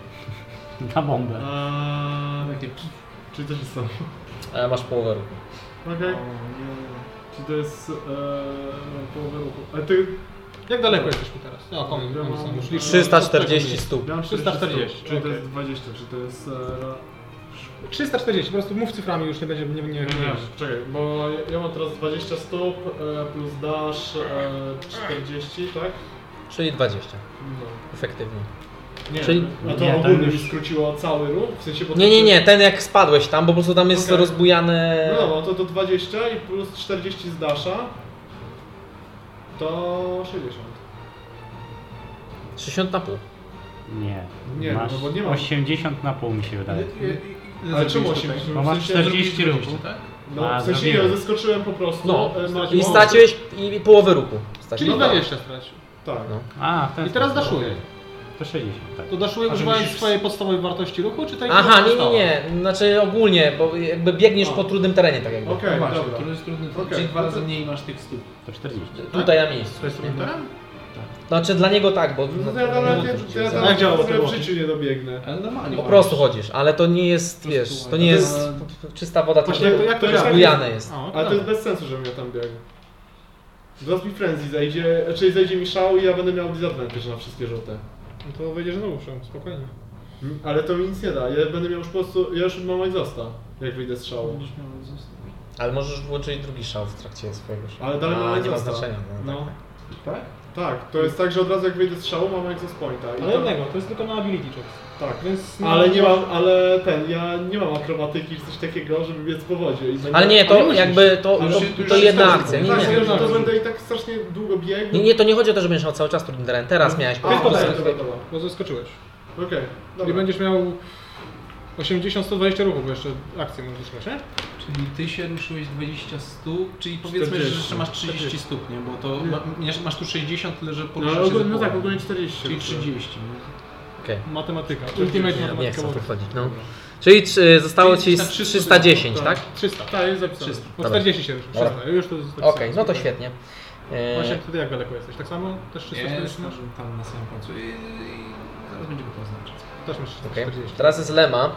Na bombę. Czyli coś jest co? Masz połowę ruchu. Okej. Czy to jest połowę ruchu? Ale ty... Jak daleko jesteśmy teraz? No, konie, Ja mam- są już 340 stóp. Ja mam 340, Czyli to okej. jest 20, czy to jest... 340, po prostu mów cyframi, już nie będzie... Nie. Czekaj, bo ja mam teraz 20 stóp plus dash 40, tak? Czyli 20. No. Efektywnie. Nie, Czyli- a to nie, to ogólnie już- mi skróciło cały ruch? W sensie, bo to Nie, ten jak spadłeś tam, bo po prostu tam jest Okej. rozbujane... No, to 20 i plus 40 z dasha to 60. 60 na pół. Nie. Nie, Masz no bo nie mam- 80 na pół mi się wydaje. Ale czemu 80? Bo masz W sensie, 40 ruchu. tak? No, A, w sensie zrobiłem. nie, zeskoczyłem po prostu. No. na I ziemię. straciłeś i połowę ruchu. Czyli No tak. 20 stracił. Tak. No. A, w ten I teraz sposób. daszuje. To 60, tak. To daszuje A, że używając musisz- swojej podstawowej wartości ruchu, czy tej, Aha, która została? nie. Znaczy ogólnie, bo jakby biegniesz A. po trudnym terenie tak jakby. Okej, No właśnie, dobra. to jest trudny, Okej. czyli 2 razy mniej masz tych stóp. To 40. Tutaj na miejscu. To jest trudny teren? Znaczy dla niego tak, bo No to ja nawet Jak działa to w było? życiu nie dobiegnę. Ale normalnie. po prostu chodzisz, ale to nie jest, wiesz, to nie jest czysta woda, tylko Właśnie jak to działa? zbujane jest. A, Ale to jest bez sensu, żebym ja tam biegł. Zaraz mi frenzy zejdzie, czyli zejdzie mi szał i ja będę miał disadvantage na wszystkie rzuty. No to wejdziesz na uszę, spokojnie. Ale to mi nic nie da, ja będę miał już po prostu, ja już mam exhausta, jak wyjdę z szału. Ale możesz włączyć drugi szał w trakcie swojego szału. Ale dalej mam nie ma exhausta. znaczenia. No. No. Tak? Tak, to jest tak, że od razu jak wyjdę z szału mam exhaust pointa. I Ale to- jednego, to jest tylko na ability checks. Tak. Więc Ale nie mam, ja nie mam akrobatyki czy coś takiego, żeby biec po wodzie. I będę... Ale nie, Ale to musisz. jakby to, Ale to, już to się jedna zdarza. akcja. Nie, Tak, nie. ja to będę i tak strasznie długo biegł. Nie, to nie chodzi o to, że będziesz miał cały czas trudny teren. Teraz miałeś po A, prostu dobra, sobie- dobra. Bo zaskoczyłeś. Okej, Czyli dobra. będziesz miał 80-120 ruchów, bo jeszcze akcję możesz trzymać, nie? Czyli ty się ruszyłeś 20 stóp, czyli powiedzmy, 40. że jeszcze masz 30 stóp, nie? Bo to masz tu 60, tyle że No, poruszasz ale się za ogólnie, no tak, połowę. ogólnie 40. Czyli 30, nie? Okej. Matematyka. Ultimate Nie matematyka. chcę w to Works. wchodzić, no. Czyli zostało Czyli ci tam 300 310, tak. tak? 300. Tak, jest zapisane. 300. No Dobra. 40 się ruszył, Dobra. 300. Już to jest zapisane. Okej, no to świetnie. Właśnie ty jak daleko jesteś? Tak samo? Też 340 Jest masz? tam na samym końcu i zaraz będziemy to oznaczać. Też masz Okej. 340. Teraz jest Lema,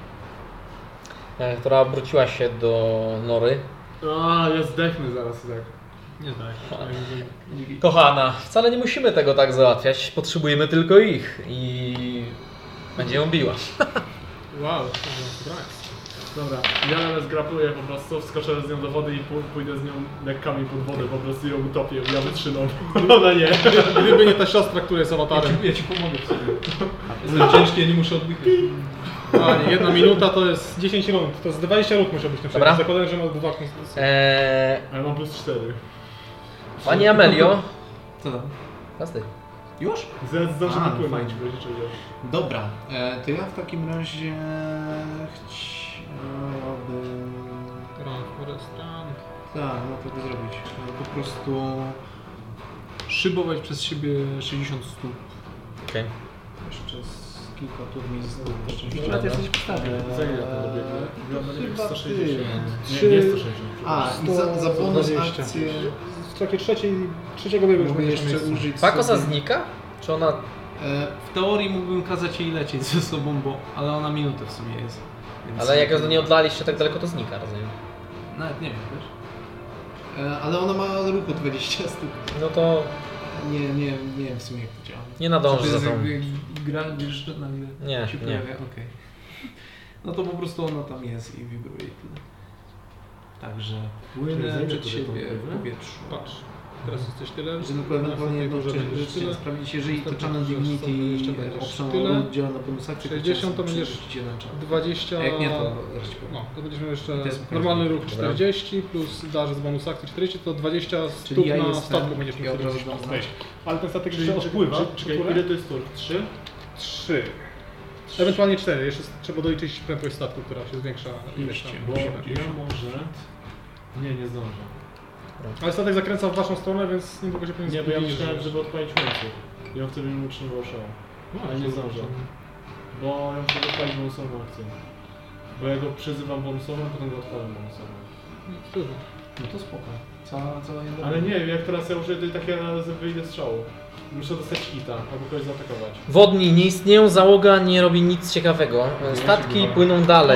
która obróciła się do Nory. A, ja zdechnę zaraz tak. Nie znaj. Kochana, wcale nie musimy tego tak załatwiać, potrzebujemy tylko ich i będzie ją biła. Wow, to jest surprise. Dobra, ja nawet zgrapluję po prostu, wskoczę z nią do wody i pójdę z nią lekkami pod wodę, po prostu ją utopię, ja wytrzymam. Ona nie. Gdyby nie ta siostra, która jest awatarem. Ja ci pomogę w sobie. Jestem ciężki, ja nie muszę oddychać. A nie, 1 minuta to jest 10 rund. To jest 20 rund musiał być ten Dobra. przejazd. Zakładam, że ma 2 konstytucje. A ja mam plus 4. Pani Amelio. Co tam? Teraz ty. Już? Zdążę A, wypłynąć, fajnie. w razie czego. Dobra, to ja w takim razie chciałbym... Run, forest, run. Tak, no to zrobić. Po prostu szybować przez siebie 60 stóp. Okej. Jeszcze z kilka turniej szczęścia. Akurat jesteś w stanie. Za ile ja tam dobiegnę? Wygląda nie wiem, Chyba 160. ty. Nie, nie 160. A, i za bonus 120. akcję W trakcie trzeciego biegu już mogę będziesz jeszcze na miejscu. użyć Pakosa sobie... znika? Czy ona... W teorii mógłbym kazać jej lecieć ze sobą, ale ona minutę w sumie jest. Więc Ale jak ją nie oddaliście tak daleko, to znika, rozumiem. Nawet nie wiem, wiesz? Ale ona ma ruchu 20 stóp. No to Nie wiem w sumie jak to działa. nie nadąży za To tą. jest jakby gra, wiesz, na ile Nie, się nie. pojawia, okej. No to po prostu ona tam jest i wibruje i tyle. Także płynę zajmę przed tutaj siebie tą pływę? w powietrzu. Patrz, teraz jesteś tyle. Że ewentualnie jedną Dużo rzecz, będziesz tyle. sprawdzić, jeżeli to Następny Channel dużo Dignity jeszcze będziesz option tyle. działa na bonus akcji, 60 to będziesz 20. A jak nie, to zaraz ci powiem. No, to będziesz miał jeszcze To jest normalny ruch Dobra. 40 plus daż z bonus akcji 40, to 20 Czyli stóp ja na jestem- statku będziesz ja miał od razu wtedy znam. wejść. Ale ten statek jeszcze odpływa. Czekaj, ile to jest tur? 3? 3. Ewentualnie 4. Jeszcze trzeba doliczyć prędkość statku, która się zwiększa. ileś tam. Bo ja może... Nie zdążę. Ale statek zakręca w waszą stronę, więc niedługo się powinien Nie, bo ja zbliżyć. myślałem, żeby odpalić łańcuch. I on wtedy bym utrzymywał szał. Ale nie zdążę. Bo ja muszę odpalić bonusową akcję. Bo ja go przyzywam bonusową, potem go odpalam bonusową. Trudno. No to spoko. Cała jedna. Ale nie, jak teraz ja użyję, to tak ja wyjdę z szału. Muszę dostać hita, albo kogoś zaatakować. Wodni nie istnieją, załoga nie robi nic ciekawego. Statki płyną dalej.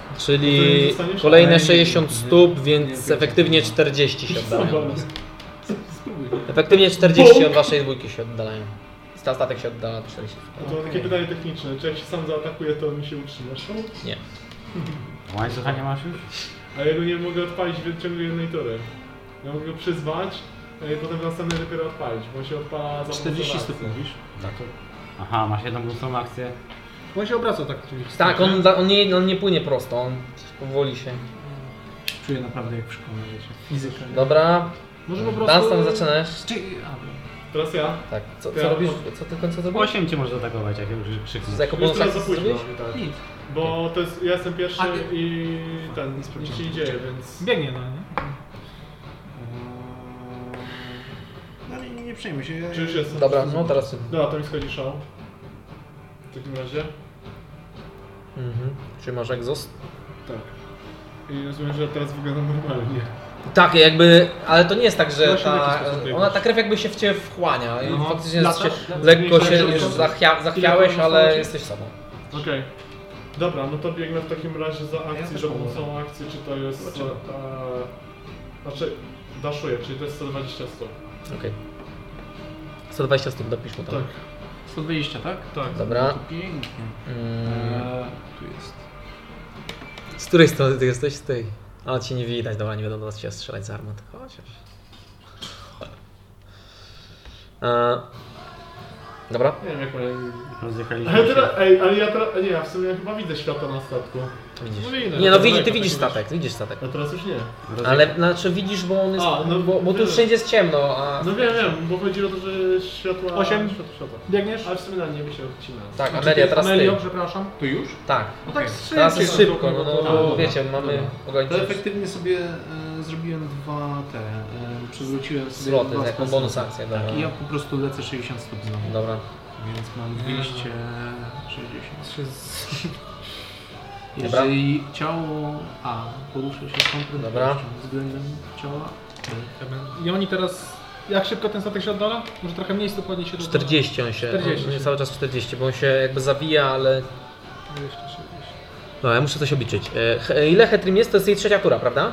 Czyli To nie zostaniesz? kolejne Ale 60 nie, stóp, nie, więc nie, efektywnie nie. 40 się oddalają. Spróbuj. Efektywnie 40 od waszej dwójki się oddalają. Statek się oddala 40 stóp. To takie pytanie techniczne, czy jak się sam zaatakuje, to mi się utrzymasz? Nie. Łańcucha nie masz już? A ja go nie mogę odpalić w ciągu jednej tury. Ja mogę go przyzwać, i potem w następnej dopiero odpalić, bo się odpala za 40 stóp mówisz? Aha, masz jedną prostą akcję. On się obraca tak oczywiście. Tak, on nie płynie prosto, on powoli się. Czuję naprawdę jak w szkole, wiecie. Fizyka. Dobra, Może po prostu... Dunstan zaczynasz. Teraz ja? Tak, co Ja- robisz? Co tylko co zrobisz? 8 cię może atakować, jak już krzykniesz. Za jaką Już bonus teraz za akcję późno. zrobisz? Tak. Nic. Bo to jest, ja jestem pierwszy A- i ten, nic się nie dzieje, więc... Biegnie, no nie? No nie przejmuj się. Czy już jest? Dobra, no teraz ty. Dobra, to mi schodzi szał. W takim razie. Czy masz egzost? Tak. I rozumiem, że teraz wyglądam normalnie. Tak, jakby, ale to nie jest tak, że Właśnie w jaki sposób biegniesz? ta krew jakby się w ciebie wchłania i No. faktycznie Latasz? lekko się Ile już to zachwiałeś, zostało ale ci? jesteś sobą. Okej. Dobra, no to biegnę w takim razie za akcję, też za pomogę. pomocą akcji, czy to jest... znaczy, daszuję, czyli to jest 120 stóp. Okej. 120 stóp dopisz mu tam. Tak. 120, tak? Tak. Dobra. To pięknie. Tu jest. Z której strony ty jesteś? Z tej. A cię nie widać, dobra, nie będą do ciebie strzelać z armat. Chociaż. Dobra. Nie wiem jak mają... Rozjechaliśmy Ale się. teraz, ale ja teraz... Nie, ja w sumie chyba widzę światło na statku. Widzisz. No widać, Nie no, że ty daleko widzisz tego statek, widzisz statek. A teraz już nie. Ale znaczy widzisz, bo on jest. A, no, bo tu wiem. wszędzie jest ciemno, a. No wiem, bo chodzi o to, że światła... 8. Światła. Biegniesz? Ale w sumie na niebie się odcina. Tak, Amelia, teraz ty. Amelio, przepraszam. To już? Tak. No tak Teraz jest szybko, no, A, no dobra. wiecie, mamy To ograniczone efektywnie sobie zrobiłem przywróciłem sobie sloty, dwa z jaką spesy. bonus akcję, dobra. Tak, i ja po prostu lecę 60 stóp znowu. Dobra. Więc mam 260. Dobra. Jeżeli ciało A porusza się z tą prędkością Dobra. względem ciała B, I oni teraz... Jak szybko ten statek się oddala? Może trochę mniej stóp ładnie się oddala? 40 on się. 40. On jest cały czas 40, bo on się jakby zawija, ale. 260. No, ja muszę coś obliczyć. Ile Hetrim jest? To jest jej trzecia tura, prawda?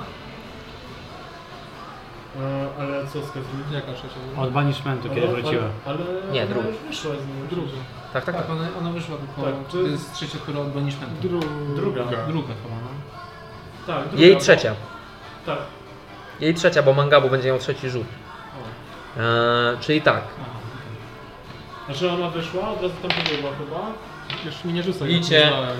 Ale co z Katrin? Jaka trzecia? Od banishmentu, kiedy wróciła. Ale... Nie, ona druga. już wyszła z nim. Druga. Tak, tak, tak. tak, ona wyszła tylko, Tak, to jest trzecia tura od banishmentu. Druga. Druga chyba, no. Tak, druga. Jej trzecia. Tak. Jej trzecia, bo Mangabu będzie miał trzeci rzut. Czyli tak. Znaczy ona wyszła, od razu tam pobiegła chyba. Już mi nie rzucaj. Widzicie? jak myślałem,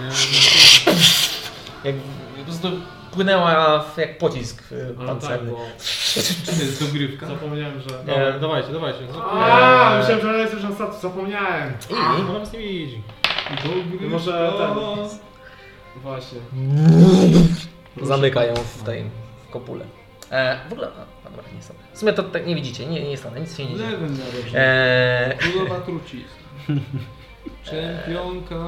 nie? Jak po prostu płynęła jak pocisk Tak, pancerny. bo Czym jest dogrywka? zapomniałem, że... Dobra, dawajcie. Myślałem, że ona jest już na statku, zapomniałem. Ona was nie widzi. Może ten... Właśnie. Zamyka ją w tej kopule. W ogóle, no, dobra, nie są. W sumie to tak nie widzicie, nie jest one, nic się nie dzieje. Legendarny. Królowa trucizn. Czempionka.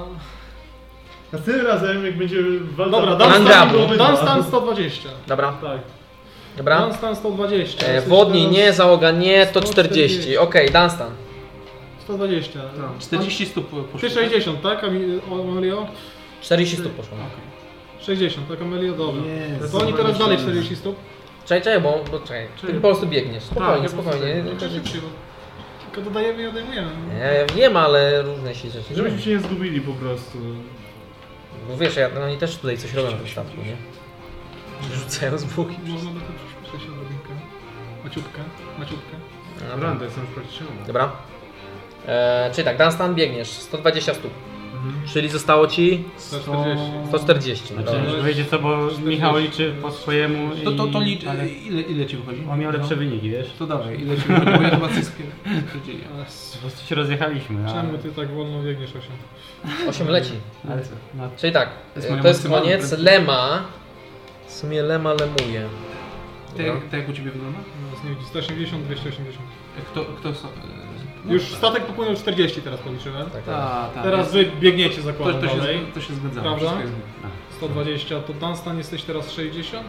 A tym razem jak będzie walka... Dobra, Mangabu. Dunstan 120. Dobra, Tak. dobra. Dunstan 120. Wodni Jesteś nie, teraz załoga nie, to 140. 40. Okej, Dunstan. 120. 40 stóp poszło. Ty 60, tak? Amelio? 40 stóp poszło. 60, tak Amelio? Dobra. Nie, To oni teraz dalej 40 stóp? Czekaj, bo czekaj. Ty po prostu biegniesz. Spokojnie, ja spokojnie. Szybciej, bo tylko dodajemy i odejmujemy. Ja wiem, ale różne się rzeczy. Żebyśmy się nie zgubili po prostu. Bo wiesz, oni też tutaj coś robią na tym statku, nie? Rzucają zwłoki. Można by tu przyspieszyć odrobinkę. Maciutkę. Dobra, to jestem już praktycznie. Dobra. Czyli tak, Dunstan biegniesz, 120 stóp. Czyli zostało ci 140. 140. Znaczy, Dobra. wiecie co, bo Michał liczy po swojemu To i... licz, ale ile ci wychodzi? on miał lepsze No. wyniki, wiesz? To dawaj, ile ci wychodzi, bo ja chyba wszystkie dzieje. Po prostu się rozjechaliśmy, Czemu ty tak wolno biegniesz 8? 8 leci. ale no, Czyli tak, jest moja to jest maksymalna koniec. prędkość. Lema. W sumie Lema lemuje. Tak jak u Ciebie wygląda? Nie widzi, 180, 280. Kto są? Już statek popłynął 40 teraz policzyłem. Tak, tak. Ta. Teraz wy biegniecie zakładam dalej. To się zgadza. Prawda? Wszystko jest 120 to Dunstan jesteś teraz 60.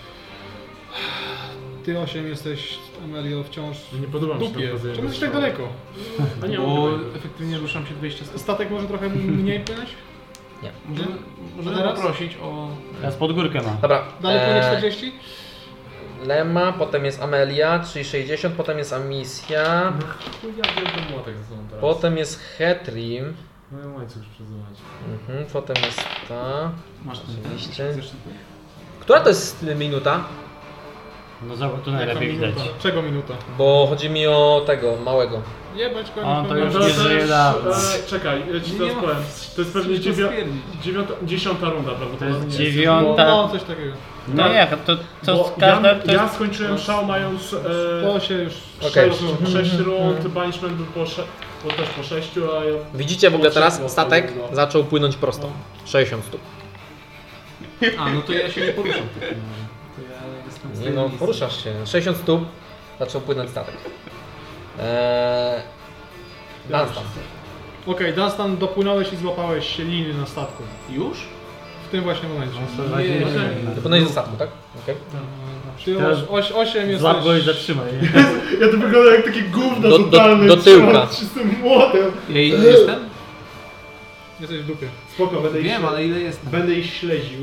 Ty 8 jesteś, Amelio, wciąż Nie podoba w mi się dupie. to pozycja. Czemu jesteś tak daleko? A nie, Bo mogę. efektywnie ruszam się 20 stóp. Statek może trochę mniej płynąć? Nie. Możemy Teraz? poprosić o... Teraz pod górkę ma. Dobra. Dalej płynie 40? Lema, potem jest Amelia, czyli 60, potem jest Amisja, Ja wiem ten młotek ze sobą teraz. potem jest Hetrim, Moją łańcuch już przezywać. potem jest ta... Masz ten Oczywiście. Chcesz ten? Która to jest minuta? No zobacz, tu Jaka najlepiej minuta? widać. Czego minuta? Bo chodzi mi o tego, małego. Jebać koniec. On to już To nie jest, żyje dawno. czekaj, ja ci Nie teraz ma- powiem. To jest pewnie Chcesz to stwierdzić. 10. runda To prawdopodobnie. jest 9. No, coś takiego. No Tak. jak, to Bo z każdym to ja jest... skończyłem szał mając To się już... Okej. 6 rund, banishment był też po 6, a ja... Widzicie w ogóle teraz Potrzebno statek tego, no. zaczął płynąć prosto. 60 stóp. A, no to ja się nie poruszam w takim razie. To ja jestem z Nie tej no, miejsca. poruszasz się. 60 stóp zaczął płynąć statek. Dunstan. Okej, Dunstan, dopłynąłeś i złapałeś liny na statku. Już? W tym właśnie momencie. Płynąłeś do statku, tak? Okej. Ty Teraz 8 jesteś... Złap go i zatrzymaj. Ja to wygląda jak takie gówno Do- totalne. do tyłka. Z tym młotem. Ja ile jestem? Jesteś w dupie. Spoko, Wiem, ale ile jestem? Będę ich śledził.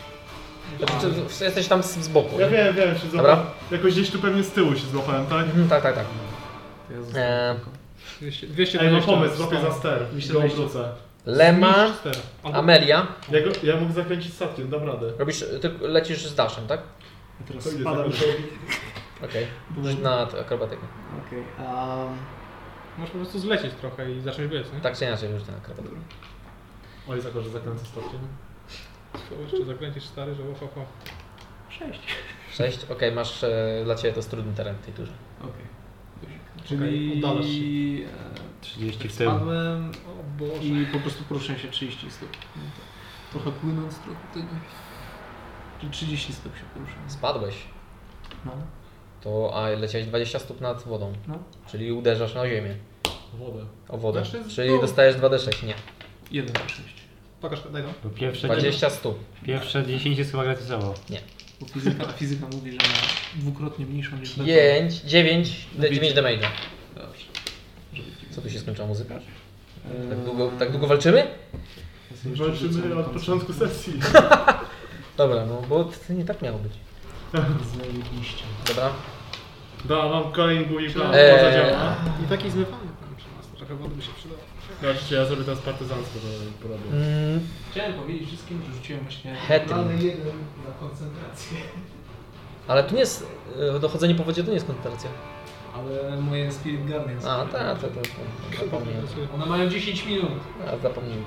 Jesteś tam z boku. Ja nie? wiem, się Dobra. złapałem. Jakoś gdzieś tu pewnie z tyłu się złapałem, tak? Tak. To ja zostałem. 220. Ej, mam pomysł, złapię za ster. Myślę, Go że obrócę. Lema, Amelia. Ja mógł zakręcić statkiem, dam radę. Robisz, ty lecisz z daszem, tak? Ja teraz To idę spadam. zakręcić. Okej. Na akrobatykę. Okej. Możesz po prostu zlecieć trochę i zacząć biec, nie? Tak czy inaczej już na akrobatykę. Oj, za to, że zakręcę statkiem. Jeszcze zakręcisz stary, że ho. 6. 6. Okej, masz dla Ciebie to jest trudny teren w tej turze. Okej. Okej, oddalasz się. 30 w tył. Spadłem O Boże. i po prostu poruszyłem się 30 stóp. No to trochę płynąc, trochę tego. Czyli 30 stóp się poruszyłem. Spadłeś. No. A leciałeś 20 stóp nad wodą. No. Czyli uderzasz na ziemię. Wodę. O wodę. Znaczy, Czyli no. dostajesz 2d6. Nie. 1 na 6. Pokaż, daj no. Bo pierwsze 20 stóp. Pierwsze 10 jest chyba gratisowo. Bo fizyka mówi, że ma dwukrotnie mniejszą liczbę. 9 damage'a. Dobrze. Co tu się skończyła muzyka? Tak długo walczymy? Walczymy od początku sesji. Dobra, no bo to nie tak miało być. Zajebiście. Dobra. Da, mam kolejny głupi plan, Eee. zadziała. I taki zmywany tam przy nas, trochę wody by się przydało. Zobaczcie, ja sobie teraz partyzancko to porobię. Chciałem powiedzieć wszystkim, że rzuciłem właśnie Hetrim. jeden na koncentrację. Ale tu nie jest, dochodzenie po wodzie to nie jest koncentracja. Ale moje Spirit Guardians. A, tak, to zapomniałem. One mają 10 minut. Zapomniałem.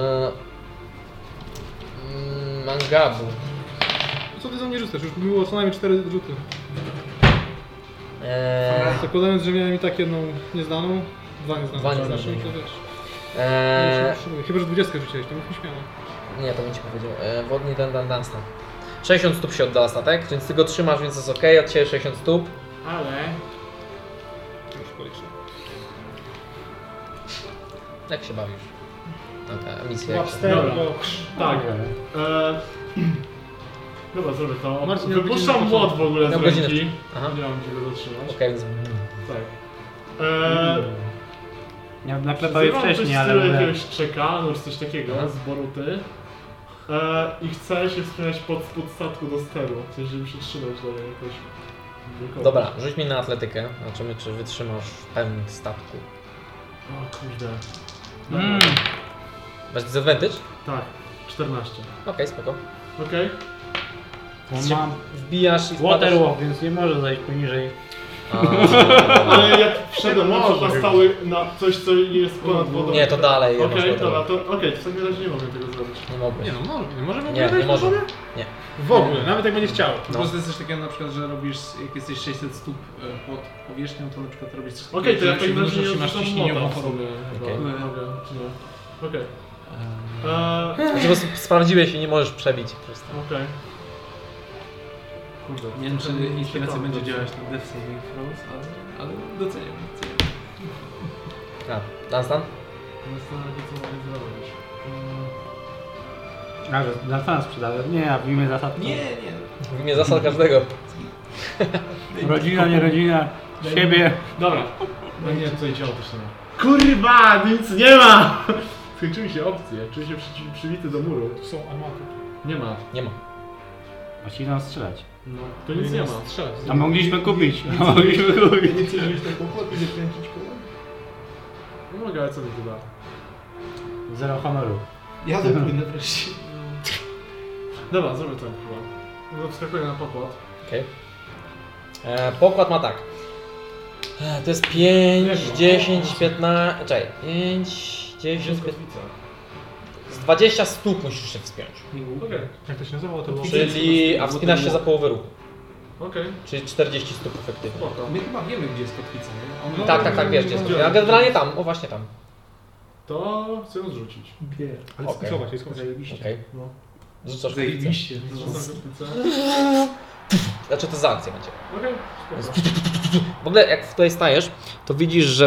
Mangabu. Co ty za mnie rzucasz? Już było co najmniej 4 rzuty. Zakładając, że miałem i tak jedną nieznaną, 2 nieznane. Dwa nieznane. Znaczy, to wiesz. Chyba, że 20 rzuciłeś, to mów mi śmiało. Nie, to bym ci powiedział. Wodny Dunstan. 60 stóp się oddala statek, więc ty go trzymasz, więc jest ok. Od Ciebie 60 stóp. Ale... Już policzę. Jak się bawisz? Taka misja. Jak się... Dobra. Bo... Tak. Dobra, zrobię to. Marcin, miał Wypuszczam godzinę młot w ogóle Miał z godzinę. ręki. Aha. Nie mam gdzie go zatrzymać. Okej, więc... Tak. Ja naklepał je Wzywam coś wcześniej, w stylu ale... jakiegoś czeka, no czy coś takiego, Aha. z Boruty. I chcę się wspinać pod statku do steru, w sensie żeby się trzymać do niej jakoś. wykonać. Dobra, rzuć mi na atletykę. Zobaczymy, czy wytrzymasz pełni statku. O kurde. Masz disadvantage? Tak, 14. Okej, spoko. Okej? Bo mam Wbijasz i spadasz. waterwalk, więc nie może zajść poniżej. Ale jak wszedłem na przykład stały na coś, co jest ponad wodą. Nie, to dalej. masz Okej, waterwalk. dobra, to okej, w takim razie nie mogę tego zrobić. Nie mogłeś. Nie no, może. Nie możemy Nie, nie może. Nie. W ogóle, nawet jak będzie chciał. Po prostu jest coś takiego na przykład, że robisz, jak jesteś 600 stóp pod powierzchnią, to na przykład robisz coś takiego, Okej, to że ja w takim razie nie wynurzasz i masz odrzucam ciśnieniową młota w chorobę. sobie. Okej. Mogę, czy nie? Okej. Po prostu sprawdziłeś i nie możesz przebić po prostu. Okej. Kurde. Nie wiem, czy inspiracja Ciekawe, będzie co- działać na Death Saving Throws, ale doceniam. Dunstan? Zastanawiam się, co mogę zrobić. A, że dla fan sprzedałem? Nie, a w imię zasad to... Nie. W imię zasad każdego. Rodzina, nie rodzina, siebie. Dobra. No nie, tutaj działo też nie ma. Kurwa, nic nie ma! Skończyły się opcje, czuję się przybity do muru. Tu są armaty. Nie ma. Nie ma. Właściwie nam strzelać. No, to nic nie ma. Strzelać. A mogliśmy kupić. Nie chcesz wziąć ten pokład i zakręcić koło? No mogę, ale co mi to da? Zero honoru. Ja dopłynę wreszcie. Dobra, zrobię to chyba. No to wskakuję na pokład. Okej. Pokład ma tak. To jest 5, 10, 15... Czekaj. 5, 10, 15... Z 20 stóp musisz się wspiąć. Okej, Jak to się nazywało? To było... Czyli... A wspinasz się za połowę ruchu. okej. Czyli 40 stóp efektywnie. Spoko. My chyba wiemy, gdzie jest kotwica, nie? On... Tak, wiesz gdzie jest. A generalnie tam, o właśnie tam. To chcę ją zrzucić. Ale Okej. schować, jest schować. Okej. No. Rzucasz Zajebiście. Zrzucam kotwicę. Znaczy to za akcję będzie. Okej, spoko. W ogóle jak tutaj stajesz, to widzisz, że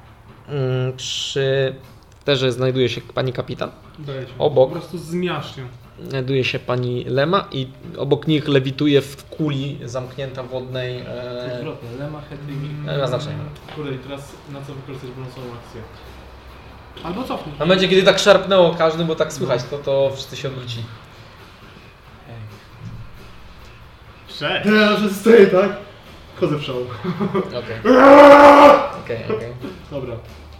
przy terze znajduje się pani kapitan. Daję ci. Obok. Po prostu zmiasz ją. Znajduje się pani Lema i obok nich lewituje w kuli zamknięta wodnej. Odwrotnie, Lema, Hedwig. Nie ma znaczenia. Kurde, i teraz na co wykorzystać bonusową akcję? Albo cofnij. W momencie, kiedy tak szarpnęło każdym, bo tak słychać, to wszyscy się odwrócili. Cześć! Ja że stoję, tak? Chodzę w szał. Okej. Dobra.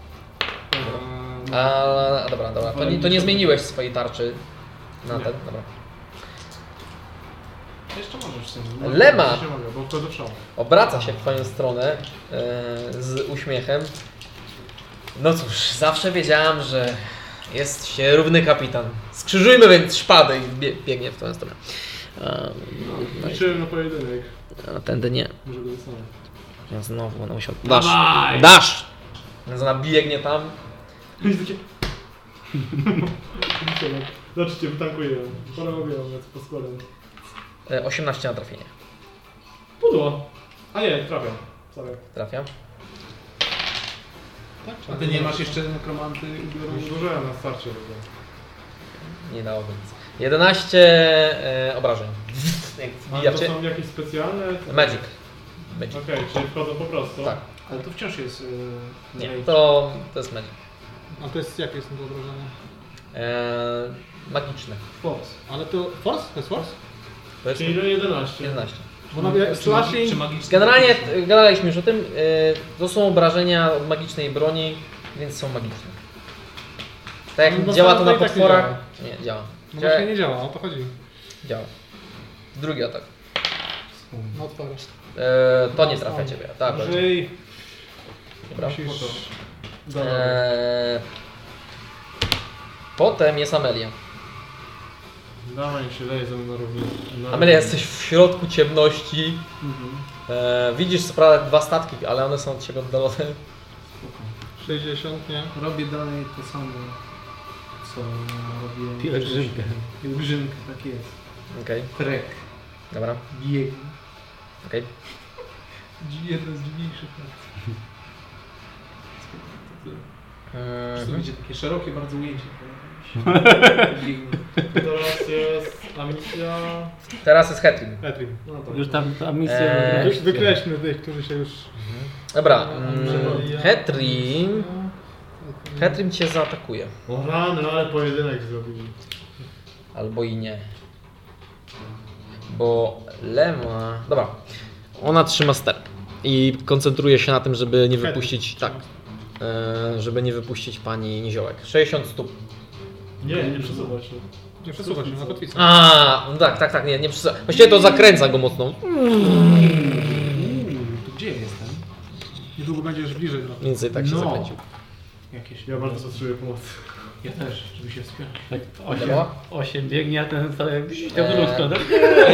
Dobra. To nie zmieniłeś swojej tarczy na ten. Dobra. Jeszcze możesz sobie. Lema Nie mogę, bo wchodzę w szał. obraca się w twoją stronę z uśmiechem. No cóż, zawsze wiedziałam, że jest się równy kapitan. Skrzyżujmy więc szpady i biegnie w twoją stronę. Liczyłem na pojedynek. A tędy nie. Może go dostanę. Ja znowu ona musiał. Dasz! Więc ona biegnie tam. I takie... Zobaczcie, wytankuję ją. Porobię ją, jak po składem. 18 na trafienie. Pudło! A nie, trafiam. Sorry. Trafia. A ty nie masz jeszcze nekromanty Już zużyłem na starcie. Nie dałoby nic. 11 obrażeń. Jak Ale to wbijacie. są jakieś specjalne? Magic. Okej, czyli wchodzą po prostu. Tak. Ale to wciąż jest... Nie, to jest magic. A to jest jakie jest to wyobrażenie? Magiczne. Force. Ale to force? To jest force? To jest Czyli do 11. 11. Bo na slashing... Czy magiczny? Generalnie gadaliśmy już o tym. To są obrażenia od magicznej broni, więc są magiczne. Tak jak No, działa to na i tak nie potworach. Nie, działa. No właśnie nie działa, o to chodzi. Działa. Drugi atak. No otwarę. To nie trafia ciebie. Tak, Żyj. dobra. Musisz... Dobra. Potem jest Amelia. Dawaj się leje ze mną na równi. Amelia, jesteś w środku ciemności. Widzisz co prawda 2 statki, ale one są od ciebie oddalone. 60, nie? Robię dalej to samo, co robiłem. Pielgrzymkę. Pielgrzymkę, tak jest. Okej, Trek. dobra. Bieg. Okej. Jedna z dziwniejszych akcji. To będzie takie szerokie bardzo ujęcie. Biegnie. Teraz jest amunicja. Teraz jest Hetrim. Edwin. No to. Już tam ta misja... Wykreślmy tych, którzy się już... Dobra, Hetrim cię zaatakuje. O rany, ale pojedynek zrobili. Albo i nie. Bo Lema... Dobra. Ona trzyma ster. I koncentruje się na tym, żeby nie wypuścić... Tak. Żeby nie wypuścić pani Niziołek. 60 stóp. Nie przesuwać się. Nie przesuwać się na kotwicę. A, no tak, nie przesuwa. Właściwie to zakręca go mocno. To gdzie jestem? Niedługo będziesz bliżej. No. Mniej więcej tak się zakręcił. Jakieś... Ja bardzo potrzebuję pomocy. Ja też, żeby się wspiąć. Tak, Dobra. 8 biegnie, a ten cały ściął lustro, tak?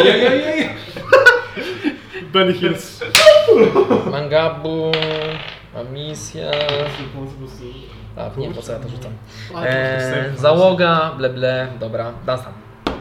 Benny Hills. Mangabu, Amisja. Pomocy po prostu. Tak, nie wiem po co ja to rzucam. safe. Załoga, ble, dobra, Dunstan.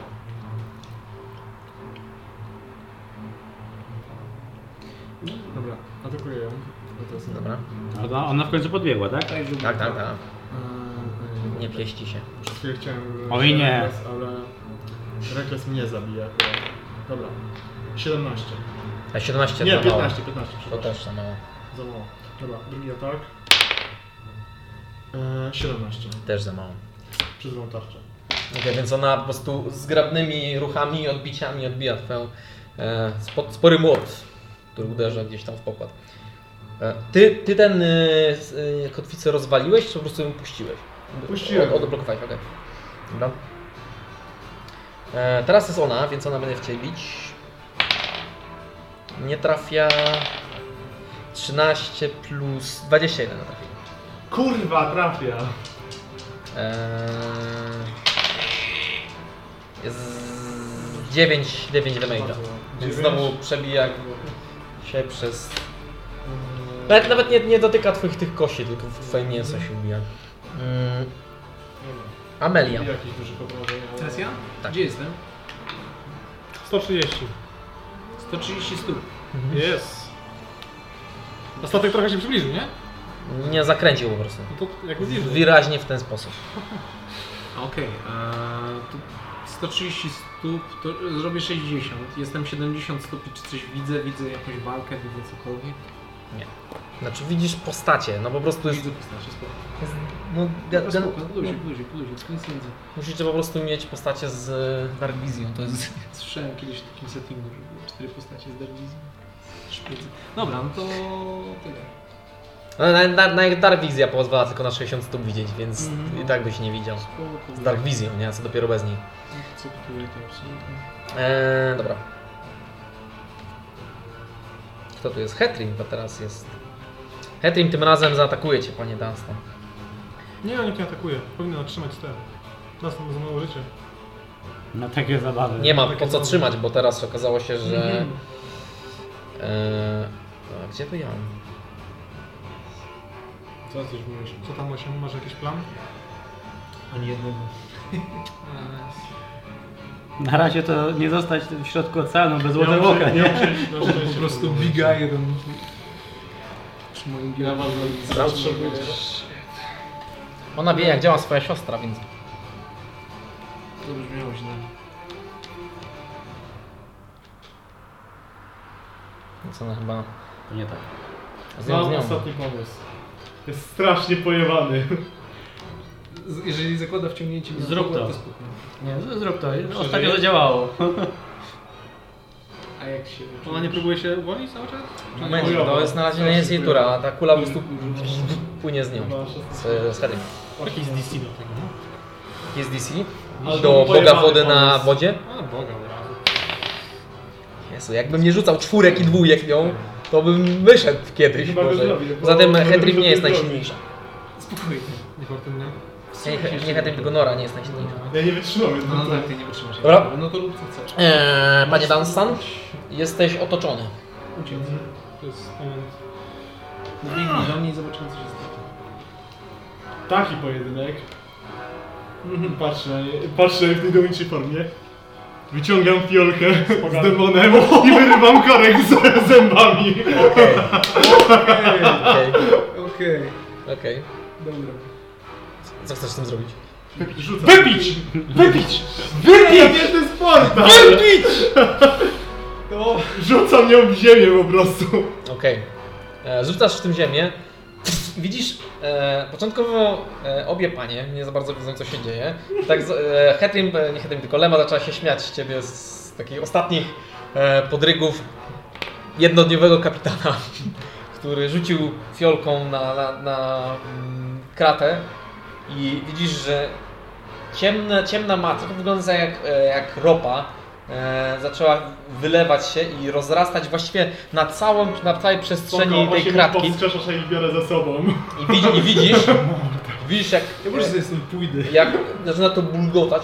Dobra, atakuję ją. Dobra. Ona w końcu podbiegła, tak? Tak. Nie pieści się. Przez chwilę chciałem... Oj, nie. Rekles, ale... Rekles mnie zabija akurat. Dobra. 17. A 17 Nie, za mało. 15, To przepraszam. też za mało. Za mało. Dobra, drugi atak. 17. Też za mało. Przyzwą tarczę. Okej, więc ona po prostu zgrabnymi ruchami i odbiciami odbija twoją spory młot, który uderza gdzieś tam w pokład. Ty ten kotwicę rozwaliłeś, czy po prostu ją puściłeś? Puściłem. Odblokowałeś, okej. Dobra. Teraz jest ona, więc ona będzie w ciebie bić. Nie trafia. 13 plus 21 na trafienie. Kurwa, trafia! Jest 9 damage'a. Więc znowu przebija się przez... Nawet nie dotyka twoich tych kości, tylko w twoje mięso się ubija. Amelia. Jakiś duży obrażeń. Teraz ja? Tak. Gdzie jestem? 130. 130 stóp. Jest. A statek trochę się przybliżył, nie? Nie zakręcił po prostu. No to jak bliżej. Wyraźnie w ten sposób. Okej, to 130 stóp, to zrobię 60. Jestem 70 stóp i czy coś widzę? Widzę jakąś walkę, widzę cokolwiek? Nie. Znaczy widzisz postacie, no po prostu jest... Widzę postacie, spoko. No, Spoko, luzik, nic nie widzę. musicie po prostu mieć postacie z Dark Vision, to jest... Słyszałem kiedyś w takim settingu, że były 4 postacie z Darwizji. Szpicy. Dobra, no to tyle. Na Dark Vision pozwala tylko na 60 stóp widzieć, więc i tak byś nie widział. Z Dark Vision, nie? Co dopiero bez niej. Co tutaj to absolutnie. Dobra. Kto tu jest? Hetrim to teraz jest. Hetrim tym razem zaatakuje cię, panie Dunstan. Nie, nikt nie atakuje. Powinien otrzymać te. Nas za mało życie. Na takie zabawy. Nie ma po co trzymać, bo teraz okazało się, że... A gdzie to ja? Co coś mówisz? Co tam masz jakiś plan? Ani jednego. Na razie to nie zostać w środku oceanu bez złotego oka, nie? Po prostu Big Iron. Przy moim gierze. Ona wie, jak działa swoja siostra, więc... To brzmiało źle. Więc ona chyba... To nie tak. Z nią. ostatni pomysł. Jest strasznie pojebany. Jeżeli zakłada wciągnięcie mnie na Zrób pokład, to. spoko. Nie, zrób to. Ostatnio zadziałało. A jak się... Ona nie próbuje się uwolnić cały czas? Momencik, to jest na razie nie jest jej tura, a ta kula po prostu płynie z nią. Z Hetrim. Jaki jest DC do tego, no? Jest DC? Ale Do boga pojebany wody na pomysł. wodzie? A, Boga od razu. Jezu, jakbym nie rzucał czwórek i dwójek nią, to bym wyszedł kiedyś Chyba go może. zrobię, bo- Poza tym bo Hetrim to nie jest zrobi. najsilniejsza. Spokojnie. Nie Fortyn, nie? Nie Hetrim, tylko Nora nie jest najsilniejsza. Ja nie wytrzymam. No tak, ty nie wytrzymasz. Dobra. No to rób co chcesz. Panie Dunstan, jesteś otoczony. Uciec. To jest moment. Biegnij do mnie i zobaczymy co się stanie. Taki pojedynek. Patrzę w tej domyślnej formie. Wyciągam fiolkę z demonem i wyrywam korek z zębami. Okej. Dobra. Co chcesz z tym zrobić? Wypić! Wypić! Wypić! To jest sport! Wypić! No, rzucam ją w ziemię po prostu. Okej. Rzucasz w tym ziemię. Widzisz, początkowo obie panie nie za bardzo wiedzą, co się dzieje. Tak, Hetrim, nie Hetrim, tylko Lema zaczęła się śmiać z ciebie z takich ostatnich podrygów jednodniowego kapitana, który rzucił fiolką na kratę i widzisz, że ciemna maca, to wygląda jak ropa, zaczęła wylewać się i rozrastać właściwie na całej przestrzeni tej kratki. Powstrzeszasz, ja ich biorę ze sobą. I widzisz jak, Ja może sobie stąd pójdę. jak zaczyna to bulgotać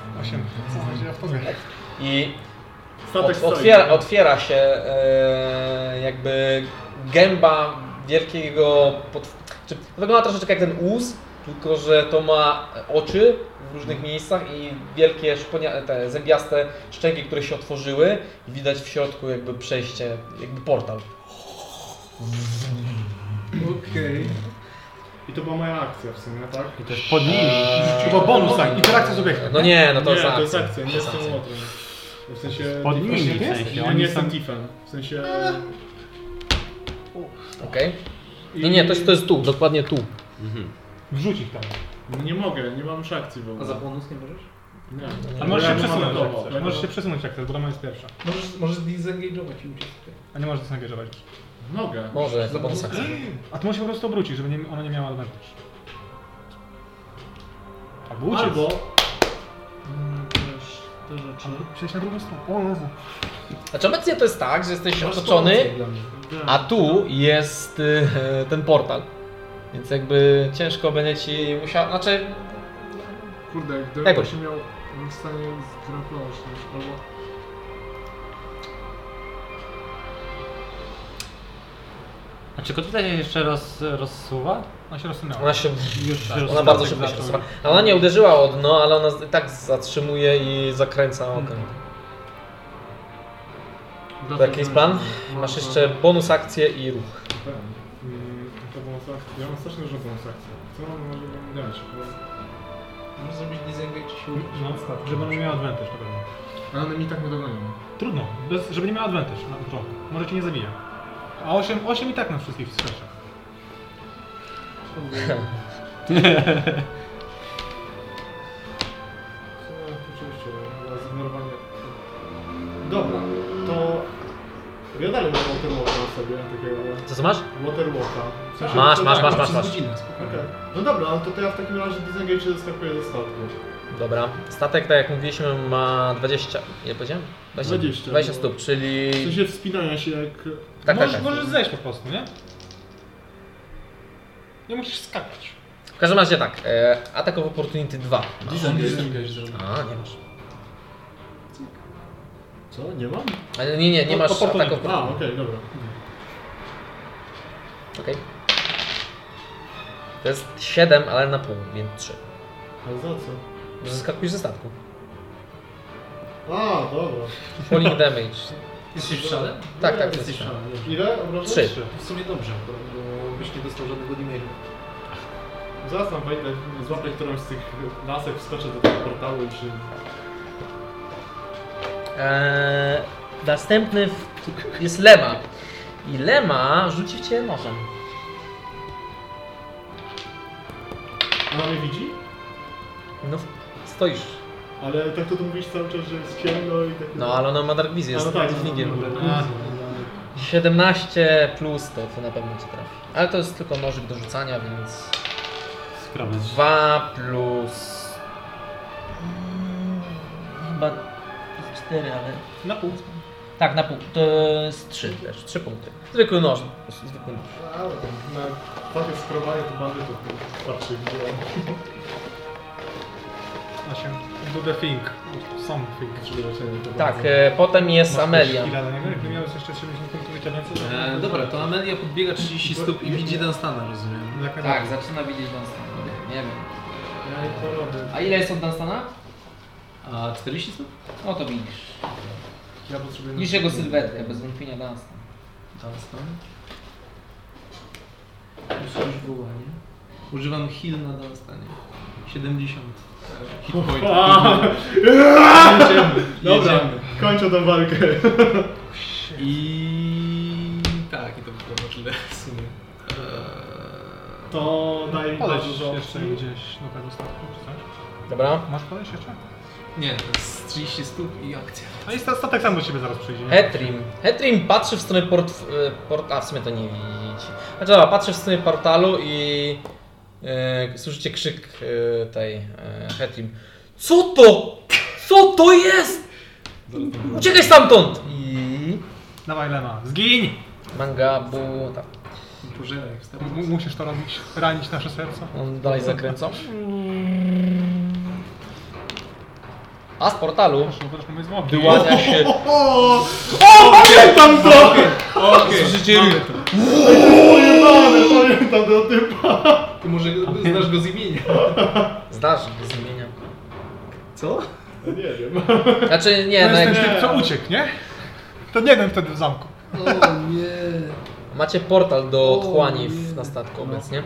i otwiera się jakby gęba wielkiego wygląda troszeczkę jak ten łuz, tylko że to ma oczy w różnych miejscach i wielkie te zębiaste szczęki, które się otworzyły i widać w środku jakby przejście, jakby portal. Okej. I to była moja akcja w sumie, tak? I to jest pod nimi. To była bonus akcja, interakcja z obiektem. No nie, no to jest to jest akcja. akcja, nie To jest jestem akcja. łotrem. W sensie... Pod nimi, właśnie w sensie, Ja oni nie są- jestem Tiffem. W sensie... Okej. Nie, to jest tu, dokładnie tu. Wrzucić tam. Nie mogę, nie mam już akcji w A ogóle. za bonus nie możesz? Nie. Ale możesz się Ja mam przesunąć jak gotowo. chcesz. Możesz się przesunąć jak chcesz, bo dama jest pierwsza. Możesz disengage'ować i uciec tutaj. A nie możesz disengage'ować. Mogę. Może, za bonus akcji. A to może się po prostu obrócić, żeby ona nie miała advantage. Albo uciec. Albo... Te rzeczy. Przejść na drugą stronę. O Jezu. Znaczy obecnie to jest tak, że jesteś otoczony, a tu jest ten portal. Więc jakby ciężko będzie ci musiał, znaczy Kurde, Jak gdybym byś? się miał w stanie zgrapplować też, albo... A czy kotwica się jeszcze rozsuwa? Ona się rozsunęła. ona się, Już się ona rozsuwa. bardzo szybko się rozsuwa. A ona nie uderzyła o dno, ale ona i tak zatrzymuje i zakręca okręt. To jakiś plan? Masz jeszcze bonus akcję i ruch. To bonus akcji. Ja mam strasznie dużo bonus akcji. Co może dać? Możesz zrobić disengage i się uciec. No, żeby ona nie miała advantage na pewno. Ale one mi tak nie dogonią. Trudno, żeby nie miała advantage na początku. Może cię nie zabija. A 8 i tak na wszystkich wskrzeszach. Oczywiście, zignorowanie. Dobra, to... Ja dalej mam Waterwalka na sobie, takiego... Co masz? Waterwalka. W sensie, Masz, to masz, tak, masz, Przez masz. godzinę, spokojnie. Okej. No dobra, no to ja w takim razie disengage się zeskakuję ze statku. Dobra. Statek, tak jak mówiliśmy, ma 20. Ile powiedziałem? 20. 20 stóp, czyli... W sensie wspinania się jak... Tak, tak, tak. Możesz zejść po prostu, nie? Nie musisz skakać. W każdym razie tak, Attack of Opportunity 2. Disengage zrobił. A, nie masz. Co? Nie mam? Ale nie masz Opportunity. Attack of A, Opportunity. okej, dobra. Okej. To jest 7, ale na pół, więc 3. Ale za co? Że zeskakujesz ze statku. A, dobra. Falling damage. Jesteś w szale? Tak, tak, Jesteś w szale. Ile obrażeń? 3. W sumie dobrze, bo byś nie dostał żadnego damage'u. Zaraz tam wejdę, złapię którąś z tych lasek, wskoczę do tego portalu i czy... Następny jest Lema. I Lema rzuci w ciebie nożem. Ona mnie widzi? No, stoisz. Ale tak to tu mówisz cały czas, że jest ciemno i tak... No, ale ona ma Dark Vision, A, jest no tak, przeciwnikiem. no, 17 plus to na pewno cię trafi. Ale to jest tylko nożyk do rzucania, więc... Skromny. 2 plus... Chyba 4, ale... Na pół. Tak, na pół. To jest 3 też, 3 punkty. Zwykły noż, po prostu zwykły nóż. Na takie skrobanie to bandytów patrzy, widziałem. 8. Do the thing. Something. Czyli leczenie to Tak, bardzo- potem jest Amelia. Ile do niego? Jakby miałeś jeszcze 70 punktów życia więcej? Dobra, to Amelia podbiega 30 stóp i widzi Dunstana, rozumiem. Tak, zaczyna widzieć Dunstana. Nie wiem. Ja i to robię. A ile jest od Dunstana? A 40 stóp? No to widzisz. Ja potrzebuję... Widzisz jego sylwetkę, bez wątpienia Dunstan. Dunstan. Już wołanie. Używam heal na Dunstanie. 70 hit point. Dobra, kończę tą walkę. I tak, i to by było tyle w sumie. To daje mi Poleć bardzo dużo jeszcze opcji. gdzieś do tego statku, czy coś? Dobra. Masz poleć jeszcze? Nie, to jest 30 stóp i akcja. A i statek sam do ciebie zaraz przyjdzie. nie? Hetrim patrzy w stronę a w sumie to nie widzicie. Znaczy dobra, patrzy w stronę portalu i słyszycie krzyk tej Hetrim. Co to? Co to jest? Uciekaj stamtąd! I... Dawaj Lema, zgiń! Mangabu... tak. Pożeraj w stary. Musisz to robić, ranić nasze serca. On dalej zakręca. A z portalu Zobacz, mamy zwłoki. wyłania się... Pamiętam to! Słyszycie ryk. Pamiętam tego typa! Ty może znasz go z imienia. Znasz z imienia. Co? Nie wiem. Znaczy nie, To no jest ten jak... typ, co uciekł, nie? To nie wiem wtedy w zamku. O nie. Macie portal do otchłani na statku obecnie.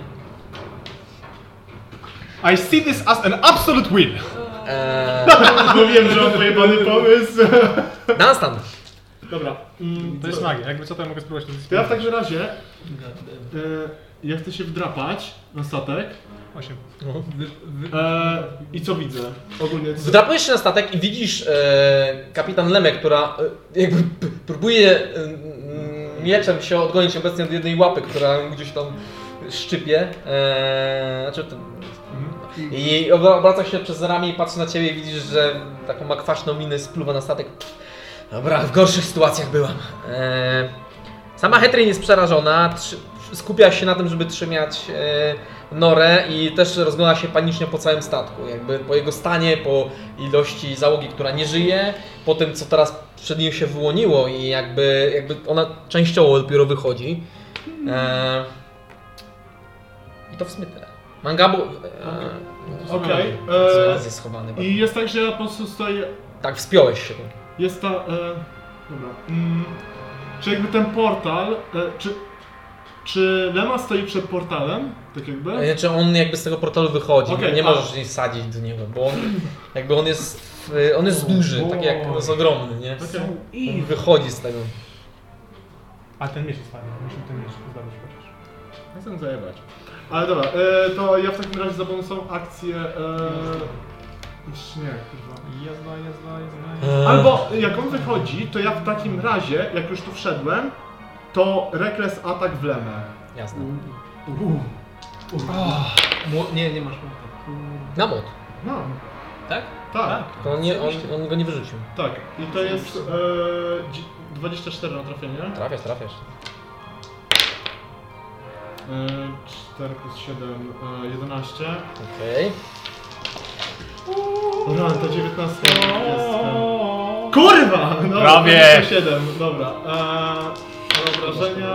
I see this as an absolute win. Bo wiem, że mam pojebany pomysł. Dunstan. Dobra. To jest magia, jakby co to ja mogę spróbować to To ja w takim razie ja chcę się wdrapać na statek. 8. I co widzę? Ogólnie co... Wdrapujesz się na statek i widzisz kapitan Lemę, która jakby próbuje mieczem się odgonić obecnie od jednej łapy, która gdzieś tam szczypie. I obraca się przez ramię i patrzy na ciebie i widzisz, że taką ma kwaśną minę, spluwa na statek. Dobra, w gorszych sytuacjach byłam. Sama Hetrin jest przerażona, skupia się na tym, żeby trzymać norę i też rozgląda się panicznie po całym statku. Jakby po jego stanie, po ilości załogi, która nie żyje, po tym, co teraz przed nim się wyłoniło i jakby ona częściowo dopiero wychodzi. I to w sumie tyle. Mangabu... Okej. jest schowany. I jest tak, że ja po prostu stoję... Tak, wspiąłeś się tu. Jest ta... dobra. Czy jakby ten portal... Czy Lema stoi przed portalem? Tak jakby? Znaczy on jakby z tego portalu wychodzi, Okej, nie możesz nie sadzić do niego, bo on, jakby on jest duży, tak jak on jest ogromny, nie? On wychodzi z tego. A ten miecz jest fajny, musimy ten miecz zdobyć chociaż. Nie chcę zajebać. Ale dobra, to ja w takim razie za bonusową akcję... Nie, kurwa. Jazda. Albo jak on wychodzi, to ja w takim razie, jak już tu wszedłem, to Reckless atak w Lemę. Jasne. Nie masz młota. Na mod. No, Tak? tak, To on go nie wyrzucił. tak. I to jest 24 na trafienie. Trafiasz. 4 plus 7, 11. Okej. Dobra, to 19 jest... Kurwa! No, Prawie. 7, dobra. Obrażenia...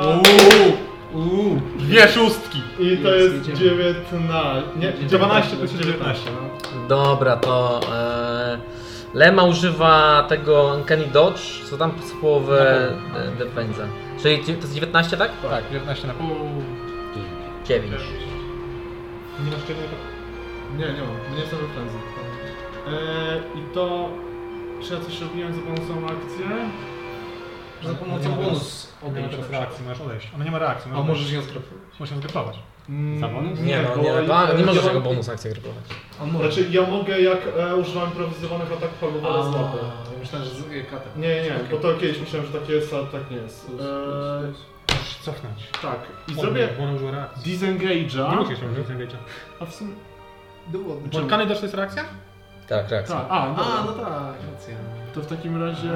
Dwie szóstki! I to jest 19... Nie, 12 plus 19. Dobra, to Lema używa tego Uncanny Dodge, co tam z połowę defensa. Czyli to jest 19, tak? Tak, 19 na pół. 9. Nie masz czego? Nie mam, nie jestem we frenzy. I to... Czy ja coś robiłem za bonusową akcję? Za pomocą bonus Nie ma odejść. teraz reakcji, możesz odejść. Ona nie ma reakcji. A możesz ją skrepować. Możesz ją zgrypować. Za bonus? Nie możesz jego bonus akcji grypować. On może. Znaczy ja mogę jak używam improwizowanych ataków albo wolę z łapy. Myślałem, że z katem. Nie, bo to kiedyś myślałem, że tak jest, ale tak nie jest. Możesz cofnąć. Tak, i zrobię Bo ona użyła reakcji. Nie disengage'a. musisz ją disengage'a. A w sumie... Bo Uncanny Dodge to jest reakcja? Tak, reakcja. Tak, A, dobra. no tak, racja. To w takim razie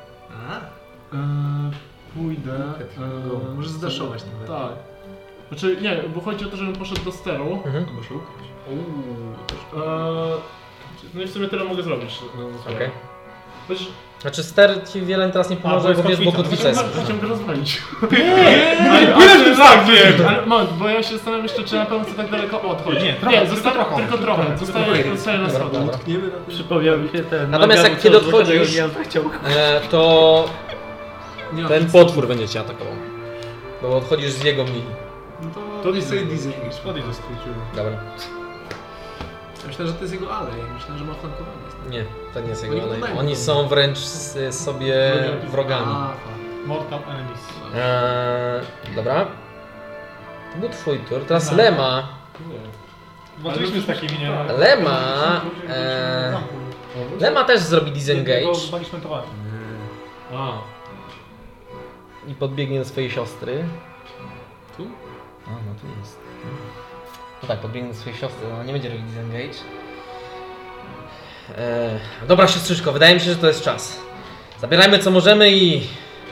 pójdę... Możesz zdaszować nawet. Tak. Znaczy nie, bo chodzi o to, żebym poszedł do steru. Mhm. Albo się ukryć. No i w sumie tyle mogę zrobić. Okej. Chociaż... Znaczy ster ci wiele teraz nie pomoże, bo wiesz, bo kotwica jest. Chciałem go rozwalić. Płynąć tym statkiem! Ale moment, bo ja się zastanawiam jeszcze, czy na pewno chcę tak daleko odchodzić. Nie, trochę, tylko trochę. Zostaję na schodach. Przypomniał mi się ten... Natomiast jak kiedy odchodzisz, to Nie ma ten nic. potwór będzie cię atakował. Bo odchodzisz z jego mili. No to jest sobie design. Podjedź do skróciu. Dobra. Myślę, że to jest jego alej. Myślę, że ma flankowanie. Nie, to nie jest Oni jego olej. wyglądają Oni są wręcz sobie wrogami. Mortal Enemies. Dobra. To był twój tur. Teraz Lema. Walczyliśmy z takimi, nie? Lema też zrobi disengage Zbaliśmy towar. i podbiegnie do swojej siostry. Tu? A, no tu jest. No tak, podbiegnie do swojej siostry, no nie będzie robić disengage. Dobra siostrzyczko, wydaje mi się, że to jest czas. Zabierajmy co możemy i...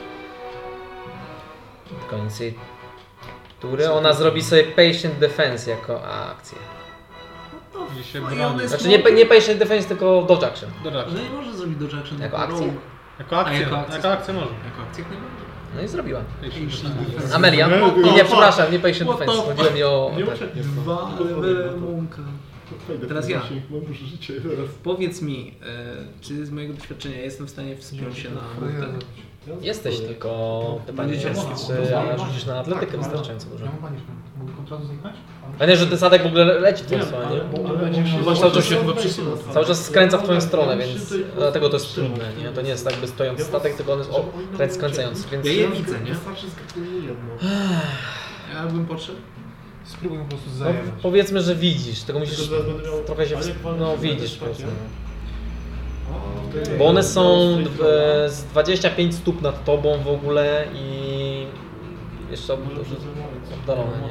Koniec jej tury. Ona zrobi sobie Patient Defense jako akcję. I się No i broni. on jest Znaczy nie Patient Defense, tylko Dodge Action. Dobra, Ale nie może zrobić dodge action Jako rogue. akcję? jako akcję, jako akcję. jako akcję może. Jako akcję jak najbardziej. No i zrobiła. Patient Amelia? Nie, przepraszam, nie Patient What the Defense. Chodziło mi o... Nie tak. muszę... Dwa levele mąka. Teraz ja. Mam już życie teraz. Powiedz mi, czy z mojego doświadczenia jestem w stanie wspiąć się na murtę? Jesteś, tylko pytanie jest, czy rzucisz na atletykę wystarczająco dużo. Mógł kontratu zniknąć? Pamiętaj, że ten statek w ogóle leci w twoją stronę, nie? Bo cały czas się chyba przesunął. Cały czas skręca w twoją stronę, więc dlatego to jest trudne, nie? To nie jest jakby stojący statek, tylko on jest wręcz skręcający, więc... Ja je widzę, nie? Wystarczy skakuje jedno. Ja bym podszedł Spróbuj po prostu No, zajebać. powiedzmy, że widzisz, tylko musisz Tylko zaraz będę miał- trochę się... ale jak walnę No z widzisz po wsparciem? prostu. Okej. Bo one są Ja z tej strony. z 25 stóp nad tobą w ogóle i jeszcze oddalone, nie?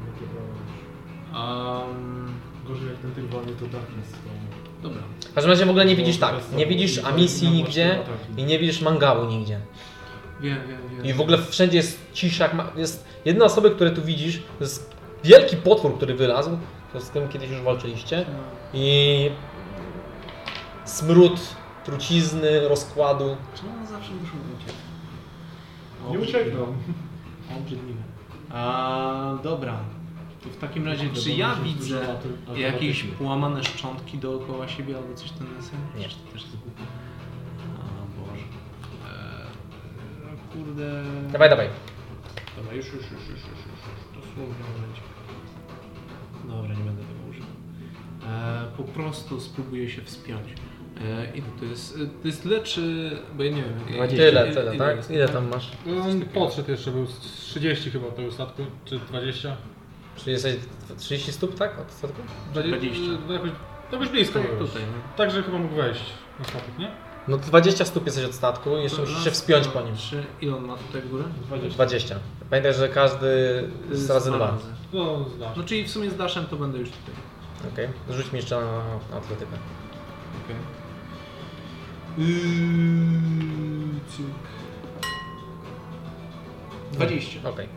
Gorzej jak ten typ walnie to Darkness. Dobra. W każdym razie w ogóle nie widzisz tak, nie widzisz Amisji nigdzie i nie widzisz Mangabu nigdzie. Wiem. I w ogóle wszędzie jest cisza, jest jedyne osoby, które tu widzisz, to jest wielki potwór, który wylazł, to z tym kiedyś już walczyliście i smród trucizny, rozkładu. Czemu on zawsze muszą uciekać? Nie uciekną. Obrzydliwe. Dobra. To w takim razie, czy ja widzę jakieś połamane szczątki dookoła siebie albo coś ten deseń? Nie. Czy to też jest głupie? O Boże. Kurde. Dawaj. Dobra, już. Dosłownie momencie. Dobra, nie będę tego używał. Po prostu spróbuję się wspiąć. Ile to jest? To jest tyle, czy... Bo ja nie wiem. 20. Tyle, tak? jest? Ile tam masz? On podszedł jeszcze, był z 30 chyba tego statku, czy 20? Czyli jesteś 30 stóp, tak? Od statku? 20. Jakoś blisko Tak, byłeś. tutaj, no. Także chyba mógł wejść na statek, nie? No 20 stóp jesteś od statku i jeszcze musisz się wspiąć po nim. Ile on ma tutaj w górę? 20. Pamiętaj, że każdy jest razy 2. No, zdasz. No czyli w sumie z daszem to będę już tutaj. Okej. Rzuć mi jeszcze na atletykę. Okej. Cyk. 20. Okej.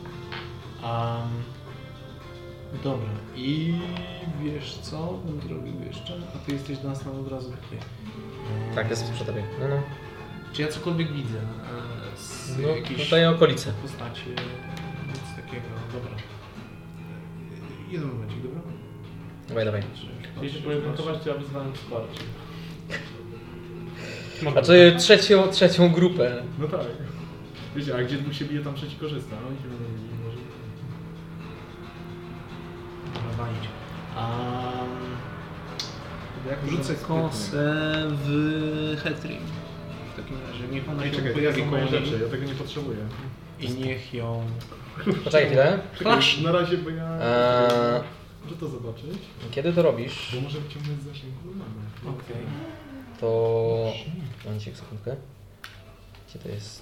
Dobra. I wiesz co bym zrobił jeszcze? A ty jesteś do nas tam od razu tutaj. Tak, jest przy tobie. No. Czy ja cokolwiek widzę z No, jakiejś tutaj okolice. postaci? Nic takiego. Dobra. Jeden momencik, dobra? Dawaj. Jeśli pojedynkować, to ja wyzwałem wsparcie. Znaczy trzecią grupę. No tak. Wiecie, a gdzie dwóch się bije, tam trzeci korzysta. No i się będą mieli, może... Dobra, walić. Jak Rzucę kosę w Hetrim. W takim razie niech ona Ej, się czekaj, to pojawi są koło moje niej rzeczy, ja tego nie potrzebuję. i niech ją... Poczekaj chwilę. Klasz! Na razie, bo ja... Eee. Muszę to zobaczyć, Kiedy to robisz, bo może wyciągnąć z zasięgu mamy. Okej. to... Momencik, sekundkę. Gdzie to jest?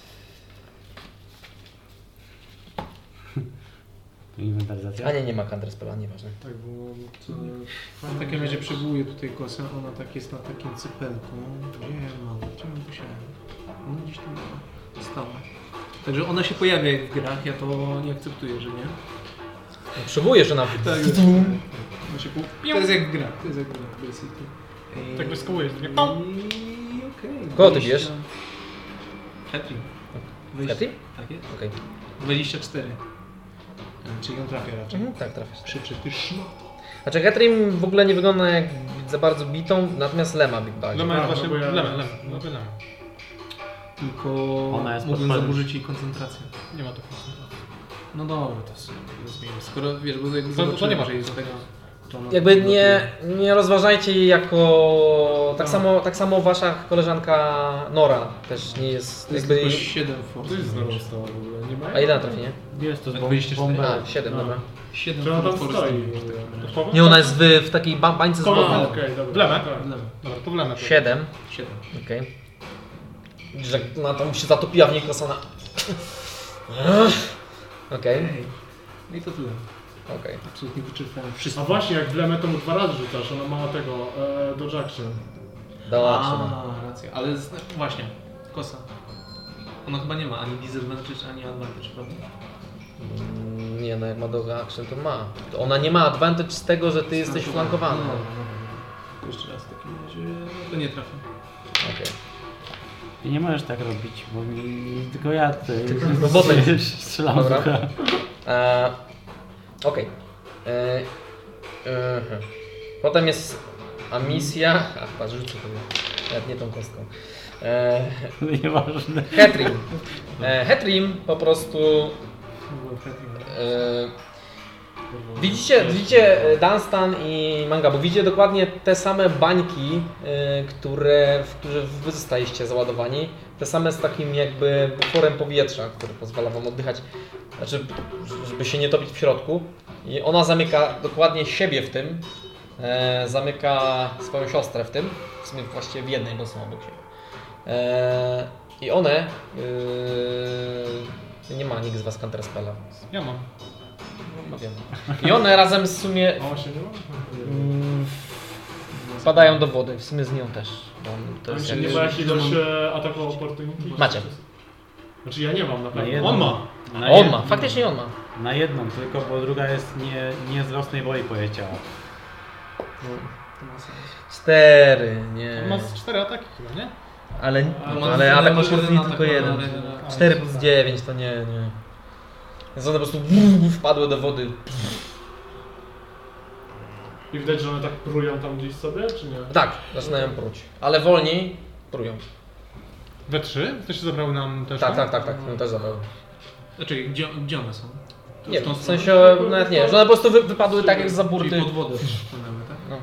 Inwentaryzacja? Nie ma counterspella, nieważne. Tak, bo... To... W takim razie przywołuję tutaj kosę, ona tak jest na takim cypelku. Gdzie mam? Gdzie ją musiałem? Ona gdzieś tam stała. Także ona się pojawia jak w grach, ja to nie akceptuję, że nie. No, przywołujesz, ona... Tak, ona się to jest jak w grach, to jest jak w grach, basically. Tak wyskakujesz, takie I pam! okej. Kogo ty bierz? Hetrim. Hetrim? Tak jest. Okej. 24. Czyli ją trafię raczej. Tak, trafisz. Krzyczy, ty szmato. Znaczy Hetrim w ogóle nie wygląda jak za bardzo bitą, natomiast Lema big bag. Lema jest właśnie, no bo ja- lema. Tylko Ona jest mógłbym podpadem. zaburzyć jej koncentrację. Nie ma to koncentracji. No dobra, to sobie zmienimy. Skoro wiesz, bo jakby To nie zobaczyłem, ma że jest tego. to ona Jakby tak nie rozważajcie jej jako... Tak samo wasza koleżanka Nora też nie jest... To jest Jakby... tylko 7 force. To jest znowu stała w ogóle, nie ma? A ile na trafienie? Jest to z Tak, 24. bombą. A, 7, dobra. 7 Czy ona tam force. stoi? Nie, ona jest w takiej bańce z Okej, bombą. dobra. W lemę? Tak. Dobra, to w lemę. 7, 7. okej. Widzisz, jak ona tam się zatopiła w niej kosana. Okej, No i to tyle. okej. Absolutnie wyczerpałem wszystko. A właśnie, jak w Lemę to mu 2 razy rzucasz, ona ma tego, dodge action. Dała action. Racja, ale właśnie, kosa. Ona chyba nie ma ani disadvantage, ani advantage, prawda? Nie no, jak ma do action to ma. Ona nie ma advantage z tego, że ty jesteś flankowany. No. Jeszcze raz w takim razie, to nie trafię. Okej. I nie możesz tak robić, bo tylko ja tutaj No potem. strzelam Dobra. w ducha. Okej. Potem jest Amisja. Ach, patrz, rzucę to. Nawet nie tą kostką. Nieważne. Hetrim. Hetrim po prostu... Widzicie Dunstan i Mangabu, widzicie dokładnie te same bańki, w które wy zostaliście załadowani. te same z takim jakby buforem powietrza, który pozwala wam oddychać, znaczy żeby się nie topić w środku. I ona zamyka dokładnie siebie w tym, zamyka swoją siostrę w tym, w sumie właściwie w jednej, bo są obok siebie. I one, nie ma nikt z was counterspella. Ja mam. No wiem. I one razem w sumie A właśnie nie ma? wpadają do wody, w sumie z nią też. Bo to jest Nie jakby... ma jakiegoś ataku opportunity? Macie. Znaczy ja nie mam na Na pewno. jedną. On ma. On ma, faktycznie on ma. Na jedną tylko, bo druga jest nie z własnej woli poleciała. 4, nie. On ma z 4 ataki chyba, nie? Ale atak masz opportunity jeden tylko atak, jeden. ale- 4 plus 9 to nie. Więc one po prostu wpadły do wody. I widać, że one tak prują tam gdzieś sobie, czy nie? Tak, zaczynają pruć. Ale wolniej prują. We 3? To się zabrały nam też. Tak, no też zabrał. Znaczy, gdzie one są? Nie W tą w stronę? sensie nawet nie, że one po prostu wypadły tak jak z za burty. Czyli pod wodę wpłynęły, tak? No.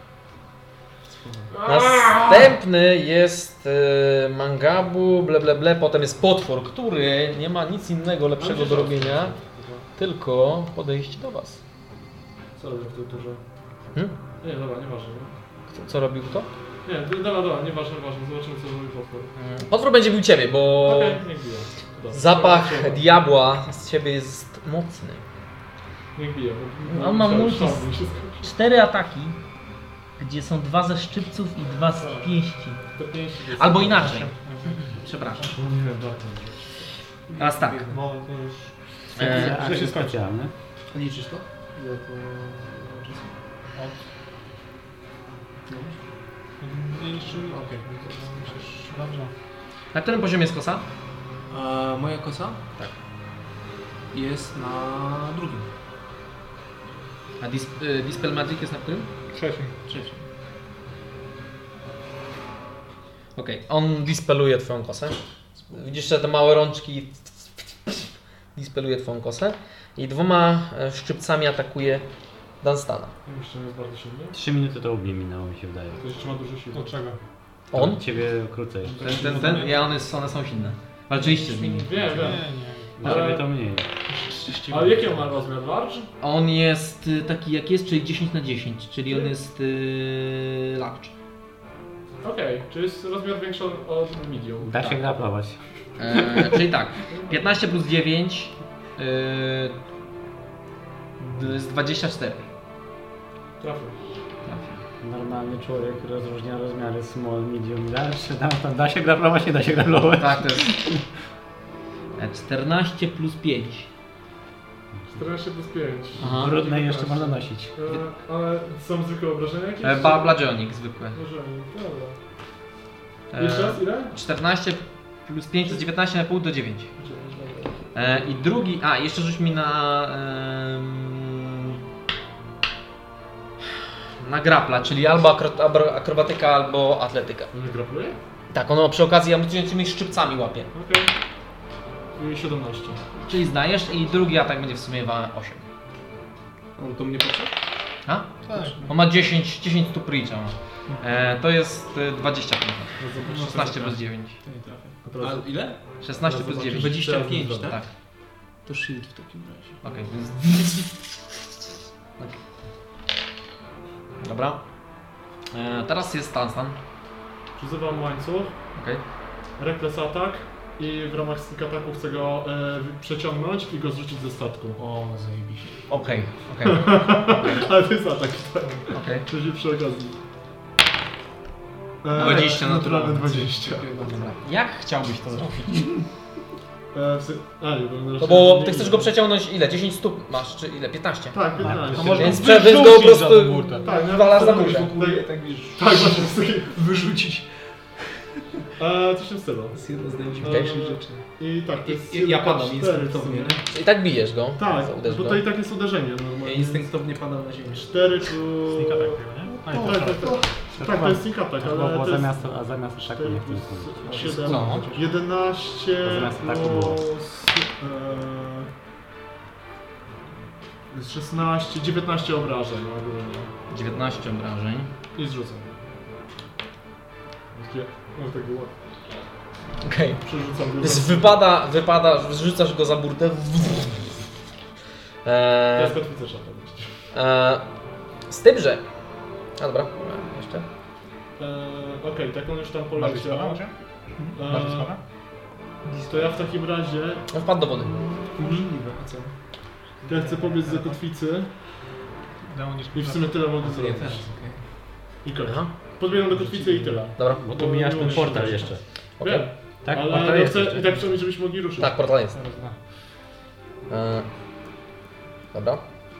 Następny jest Mangabu, ble, potem jest potwór, który nie ma nic innego lepszego do robienia, tylko podejść do was. Co robię w tej turze? Hmm? Nie, dobra, nieważne. Nie? Co robił kto? Nie, dobra, nieważne. Zobaczymy, co zrobi potwór. Potwór będzie bił ciebie, bo Okej, niech bije. Dobra. zapach diabła z ciebie jest mocny. Niech bije. Bo On ma szał- multi- szał mi się skończy. 4 ataki, gdzie są 2 ze szczypców i 2 z pięści. To pięć jest- Albo inaczej. Przepraszam. Nie wiem, dobra. Teraz tak. No, to już... Akcje specjalne. Liczysz to? Ile to... czasu? Nie niszczymy. Okej. Dobrze. Na którym poziomie jest kosa? Moja kosa? Tak. Jest na drugim. A Dispel Magic jest na którym? Trzecim. Trzecim. Okej, on dispeluje twoją kosę. Widzisz, że te małe rączki dispeluje twoją kosę i 2 szczypcami atakuje Dunstana. Jeszcze nie jest bardzo silny. 3 minuty to ognie minęło, mi się wydaje. To jeszcze ma dużo siły. Od czego? On? Ciebie krócej. One są silne. Walczyliście z nimi. Wiem. Na ciebie to mniej. Ale jaki on ma rozmiar? Large? On jest taki jak jest, czyli 10×10, czyli on jest large. Okej, czyli jest rozmiar większy od medium. Da się graplować. Czyli tak, 15 plus 9 jest 24. Trafię. Normalny człowiek rozróżnia rozmiary small, medium, large. Tam da się graplować, nie da się graplować. Tak, to jest 14 plus 5. 14 plus 5. Aha. Brudne i jeszcze można nosić. Ale są zwykłe obrażenia jakieś? Bludgeoning zwykły. Obrażenia, dobra. Jeszcze raz ile? 14 plus 5 to jest 19,5 do 9. Dobra. I drugi, jeszcze rzuć mi na grapla, czyli albo akrobatyka, albo atletyka. Nie grapluje? Tak, ono przy okazji amutującymi szczypcami łapie. Okej. I 17. Czyli zdajesz i drugi atak będzie w sumie 8. On to mnie potrzeba? A? Tak. On ma 10 stóp reacha. To jest 25. No, 16 plus 9. To nie trafię. A ile? 16 plus 9. 25, tak? Tak. To shield w takim razie. Okej. Dobra. Teraz jest Dunstan. Przyzywam łańcuch, Okej. reckless attack i w ramach sneak attacku chcę go przeciągnąć i go zrzucić ze statku. O, zajebiście. Okej. Ale to jest atak, tak. Okej. Czyli przy okazji. 20 naturalne 20. Jak chciałbyś to zrobić? Nie, No bo ty chcesz go przeciągnąć ile? 10 stóp masz, czy ile? 15? Tak, 15. To może Więc go przebył go po wyrzucić prostu za burtę. Tak, wywalasz za burtę. Tak, właśnie, jest takie Wyrzucić. coś w tym stylu. To jest jedna z Okej. najdziwniejszych rzeczy. I tak, to jest Ja padam 4 instynktownie, w sumie. nie? I tak bijesz go. Tak, Uderz bo go. to i tak jest uderzenie normalnie. Ja instynktownie padam na ziemię. 4 plus... Sneak attack chyba, nie? A, nie, Tak, tak. To jest sneak attack, ale Bo to jest... zamiast ataku 4 nie chcę plus powiedzieć. 7, No. 11 To zamiast ataku było. plus... Jest 16, 19 obrażeń ogólnie. 19 obrażeń. I zrzucam. Takie... No tak było. Okej. Przerzucam go. Więc wypada, zrzucasz go za burtę. Teraz kotwicę trzeba robić. Z tym, że... A dobra, jeszcze. Okej, tak on już tam Masz poleciał. listowa może? Masz listowa? To ja w takim razie... On wpadł do wody. Możliwe, a co? Ja chcę pobiec za kotwicy Dało niż i w sumie tyle mogę Nie zrobić. teraz, okej. I koniec. Aha. Podbiegam do kotwicy i tyle. Dobra, Bo tu mijasz ten portal jeszcze. okej. Wiem, Tak, ale portal ja jest chcę jeszcze. i tak przynajmniej, żebyśmy mogli ruszyć. Tak, portal jest. Zaraz, Dobra.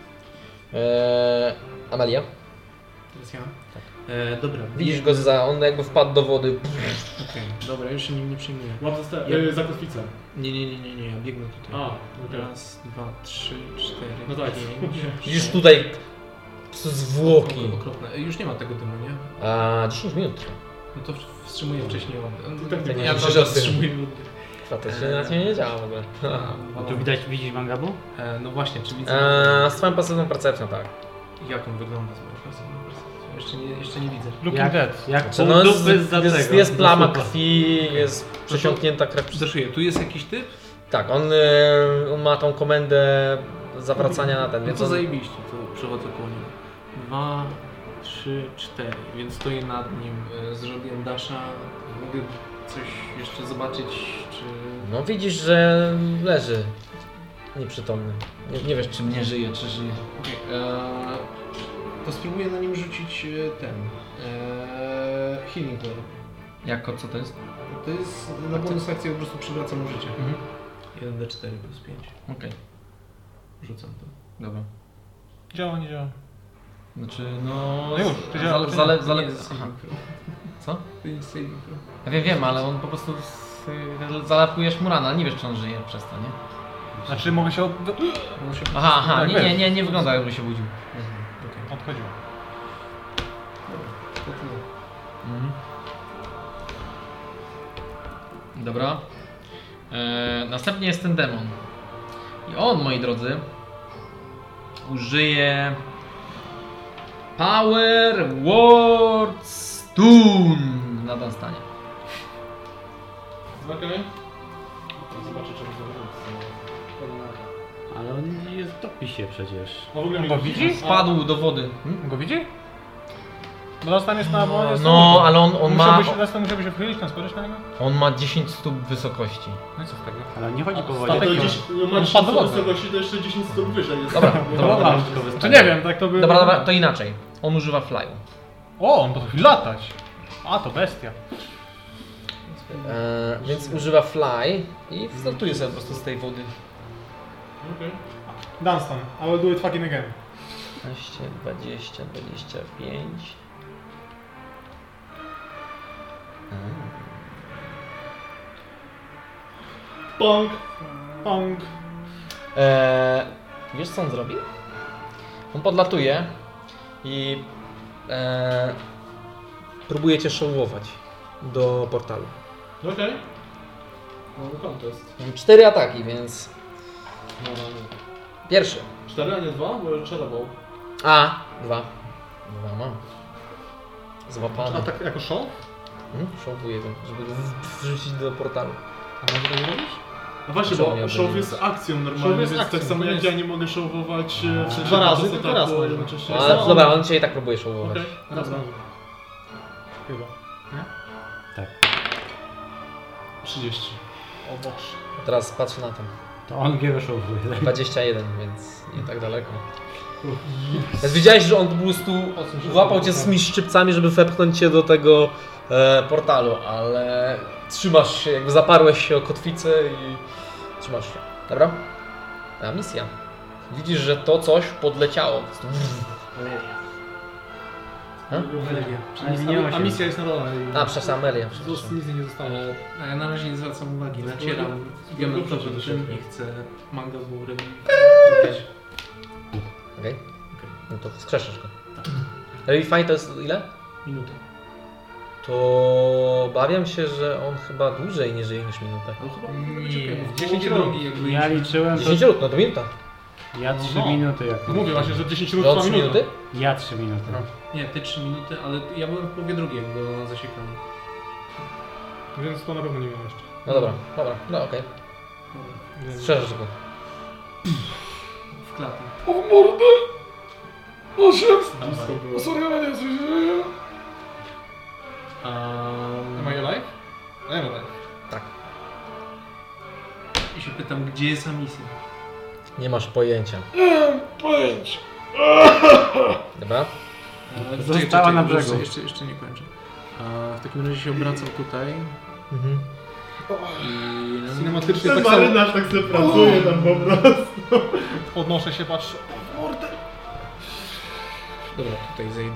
Amelia. Teraz ja? Tak. Dobra, Widzisz go on jakby wpadł do wody. Okej, dobra, już się nim nie przejmuję. Łap za kotwicę. Nie, ja biegnę tutaj. A, okej. Raz, 2, 3, 4, No tak. 5. Widzisz tutaj zwłoki. Okropne. Już nie ma tego dymu, nie? A 10 minut trwa. No to wstrzymuję wcześniej oddech. Tak nie Ja ma. zawsze wstrzymuję oddech. To się na ciebie nie działa w ogóle. A tu widzisz Mangabu? No właśnie, czy widzę Z twoją pasywną percepcją, tak. jak on wygląda z mojej pasywnej percepcji? Jeszcze nie widzę. Looking Dead. Jak Znaczy, pół dupy za jest, tego, jest za plama słupa. krwi, jest przesiąknięta krew. Zaszuję, tu jest jakiś typ? Tak, on ma tą komendę zawracania na ten, No więc to on... zajebiście, to przechodzę po nim. 2, 3, 4, więc stoję nad nim, zrobiłem dasha. Mogę coś jeszcze zobaczyć, czy... No widzisz, że leży nieprzytomny. Nie wiesz, czy nie żyje, czy żyje. Okej, to spróbuję na nim rzucić ten... Healing Word. Jako co to jest? To jest na bonus akcję po prostu przywraca mu życie. Mhm. 1d4 plus 5. Okej, Rzucam to. dobra. Działa, nie działa. Znaczy, no... No już, to działa, to nie? To nie jest Aha. saving throw. Co? To nie jest saving throw. Ja wiem, ale on po prostu... Zalapujesz mu ranę, ale nie wiesz, czy on żyje przez to, nie? Znaczy mogę się On się Aha, Tak, nie wygląda, jakby się budził. Okej, odchodziło. to tyle. Dobra. Następnie jest ten demon. I on, moi drodzy, użyje Power Word Stun na Dunstanie. Okej. Zobaczę, czy to Ale on jest topi się przecież. w ogóle On go widzi? Wpadł do wody. On go widzi? No Dunstan jest na... No, ale on ma... Dunstan musiałby się wchylić, tam spojrzeć na niego? On ma 10 stóp wysokości. No i co z tego? Ale on nie chodzi po wodzie. To Statek gdzieś, no ma on 10 wpadł do stóp wody. wysokości, to jeszcze 10 stóp wyżej jest. Dobra, Dobra, Czy nie wiem, tak to by... Dobra, to inaczej. On używa flyu. O, on potrafi latać. A, to bestia. Więc używa fly i startuje sobie po prostu z tej wody. Okej. Dunstan, I will do it fucking again. 15, 20, 25. Pong! Pong. Wiesz co on zrobi? On podlatuje i próbuje cię showować do portalu. Okej. Mamy contest. Mam 4 ataki, więc pierwszy. 4, a nie 2? Bo już czarował. A, 2. 2 mam. A Złapany. tak jako show? Showuję go, żeby go wrzucić do portalu. A może tego nie robisz? A właśnie, Czemu bo ja show będę jest akcją normalnie, Show jest więc akcją, tak samo to jak jest- ja nie mogę showować Dwa razy, tylko raz ataku, może. jednocześnie. Ale dobra, on cię i tak próbuje showować. Okej, Raz dobra. może. Chyba. Tak. 30. O Boże. Teraz patrzę na ten. To on gieroszowuje. 21, więc nie tak daleko. Więc widziałeś, że on po prostu złapał cię z tymi szczypcami, żeby wepchnąć cię do tego portalu, ale trzymasz się, jakby zaparłeś się o kotwicę i trzymasz się. Dobra? A misja. Widzisz, że to coś podleciało. Po prostu. A misja jest na dole. A, przepraszam, Amelia. przepraszam. Nic nie zostało. A ja na razie nie zwracam uwagi. Nacieram diamentowym czym i chcę manga był Okej. No to wskrzeszasz go. Revify to jest ile? minutę. To bawiam się, że on chyba dłużej nie żyje niż minutę. Ale chyba Nie, będzie okej, bo 10 10 drogi jakby Ja iść. liczyłem, 10 minut, no to minuta. ja 3 No. minuty jak Mówię właśnie, że 10 Że minut od trwa 3 minuta. minuty? Ja 3 minuty. Nie, ty 3 minuty, ale ja byłem w połowie drugiej, jak go zasikałem. Więc to na pewno nie wiem jeszcze. No dobra, no okej. Strzeżesz go. W klatę. O mordę! Blisko było. Sorry, ale nie, co się dzieje? Am I alive? I am alive. I się pytam, gdzie jest Amicia? Nie masz pojęcia. Pojęć. Dobra? Została na brzegu. Jeszcze nie kończę. W takim razie się obracał tutaj. Mhm. I... Cinematycznie Ten tak samo. marynarz tak sobie pracuje tam po prostu. Podnoszę się, patrzę. O mordę! Dobra, tutaj zejdę.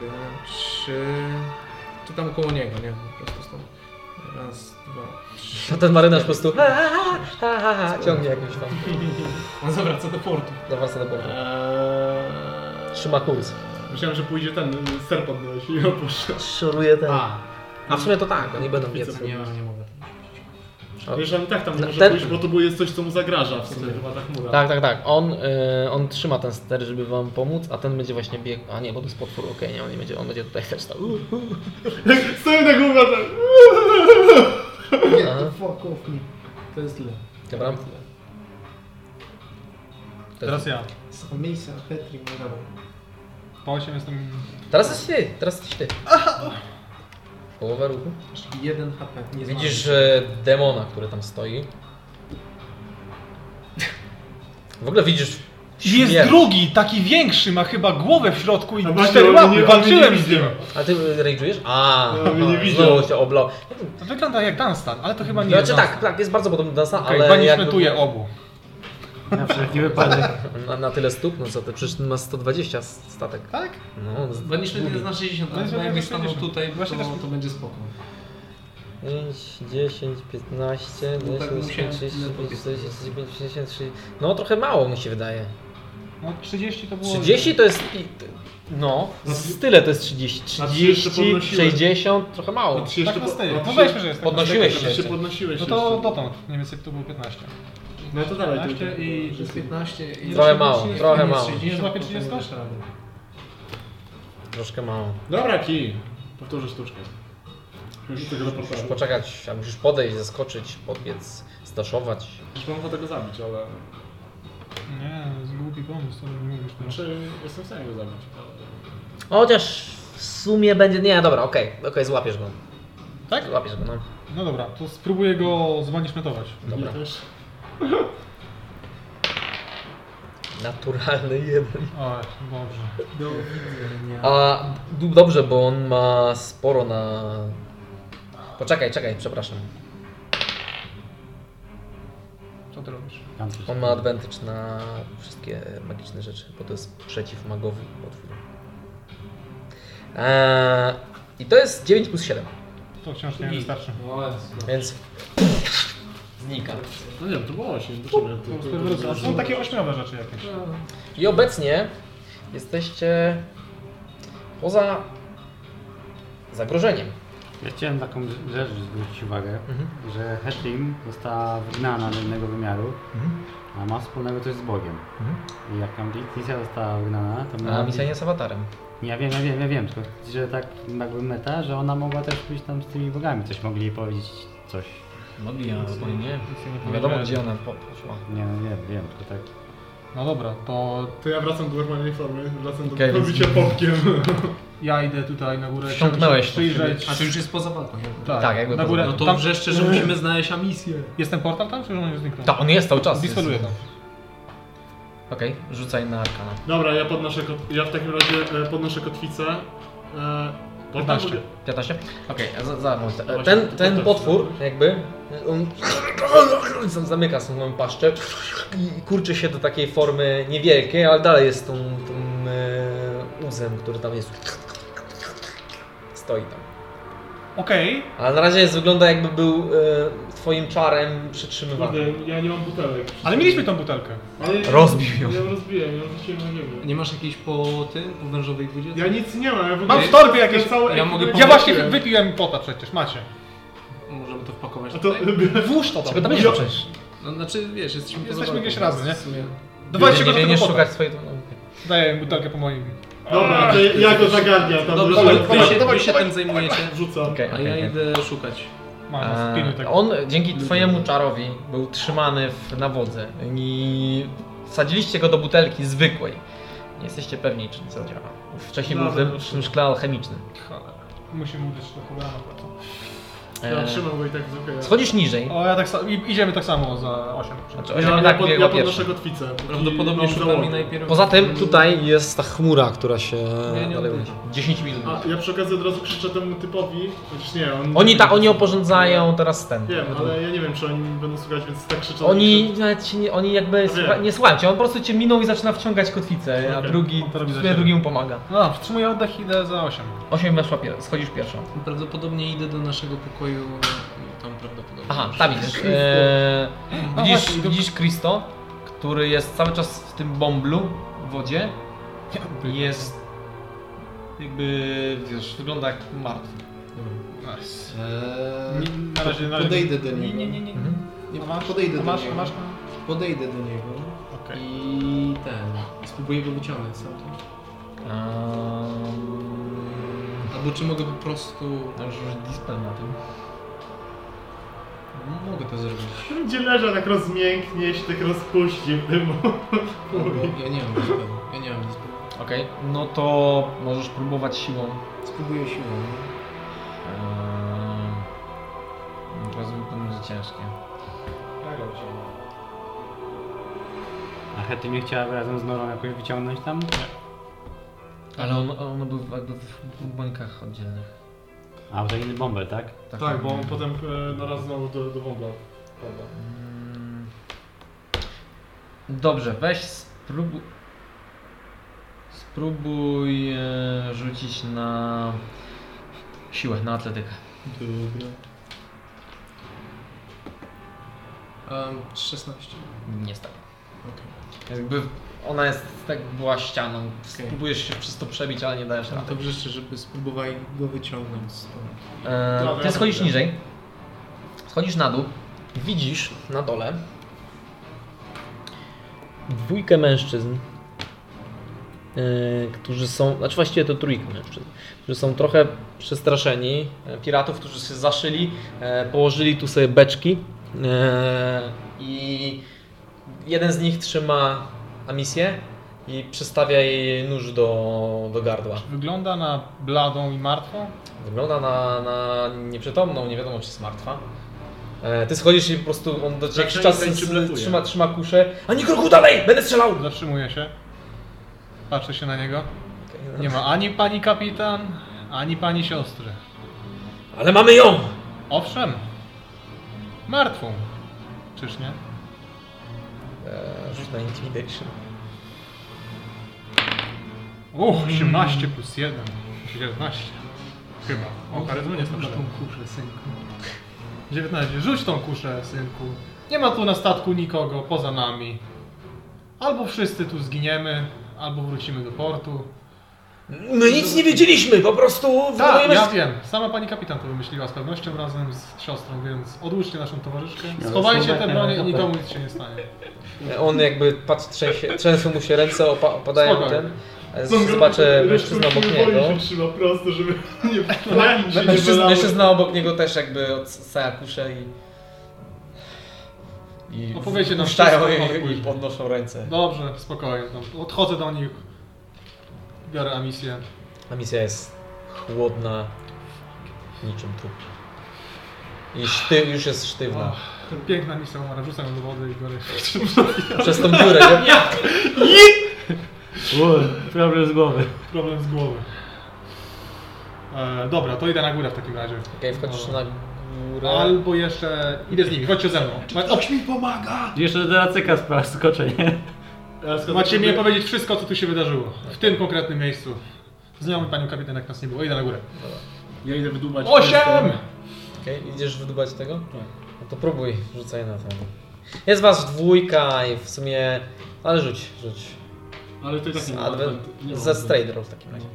Czy tam koło niego, nie? Po prostu stąd. Raz, dwa, trzy. A ten marynarz po prostu ciągnie jakimś tam. On zawraca do portu. Zawraca do portu. Trzyma kurs. Myślałem, że pójdzie ten ser podnosi i opuszcza. Szoruje ten. A w sumie to tak, oni będą biec. Nie mogę. Wiesz, on i tak tam nie może Ten- pójść, bo to było jest coś, co mu zagraża w sumie, chyba ta chmura. Tak. On trzyma ten ster, żeby wam pomóc, a ten będzie właśnie biegł. A nie, bo to jest potwór, okej, nie, on będzie tutaj też stał. Stoję na górze tak. Aha. Fuck off me. To jest źle. Dobra. Teraz ja. Amicia, Petri, Morał. Po 8 jestem... Teraz jesteś ty. Połowa ruchu. 1 HP. Nie Widzisz demona, który tam stoi. W ogóle widzisz Jest śmierć. drugi, taki większy, ma chyba głowę w środku i A właśnie, 4 on łapy, mnie nie walczyłem z widział. nim. A ty rage'ujesz? A, No, mnie nie widział. znowu się oblał. To wygląda jak Dunstan, ale to chyba nie Znaczy jest tak, jest bardzo podobny do Dansa, Okej, ale banishmentuję obu. Na wszelki wypadek. na tyle stóp, no co ty, przecież ma 120 statek. Tak? No, Banishment jest na 60, Banishment ale jakbyś jest stanął 60. tutaj, Właśnie też- to będzie spoko. 5, 10, 15, No tak 20, musiałem 30, tyle 40, powiedzieć. 45, 63. No trochę mało mi się wydaje. No 30 to było... 30 to jest... No, tyle to jest 30. A ty jeszcze 30, podnosiłeś. 60, trochę mało. Ty się jeszcze Tak na stylu. a ty No się- weźmy, że jest tak. Podnosiłeś Ty się. się podnosiłeś No to jeszcze. dotąd, mniej więcej to było 15. No to dalej. 15 i... To jest 15 i... Trochę mało, trochę mało. 60, Złapie potem 30? dasz radę. Troszkę mało. Dobra, kij. Powtórzę sztuczkę. Już tego do portalu. Poczekać, a musisz podejść, zaskoczyć, podbiec, zdaszować. Już mam ochotę go zabić, ale... Nie, to jest głupi pomysł, co mi mówisz. No. Znaczy, jestem w stanie go zabić. Chociaż w sumie będzie... Nie, dobra, okej, złapiesz go. Tak? Złapiesz go, no. No dobra, to spróbuję go zbanishmentować. Dobra. Ja też. Naturalny jeden. O, dobrze. A dobrze, bo on ma sporo na... Poczekaj, przepraszam. Co ty robisz? Tam coś On ma advantage na wszystkie magiczne rzeczy, bo to jest przeciw magowi potwór. I to jest 9 plus 7, To wciąż nie wystarczy. więc znika. No nie, to było 8. Dlaczego? Są takie 8 rzeczy jakieś. I obecnie jesteście poza zagrożeniem. Ja chciałem taką rzecz zwrócić uwagę, że Hetrim została wygnana do innego wymiaru, a ma wspólnego coś z Bogiem. I jak tam misja została wygnana, to A miała misja nie jest awatarem. Ja wiem, tylko że tak jakby meta, że ona mogła też pójść tam z tymi bogami, coś mogli jej powiedzieć, coś. Mogli, ale nie. Nie Nie wiadomo gdzie ona poszła. Nie, no wiem, tylko tak. No dobra, to To ja wracam do normalnej formy, wracam do Okej, więc- pobicia popkiem. ja idę tutaj na górę. Wsiąknąłeś. Przyjrzeć. A to już jest poza walką, nie? Tak, jakby na poza- górę. No to tam wrzeszczę, że musimy znaleźć Amisję. Jest ten portal tam, czy on już zniknął? Tak, on jest cały czas. Dispeluję tam. Okej, rzucaj na arkana. Dobra, ja podnoszę ja w takim razie podnoszę kotwicę. Portal 15. 15? Okej, moment. Właśnie, Ten to potwór jakby, on zamyka swoją paszczę i kurczy się do takiej formy niewielkiej, ale dalej jest tą uzem, który tam jest. Stoi tam. Okej. Ale na razie wygląda jakby był twoim czarem przytrzymywany. Kurde, ja nie mam butelek. Ale mieliśmy tą butelkę. Ale Rozbił ją. Ja ją rozbiłem, ja ją rzuciłem na ziemię. Nie masz jakiejś po wężowej 20? Ja nic nie mam, ja w ogóle... Mam w torbie jakieś... Ja mogę Ja właśnie wypiłem pota przecież, macie. Możemy to wpakować A to... tutaj? Włóż to tam. Ciebie tam nie ma przecież. No, znaczy, wiesz, jesteśmy poza Jesteśmy walką, gdzieś razem, nie? w sumie. Dawajcie go do Nie tego pota. szukać swojej... Daję butelkę po moim. Dobra, to ja go zagarniam tam. Dobrze, Dawaj, wy dawaj, się, dawaj, wy się dawaj, tym zajmujecie, Rzucam. Okej, a ja idę szukać. Pilnuj tego. On dzięki twojemu czarowi był trzymany na wodze i wsadziliście go do butelki zwykłej. Nie jesteście pewni, czy to działa. Wcześniej był w tym szkle alchemicznym. Cholera. Musimy uderzyć do cholera. Ja trzymam go i tak zwykle. Schodzisz niżej. O, ja tak idziemy tak samo za 8. Znaczy, Ja, osiem ja, tak pod, biegła ja pierwszy. podnoszę kotwicę. Prawdopodobnie przed nami najpierw... Poza tym tutaj jest ta chmura, która się nie dalej odejdzie. 10 minut. A ja przy okazji od razu krzyczę temu typowi, chociaż nie, Oni oporządzają teraz ten. Wiem, ale ja nie wiem, czy oni będą słuchać, więc tak krzyczę. Oni nawet oni jakby Wiem. nie słuchają cię, on po prostu cię minął i zaczyna wciągać kotwicę, a Okej. drugi On to robi za drugiemu pomaga. No, wstrzymuję oddech i idę za 8. 8 weszła schodzisz pierwszą. Prawdopodobnie idę do naszego pokoju i tam prawdopodobnie... Aha, tam idziesz. No Widzisz, właśnie, widzisz Christo, który jest cały czas w tym bąblu w wodzie. Jest jakby, wiesz, wygląda jak martwy. Nice. Eee, Na razie, podejdę do niego. Nie. Nie, A masz? podejdę A masz? do niego. A masz? Podejdę do niego Okej. i spróbuję go wyciągnąć stamtąd. Albo czy mogę po prostu... Możesz użyć dispel na tym. Mogę to zrobić. Będzie leżał, tak rozmięknie się, tak rozpuści w tym. Ja nie mam dispelu. Ja nie mam dispelu. Okej, no to możesz próbować siłą. Spróbuję siłą. Teraz to będzie ciężkie. A Hetty mnie chciała razem z Norą jakoś wyciągnąć tam? Ale on był jakby w bąkach oddzielnych. A, to inny bąbel, tak? Tak, bo on potem naraz znowu do wąbla. Dobrze, weź spróbuj rzucić na siłę, na atletykę. Dobra. 16. Niestety. Okay. Jakby ona jest tak była ścianą. Spróbujesz się przez to przebić, ale nie dajesz No rady. to życzę, żeby spróbowali go wyciągnąć stąd. Ty schodzisz niżej. Schodzisz na dół. Widzisz na dole dwójkę mężczyzn, którzy są, znaczy właściwie to trójkę mężczyzn, którzy są trochę przestraszeni. Piratów, którzy się zaszyli, położyli tu sobie beczki i jeden z nich trzyma Amisję i przystawia jej nóż do gardła. Wygląda na bladą i martwą? Wygląda na nieprzytomną, nie wiadomo czy jest martwa. Ty schodzisz i po prostu on do ciebie jakiś czas trzyma kuszę. Ani kroku dalej! Będę strzelał! Zatrzymuję się. Patrzę się na niego. Nie ma ani pani kapitan, ani pani siostry. Ale mamy ją! Owszem. Martwą. Czyż nie? Rzuć na intimidation. 18 plus 1. 19. Chyba. O, charyzmy nie jest naprawdę. kuszę, synku. 19. Rzuć tą kuszę, synku. Nie ma tu na statku nikogo poza nami. Albo wszyscy tu zginiemy, albo wrócimy do portu. My nic nie wiedzieliśmy, po prostu Tak, ja wiem. Sama pani kapitan to wymyśliła z pewnością razem z siostrą, więc odłóżcie naszą towarzyszkę. Schowajcie te bronie i nikomu nic się nie stanie. On jakby trzęsą mu się ręce, opadają Spoko. ten. Zobaczę mężczyznę obok niego. się trzyma prosto, żeby nie flaki się nie wylały. Mężczyzna obok niego też jakby odstaja kuszę i Opowiecie nam puszczają wszystko, i podnoszą ręce. Dobrze, spokojnie. Odchodzę do nich. Biorę Amisję. A misja jest chłodna, niczym trup. I już jest sztywna. Piękna misja umarła, rzucam ją do wody i biorę. Przez tą dziurę, nie? Problem z głowy. Problem z głowy. Dobra, to idę na górę w takim razie. Okej, wchodzisz na górę. Albo jeszcze idę z nimi, chodźcie ze mną. Ktoś mi pomaga! Jeszcze do Acyka skoczę, nie? Macie mi powiedzieć wszystko, co tu się wydarzyło. W tym konkretnym miejscu. Znamy panią kapitan, jak nas nie było. Idę na górę. Ja idę wydubać. 8! Okej, idziesz wydubać tego? No to próbuj, rzucaj na ten. Jest was dwójka i w sumie... Ale rzuć. Ale to i tak nie ma. Ze straight roll w takim razie.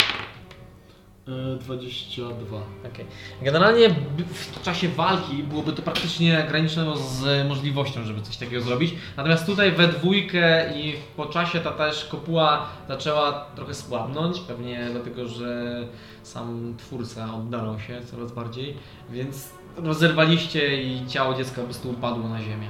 22. Okay. Generalnie w czasie walki byłoby to praktycznie graniczne z możliwością, żeby coś takiego zrobić. Natomiast tutaj we dwójkę i po czasie ta też kopuła zaczęła trochę słabnąć. Pewnie dlatego, że sam twórca oddalał się coraz bardziej. Więc rozerwaliście i ciało dziecka po prostu upadło na ziemię.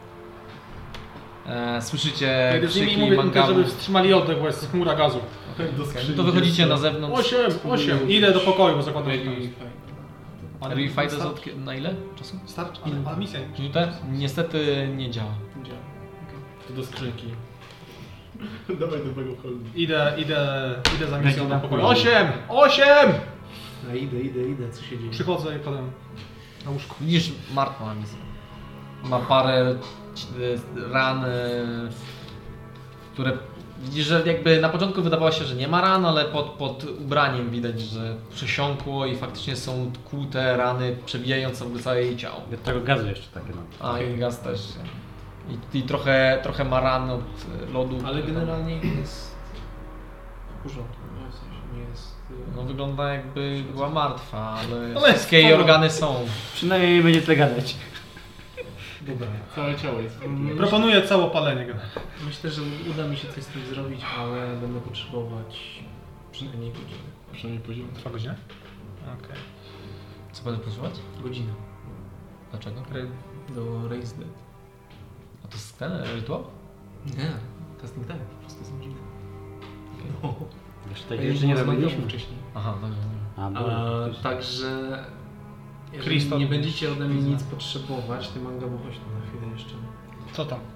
Słyszycie Kiedy z nimi krzyki mówię tylko, mangabów. żeby wstrzymali oddech, bo jest chmura gazu. To wychodzicie na zewnątrz. 8. Idę do pokoju, bo zakładam, że tam jest. Refight jest na ile czasu? Starczy? Ale misja nie Minutę? Niestety nie działa. To do skrzynki. Dawaj do tego wchodu. Idę za misją do pokoju. Będzie 8! A idę, co się dzieje? Przychodzę i potem na łóżko. Widzisz martwą misję. Ma parę ran, które widzisz, że jakby na początku wydawało się, że nie ma ran, ale pod ubraniem widać, że przesiąkło i faktycznie są kłute rany przewijające w ogóle całe jej ciało. Od tego gazu jeszcze takie no. A i gaz też. I trochę ma ran od lodu. Ale generalnie jest w porządku, no, w sensie nie jest... No wygląda jakby była martwa, ale Ale wszystkie jej sporo. organy są. Przynajmniej nie będzie tyle gadać. Dobra. Całe ciało jest. Proponuję całopalenie. Myślę, że uda mi się coś z tym zrobić, ale będę potrzebować przynajmniej godzinę. Przynajmniej poziom. 2 godziny? Okej. Co będę potrzebować? Godzinę. Dlaczego? Do Raise Dead. A to jest ten rytuał? Nie, to jest nie tak, po prostu są dziwne. No. Jeszcze A tej już rzeczy nie było z robiliśmy. Magdalą wcześniej. Aha, dobra. A, A, było. także jeżeli Crystal. nie będziecie ode mnie nic potrzebować, ty manga, bo chodź tu na chwilę jeszcze. Co tam?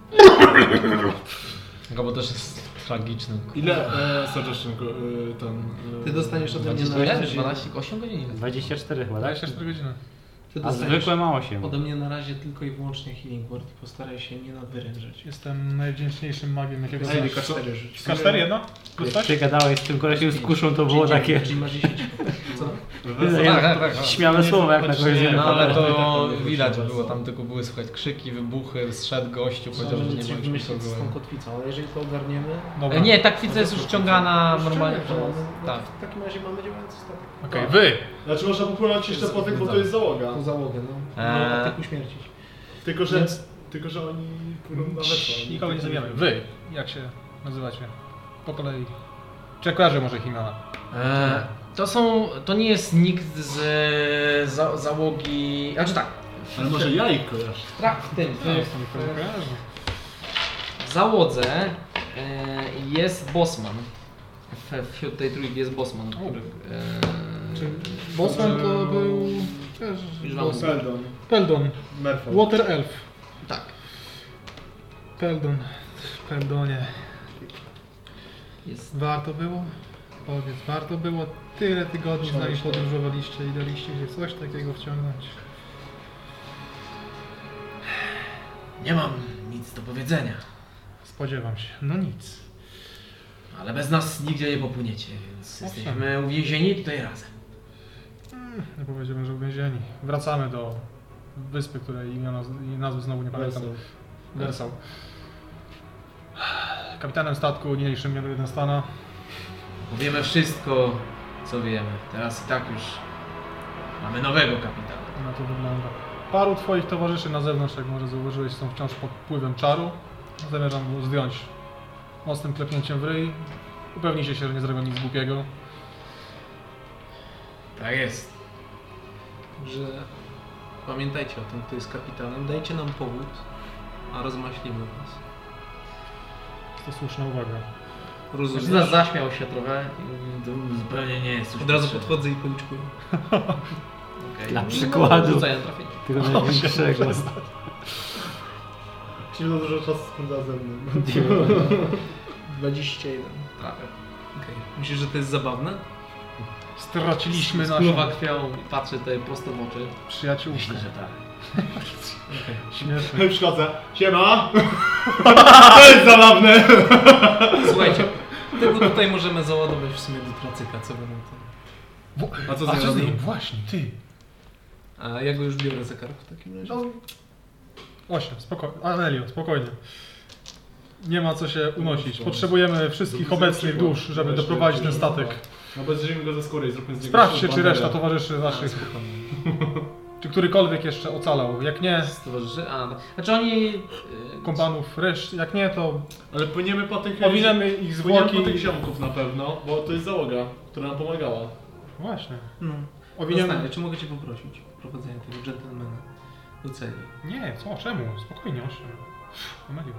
Bo też jest tragiczny. Ile suggestion ten... Ty dostaniesz ode mnie na 12, razie... 12, 8 godzin? 24 chyba, tak? 24 godziny. Ty A dostaniesz zwykłe ma 8. ode mnie na razie tylko i wyłącznie healing word i postaraj się nie nadwyrężać. Jestem najwdzięczniejszym magiem, jakiego Sobie znasz. K4 rzuć. K4 jedno? Plus Jak coś? ty gadałeś z tym kolesiem z kuszą, to było takie Czyli masz 10. Co? Tak. śmiałe słowa jak na kogoś No ale to tak, widać tak, było, tak. tam tylko były słychać krzyki, wybuchy, zszedł gościu, powiedział, że Możemy nie coś ma już wymyślić z tą nikogo. kotwicą, ale jeżeli to ogarniemy... Dobra. Nie, ta kwica jest już ściągana normalnie. Tak. W takim razie mamy działający statek. Okej, wy! Znaczy można popłynąć jeszcze po tych, bo to jest załoga. Po załogę, no. No, Eee. a ty uśmiercić. Tylko, że oni płyną na wesła. Nikogo nie zabijamy. Wy! Jak się nazywacie? Po kolei. Czy ja kojarzę może ich imiona? To nie jest nikt z załogi, znaczy tak, Ale może ja ich kojarzę. w tym, Nikogo kojarzę. w załodze jest bossman. Wśród tej trójki jest bossman, który... Bosman to był... też Już wam boss. Peldon. Peldon. Merford. Water Elf. Tak. Peldon. Peldonie. Jest. Warto było? Powiedz, warto było tyle tygodni z nami podróżowaliście i daliście się coś takiego wciągnąć. Nie mam nic do powiedzenia, Spodziewam się. No nic. ale bez nas nigdzie nie popłyniecie, więc Owszem. jesteśmy uwięzieni tutaj razem. Nie powiedziałbym, że uwięzieni. Wracamy do wyspy, której imiona i nazwy znowu nie pamiętam. Wersał. Kapitanem statku niniejszym miano jeden stana. Powiemy wszystko, co wiemy. Teraz i tak już mamy nowego kapitana. Na to wygląda. Paru twoich towarzyszy na zewnątrz, jak może zauważyłeś, są wciąż pod wpływem czaru. Zamierzam go zdjąć mocnym klepnięciem w ryj. Upewnijcie się, że nie zrobią nic głupiego. Tak jest. Że pamiętajcie o tym, kto jest kapitanem, dajcie nam powód, a rozmaśnimy was. To słuszna uwaga. Rozumiem. Zaśmiał się trochę i to zupełnie nie jest już Od razu potrzebne. podchodzę i policzkuję. Okej. Dla przykładu. Rzucaj na trafienie. Tego największego. Silno dużo czasu spędza ze mną. 21. Trafia. Okej. Myślisz, że to jest zabawne? Straciliśmy Spluwa naszą krwią i patrzy tutaj prosto w oczy. przyjaciółkę. Myślę, że tak. Śmieszne. Już chodzę. Siema! To jest zabawne! Słuchajcie, tego tutaj możemy załadować w sumie do tracyka, co będą to. A co A co z z nim? nim? Właśnie, ty. A ja go już biorę za kark w takim razie. 8, spokojnie. Anelio, spokojnie. Nie ma co się unosić. Potrzebujemy wszystkich obecnych dusz, żeby doprowadzić ten statek. No bez ziemi go ze skóry i zróbmy z niego Sprawdźcie, czy banderę. reszta towarzyszy naszych, czy którykolwiek jeszcze ocalał. Jak nie, Towarzyszy? Znaczy oni... kompanów reszty, jak nie, to Ale płyniemy po tych... owiniemy ich Płyniemy zwłoki. po tych ziomków na pewno, bo to jest załoga, która nam pomagała. Właśnie. No. Owiniemy... Zostanie, czy mogę cię poprosić? wprowadzenia tego gentlemana do celi. Nie, co? Czemu? Spokojnie, nie ma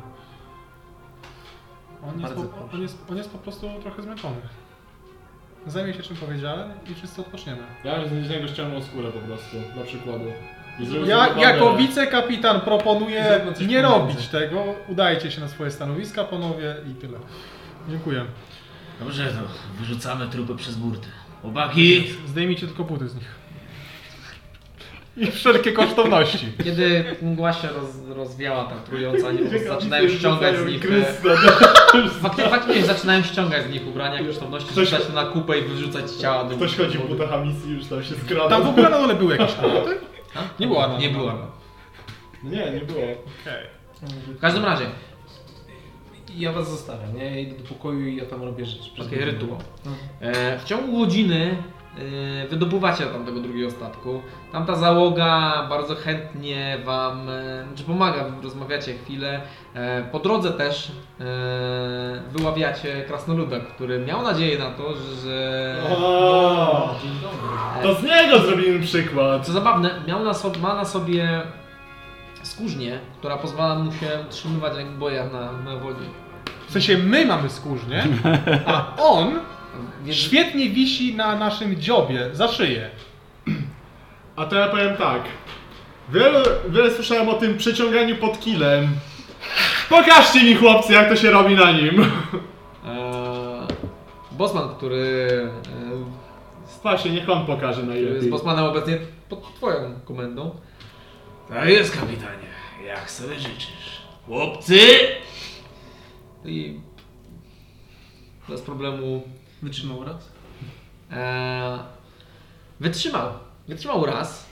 Bardzo proszę. on jest po prostu trochę zmęczony. Zajmie się czym powiedziałem i wszyscy odpoczniemy. Ja z niego ściągnął skórę po prostu, dla przykładu. I zrobił Ja sobie jako kamerę. wicekapitan proponuję Zróbmy coś nie pomiędzy. robić tego. Udajcie się na swoje stanowiska, panowie, i tyle. Dziękuję. Dobrze, to wyrzucamy trupy przez burtę. Chłopaki! Zdejmijcie tylko buty z nich. I wszelkie kosztowności. Kiedy mgła się rozwiała ta trująca, oni po prostu zaczynają ściągać z nich... Faktycznie zaczynają ściągać z nich ubrania, kosztowności, rzucać to na kupę i wyrzucać ciała do Ktoś chodzi w wody. butach misji, już tam się skrada. Tam w ogóle na dole były jakieś armaty? Nie było armaty. Nie było. Nie, nie było. Okej. W każdym razie, Ja was zostawiam, nie? Ja idę do pokoju i ja tam robię rzeczy. przez okej, godzinę. rytuał. W ciągu godziny wydobywacie tam tego drugiego statku. Tamta załoga bardzo chętnie wam pomaga, rozmawiacie chwilę. Po drodze też wyławiacie krasnoluda, który miał nadzieję na to, że... O, Dzień dobry. to z niego zrobimy przykład. Co zabawne, ma na sobie skórznię, która pozwala mu się utrzymywać jak boja na wodzie. W sensie my mamy skórznię, a on Więc świetnie wisi na naszym dziobie, za szyję. A to ja powiem tak. Wiele słyszałem o tym przeciąganiu pod kilem. Pokażcie mi, chłopcy, jak to się robi na nim. Bosman, który Właśnie, niech on pokaże jest najlepiej. Bosmanem obecnie pod twoją komendą. Tak jest, kapitanie. Jak sobie życzysz. Chłopcy! I bez problemu Wytrzymał raz? wytrzymał raz.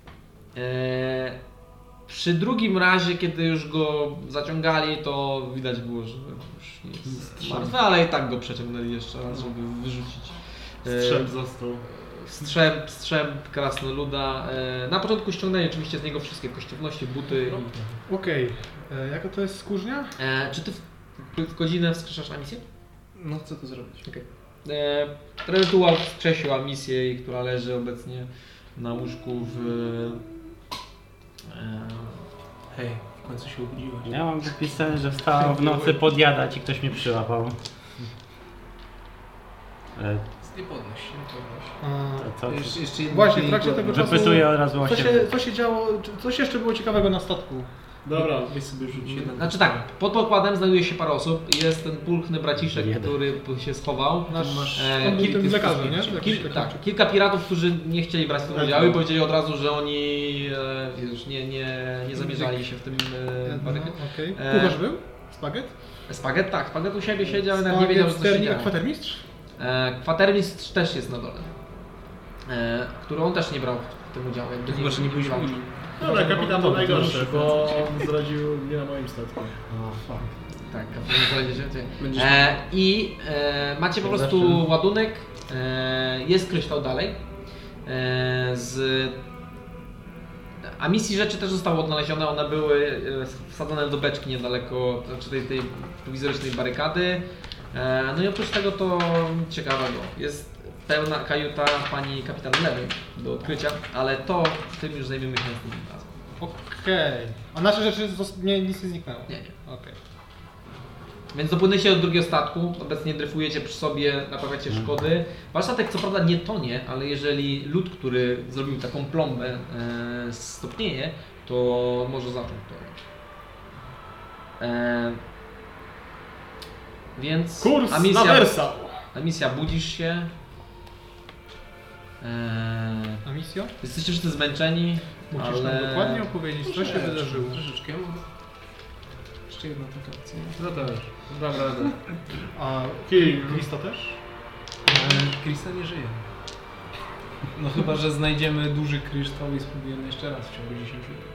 Przy drugim razie, kiedy już go zaciągali, to widać było, że już nie jest martwy, ale i tak go przeciągnęli jeszcze raz, żeby wyrzucić. Strzęp został. Strzęp krasnoluda. Na początku ściągnęli oczywiście z niego wszystkie kosztowności, buty. Okej. Jaka to jest skórznia? Czy ty w godzinę wskrzeszasz Amisję? No chcę to zrobić. Okej. Rytuał wskrzesił Amisję, która leży obecnie na łóżku w... Hej, w końcu się obudziłaś. Ja mam wypisane, że wstałam w nocy podjadać i ktoś mnie przyłapał. Ale Nie podnoś się, nie podnoś. to co? Jeszcze jedno Właśnie, w dwie trakcie i tego podnoś. czasu... Wypytuję od razu o siebie. Co się działo? Coś jeszcze było ciekawego na statku? Dobra, Weź sobie rzuć jeden. Znaczy tak, pod pokładem znajduje się parę osób. Jest ten pulchny braciszek, Jeden. który się schował. Nasz... E, on był kilka- tym lekarzem, nie? Tak, kilka piratów, którzy nie chcieli brać w tym udziału i powiedzieli od razu, że oni już nie zamierzali się w tym barykę. Okej. E, Kucharz był? Spaget? Spaget, tak, Spaget u siebie siedział i nawet nie wiedział, że coś się Sterling, a dzieje. kwatermistrz? Kwatermistrz też jest na dole, który on też nie brał w tym udziału. Jakby Chyba, że nie byłeś walczył. dobra, kapitan to najgorszy, bo zdradził mnie na moim statku. Tak, i macie po prostu ładunek, jest kryształ dalej. A misji rzeczy też zostały odnalezione, one były wsadzone do beczki niedaleko, znaczy tej prowizorycznej barykady. No i oprócz tego to nic ciekawego. Jest pełna kajuta pani kapitan Lewy do odkrycia, ale tym już zajmiemy się następnym razem. Okej. A nasze rzeczy nic nie zniknęło? Nie, nie. Okej. Więc dopłynęliście do drugiego statku, obecnie dryfujecie przy sobie, naprawiacie szkody. Wasz statek co prawda nie tonie, ale jeżeli lód, który zrobił taką plombę, stopnieje, to może zacząć tonąć. Więc Kurs na Wersał! Amisja, budzisz się. A misja? Jesteście wszyscy zmęczeni, Musisz ale... nam dokładnie opowiedzieć, co się wydarzyło. Troszeczkę mam. Jeszcze jedna taka akcja. No też. Dobra, radę. A Kim? Krista też? Krista nie żyje. No chyba, że znajdziemy duży kryształ i spróbujemy jeszcze raz w ciągu 10 minut.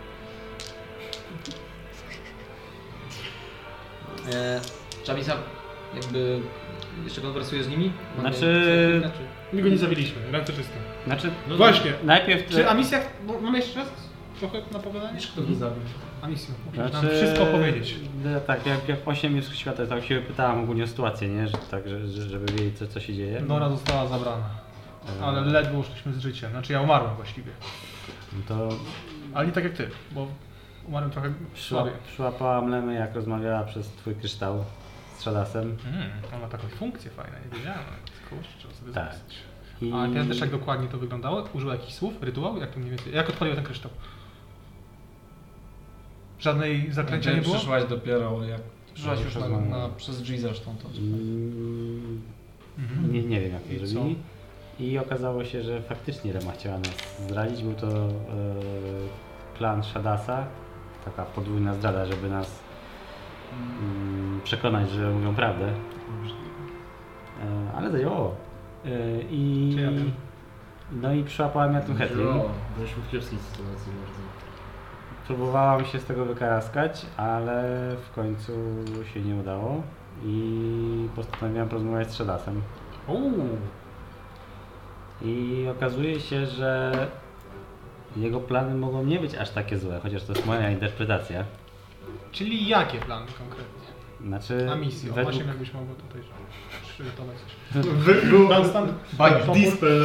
Czy Amisja jakby jeszcze konwersuje z nimi? Znaczy- My go nie zabiliśmy, ręce czyste. Znaczy, Właśnie. najpierw... Czy Amisja... Mamy jeszcze czas? Trochę na pogadanie? Wiesz, kto go zabił? Amisja, musisz Znaczy, nam wszystko powiedzieć. Tak, jak 8 jest świata, tak się pytałam ogólnie o sytuację, nie? Że, tak, żeby wiedzieć co się dzieje. Nora została zabrana. Ale ledwo uszliśmy z życiem. Znaczy ja umarłem właściwie. No to Ale nie tak jak ty, bo umarłem trochę słabiej. przyłapałam Lemę, jak rozmawiała przez twój kryształ z Shadasem. Ona ma taką funkcję fajną, nie wiedziałem. Kurczę, trzeba sobie Tak. zapisać. I... A pamiętasz jak dokładnie to wyglądało? Użył jakichś słów, rytuał? Jak to mniej więcej? Jak odpalił ten kryształ? Żadnej zaklęcia nie było? Przyszłaś dopiero, jak przyszłaś No, już przez drzwi zresztą. To... Nie wiem jak to I co? zrobili. I okazało się, że faktycznie Lema chciała nas zdradzić. Był to plan Shadasa, taka podwójna zdrada, żeby nas przekonać, że mówią prawdę. Ale zadziałało. Czy ja wiem? No i przyłapałem ja tu Hetling. Byliśmy w kiepskiej sytuacji bardzo. Próbowałam się z tego wykaraskać, ale w końcu się nie udało i postanowiłam porozmawiać z Shadasem. I okazuje się, że jego plany mogą nie być aż takie złe, chociaż to jest moja interpretacja. Czyli jakie plany konkretnie? Znaczy, A misję, według... właśnie jakbyś mogła tutaj przygotować coś. Był Bajk dispel.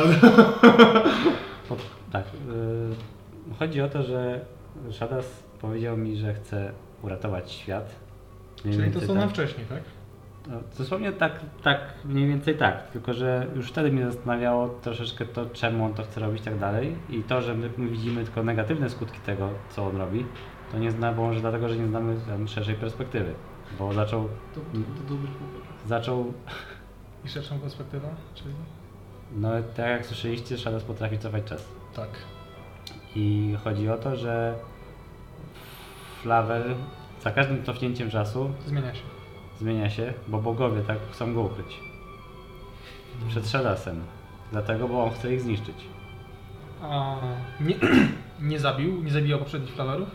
Tak. Chodzi o to, że Shadas powiedział mi, że chce uratować świat. Mniej Czyli to więcej co tak. nam wcześniej, tak? No, dosłownie tak, mniej więcej tak. Tylko, że już wtedy mnie zastanawiało troszeczkę to, czemu on to chce robić i tak dalej. I to, że my widzimy tylko negatywne skutki tego, co on robi, to nie zna, bo może dlatego, że nie znamy tam szerszej perspektywy. Bo zaczął... To dobry powód. Zaczął... I szerszą perspektywą? Czyli? No tak jak słyszeliście, Shadas potrafi cofać czas. Tak. I chodzi o to, że Flavel za każdym cofnięciem czasu Zmienia się. bo bogowie tak chcą go ukryć. Przed Shadasem. Dlatego, bo on chce ich zniszczyć. A nie zabijał poprzednich flawerów?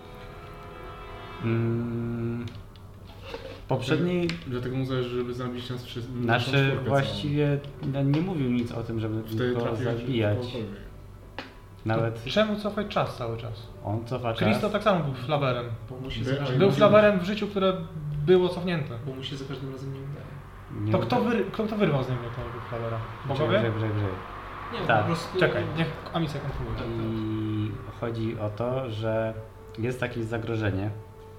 Poprzedni... Dlatego mu zależy, żeby zabić nas wszystkich. Znaczy właściwie no, nie mówił nic o tym, żeby Wtedy go trafiłeś zabijać. kogokolwiek. Nawet Czemu cofać czas cały czas? on cofa czas. Christo tak samo był flawerem. Bo mu się By- za każdym Był razem- flawerem w życiu, które było cofnięte. Bo mu się za każdym razem nie udaje. Nie To uda- kto wyrwał z niego tego flawera? Bogowie? Brzeg. Nie, Tak. po prostu... Czekaj, niech Amisja kontynuuje. I chodzi o to, że jest jakieś zagrożenie,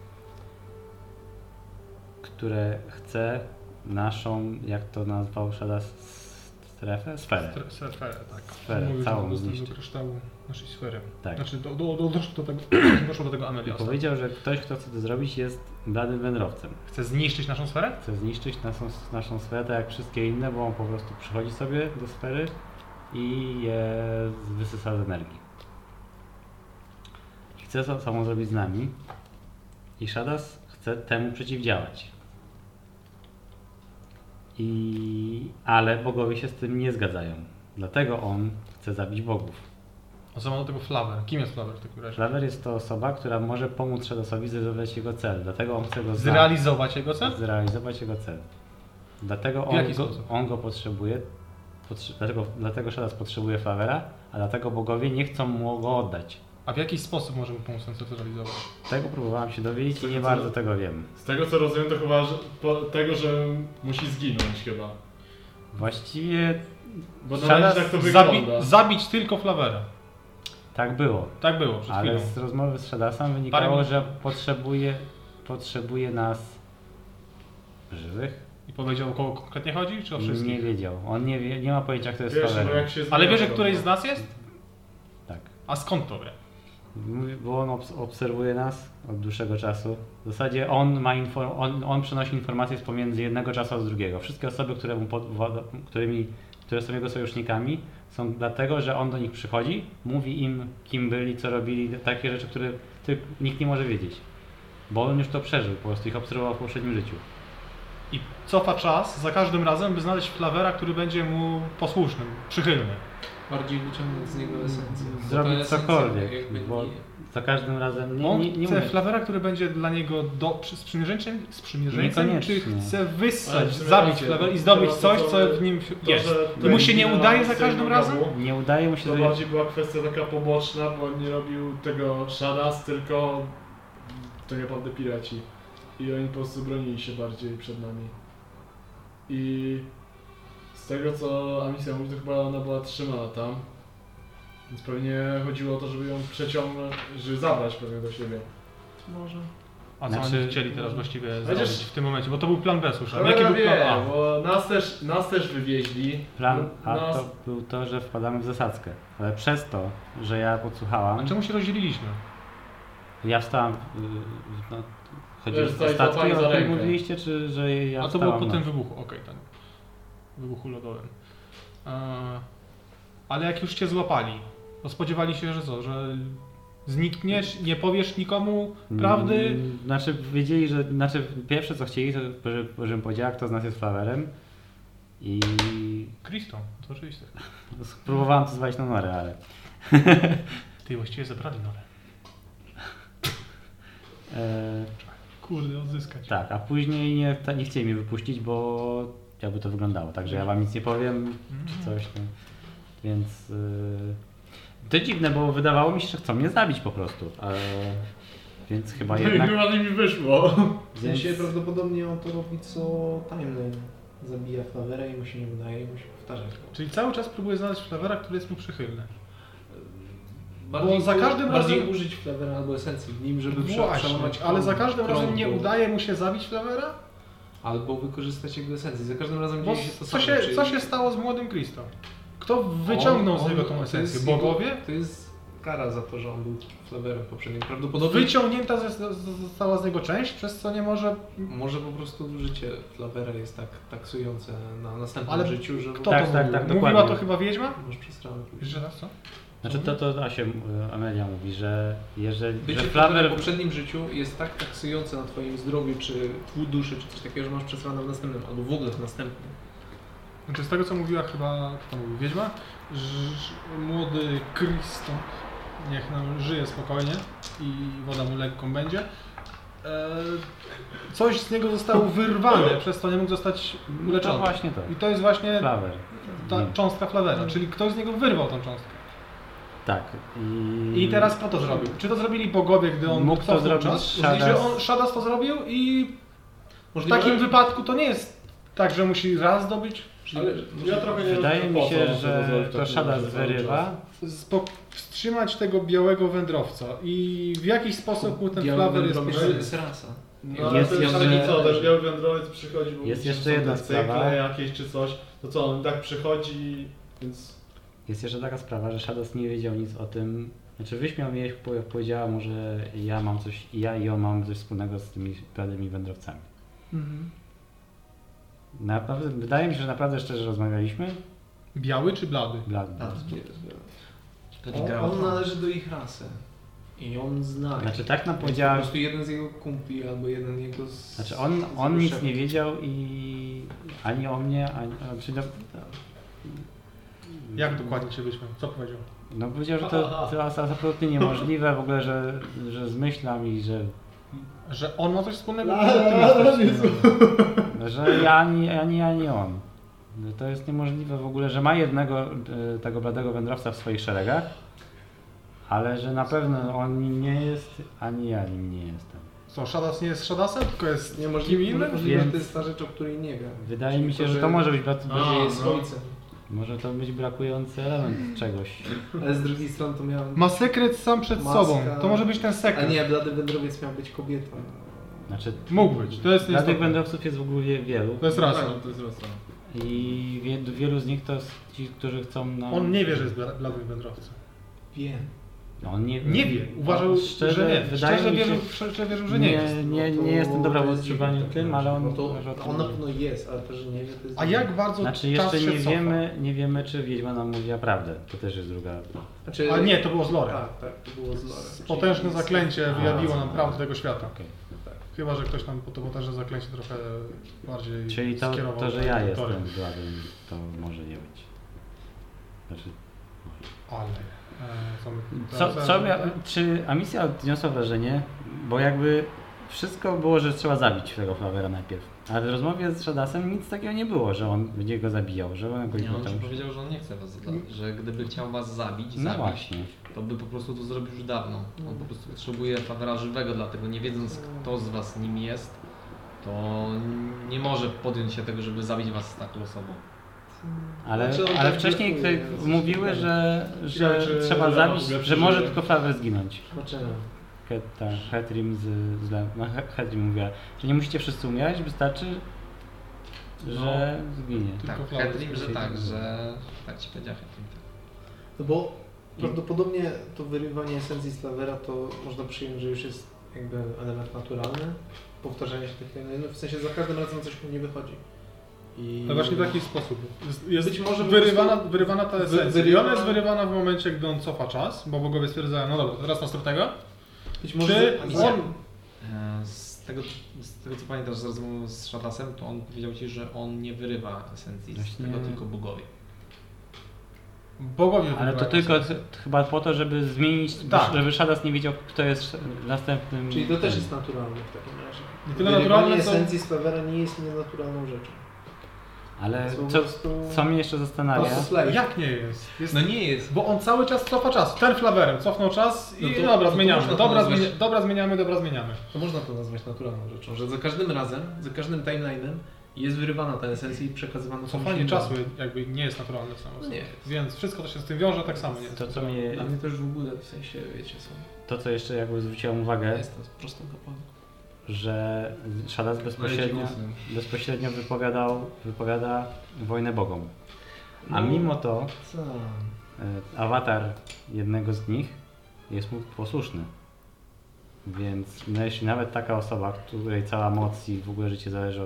które chce naszą, jak to nazwał Shadas, strefę? Sferę. Sferę, tak. Sferę, Mówił, że całą po prostu zniszczyć. do kryształu naszej sfery. Tak. Znaczy doszło do tego I Ameliasa. powiedział, że ktoś, kto chce to zrobić, jest bladym wędrowcem. Chce zniszczyć naszą sferę? Chce zniszczyć naszą sferę, tak jak wszystkie inne, bo on po prostu przychodzi sobie do sfery i je wysysa z energii. Chce to samo zrobić z nami i Shadas chce temu przeciwdziałać. Ale bogowie się z tym nie zgadzają. Dlatego on chce zabić bogów. A co ma do tego flawer? Kim jest flawer w takim razie? Flawer jest to osoba, która może pomóc Shadasowi zrealizować jego cel. Dlatego on chce go Zrealizować jego cel? zrealizować jego cel. Dlatego W jaki sposób? on go potrzebuje. Dlatego Shadas potrzebuje Flavera, a dlatego bogowie nie chcą mu go oddać. A w jaki sposób możemy pomóc ten cel zrealizować? Tego próbowałem się dowiedzieć i Tego, nie co- bardzo tego wiem. Z tego co rozumiem, to chyba tego, że musi zginąć chyba. Właściwie Bo na Shadas razie tak to wygląda. Zabić tylko flawera. tak było. Tak było przed Ale chwilą. z rozmowy z Shadasem Parę wynikało, minut. że potrzebuje nas żywych. I powiedział, o kogo konkretnie chodzi, czy o wszystkich? Nie wiedział. On nie ma pojęcia, kto jest Wiesz, no Flaverem. jak się Ale zmienia, wiesz, że to- któryś z nas jest? Tak. A skąd to wie? Bo on obserwuje nas od dłuższego czasu. W zasadzie on przenosi informacje z pomiędzy jednego czasu a z drugiego. Wszystkie osoby, które są jego sojusznikami, są dlatego, że on do nich przychodzi, mówi im, kim byli, co robili, takie rzeczy, które nikt nie może wiedzieć. Bo on już to przeżył, po prostu ich obserwował w poprzednim życiu. I cofa czas za każdym razem, by znaleźć flawera, który będzie mu posłuszny, przychylny. Bardziej wyciągnąć z niego esencję. Bo Zrobić ta esencja cokolwiek, jakby bo za każdym razem On nie chce mówię. flawera, który będzie dla niego sprzymierzeńcem, Niekoniecznie. czy chce Ale wyssać, w sumie zabić rację, flawer i to zdobyć to, coś, co co my- w nim To, jest. że I mu się nie Twina udaje za z każdym tego razem? rogu, Nie udaje mu się To zrobić. bardziej była kwestia taka poboczna, bo on nie robił tego Shadas, tylko tak naprawdę piraci. I oni po prostu bronili się bardziej przed nami. I z tego co Amisja mówi, to chyba ona była trzymana tam. Więc pewnie chodziło o to, żeby ją przeciągnąć, żeby zabrać pewnie do siebie. Może. A co Znaczy- oni chcieli teraz właściwie Chociaż- zrobić w tym momencie? Bo to był plan B, słyszałem. Ale Jaki był plan wie, A? bo nas też wywieźli. Plan A Nas- to był to, że wpadamy w zasadzkę. Ale przez to, że ja podsłuchałam, A czemu się rozdzieliliśmy? ja wstałam, no, chodzi Wiesz, o co, i statki, złapali o za których rękę. mówiliście, czy że ja A to było wstałam? po tym wybuchu, okej, tak. Wybuchu lodowym. Ale jak już cię złapali, to spodziewali się, że co, że znikniesz, nie powiesz nikomu prawdy? Znaczy wiedzieli, że, pierwsze co chcieli, to żebym powiedziała, kto z nas jest Flaverem i Christo, to oczywiście. próbowałam to zwalić na norę, ale Ty właściwie zabrali Norę. e, Kurde, odzyskać. tak, a później nie chcieli mnie wypuścić, bo jakby to wyglądało, także ja wam nic nie powiem, czy coś, no. Więc to dziwne, bo wydawało mi się, że chcą mnie zabić po prostu, więc chyba No i jednak... chyba mi wyszło. W sensie prawdopodobnie on to robi co Timeline. Zabija Flavera i mu się nie udaje i musi powtarzać. Czyli cały czas próbuję znaleźć Flavera, który jest mu przychylny. Bardziej, za każdym bardziej razem- użyć Flavera albo esencji w nim, żeby Właśnie, przełamać ale za każdym krąg, razem nie bo- udaje mu się zabić Flavera? Albo wykorzystać jego esencję. Za każdym razem Bo dzieje się to co samo. czyli- się stało z młodym Christo? Kto wyciągnął z niego tą to esencję? jest Bogowie? jego- To jest kara za to, że on był Flaverem poprzednim. Prawdopodobnie Wyciągnięta została z niego część, przez co nie może... może po prostu życie Flavera jest tak taksujące na następnym Ale życiu, że Kto Tak, to tak, mówił? tak, Mówiła dokładnie. to chyba wiedźma? masz przesrane. Jeszcze raz, co? Znaczy to Amelia mówi, że jeżeli... Bycie że Flaverem Flaver... w poprzednim życiu jest tak taksujące na twoim zdrowiu, czy tłu duszy, czy coś takiego, że masz przesrane w następnym, albo w ogóle w następnym. Znaczy z tego co mówiła chyba, kto mówił, wiedźma, że młody Christo niech nam żyje spokojnie i woda mu lekką będzie. Coś z niego zostało wyrwane, przez co nie mógł zostać To uleczony. właśnie to. I to jest właśnie Flaver. ta cząstka Flavera, czyli ktoś z niego wyrwał tą cząstkę. Tak. I teraz kto to zrobił? Czy to zrobili bogowie, gdy on Mógł to cofnął zrobić czas? Shadas. Że on Shadas to zrobił i w Możliwe, takim że- wypadku to nie jest tak, że musi raz zdobyć. Ale ja trochę nie Wydaje rozumiem, mi po co się, on że zrobił to tak Shadas cały wyrywa. Wstrzymać tego białego wędrowca i w jakiś sposób mu ten Biały Flaver jest wędrowec potrzebny. jest rasa. No ale Jest to jest jeszcze- co, ten biały wędrowiec przychodzi, bo Jest widzisz, jeszcze są jedna te cykle sprawa. jakieś czy coś, to co, on tak przychodzi, więc... Jest jeszcze taka sprawa, że Shadows nie wiedział nic o tym. Znaczy wyśmiał mnie, powiedziała mu, że ja i on mamy coś wspólnego z tymi bladými wędrowcami. Naprawdę, wydaje mi się, że naprawdę szczerze rozmawialiśmy. Biały czy blady? Blady. On należy do ich rasy. I on zna. Znaczy tak nam Po powiedziała, prostu jeden z jego kumpli, albo jeden jego z... znaczy z on jego nic szefów. nie wiedział i ani o mnie, ani... Znaczy, Jak dokładnie się wyśmiał? Co powiedział? no powiedział, że to jest absolutnie niemożliwe w ogóle, że zmyślam i Że on ma coś wspólnego? że ja ani on. Że to jest niemożliwe w ogóle, że ma jednego tego bladego wędrowca w swoich szeregach, ale że na pewno on nie jest, ani ja nim nie jestem. Co, Shadas nie jest Shadasem, tylko jest kim Niemożliwe, innym? możliwe, że Więc- to jest ta rzecz, o której nie wiem. Wydaje Czyli mi się, to, że to może być że jest no. ojcem. może to być brakujący element czegoś. Ale z drugiej strony to miał... Ma sekret sam przed Maska. sobą. To może być ten A sekret. nie, blady wędrowiec miał być kobietą. Znaczy, Mógł być. To jest bladych niestety. wędrowców jest w ogóle wielu To jest rasa. Tak, to jest rasa. i wielu z nich to ci, którzy chcą nam... On nie wie, że jest bladym wędrowcem. Wiem. No, on nie Nie wie. Uważał, Szczerze, że nie. wydaje Szczerze mi się- wierzył, że nie jest. Nie No to- jestem dobra w to jest odczuwaniu dziwne. tym, ale on No to uważa o tym, on na że- pewno jest, ale to, że nie wie, to jest... A jak bardzo Znaczy czas jeszcze się nie cofa? wiemy, czy Wiedźma nam mówiła prawdę. To też jest druga... Znaczy, A nie, to było z Lorem. Tak, to było z Lorem. Potężne Czyli- zaklęcie wyjawiło nam A, prawdę tego świata. Okej. Chyba, że ktoś tam po to potężne zaklęcie trochę bardziej Czyli skierował. to, że ja do jestem torem. bladym, to może nie być. Znaczy, Ale... co my czy Amicia odniosła wrażenie, bo jakby wszystko było, że trzeba zabić tego Flavera najpierw. Ale w rozmowie z Shadasem nic takiego nie było, że on będzie go zabijał, że on jakoś Nie, on tam... ci powiedział, że on nie chce was zabić, że gdyby chciał was zabić, No właśnie. to by po prostu to zrobił już dawno. On po prostu potrzebuje Flavera żywego, dlatego nie wiedząc kto z was nim jest, to nie może podjąć się tego, żeby zabić was tak losowo. Ale, Znaczy, on ale tak wcześniej blefuje, tutaj coś mówiły, takiego. że Czy trzeba Leo zabić, lepszy że może żyje? tylko Flawer zginąć. Zobaczymy. Hetrim Hetrim mówiła, że nie musicie wszyscy umierać, wystarczy, że zginie. Tylko Tak, Flawer Hetrim, że zginie. tak, że tak ci powiedziała Hetrim. Tak. No bo prawdopodobnie to wyrywanie esencji z Flavera to można przyjąć, że już jest jakby element naturalny, powtarzanie się tych w sensie za każdym razem coś mu nie wychodzi. I Ale właśnie w taki sposób. Jest Być może po wyrywana ta esencja. I ona jest wyrywana- wyrywana w momencie, gdy on cofa czas, bo bogowie stwierdzają, no dobra, teraz następnego. być Czy może on... Z tego co pamiętasz z rozmowy z Shadasem, to on powiedział ci, że on nie wyrywa esencji z Właśnie- tego, tylko bogowie. Bogowie Ale to wyrywają tylko esencję. chyba po to, żeby zmienić, Tak. żeby Shadas nie wiedział, kto jest następnym. Czyli to też jest naturalne w takim razie. Nie tyle Wyrywanie naturalne, co... esencji z Flavera nie jest nienaturalną rzeczą. Ale To po co, prostu- co mnie jeszcze zastanawia, Jak nie jest? No nie jest. Bo on cały czas cofa czas. Ten Flawerem cofnął czas i No to- dobra, to zmieniamy. można to Dobra, nazwać- dobra, zmieniamy. To można to nazwać naturalną rzeczą, że za każdym razem, za każdym timeline'em jest wyrywana ta esencja i przekazywana Cofanie czasu jakby nie jest naturalne samo. No nie. Więc wszystko, co się z tym wiąże, tak samo nie jest. to co mnie, Dla mnie też w ogóle, w sensie, wiecie, są. to co jeszcze jakby zwróciłem uwagę, Jest to prostą kapłanem. że Shadas bezpośrednio wypowiada wojnę bogom. A No. mimo to Co? awatar jednego z nich jest mu posłuszny. Więc no jeśli nawet taka osoba, której cała moc i w ogóle życie zależy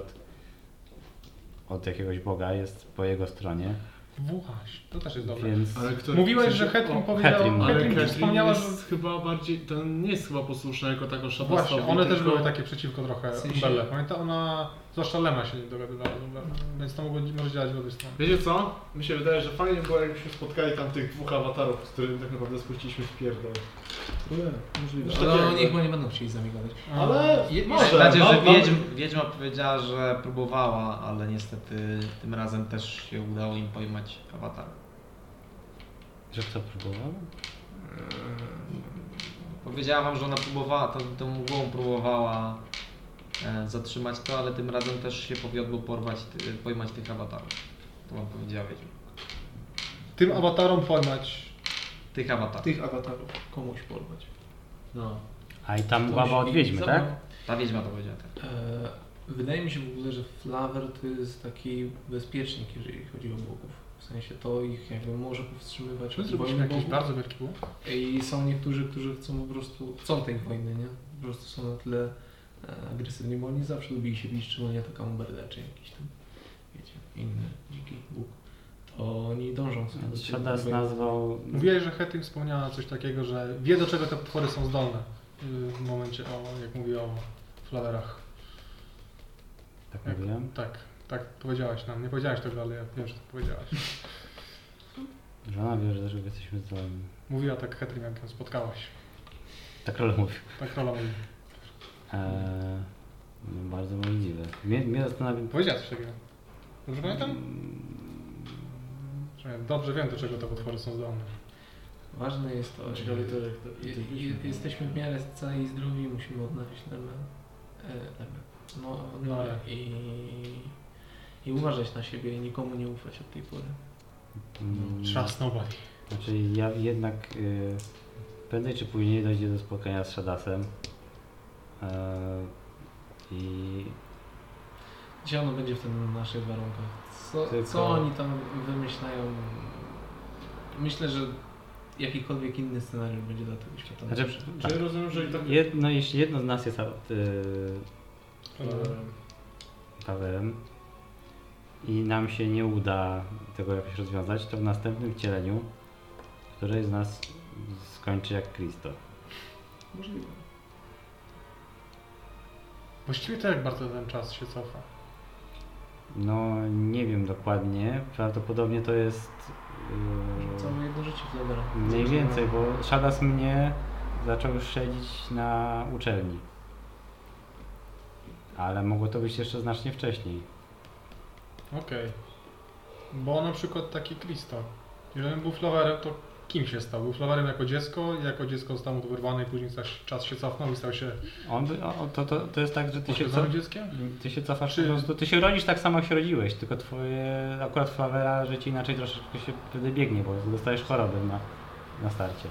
od jakiegoś boga, jest po jego stronie, Właśnie, to też jest dobre. więc Mówiłeś, że Hetrim powiedział, Hetrim, no. Hetrim ci wspomniała, że... jest chyba bardziej, to nie jest chyba posłuszny jako tako Shadasowi. Właśnie, one też tylko- były takie przeciwko trochę W sensie- Umbelle. Pamiętam, ona, zwłaszcza Lema się nie dogadywała z Umbellą, więc to może działać w obie strony. Wiecie co? Mi się wydaje, że fajnie było, jakbyśmy spotkali tam tych dwóch awatarów, z którymi tak naprawdę spuściliśmy w pierdol. Możliwe. Coś Ale takiego. oni chyba nie będą chcieli z nami gadać. Ale może. Znaczy, że mam- wiedźma powiedziała, że próbowała, ale niestety tym razem też się udało im pojmać awatar. że kto próbował? Powiedziała wam, że ona próbowała, tą mgłą próbowała zatrzymać to, ale tym razem też się powiodło pojmać tych awatarów. To wam powiedziała wiedźma. Tym awatarom pojmać... Tych awatarów. Tych awatarów komuś porwać. No. A i tam To łaba od musi- wiedźmy, zabrał. tak? Ta wiedźma to powiedziała tak. Wydaje mi się w ogóle, że Flaver to jest taki bezpiecznik, jeżeli chodzi o bogów. W sensie to ich jakby może powstrzymywać Czy od zrobiliśmy wojny jakiś bogów. bardzo wielki bóg? I są niektórzy, którzy chcą po prostu, chcą tej wojny, nie? Po prostu są na tyle agresywni, bo oni zawsze lubili się bić, szczególnie taka Umberle, czy jakiś tam, wiecie, inny dziki bóg. To oni dążą sobie do tej Shadas wojny. nazwał... Mówiłeś, że Hetrim wspomniała coś takiego, że wie, do czego te potwory są zdolne. W momencie, jak mówi o Flaverach. Tak mówiłem? Tak powiedziałaś nam. Nie powiedziałaś tego, ale ja wiem, że to powiedziałaś. Że ona wie, że też jesteśmy zdolni. Mówiła tak Hetrim, jak ją spotkałaś. Tak Rolo mówił. Tak Rola mówi. No, bardzo możliwe. Mnie zastanawia... Powiedziała coś takiego. Dobrze pamiętam? Że dobrze wiem, do czego te potwory są zdolne. Ważne jest to, Ciekawe to, jak to jesteśmy w miarę cali i zdrowi, musimy odnaleźć Lemę. No i uważać na siebie i nikomu nie ufać od tej pory. Trust nobody. Znaczy ja jednak prędzej czy później dojdzie do spotkania z Shadasem i Dzisiaj ono będzie wtedy na naszych warunkach. Tylko- Co oni tam wymyślają? Myślę, że jakikolwiek inny scenariusz będzie dla tego świata. Znaczy, lepszy. tak. Czy rozumiem, że i tak... jeśli jedno z nas jest Pawełem i nam się nie uda tego jakoś rozwiązać, to w następnym wcieleniu któreś z nas skończy jak Kristo. Możliwe. Właściwie to jak bardzo ten czas się cofa. No nie wiem dokładnie, prawdopodobnie to jest Całe jedno życie Flavera. mniej więcej, bo Shadas mnie zaczął już śledzić na uczelni. Ale mogło to być jeszcze znacznie wcześniej. Okej. Bo na przykład taki Kristo. Jeżeli był Flaverem, to Kim się stał? Był Flawerem jako dziecko i jako dziecko został mu to wyrwane i później czas się cofnął i stał się To jest tak, że ty się, potwierdzonym dzieckiem? ty się cofasz Czy- po prostu, ty się rodzisz tak samo jak się rodziłeś, tylko twoje, akurat Flawera życie inaczej troszeczkę się wtedy biegnie, bo dostajesz chorobę na starcie.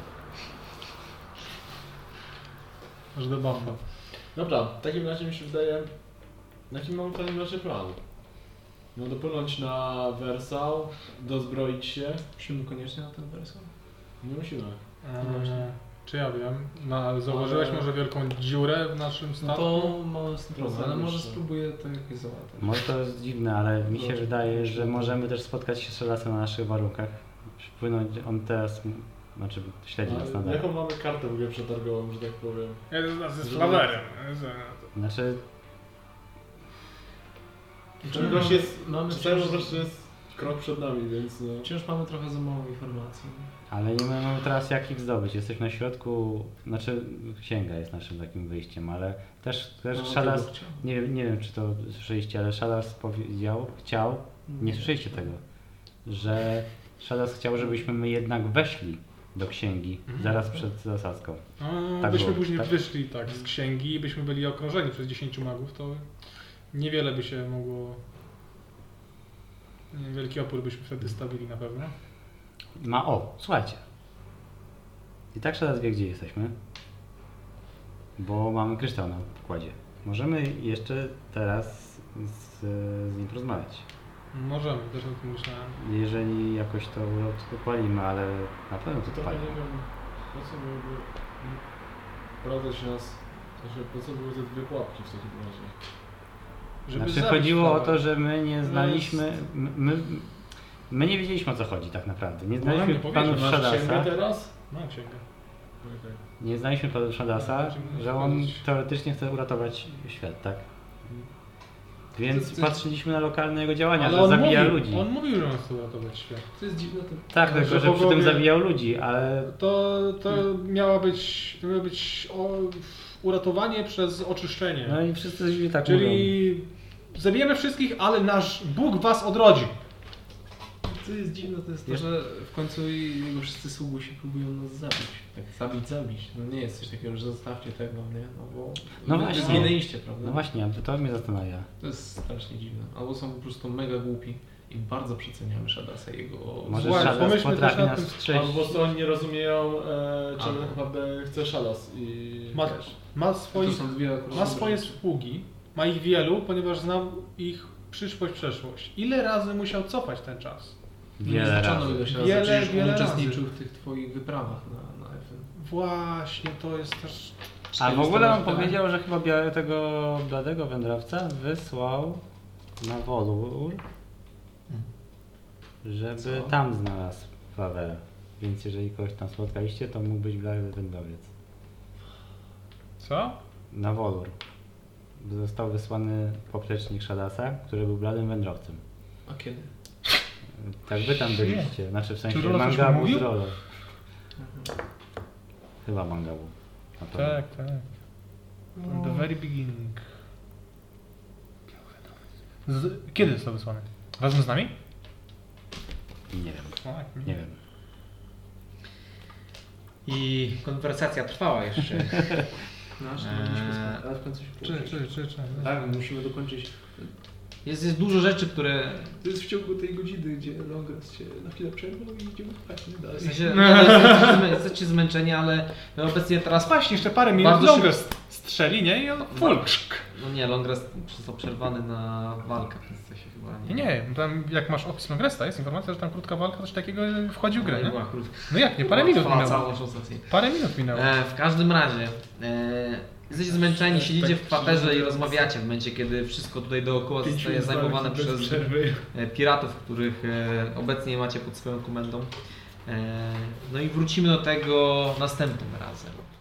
Aż do buffa. Dobra, w takim razie mi się wydaje, jaki mamy w takim razie plan? No dopłynąć na Wersal, dozbroić się. Musimy koniecznie na ten wersal? Nie musimy. Czy ja wiem? No, ale zauważyłeś Ale- może wielką dziurę w naszym No statku? to mamy z tym problem, ale może Jeszcze. spróbuję to jakoś załatwić. Może to jest dziwne, ale mi się wydaje, że możemy też spotkać się z Shelasem na naszych warunkach. Wpłynąć, on teraz, znaczy śledzi nas nadal. Jaką mamy kartę w ogóle przetargową, że tak powiem? Jeden z nas jest Flawerem. Znaczy, Czy gość jest, mamy czytałem po wciąż, prostu jest krok przed nami, więc no. wciąż mamy trochę za mało informacji. ale nie mamy teraz jak ich zdobyć. Jesteśmy na środku, znaczy księga jest naszym takim wyjściem, ale też No, Shalas, tego chciałem. nie wiem czy to słyszeliście, ale Shalas chciał, nie słyszeliście tego, że Shalas chciał, żebyśmy my jednak weszli do księgi zaraz przed zasadzką. Tak Byśmy było, później tak? wyszli tak z księgi i byśmy byli okrążeni przez 10 magów, to niewiele by się mogło... Wielki opór byśmy wtedy stawili na pewno. Słuchajcie. I tak Shalas wie, gdzie jesteśmy, bo mamy kryształ na pokładzie. Możemy jeszcze teraz z nim porozmawiać. Możemy, też o tym myślałem. Jeżeli jakoś to odpalimy, ale na pewno to Trochę odpalimy. nie wiem, po co byłoby sprawdzać nas, po co były te dwie pułapki w takim razie? Żeby Znaczy zabić chodziło o Flawera. to, że my nie znaliśmy, my nie wiedzieliśmy o co chodzi tak naprawdę. Nie No, nam znaliśmy nie planów powiedział, Masz księgę Shadasa. teraz? Mam księgę. Okej. Nie znaliśmy planów Shadasa, że on teoretycznie chce uratować świat, tak? Więc patrzyliśmy na lokalne jego działania, że zabija ludzi. On mówił, że on chce uratować świat. To jest dziwne, to Tak, tylko że przy tym bogowie- zabijał ludzi, ale To miało być uratowanie przez oczyszczenie. no i wszyscy źli tak mówią. Czyli zabijemy wszystkich, ale nasz Bóg was odrodzi. co jest dziwne, to jest to, Jeszcze- że w końcu jego wszyscy sługusi próbują nas zabić. Tak zabić. No nie jest coś takiego, że zostawcie tego, nie? No bo No wy właśnie. zginęliście, prawda? No właśnie, to mnie zastanawia. To jest strasznie dziwne. Albo są po prostu mega głupi i bardzo przeceniamy Shadasa i jego... Może Słuchaj, Shadas pomyślmy też potrafi nad nas tym- strzelić. Albo po prostu oni nie rozumieją, czego Albo. tak naprawdę chce Shalas i Ma, wiesz. ma, To swoich, są dwie akurat ma swoje rzeczy. sługi, ma ich wielu, ponieważ znał ich przyszłość, przeszłość. Ile razy musiał cofać ten czas? Wiele Nie znaczono razy. ilość razy, Wiele, przecież wiele on razy. uczestniczył w tych twoich wyprawach na FM. Właśnie, to jest też... A w ogóle on Tak. powiedział, że chyba tego bladego wędrowca wysłał na Wolur, żeby Co? tam znalazł Flawerę. Więc jeżeli kogoś tam spotkaliście, to mógł być blady wędrowiec. Co? Na Wolur. Został wysłany poplecznik Shadasa, który był bladym wędrowcem. A kiedy? Tak wy tam byliście, znaczy w sensie Czy Rolo coś Mangabu mówił? z Rolo. Chyba Mangabu. Na pewno. tak. From the very beginning. Kiedy został wysłany? Razem z nami? Nie wiem, Tak, nie wiem. I konwersacja trwała jeszcze. No, aż nie mogliśmy spać, ale w końcu się połączyliśmy. Tak, musimy dokończyć. Jest dużo rzeczy, które... To jest w ciągu tej godziny, gdzie Longres się na chwilę przerwał i idziemy spać, nie dalej. W sensie, jesteście zmęczeni, ale obecnie teraz... Właśnie, jeszcze parę minut Bardzo longer strzeli, nie? I on full. No nie, Longres został przerwany na walkę, więc to się chyba Nie, tam jak masz opis Longresta, jest informacja, że tam krótka walka, coś takiego wchodzi w grę, nie nie? była krótka. No jak nie, parę minut Trwała minęło. całą naszą sesję. Parę minut minęło. W każdym razie, jesteście zmęczeni, siedzicie w kwaterze i rozmawiacie w momencie, kiedy wszystko tutaj dookoła zostaje zajmowane przez piratów, których obecnie macie pod swoją komendą. No i wrócimy do tego następnym razem.